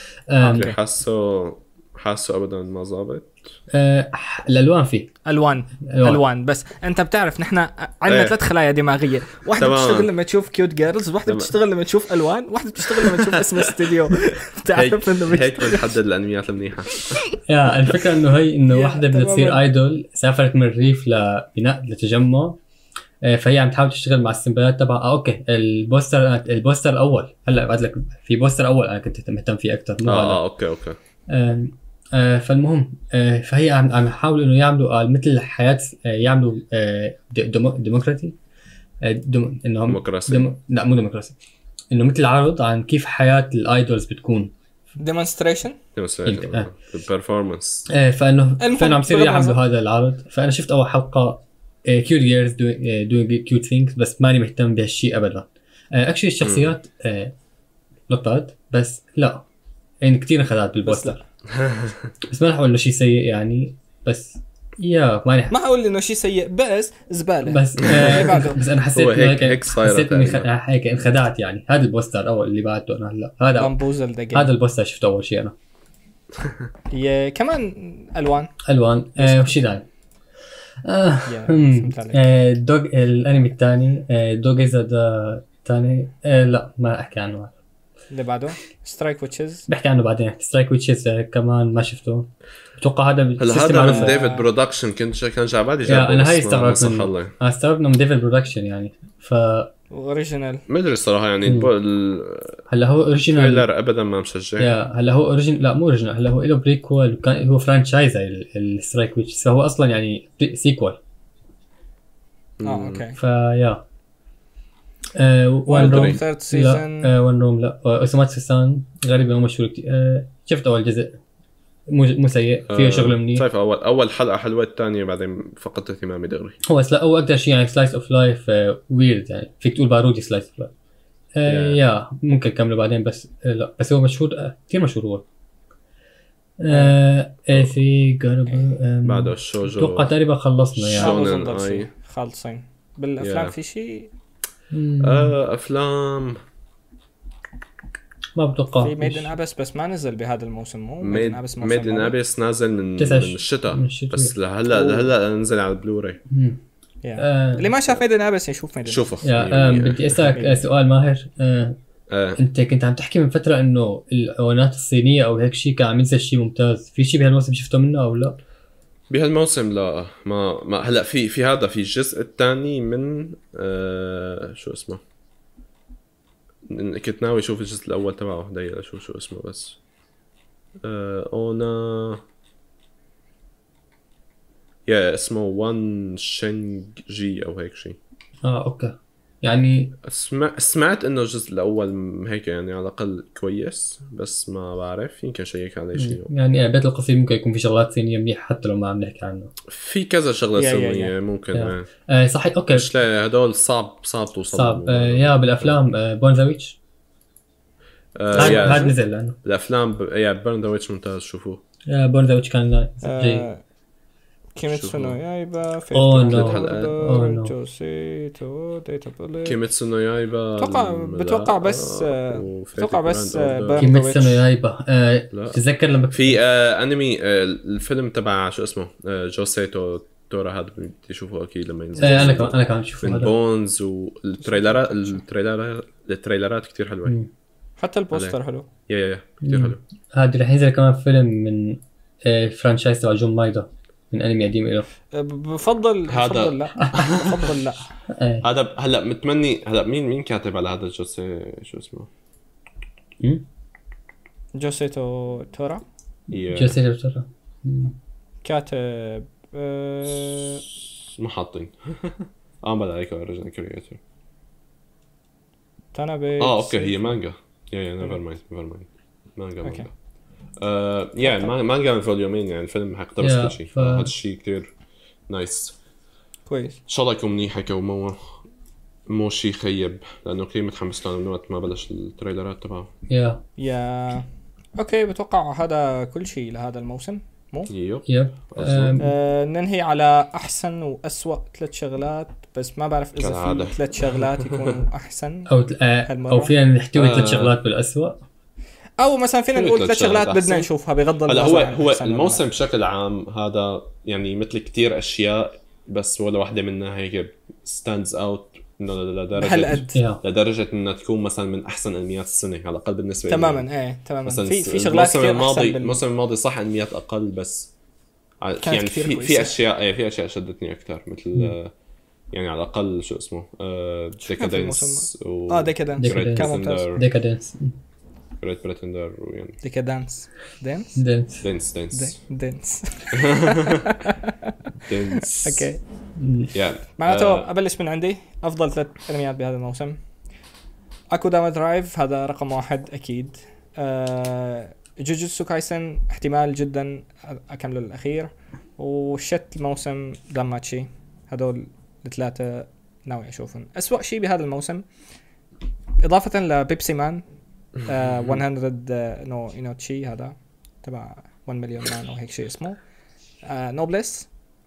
Speaker 2: حاسه حاسه أبدا ما ظابط.
Speaker 4: أه الألوان فيه
Speaker 1: ألوان ألوان, ألوان. بس أنت بتعرف نحن عندنا ثلاث خلايا دماغية، واحدة تمام. بتشتغل لما تشوف كيوت جيرلز، واحدة بتشتغل لما تشوف ألوان، واحدة بتشتغل لما تشوف اسم استديو. بتعرف إنه
Speaker 2: هيك بنحدد الأنميات المنيحة.
Speaker 4: يا الفكرة إنه هي إنه واحدة بدها تصير آيدول، سافرت من الريف لبناء لتجمع، فهي عم تحاول تشتغل مع السيمبلات تبع. آه أوكي البوستر البوستر الأول هلا بعد لك في بوستر أول أنا كنت مهتم فيه أكتر.
Speaker 2: آه, آه أوكي أوكي.
Speaker 4: آه آه فالمهم آه فهي عم عم يحاولوا إنه يعملوا آه مثل الحياة آه يعملوا آه ديمو ديمقراطي آه دم إنهم
Speaker 2: ديمقراطي
Speaker 4: دم لا مو ديمقراطي، إنه مثل عرض عن كيف حياة الآيدولز بتكون.
Speaker 1: demonstration
Speaker 2: demonstration
Speaker 4: آه.
Speaker 2: performance.
Speaker 4: آه فإنه فإنه عم يصيروا يعملوا هذا العرض. فأنا شفت أول حلقة كيوت جيرلز doing cute things، بس ماني مهتم بهالشيء أبدا. أكشلي الشخصيات لطات بس لا يعني كتير انخدعت بالبوستر. بس, بس ما رح أقول له شيء سيء يعني، بس يا ماني
Speaker 1: ما اقول انه شيء سيء بس زباله.
Speaker 4: بس
Speaker 1: اللي
Speaker 4: آه
Speaker 1: بعده.
Speaker 4: بس انا حسيت
Speaker 2: هو
Speaker 4: إنه
Speaker 2: هيك- هيك صايرة
Speaker 4: حسيت اني
Speaker 2: تقريباً.
Speaker 4: خ... هيك انخدعت يعني. هذا البوستر الاول اللي بعته انا هلا هذا
Speaker 1: بامبوزل ذا جيم.
Speaker 4: هذا البوستر شفته اول شيء انا.
Speaker 1: ي- كمان الوان
Speaker 4: الوان آه وشي ثاني آه
Speaker 1: يا
Speaker 4: هم.
Speaker 1: فهمت عليك.
Speaker 4: آه دوغ الانمي الثاني آه دوغ از ذا الثاني آه لا ما احكي عنه.
Speaker 1: اللي بعده سترايك ويتشز.
Speaker 4: بحكي عنه بعدين. سترايك ويتشز آه كمان ما شفته. بتوقع هذا
Speaker 2: هلا
Speaker 4: سيستم
Speaker 2: هذا من
Speaker 4: معروف.
Speaker 2: ديفيد برودكشن كنت شا- كان جعبالي
Speaker 4: يا
Speaker 2: جابه
Speaker 4: انا هاي
Speaker 2: بس ما- ما
Speaker 4: استغربت
Speaker 2: صح
Speaker 4: منه.
Speaker 2: الله.
Speaker 4: انا استغربت من ديفيد برودكشن يعني. ف
Speaker 1: اوريجينال.
Speaker 2: ما ادري الصراحه يعني
Speaker 4: مم.
Speaker 2: الب- ال-
Speaker 4: هلا هو اوريجينال.
Speaker 2: التريلر ابدا ما مشجع.
Speaker 4: يا هلا هو اوريجينال لا مو اوريجينال. هلا هو له بريكول وكان هو فرانشايز السترايك ويتشز فهو اصلا يعني سيكوال.
Speaker 1: اه اوكي.
Speaker 4: فيا آه وان
Speaker 2: أدري.
Speaker 4: روم
Speaker 1: ثيرد
Speaker 4: لا
Speaker 1: سيزون.
Speaker 4: آه وان روم لا اوسوماتسو سان غالبا مو مشهور كتير. آه شفت اول جزء مو مو سيء فيه شغل منيح.
Speaker 2: شايف اول اول حلقه حلوه الثانيه بعدين فقدت اهتمامي دغري.
Speaker 4: هو سلا هو اكثر شيء يعني سلايس اوف لايف ويرد يعني فيك تقول بارودي سلايس اوف لايف.
Speaker 2: Yeah.
Speaker 4: يا ممكن كمله بعدين بس آه لا بس هو مشهور آه كثير مشهور هو. آه اي ثري
Speaker 2: بعده الشوجو
Speaker 4: اتوقع تقريبا خلصنا يعني.
Speaker 2: شلون
Speaker 1: ما بظن ضل
Speaker 2: أي.
Speaker 1: شيء خالصين بالافلام.
Speaker 2: Yeah.
Speaker 1: في شيء
Speaker 4: مم.
Speaker 2: آه افلام
Speaker 4: ما بتوقع
Speaker 1: في ميد ان ابس بس ما نزل بهذا الموسم. مو
Speaker 2: ميد
Speaker 1: ابس موسم
Speaker 2: ميد ان
Speaker 1: ماضي.
Speaker 2: ابيس نازل من
Speaker 4: تسع
Speaker 2: من
Speaker 4: ش-
Speaker 2: الشتاء
Speaker 4: من الشتاء.
Speaker 2: بس لهلا
Speaker 1: أوه.
Speaker 2: لهلا نزل على البلوراي.
Speaker 4: مم.
Speaker 1: Yeah.
Speaker 4: آه.
Speaker 1: اللي ما شاف ميد ان ابس يشوف ميد ان
Speaker 2: شوفه
Speaker 4: يا آه بدي اسالك آه سؤال ماهر. آه
Speaker 2: آه.
Speaker 4: انت كنت عم تحكي من فتره انه الاعلانات الصينيه او هيك شيء كان عم ينزل شيء ممتاز. في شيء بهالموسم شفته منه او لا؟
Speaker 2: بهالموسم لا ما ما هلا في في هذا في الجزء الثاني من آه شو اسمه كنت ناوي اشوف الجزء الاول تبعه هدي اشوف شو اسمه بس آه اونا يا اسمه وان شينج جي او هيك شيء.
Speaker 4: اه اوكي يعني
Speaker 2: سمع سمعت انه الجزء الاول م- هيك يعني على الاقل كويس بس ما بعرف يمكن شيك عليه شيء.
Speaker 4: يعني بيت القصير ممكن يكون في شغلات صينيه منيحه حتى لو ما عم نحكي عنه.
Speaker 2: في كذا شغله
Speaker 1: يا- يا-
Speaker 2: سويه
Speaker 1: يا.
Speaker 2: ممكن
Speaker 4: يا.
Speaker 2: آه.
Speaker 4: آه صحيح اوكي
Speaker 2: مش لا هدول صعب صعب توصل
Speaker 4: صعب.
Speaker 2: لهم.
Speaker 4: آه يا بالافلام آه بون ذا ويتش
Speaker 2: آه
Speaker 4: هذا
Speaker 2: يا
Speaker 4: هذا نزل لانه
Speaker 2: الافلام ب... يا بيرن ذا ويتش ممتاز شوفوه.
Speaker 4: آه بون ذا ويتش كان جيد.
Speaker 1: آه، كيميتسو نو يايبا
Speaker 4: Oh no.
Speaker 1: فيرست
Speaker 4: Oh no.
Speaker 1: جوسيتو ديتا بوليس.
Speaker 2: كيميتسو نو يايبا
Speaker 1: بتوقع-
Speaker 2: لا.
Speaker 1: بتوقع بس-
Speaker 2: و Fate
Speaker 1: بتوقع
Speaker 2: Grand
Speaker 1: بس،
Speaker 2: Order.
Speaker 1: آه،
Speaker 4: كيميتسو نو يايبا آه
Speaker 2: لا.
Speaker 4: تتذكر لما
Speaker 2: في آه انمي آه الفيلم تبع شو اسمه آه جوسيتو تورا هذا بدي اشوفه اكيد لما ينزل.
Speaker 4: آه انا كمان انا كمان شوفه
Speaker 2: من
Speaker 4: هذا.
Speaker 2: بونز والتريلرات التريلرات التريلرات كتير حلوه.
Speaker 4: مم.
Speaker 1: حتى البوستر حلو.
Speaker 2: يا يا يا كتير
Speaker 4: مم.
Speaker 2: حلو.
Speaker 4: هذا رح ينزل كمان فيلم من آه فرانشايز تبع جون مايدا من انمي قديم له.
Speaker 1: آه، ب- بفضل
Speaker 2: هذا-
Speaker 1: بفضل لا بفضل لا.
Speaker 4: آه.
Speaker 2: هذا هلا متمني هلا مين مين كاتب على هذا الجوسي شو اسمه؟
Speaker 4: مم؟
Speaker 1: جوسيتو تورا
Speaker 2: يا-
Speaker 4: جوسي دكتورة. مم.
Speaker 1: كاتب آه،
Speaker 2: ما حاطين اه بلا عليك اوريجينال كرييتور.
Speaker 1: تانابي.
Speaker 2: اه اوكي هي مانجا. يا يا نيفر مايند نيفر مايند مانجا
Speaker 1: أوكي.
Speaker 2: مانجا. آه يعني ما- مانجا من فوليومين يعني الفيلم حيقتبس
Speaker 4: يا،
Speaker 2: كل شيء
Speaker 4: ف-
Speaker 2: هذا الشيء كتير نايس.
Speaker 1: كويس.
Speaker 2: ان شاء الله يكون منيح هيك ومو مو شيء خيب لانه كثير متحمس له من وقت ما بلش التريلرات تبعه.
Speaker 4: يا
Speaker 1: يا اوكي بتوقع هذا كل شيء لهذا الموسم. مو
Speaker 2: يب
Speaker 4: يب
Speaker 2: أصلاً.
Speaker 4: آم،
Speaker 1: آه ننهي على احسن واسوأ ثلاث شغلات بس ما بعرف اذا
Speaker 2: كالعادة.
Speaker 1: في ثلاث شغلات يكونوا احسن
Speaker 4: او آه،
Speaker 1: هالمرة.
Speaker 4: او فينا نحتوي ثلاث
Speaker 2: آه.
Speaker 4: شغلات بالأسوأ.
Speaker 1: او مثلا فينا
Speaker 2: في
Speaker 1: نقول
Speaker 2: ثلاث
Speaker 1: ثلاث شغلات
Speaker 2: شغلات
Speaker 1: بدنا
Speaker 2: أحسن.
Speaker 1: نشوفها بغض
Speaker 2: هلا
Speaker 1: النظر
Speaker 2: هو
Speaker 1: عن
Speaker 2: هو
Speaker 1: أحسن ولا لا.
Speaker 2: الموسم بشكل عام هذا يعني مثل كتير اشياء بس ولا واحدة منها هيك ستاندز اوت انه لدرجة
Speaker 1: هالقد
Speaker 4: يا
Speaker 2: لدرجة انها تكون مثلا من احسن انميات السنة على الاقل بالنسبة لي.
Speaker 1: تماما ايه تماما
Speaker 2: مثلا
Speaker 1: في في
Speaker 2: الس-
Speaker 1: شغلات
Speaker 2: الموسم
Speaker 1: كثير
Speaker 2: الماضي
Speaker 1: احسن بال...
Speaker 2: الموسم الماضي صح انميات اقل بس ع-
Speaker 1: كانت
Speaker 2: يعني
Speaker 1: كتير
Speaker 2: في
Speaker 1: كويسة.
Speaker 2: في اشياء ايه في اشياء شدتني اكثر مثل آه، يعني على الاقل شو اسمه
Speaker 1: كان في
Speaker 2: ديكادنس و
Speaker 1: اه ديكادنس
Speaker 4: Decadence.
Speaker 1: كان ممتاز.
Speaker 4: ديكادنس
Speaker 2: جريت بريتندر ويعني
Speaker 1: ديكادنس دانس
Speaker 4: دنس
Speaker 2: دنس دنس
Speaker 1: دانس
Speaker 2: دنس
Speaker 1: اوكي
Speaker 2: يعني
Speaker 1: معناته
Speaker 2: آه،
Speaker 1: ابلش من عندي افضل ثلاث انميات بهذا الموسم. اكوداما درايف هذا رقم واحد اكيد. آه جوجوتسو كايسن احتمال جدا اكمله الاخير. وشت الموسم داماتشي. هدول الثلاثه ناوي اشوفهم. اسوأ شيء بهذا الموسم اضافه لبيبسي مان آه مية آه نو اينوتشي هذا تبع واحد مليون مان او هيك شيء اسمه. آه نوبلس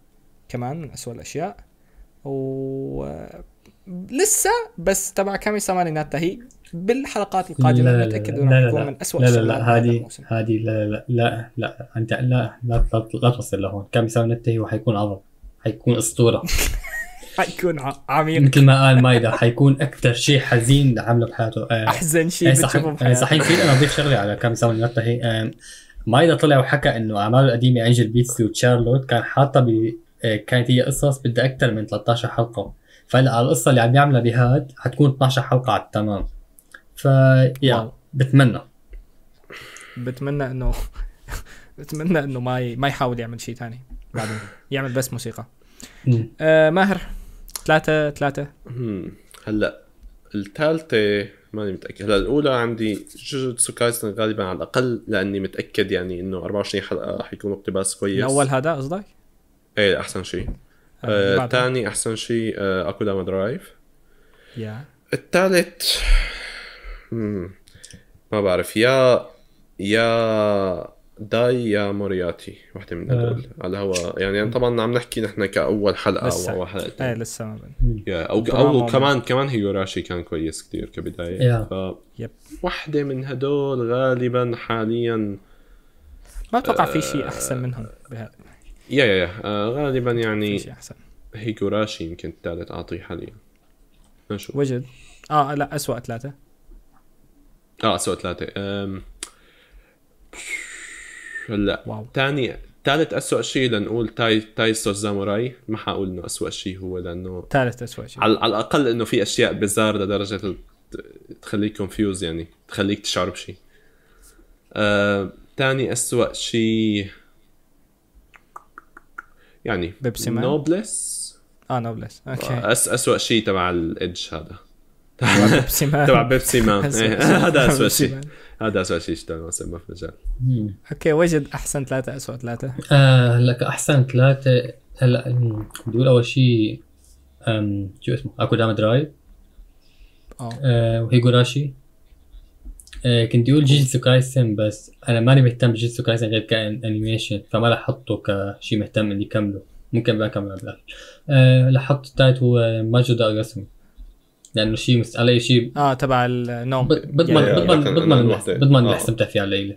Speaker 1: كمان من أسوأ الاشياء. و لسه بس تبع كامي سامانيناتا هي بالحلقات القادمه
Speaker 4: لا لا
Speaker 1: متاكد
Speaker 4: لا
Speaker 1: انه
Speaker 4: لا
Speaker 1: راح يكون
Speaker 4: لا
Speaker 1: من أسوأ
Speaker 4: لا لا
Speaker 1: الشغلات
Speaker 4: لا
Speaker 1: بهذا
Speaker 4: هذه
Speaker 1: الموسم.
Speaker 4: هذه لا لا لا لا انت لا لا لا, لا توصل لهون. كامي سامانيتا هو حيكون عظم، حيكون اسطوره.
Speaker 1: حيكون ع- عميق.
Speaker 4: مثل ما قال مايدا حيكون اكثر شيء حزين عمله بحياته. آه
Speaker 1: احزن شيء
Speaker 4: آه،
Speaker 1: بتشوفه
Speaker 4: صحيح. آه،
Speaker 1: بحياتك.
Speaker 4: صحيح فيني انا اضيف شغله على كامي سامانيتا هي. آه مايدا طلع وحكى انه اعماله القديمه انجل بيتسي وتشارلوت كان حاطه ب آه، كانت هي قصص بدها اكثر من ثلاثة عشر حلقه، فهلا القصه اللي عم يعملها بهاد حتكون اثني عشر حلقه على التمام. ف يا
Speaker 1: واو.
Speaker 4: بتمنى
Speaker 1: بتمنى انه بتمنى انه ما ي... ما يحاول يعمل شيء تاني بعدين، يعمل بس موسيقى.
Speaker 4: مم.
Speaker 1: آه ماهر ثلاثة ثلاثة
Speaker 2: هم. هلا الثالثة ماني متأكد. هلا الأولى عندي جوجوتسو كايسن غالبا على الأقل لأني متأكد يعني إنه أربعة وعشرين حلقة حيكون اقتباس كويس.
Speaker 1: الأول هذا قصدك؟
Speaker 2: إيه أحسن شيء.
Speaker 1: آه، بعده.
Speaker 2: الثاني أحسن شيء آه أكوداما درايف.
Speaker 1: يا
Speaker 2: الثالث هم. ما بعرف، يا يا داي يا مورياتي، واحدة من هدول على هوا يعني. أنا طبعا عم نحكي نحن كأول حلقة
Speaker 1: لسه.
Speaker 2: أو أول حلقة.
Speaker 1: ايه لسه ما بين.
Speaker 2: يا او
Speaker 1: دراما
Speaker 2: او
Speaker 1: ومن-
Speaker 2: كمان كمان هيوراشي كان كويس كتير كبدايه.
Speaker 4: يا.
Speaker 2: ف
Speaker 1: يب.
Speaker 2: واحدة من هدول غالبا حاليا.
Speaker 1: ما اتوقع في شيء احسن منهم بهذا.
Speaker 2: يا يا يا آه غالبا
Speaker 1: في
Speaker 2: يعني
Speaker 1: شيء احسن.
Speaker 2: هيغوراشي يمكن الثالث اعطيه حاليا. نشوف.
Speaker 1: وجد اه لا أسوأ ثلاثة.
Speaker 2: اه اسوء ثلاثة. أم... هلا
Speaker 1: واو.
Speaker 2: ثاني ثالث اسوء شيء لنقول تاي تايسو زاموراي. ما حقول انه اسوء شيء هو لانه
Speaker 1: ثالث أسوأ شيء.
Speaker 2: على, على الاقل انه في اشياء بزار لدرجه ت- تخليك كونفيوز يعني تخليك تشعر بشيء. آه، تاني أسوأ شيء يعني
Speaker 1: بيبسي مان.
Speaker 2: نوبلس.
Speaker 1: اه نوبلس اوكي.
Speaker 2: أس أسوأ شيء تبع الإدج هذا
Speaker 1: بيبسي مان.
Speaker 2: تبع بيبسي مان.
Speaker 1: أسوأ
Speaker 2: إيه،
Speaker 1: شيء.
Speaker 2: هذا أسوأ
Speaker 1: بيبسي
Speaker 2: شيء.
Speaker 1: مان.
Speaker 2: هذا أسوأ شيء اشتغل ما سمى في مجال.
Speaker 4: مم.
Speaker 1: اوكي وجد احسن ثلاثة أسوأ ثلاثة.
Speaker 4: آه هلا كأحسن ثلاثة هلا مم، بدي أقول أول شيء أم شو اسمه أكوداما درايف.
Speaker 1: اه
Speaker 4: آه وهيغوراشي. آه كنت أقول جيجيتسو كايسن بس أنا ماني مهتم بجيجيتسو كايسن غير كأن أنيميشن، فما رح أحطه كشيء مهتم إني كمله. ممكن بقى كمله بالآخر. آه رح أحط الثالث هو ماجو دا أغاسمي لأنه شيء مست... علي شيء
Speaker 1: اه تبع النوم.
Speaker 4: ب- بضمن
Speaker 2: يا- يا-
Speaker 4: بضمن
Speaker 2: لكن
Speaker 4: بضمن
Speaker 2: أنا
Speaker 4: إني-
Speaker 2: الوحدة.
Speaker 4: بضمن إني
Speaker 2: آه.
Speaker 4: استمتع فيه على الليلة.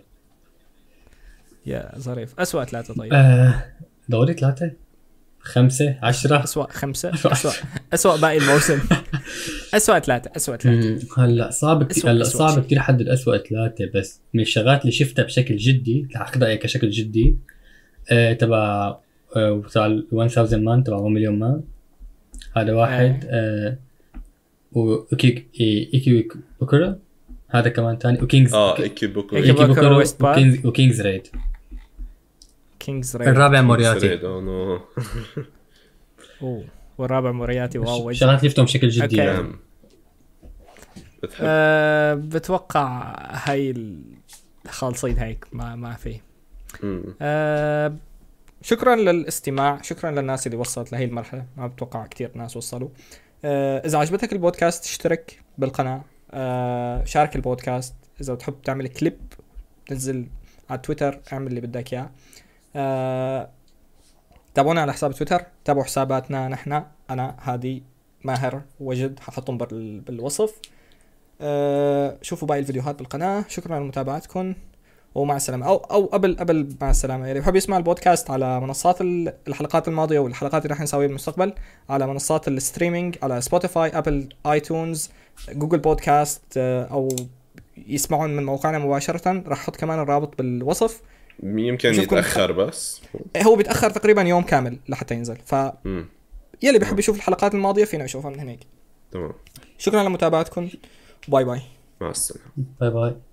Speaker 1: يا ظريف. أسوأ ثلاثة طيب.
Speaker 4: آه دوري ثلاثة خمسة عشرة.
Speaker 1: أسوأ خمسة. أسوأ أسوأ باقي الموسم. أسوأ ثلاثة. أسوأ ثلاثة.
Speaker 4: مم، هلا صعب كتير.
Speaker 1: أسوأ-
Speaker 4: هلا
Speaker 1: أسوأ
Speaker 4: صعب
Speaker 1: شيء.
Speaker 4: كتير حدد أسوأ ثلاثة، بس من الشغلات اللي شفتها بشكل جدي رح اخذها كشكل جدي آه تبع آه تبع ألف مان تبع واحد مليون مان. هذا واحد. آه وإيكي إيكي بوكورا هذا كمان تاني. وكينجز
Speaker 2: اه إيكيبوكو.
Speaker 1: إيكي بوكورا
Speaker 4: بوكورا
Speaker 1: ويست باث.
Speaker 4: وكينجز, وكينجز ريد.
Speaker 1: كينجز ريد.
Speaker 4: الرابع مورياتي.
Speaker 2: أوه.
Speaker 1: أوه. والرابع مورياتي. واو وجه.
Speaker 4: شغلات شفتهم بشكل جدي
Speaker 1: أوكي.
Speaker 4: يعني.
Speaker 2: نعم. بتحب
Speaker 1: أه بتوقع هاي ال- خالصين هيك ما ما في.
Speaker 2: مم.
Speaker 1: أه شكرا للاستماع. شكرا للناس اللي وصلت لهي المرحلة. ما بتوقع كتير ناس وصلوا. أه إذا عجبتك البودكاست اشترك بالقناة. أه شارك البودكاست. إذا بتحب تعمل كليب تنزل على تويتر اعمل اللي بدك إياه. أه تابعونا على حساب تويتر. تابعوا حساباتنا نحن. أنا هادي ماهر وجد ححطهم بال- بالوصف. أه شوفوا باقي الفيديوهات بالقناة. شكرا لمتابعتكم ومع السلامة. أو أو قبل قبل مع السلامة اللي بحب يسمع البودكاست على منصات ال- الحلقات الماضية والحلقات اللي راح نسويها بالمستقبل على منصات الستريمينج على سبوتيفاي أبل آيتونز جوجل بودكاست أه أو يسمعون من موقعنا مباشرة. راح أحط كمان الرابط بالوصف.
Speaker 2: يمكن
Speaker 1: نشوفكم
Speaker 2: يتأخر بس.
Speaker 1: هو بيتأخر تقريبا يوم كامل لحتى ينزل. ف
Speaker 2: مم.
Speaker 1: يلي بيحب يشوف الحلقات الماضية فينا يشوفها من هناك.
Speaker 2: تمام.
Speaker 1: شكرا لمتابعتكم. باي باي.
Speaker 2: مع السلامة.
Speaker 4: باي باي.